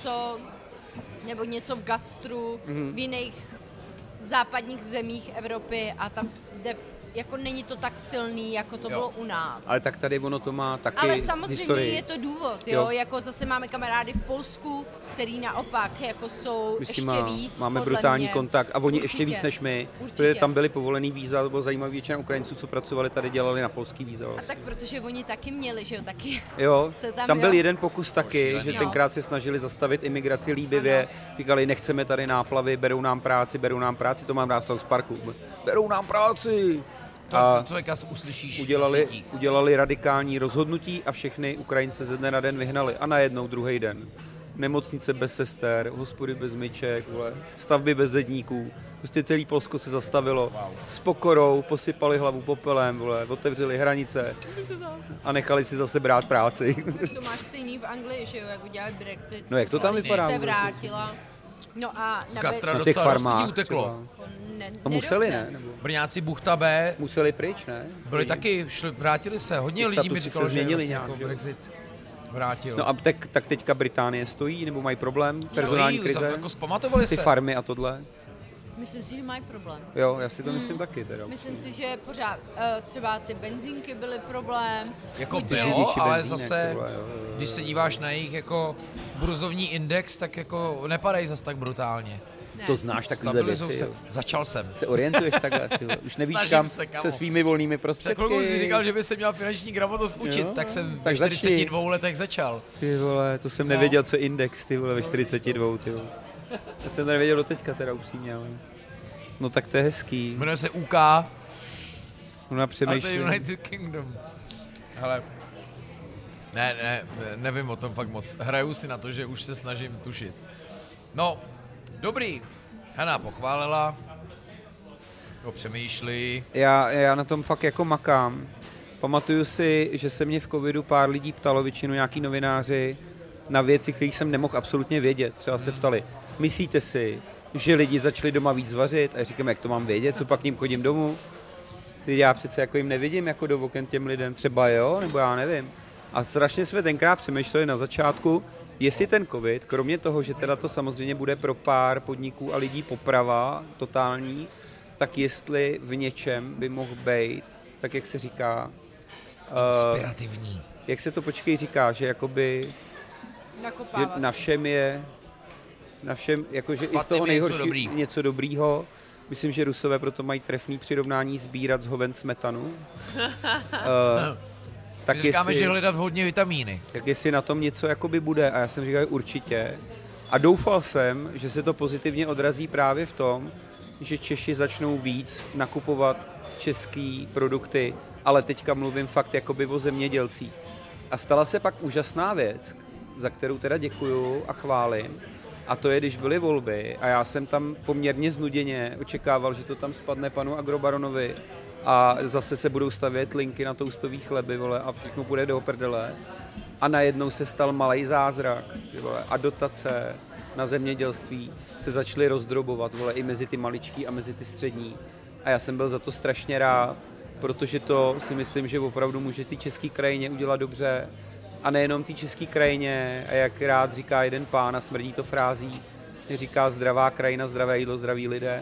něco v gastru, v jiných západních zemích Evropy a tam jde jako není to tak silný, jako to bylo u nás. Ale tak tady ono to má taky Ale samozřejmě historii. je to důvod, jo? Jako zase máme kamarády v Polsku, který naopak jako jsou ještě víc. Máme podle brutální mě. kontakt a oni Určitě. ještě víc než my, Určitě. protože tam byly povolený víza, bylo zajímavý, většina Ukrajinců, co pracovali tady, dělali na polský víza. A Vlastně. tak protože oni taky měli, že jo, taky. Jo, se tam byl jo. jeden pokus taky, že Jo. tenkrát se snažili zastavit imigraci líbivě, říkali, nechceme tady náplavy, berou nám práci, to mám rád v South Parku. Berou nám práci! To člověka uslyšíš Udělali radikální rozhodnutí a všechny Ukrajince ze dne na den vyhnali. A najednou druhý den. Nemocnice bez sester, hospody bez myček, vole, stavby bez zedníků. Prostě celý Polsko se zastavilo. S pokorou posypali hlavu popelem, vole, otevřeli hranice a nechali si zase brát práci. To máš stejný v Anglii, že jo, jak udělali Brexit. No jak to tam vypadá? Se vrátila. No a Z Gastra Na těch docela dost farmách lidí uteklo. třeba. no museli, ne? Nebo Brňáci Buchta B museli pryč, ne? byli taky, vrátili se. Hodně Ty lidí mi statusy říkalo, se že změnily vlastně nějak, jako že jo? Brexit vrátil. No a tak teďka Británie stojí, nebo mají problém? Personální krize? Jako zpamatovali Ty se. farmy a tohle? Myslím si, že mají problém. Jo, já si to myslím taky teda. Myslím si, že pořád třeba ty benzínky byly problém. Jako Buď bylo, řidiči ale benzínek, zase, tohle, jo. když se díváš na jejich jako burzovní index, tak jako nepadají zas tak brutálně. Ne. To znáš takovýhle Stabilizují věci, se. jo. Začal jsem. Se orientuješ takhle, ty vole. Už nevíš Snažím kam se, kámo. se svými volnými Před prostředky. chvilkou si říkal, že by se měl finanční gramotnost učit, Jo, tak jsem tak ve 42 letech začal. Ty vole, to jsem nevěděl, co je index, ty vole, ve 42, ty vole. Já jsem to nevěděl do teďka teda upřímně, ale... No tak to je hezký. Jmenuje se UK, Ona ale to přemýšlí. je United Kingdom. Hele, nevím o tom fakt moc. Hraju si na to, že už se snažím tušit. No, dobrý. Hana pochválila. Jo, přemýšlí. Já na tom fakt jako makám. Pamatuju si, že se mě v covidu pár lidí ptalo, většinou nějaký novináři, na věci, které jsem nemohl absolutně vědět. Třeba se ptali, myslíte si, že lidi začali doma víc vařit? A já říkám, jak to mám vědět, co pak k ním chodím domů? Já přece jako jim nevidím jako do oken těm lidem, třeba jo, nebo já nevím. A strašně jsme tenkrát přemýšleli na začátku, jestli ten covid, kromě toho, že teda to samozřejmě bude pro pár podniků a lidí poprava totální, tak jestli v něčem by mohl být, tak jak se říká, Inspirativní. jak se to počkej říká, že jakoby, že Nakopávat. na všem je, jakože i z Špatným toho je něco nejhorší dobrý. něco dobrýho. Myslím, že Rusové proto mají trefný přirovnání sbírat z hoven smetanu. Tak říkáme, že hledat hodně vitamíny. Tak jestli na tom něco jakoby bude, a já jsem říkal určitě. A doufal jsem, že se to pozitivně odrazí právě v tom, že Češi začnou víc nakupovat český produkty, ale teďka mluvím fakt jakoby o zemědělcích. A stala se pak úžasná věc, za kterou teda děkuju a chválím. A to je, když byly volby a já jsem tam poměrně znuděně očekával, že to tam spadne panu Agrobaronovi a zase se budou stavět linky na toustový chleby, vole, a všechno půjde do prdele. A najednou se stal malej zázrak, ty vole, a dotace na zemědělství se začaly rozdrobovat, vole, i mezi ty maličký a mezi ty střední. A já jsem byl za to strašně rád, protože to si myslím, že opravdu může ty české krajině udělat dobře. A nejenom té české krajině, a jak rád říká jeden pán, a smrdí to frází, říká zdravá krajina, zdravé jídlo, zdraví lidé,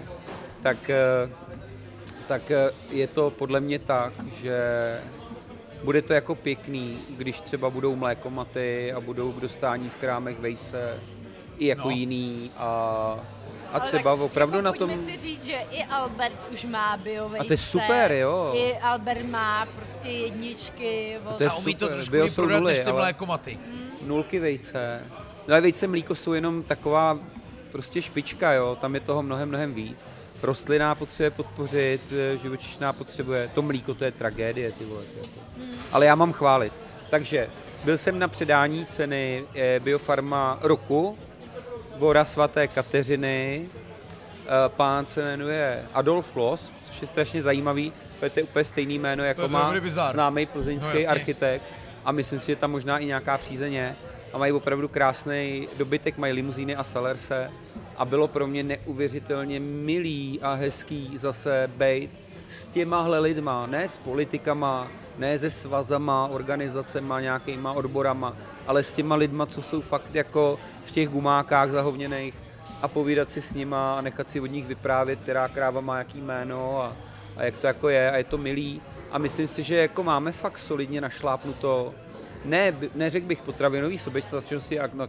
tak je to podle mě tak, že bude to jako pěkný, když třeba budou mlékomaty a budou k dostání v krámech vejce i jako jiný a třeba opravdu na tom... Pojďme si říct, že i Albert už má biovejce. A to je super, jo. I Albert má prostě jedničky. To je A umí to super, trošku bio líp jsou prodat nuly, než ty ale- mlékomaty. Nulky vejce. No ale vejce mlíko jsou jenom taková prostě špička, jo, tam je toho mnohem víc. Rostlinná potřebuje podpořit, živočišná potřebuje, to mlíko to je tragédie, ty vole. Ale já mám chválit. Takže byl jsem na předání ceny Biofarma roku, Dvora svaté Kateřiny, pán se jmenuje Adolf Loss, což je strašně zajímavý, protože to je úplně stejný jméno, jako je má dobrý bizár. známý plzeňský No, jasně. architekt a myslím si, že tam možná i nějaká přízeň je a mají opravdu krásný dobytek, mají limuzíny a salerse a bylo pro mě neuvěřitelně milý a hezký zase bejt s těmahle lidma, ne s politikama, ne se svazama, organizacema, nějakýma odborama, ale s těma lidma, co jsou fakt jako v těch gumákách zahovněných a povídat si s nima a nechat si od nich vyprávět, která kráva má jaký jméno a jak to jako je a je to milý a myslím si, že jako máme fakt solidně našlápnuto. Neřekl bych potravinový soběstačnosti, jak na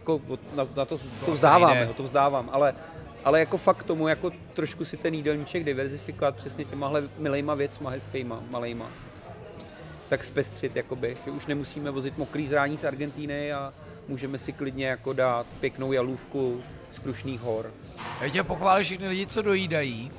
to vzdávám, ale jako fakt tomu jako trošku si ten jídelníček diverzifikovat přesně těmahle milejma věcma, hezkýma, malejma. Tak zpestřit jakoby, že už nemusíme vozit mokrý zrání z Argentíny a můžeme si klidně jako dát pěknou jalůvku z Krušných hor. Já tě pochválím všechny lidi, co dojídají.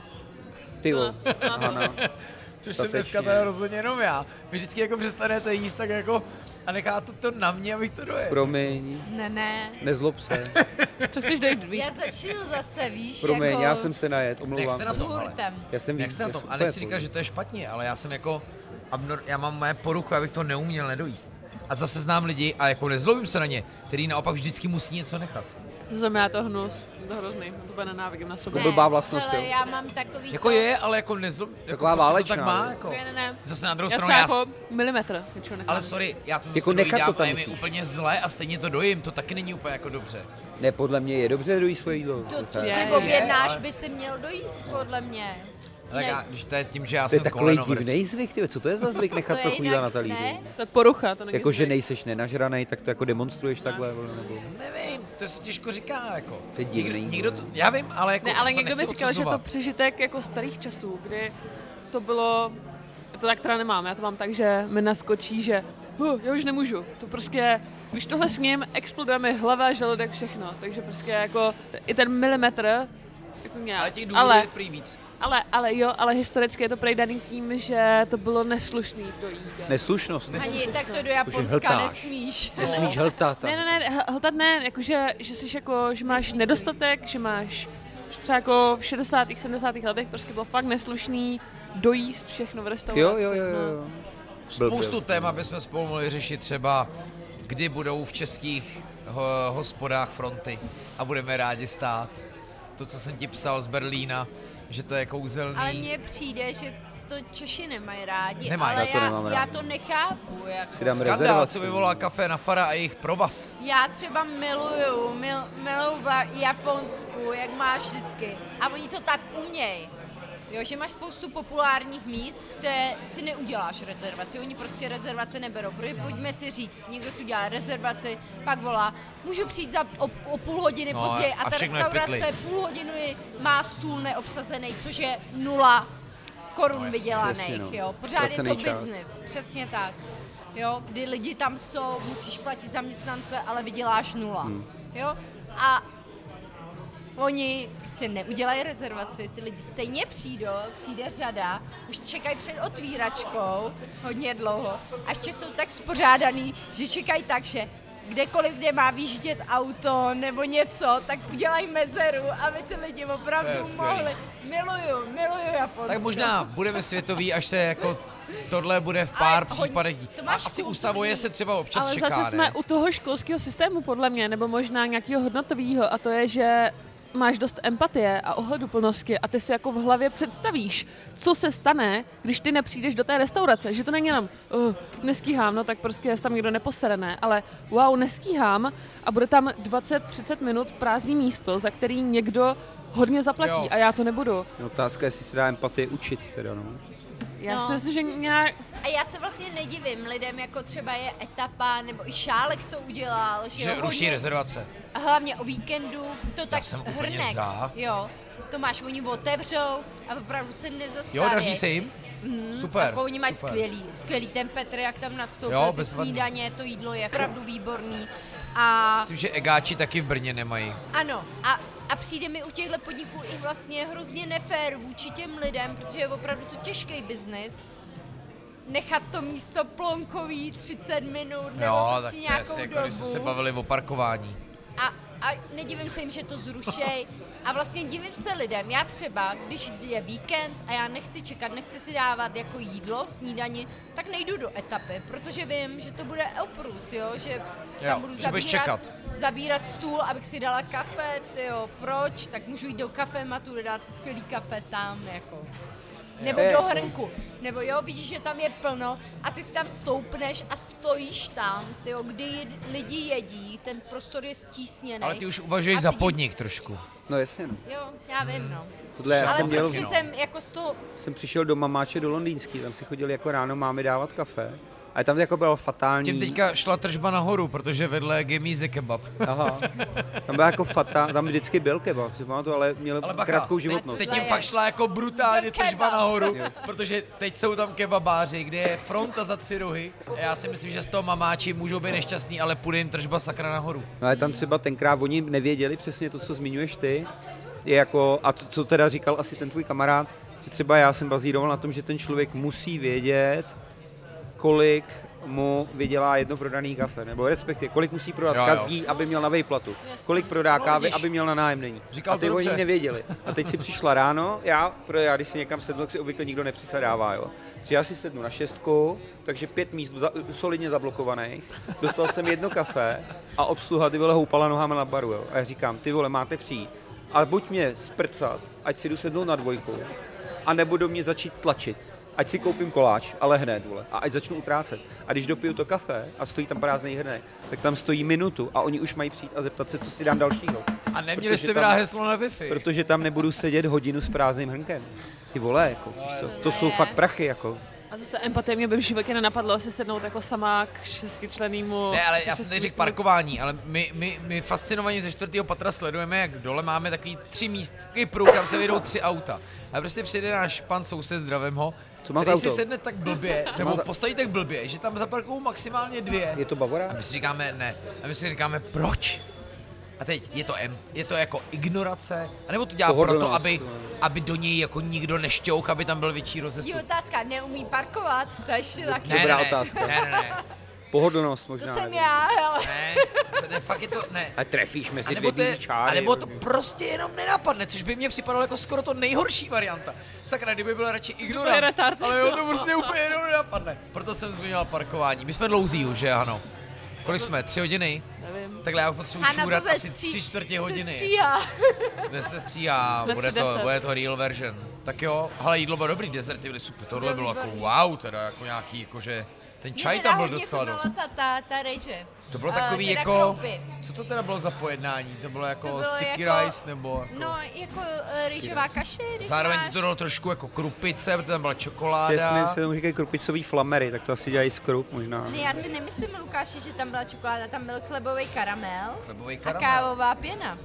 Tyjo, Hana. Což jsem dneska tady rozhodně jenom já. Vy vždycky jako přestanete jíst, tak jako a nechá to na mě, abych to dojel. Promiň. Ne. Nezlob se. Co chceš dojít víc? Já začnu zase, víš, Promiň, jako... já jsem se najet, Jak omlouvám jste na se. tom, ale? Já jsem Jak jste na tom? A nechci říkat, že to je špatně, ale já jsem jako... Já mám moje poruchu, abych to neuměl nedojíst. A zase znám lidi, a jako nezlobím se na ně, který naopak vždycky musí něco nechat. Znamená to hnus, to hrozný, to bude nenávidím na sobě. To blbá vlastnost, hele, jo. já mám takový Jako je, ale jako nezlobím. Taková jako prostě válečná, to tak má, jo. jako. Ne. Zase na druhou Já stranu třeba já... jako milimetr, většinou nechám. Ale sorry, já to zase Jako nechat dojídám to tam a je mi musíš. úplně zle a stejně to dojím, to taky není úplně jako dobře. Ne, podle mě je dobře dojíst svoje jídlo. To, co je. si objednáš, ale- by si měl dojíst, podle mě. Tak já, když to je tím, že já To je jsem takový kolenovr. divnej zvyk, tyjo. Co to je za zvyk nechat To je trochu jídla jinak, na talíři? ne? To je porucha, to není Jako, že zvyk. nejseš nenažranej, tak to jako demonstruješ takhle, nebo... Nevím, to se těžko říká, jako. To je divný, Někdo to, já vím, ale jako Ne, ale to někdo by nechci říkal, že to odsuzovat. přežitek jako starých časů, kdy to bylo, to tak teda nemám, já to mám tak, že mi naskočí, že já už nemůžu, to prostě, když tohle sním, exploduje mi hlava, žaludek, všechno, takže prostě jako i ten milimetr, jako nějak. Ale těch důvodů je prý víc. Ale historicky je to prej daný tím, že to bylo neslušný dojídat. Neslušnost. Ani tak to do Jakože Japonska hltáš. nesmíš. Nesmíš hltat. Ne, hltat ne, jakože, že jsi jako, že máš nedostatek, že máš že třeba jako v 60. 70. letech prostě bylo fakt neslušný dojíst všechno v restauraci. Jo. No. Spoustu témat bychom spolu mohli řešit třeba, kdy budou v českých hospodách fronty a budeme rádi stát. To, co jsem ti psal z Berlína, že to je kouzelný. Ale mně přijde, že to Češi nemají rádi, Nemají. ale Já to nemám já rád. to nechápu. Jako. Si dám Skandál, rezervaci. co vyvolá Café na Fara a jejich provaz. Já třeba miluju v Japonsku, jak máš vždycky. A oni to tak umějí. Jo, že máš spoustu populárních míst, kde si neuděláš rezervaci. Oni prostě rezervace neberou. Protože pojďme si říct, někdo si udělá rezervaci, pak volá, můžu přijít o půl hodiny No, později a a ta všechno je v pytli. restaurace půl hodiny má stůl neobsazený, což je 0 korun No, jasně, vydělaných, jasně, no. jo. Pořád je to Ztracený čas. business, přesně tak. Jo, kdy lidi tam jsou, musíš platit zaměstnance, ale vyděláš 0. Jo? A oni si neudělají rezervaci, ty lidi stejně přijde řada, už čekají před otvíračkou hodně dlouho a ještě jsou tak spořádaný, že čekají tak, že kdekoliv, kde má vyjíždět auto nebo něco, tak udělají mezeru, aby ty lidi opravdu To je skvělý. mohli. Miluju Japonsko. Tak možná budeme světoví, až se jako tohle bude v pár Ale případech. to A máš asi u kulturní. Savoje se třeba občas Ale čeká, zase jsme ne? u toho školského systému, podle mě, nebo možná nějakého hodnotového, a to je, že máš dost empatie a ohleduplnosti a ty si jako v hlavě představíš, co se stane, když ty nepřijdeš do té restaurace. Že to není jenom nestíhám, no tak prostě je tam někdo neposerené, ale wow, nestíhám a bude tam 20-30 minut prázdný místo, za který někdo hodně zaplatí Jo. a já to nebudu. Otázka je, jestli se dá empatie učit teda, no. Já No. si myslím, že nějak... A já se vlastně nedivím lidem, jako třeba je Etapa, nebo i Šálek to udělal, Že ruší rezervace. A hlavně o víkendu to tak jsem úplně hrnek. za. Jo, to máš, oni otevřou a opravdu se nezastaví. Jo, daří se jim? Super. Jako oni mají super. skvělý ten Petr, jak tam nastoupil, Jo, ty bezvadný. snídaně, to jídlo je opravdu výborný. A Myslím, že egáči taky v Brně nemají. ano, a přijde mi u těchto podniků i vlastně hrozně nefér vůči těm lidem, protože je opravdu to těžký biznis. Nechat to místo plonkový 30 minut nebo Jo, tak prostě to je nějakou asi jako, dobu. když jsme se bavili o parkování. A nedivím se jim, že to zrušej. A vlastně divím se lidem. Já třeba, když je víkend a já nechci čekat, nechci si dávat jako jídlo, snídani, tak nejdu do Etapy, protože vím, že to bude oprus, jo, že tam budu že budeš čekat. zabírat stůl, abych si dala kafe, tyjo, proč? Tak můžu jít do kafematu, dát si skvělý kafe tam, jako. Nebo do hrnku. Nebo jo, vidíš, že tam je plno a ty si tam stoupneš a stojíš tam, tyjo, kdy lidi jedí, ten prostor je stísněný. Ale ty už uvažuješ za podnik trošku. No jasně, no. Jo, já vím, no. Tohle já Ale jsem měl, protože jsem jako z toho... jsem přišel do mamáče do Londýnský, tam si chodili jako ráno mámy dávat kafe. A tam jako bylo fatální. Těm teďka šla tržba nahoru, protože vedle je Gemíze kebab. Aha. Tam byla jako tam vždycky byl kebab, si pamatuju, ale měl krátkou životnost. Teď jim fakt šla jako brutálně tržba nahoru, protože teď jsou tam kebabáři, kde je fronta za 3 rohy. A já si myslím, že z toho mamáči můžou být nešťastní, ale půjde jim tržba sakra nahoru. No ale tam třeba tenkrát oni nevěděli přesně to, co zmiňuješ ty. Je jako, a to, co teda říkal asi ten tvůj kamarád, že třeba já jsem bazíroval na tom, že ten člověk musí vědět, kolik mu vydělá jedno prodaný kafe, nebo respektive kolik musí prodat kafe, aby měl na vejplatu, kolik prodá kávy, aby měl na nájemný. A ty oni nevěděli. A teď si přišla ráno, já když si někam sednu, tak si obvykle nikdo nepřisadává, jo. Takže já si sednu na 6, takže 5 míst solidně zablokovaných, dostal jsem jedno kafe a obsluha ty vole houpala nohama na baru, jo. A já říkám, ty vole, máte přijít. Ale buď mě sprcat, ať si jdu sednout na 2, a nebo do mě začít tlačit. Ať si koupím koláč, ale hned, vole, a ať začnu utrácet. A když dopiju to kafe a stojí tam prázdný hrnek, tak tam stojí minutu a oni už mají přijít a zeptat se, co si dám dalšího. A neměli jste vydá heslo na Wi-Fi. Protože tam nebudu sedět hodinu s prázdným hrnkem. Ty vole, jako, to jsou fakt prachy, jako. A zase ta empatie mě by v životě nenapadlo si sednout jako sama k 6člennému... Ne, ale já jsem neřekl parkování, ale my fascinovaně ze 4. patra sledujeme, jak dole máme takový 3 míst, takový pruh, kam se vyjdou 3 auta. A prostě přijde náš pan soused, zdravím ho, který si sedne tak blbě, nebo postaví tak blbě, že tam zaparkují maximálně 2. Je to Bavora? A my si říkáme ne. A my si říkáme proč? A teď je to jako ignorace, anebo to dělá proto, aby do něj jako nikdo nešťouch, aby tam byl větší rozestup. Je otázka, neumí parkovat? To ještě taky. Dobrá otázka. Ne. Pohodlnost možná. To jsem já, hele. Ne, fakt je to, ne. A trefíš mezi 2 bílý čáry. A nebo to prostě jenom nenapadne, což by mě připadalo jako skoro to nejhorší varianta. Sakra, kdyby byl radši ignorant, ale jo, to prostě úplně jenom nenapadne. Proto jsem zmiňoval parkování. My jsme dlouzí už, že ano? Kolik jsme? 3 hodiny? Nevím. Takhle já potřebuji čůrat asi 3/4 hodiny. Dnes se stříhá, bude to real version. Tak jo, ale jídlo bylo dobrý, deserty byly super, tohle bylo jako wow, teda jako nějaký, jakože ten čaj tam byl docela dost. Ta rejže. To bylo takový jako, kroupy. Co to teda bylo za pojednání? To bylo jako sticky jako, rice nebo jako... No, jako rýžová kaše, zároveň to bylo trošku jako krupice, protože tam byla čokoláda. Se tomu říkají krupicový flamery, tak to asi dělají z krup možná. Ne, já si nemyslím, Lukáši, že tam byla čokoláda, tam byl chlebový karamel a kávová pěna.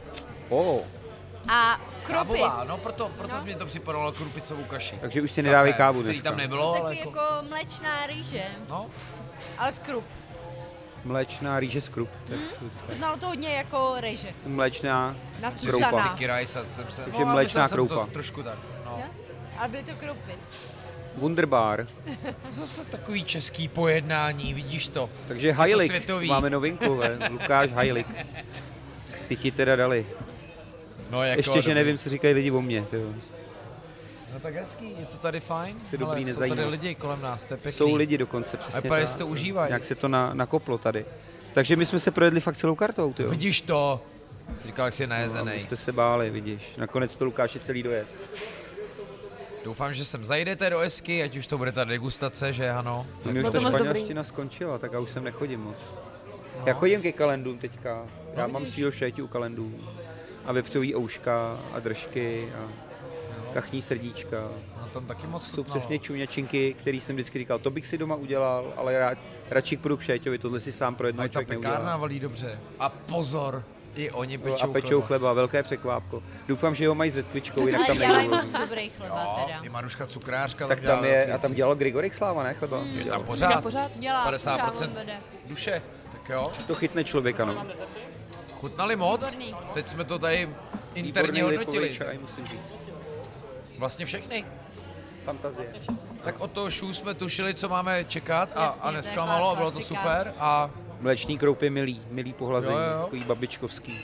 A krupy. No proto jsi mě to připadalo krupicovou kaši. Takže už si nedávají kávu dneska. Tam nebylo, ale jako mléčná rýže. No. Ale z krup. Mléčná rýže z krup. Znalo to hodně jako rejže. Mléčná kroupa. Sticky rice jsem se... Takže mléčná kroupa. Trošku tak, no. Ale byly to krupy. Wunderbar. Zase takový český pojednání, vidíš to. Takže Hajlik, máme novinku, Lukáš Hajlik. Ty ti teda dali. No, jako ještě, že nevím, co říkají lidi o mně. Tyjo. No tak hezký, je to tady fajn. Dobrý, jsou tady lidi kolem nás, to je pěkný. Jsou lidi dokonce, přesně tak. A to užívají. Jak se to nakoplo tady. Takže my jsme se projedli fakt celou kartou, tyjo. Vidíš to? Jsi říkal, jak jsi najezenej. No, jste se báli, vidíš. Nakonec to Lukáši celý dojet. Doufám, že sem zajdete do Esky, ať už to bude ta degustace, že ano. Mě už ta španělština skončila, tak já už sem nechodím moc. No. Já chodím ke kalendům teďka. Já mám svýho šéti u kalendů. A vepřový ouška a držky a kachní srdíčka. No, tam taky moc jsou přesně čuňačinky, který jsem vždycky říkal, to bych si doma udělal, ale radši půjdu k šéťovi, tohle si sám pro jednoho člověk neudělal. Ta pekárna valí dobře. A pozor, i oni pečou chleba. Velké překvápko. Doufám, že ho mají s řetkvičkou, jinak tam nejdou. Dělají moc dobrý chleba teda. I Maruška cukrářka tak tam je, a tam dělal Grigorik Sláva, ne chleba? Je tam pořád. Dělá, 50% duše. Tak jo. To chytne člověka, no. Chutnali moc? Výborný. Teď jsme to tady interně hodnotili. Čaj, musím říct. Vlastně všechny. Fantazie. Tak od toho šů jsme tušili, co máme čekat a nesklamalo, bylo to super. A mléčný kroup je milý pohlazení, takový babičkovský.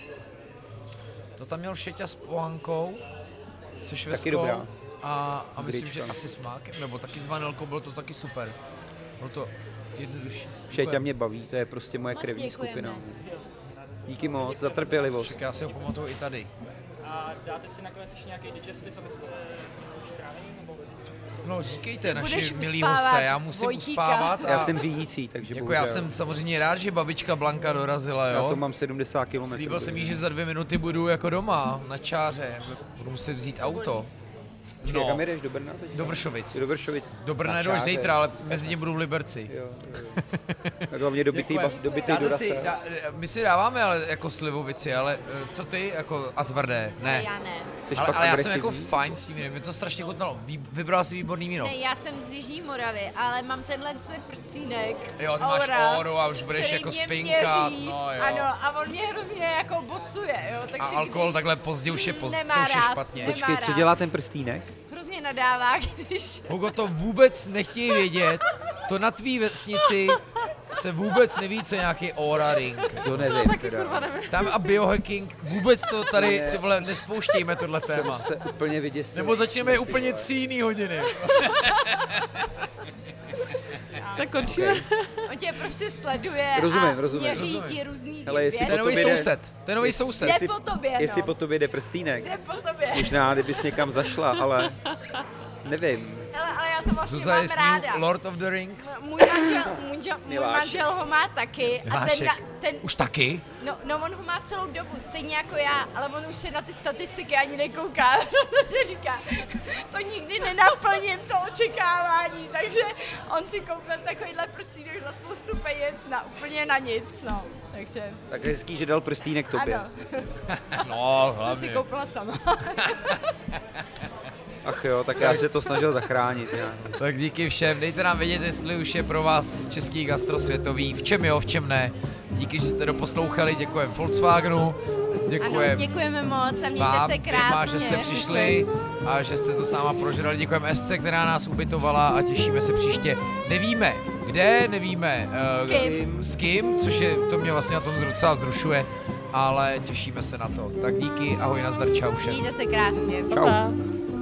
To tam měl Šeťa s pohankou, se švestkou a myslím, že asi s mákem, nebo taky s vanilkou, bylo to taky super. Bylo to jednodušší. Šeťa mě baví, to je prostě moje krevní skupina. Díky moc za trpělivost. Však já si ho pamatuju i tady. A dáte si nakonec ještě nějaký digestiv, abyste připravili, nebo No říkejte, budeš naši milí uspávat hosté, já musím Vojtíka. uspávat. A Já jsem řídící, takže jako bohužel. já jsem samozřejmě rád, že babička Blanka dorazila, jo. Já to mám 70 km. Slíbil jsem jí, že za 2 minuty budu jako doma, na čáře. Budu muset vzít auto. No. Kam jedeš, do Brna teď? Do Vršovic. Do Vršovic. Do Brna Na jdu až čáře. zítra, ale mezi tím budu v Liberci. Jo. Tak hlavně dobitý Dáte do si, my si dáváme ale jako slivovici, ale co ty jako a tvrdé? Ne. Já ne. Jsi Ale, pak ale já jsem agresivní? jako fajn s tím vínem, mě to strašně chutnalo. Vybral si výborný víno. Ne, já jsem z Jižní Moravy, ale mám tenhle ten prstýnek. Jo, ty máš Aura, oru a už budeš který jako mě spinkat, měří, no jo. Ano, a on mě hrozně jako bosuje, jo. Takže A alkohol když takhle pozdě už je to nemá už je rád, špatně. Počkej, co rád. dělá ten prstýnek? Hrozně nadává, když... Hugo, to vůbec nechtějí vědět. To na tvý vesnici se vůbec neví, co je nějaký Oura Ring. To nevím Taky teda. kurva nevím. Tam a biohacking, vůbec to tady, Ne. ty vole, nespouštějme tohle téma. Se úplně vyděsil. Nebo začneme úplně 3 jiný hodiny. Tak končíme. On tě prostě sleduje Rozumím, a rozumím. měří Rozumím. ti různý Hele, jestli To je věci. nový tobě jde- soused. To je nový soused. Jde po tobě, Jestli no. po tobě jde prstýnek. Jde po tobě. Možná, kdybys někam zašla, ale nevím. Hele, ale já to vlastně Zuza je mám s ráda. ním Lord of the Rings. Můj Milášek. manžel ho má taky. A Milášek. ten, Už taky? no, on ho má celou dobu, stejně jako já, ale on už se na ty statistiky ani nekouká, protože říká, to nikdy nenaplním, to očekávání, takže on si koupil takovýhle prstínek za spoustu peněz úplně na nic, no. Takže, Tak hezký, že dal prstínek tobě. ano, No, jsem si koupila sama. Ach jo, tak já se to snažil zachránit. Já. Tak díky všem, dejte nám vědět, jestli už je pro vás český gastrosvětový, v čem jo, v čem ne. Díky, že jste doposlouchali, děkujem Volkswagenu, Ano, děkujem děkujeme moc a mějte vám, se krásně. dvěma, že jste přišli a že jste to s náma prožrali. Děkujeme Esce, která nás ubytovala a těšíme se příště. Nevíme, kde, nevíme s kým, což je, to mě vlastně na tom docela vzrušuje, ale těšíme se na to. Tak díky, ahoj, nazdar, čau všem. Mějte se krásně. Čau. Pa.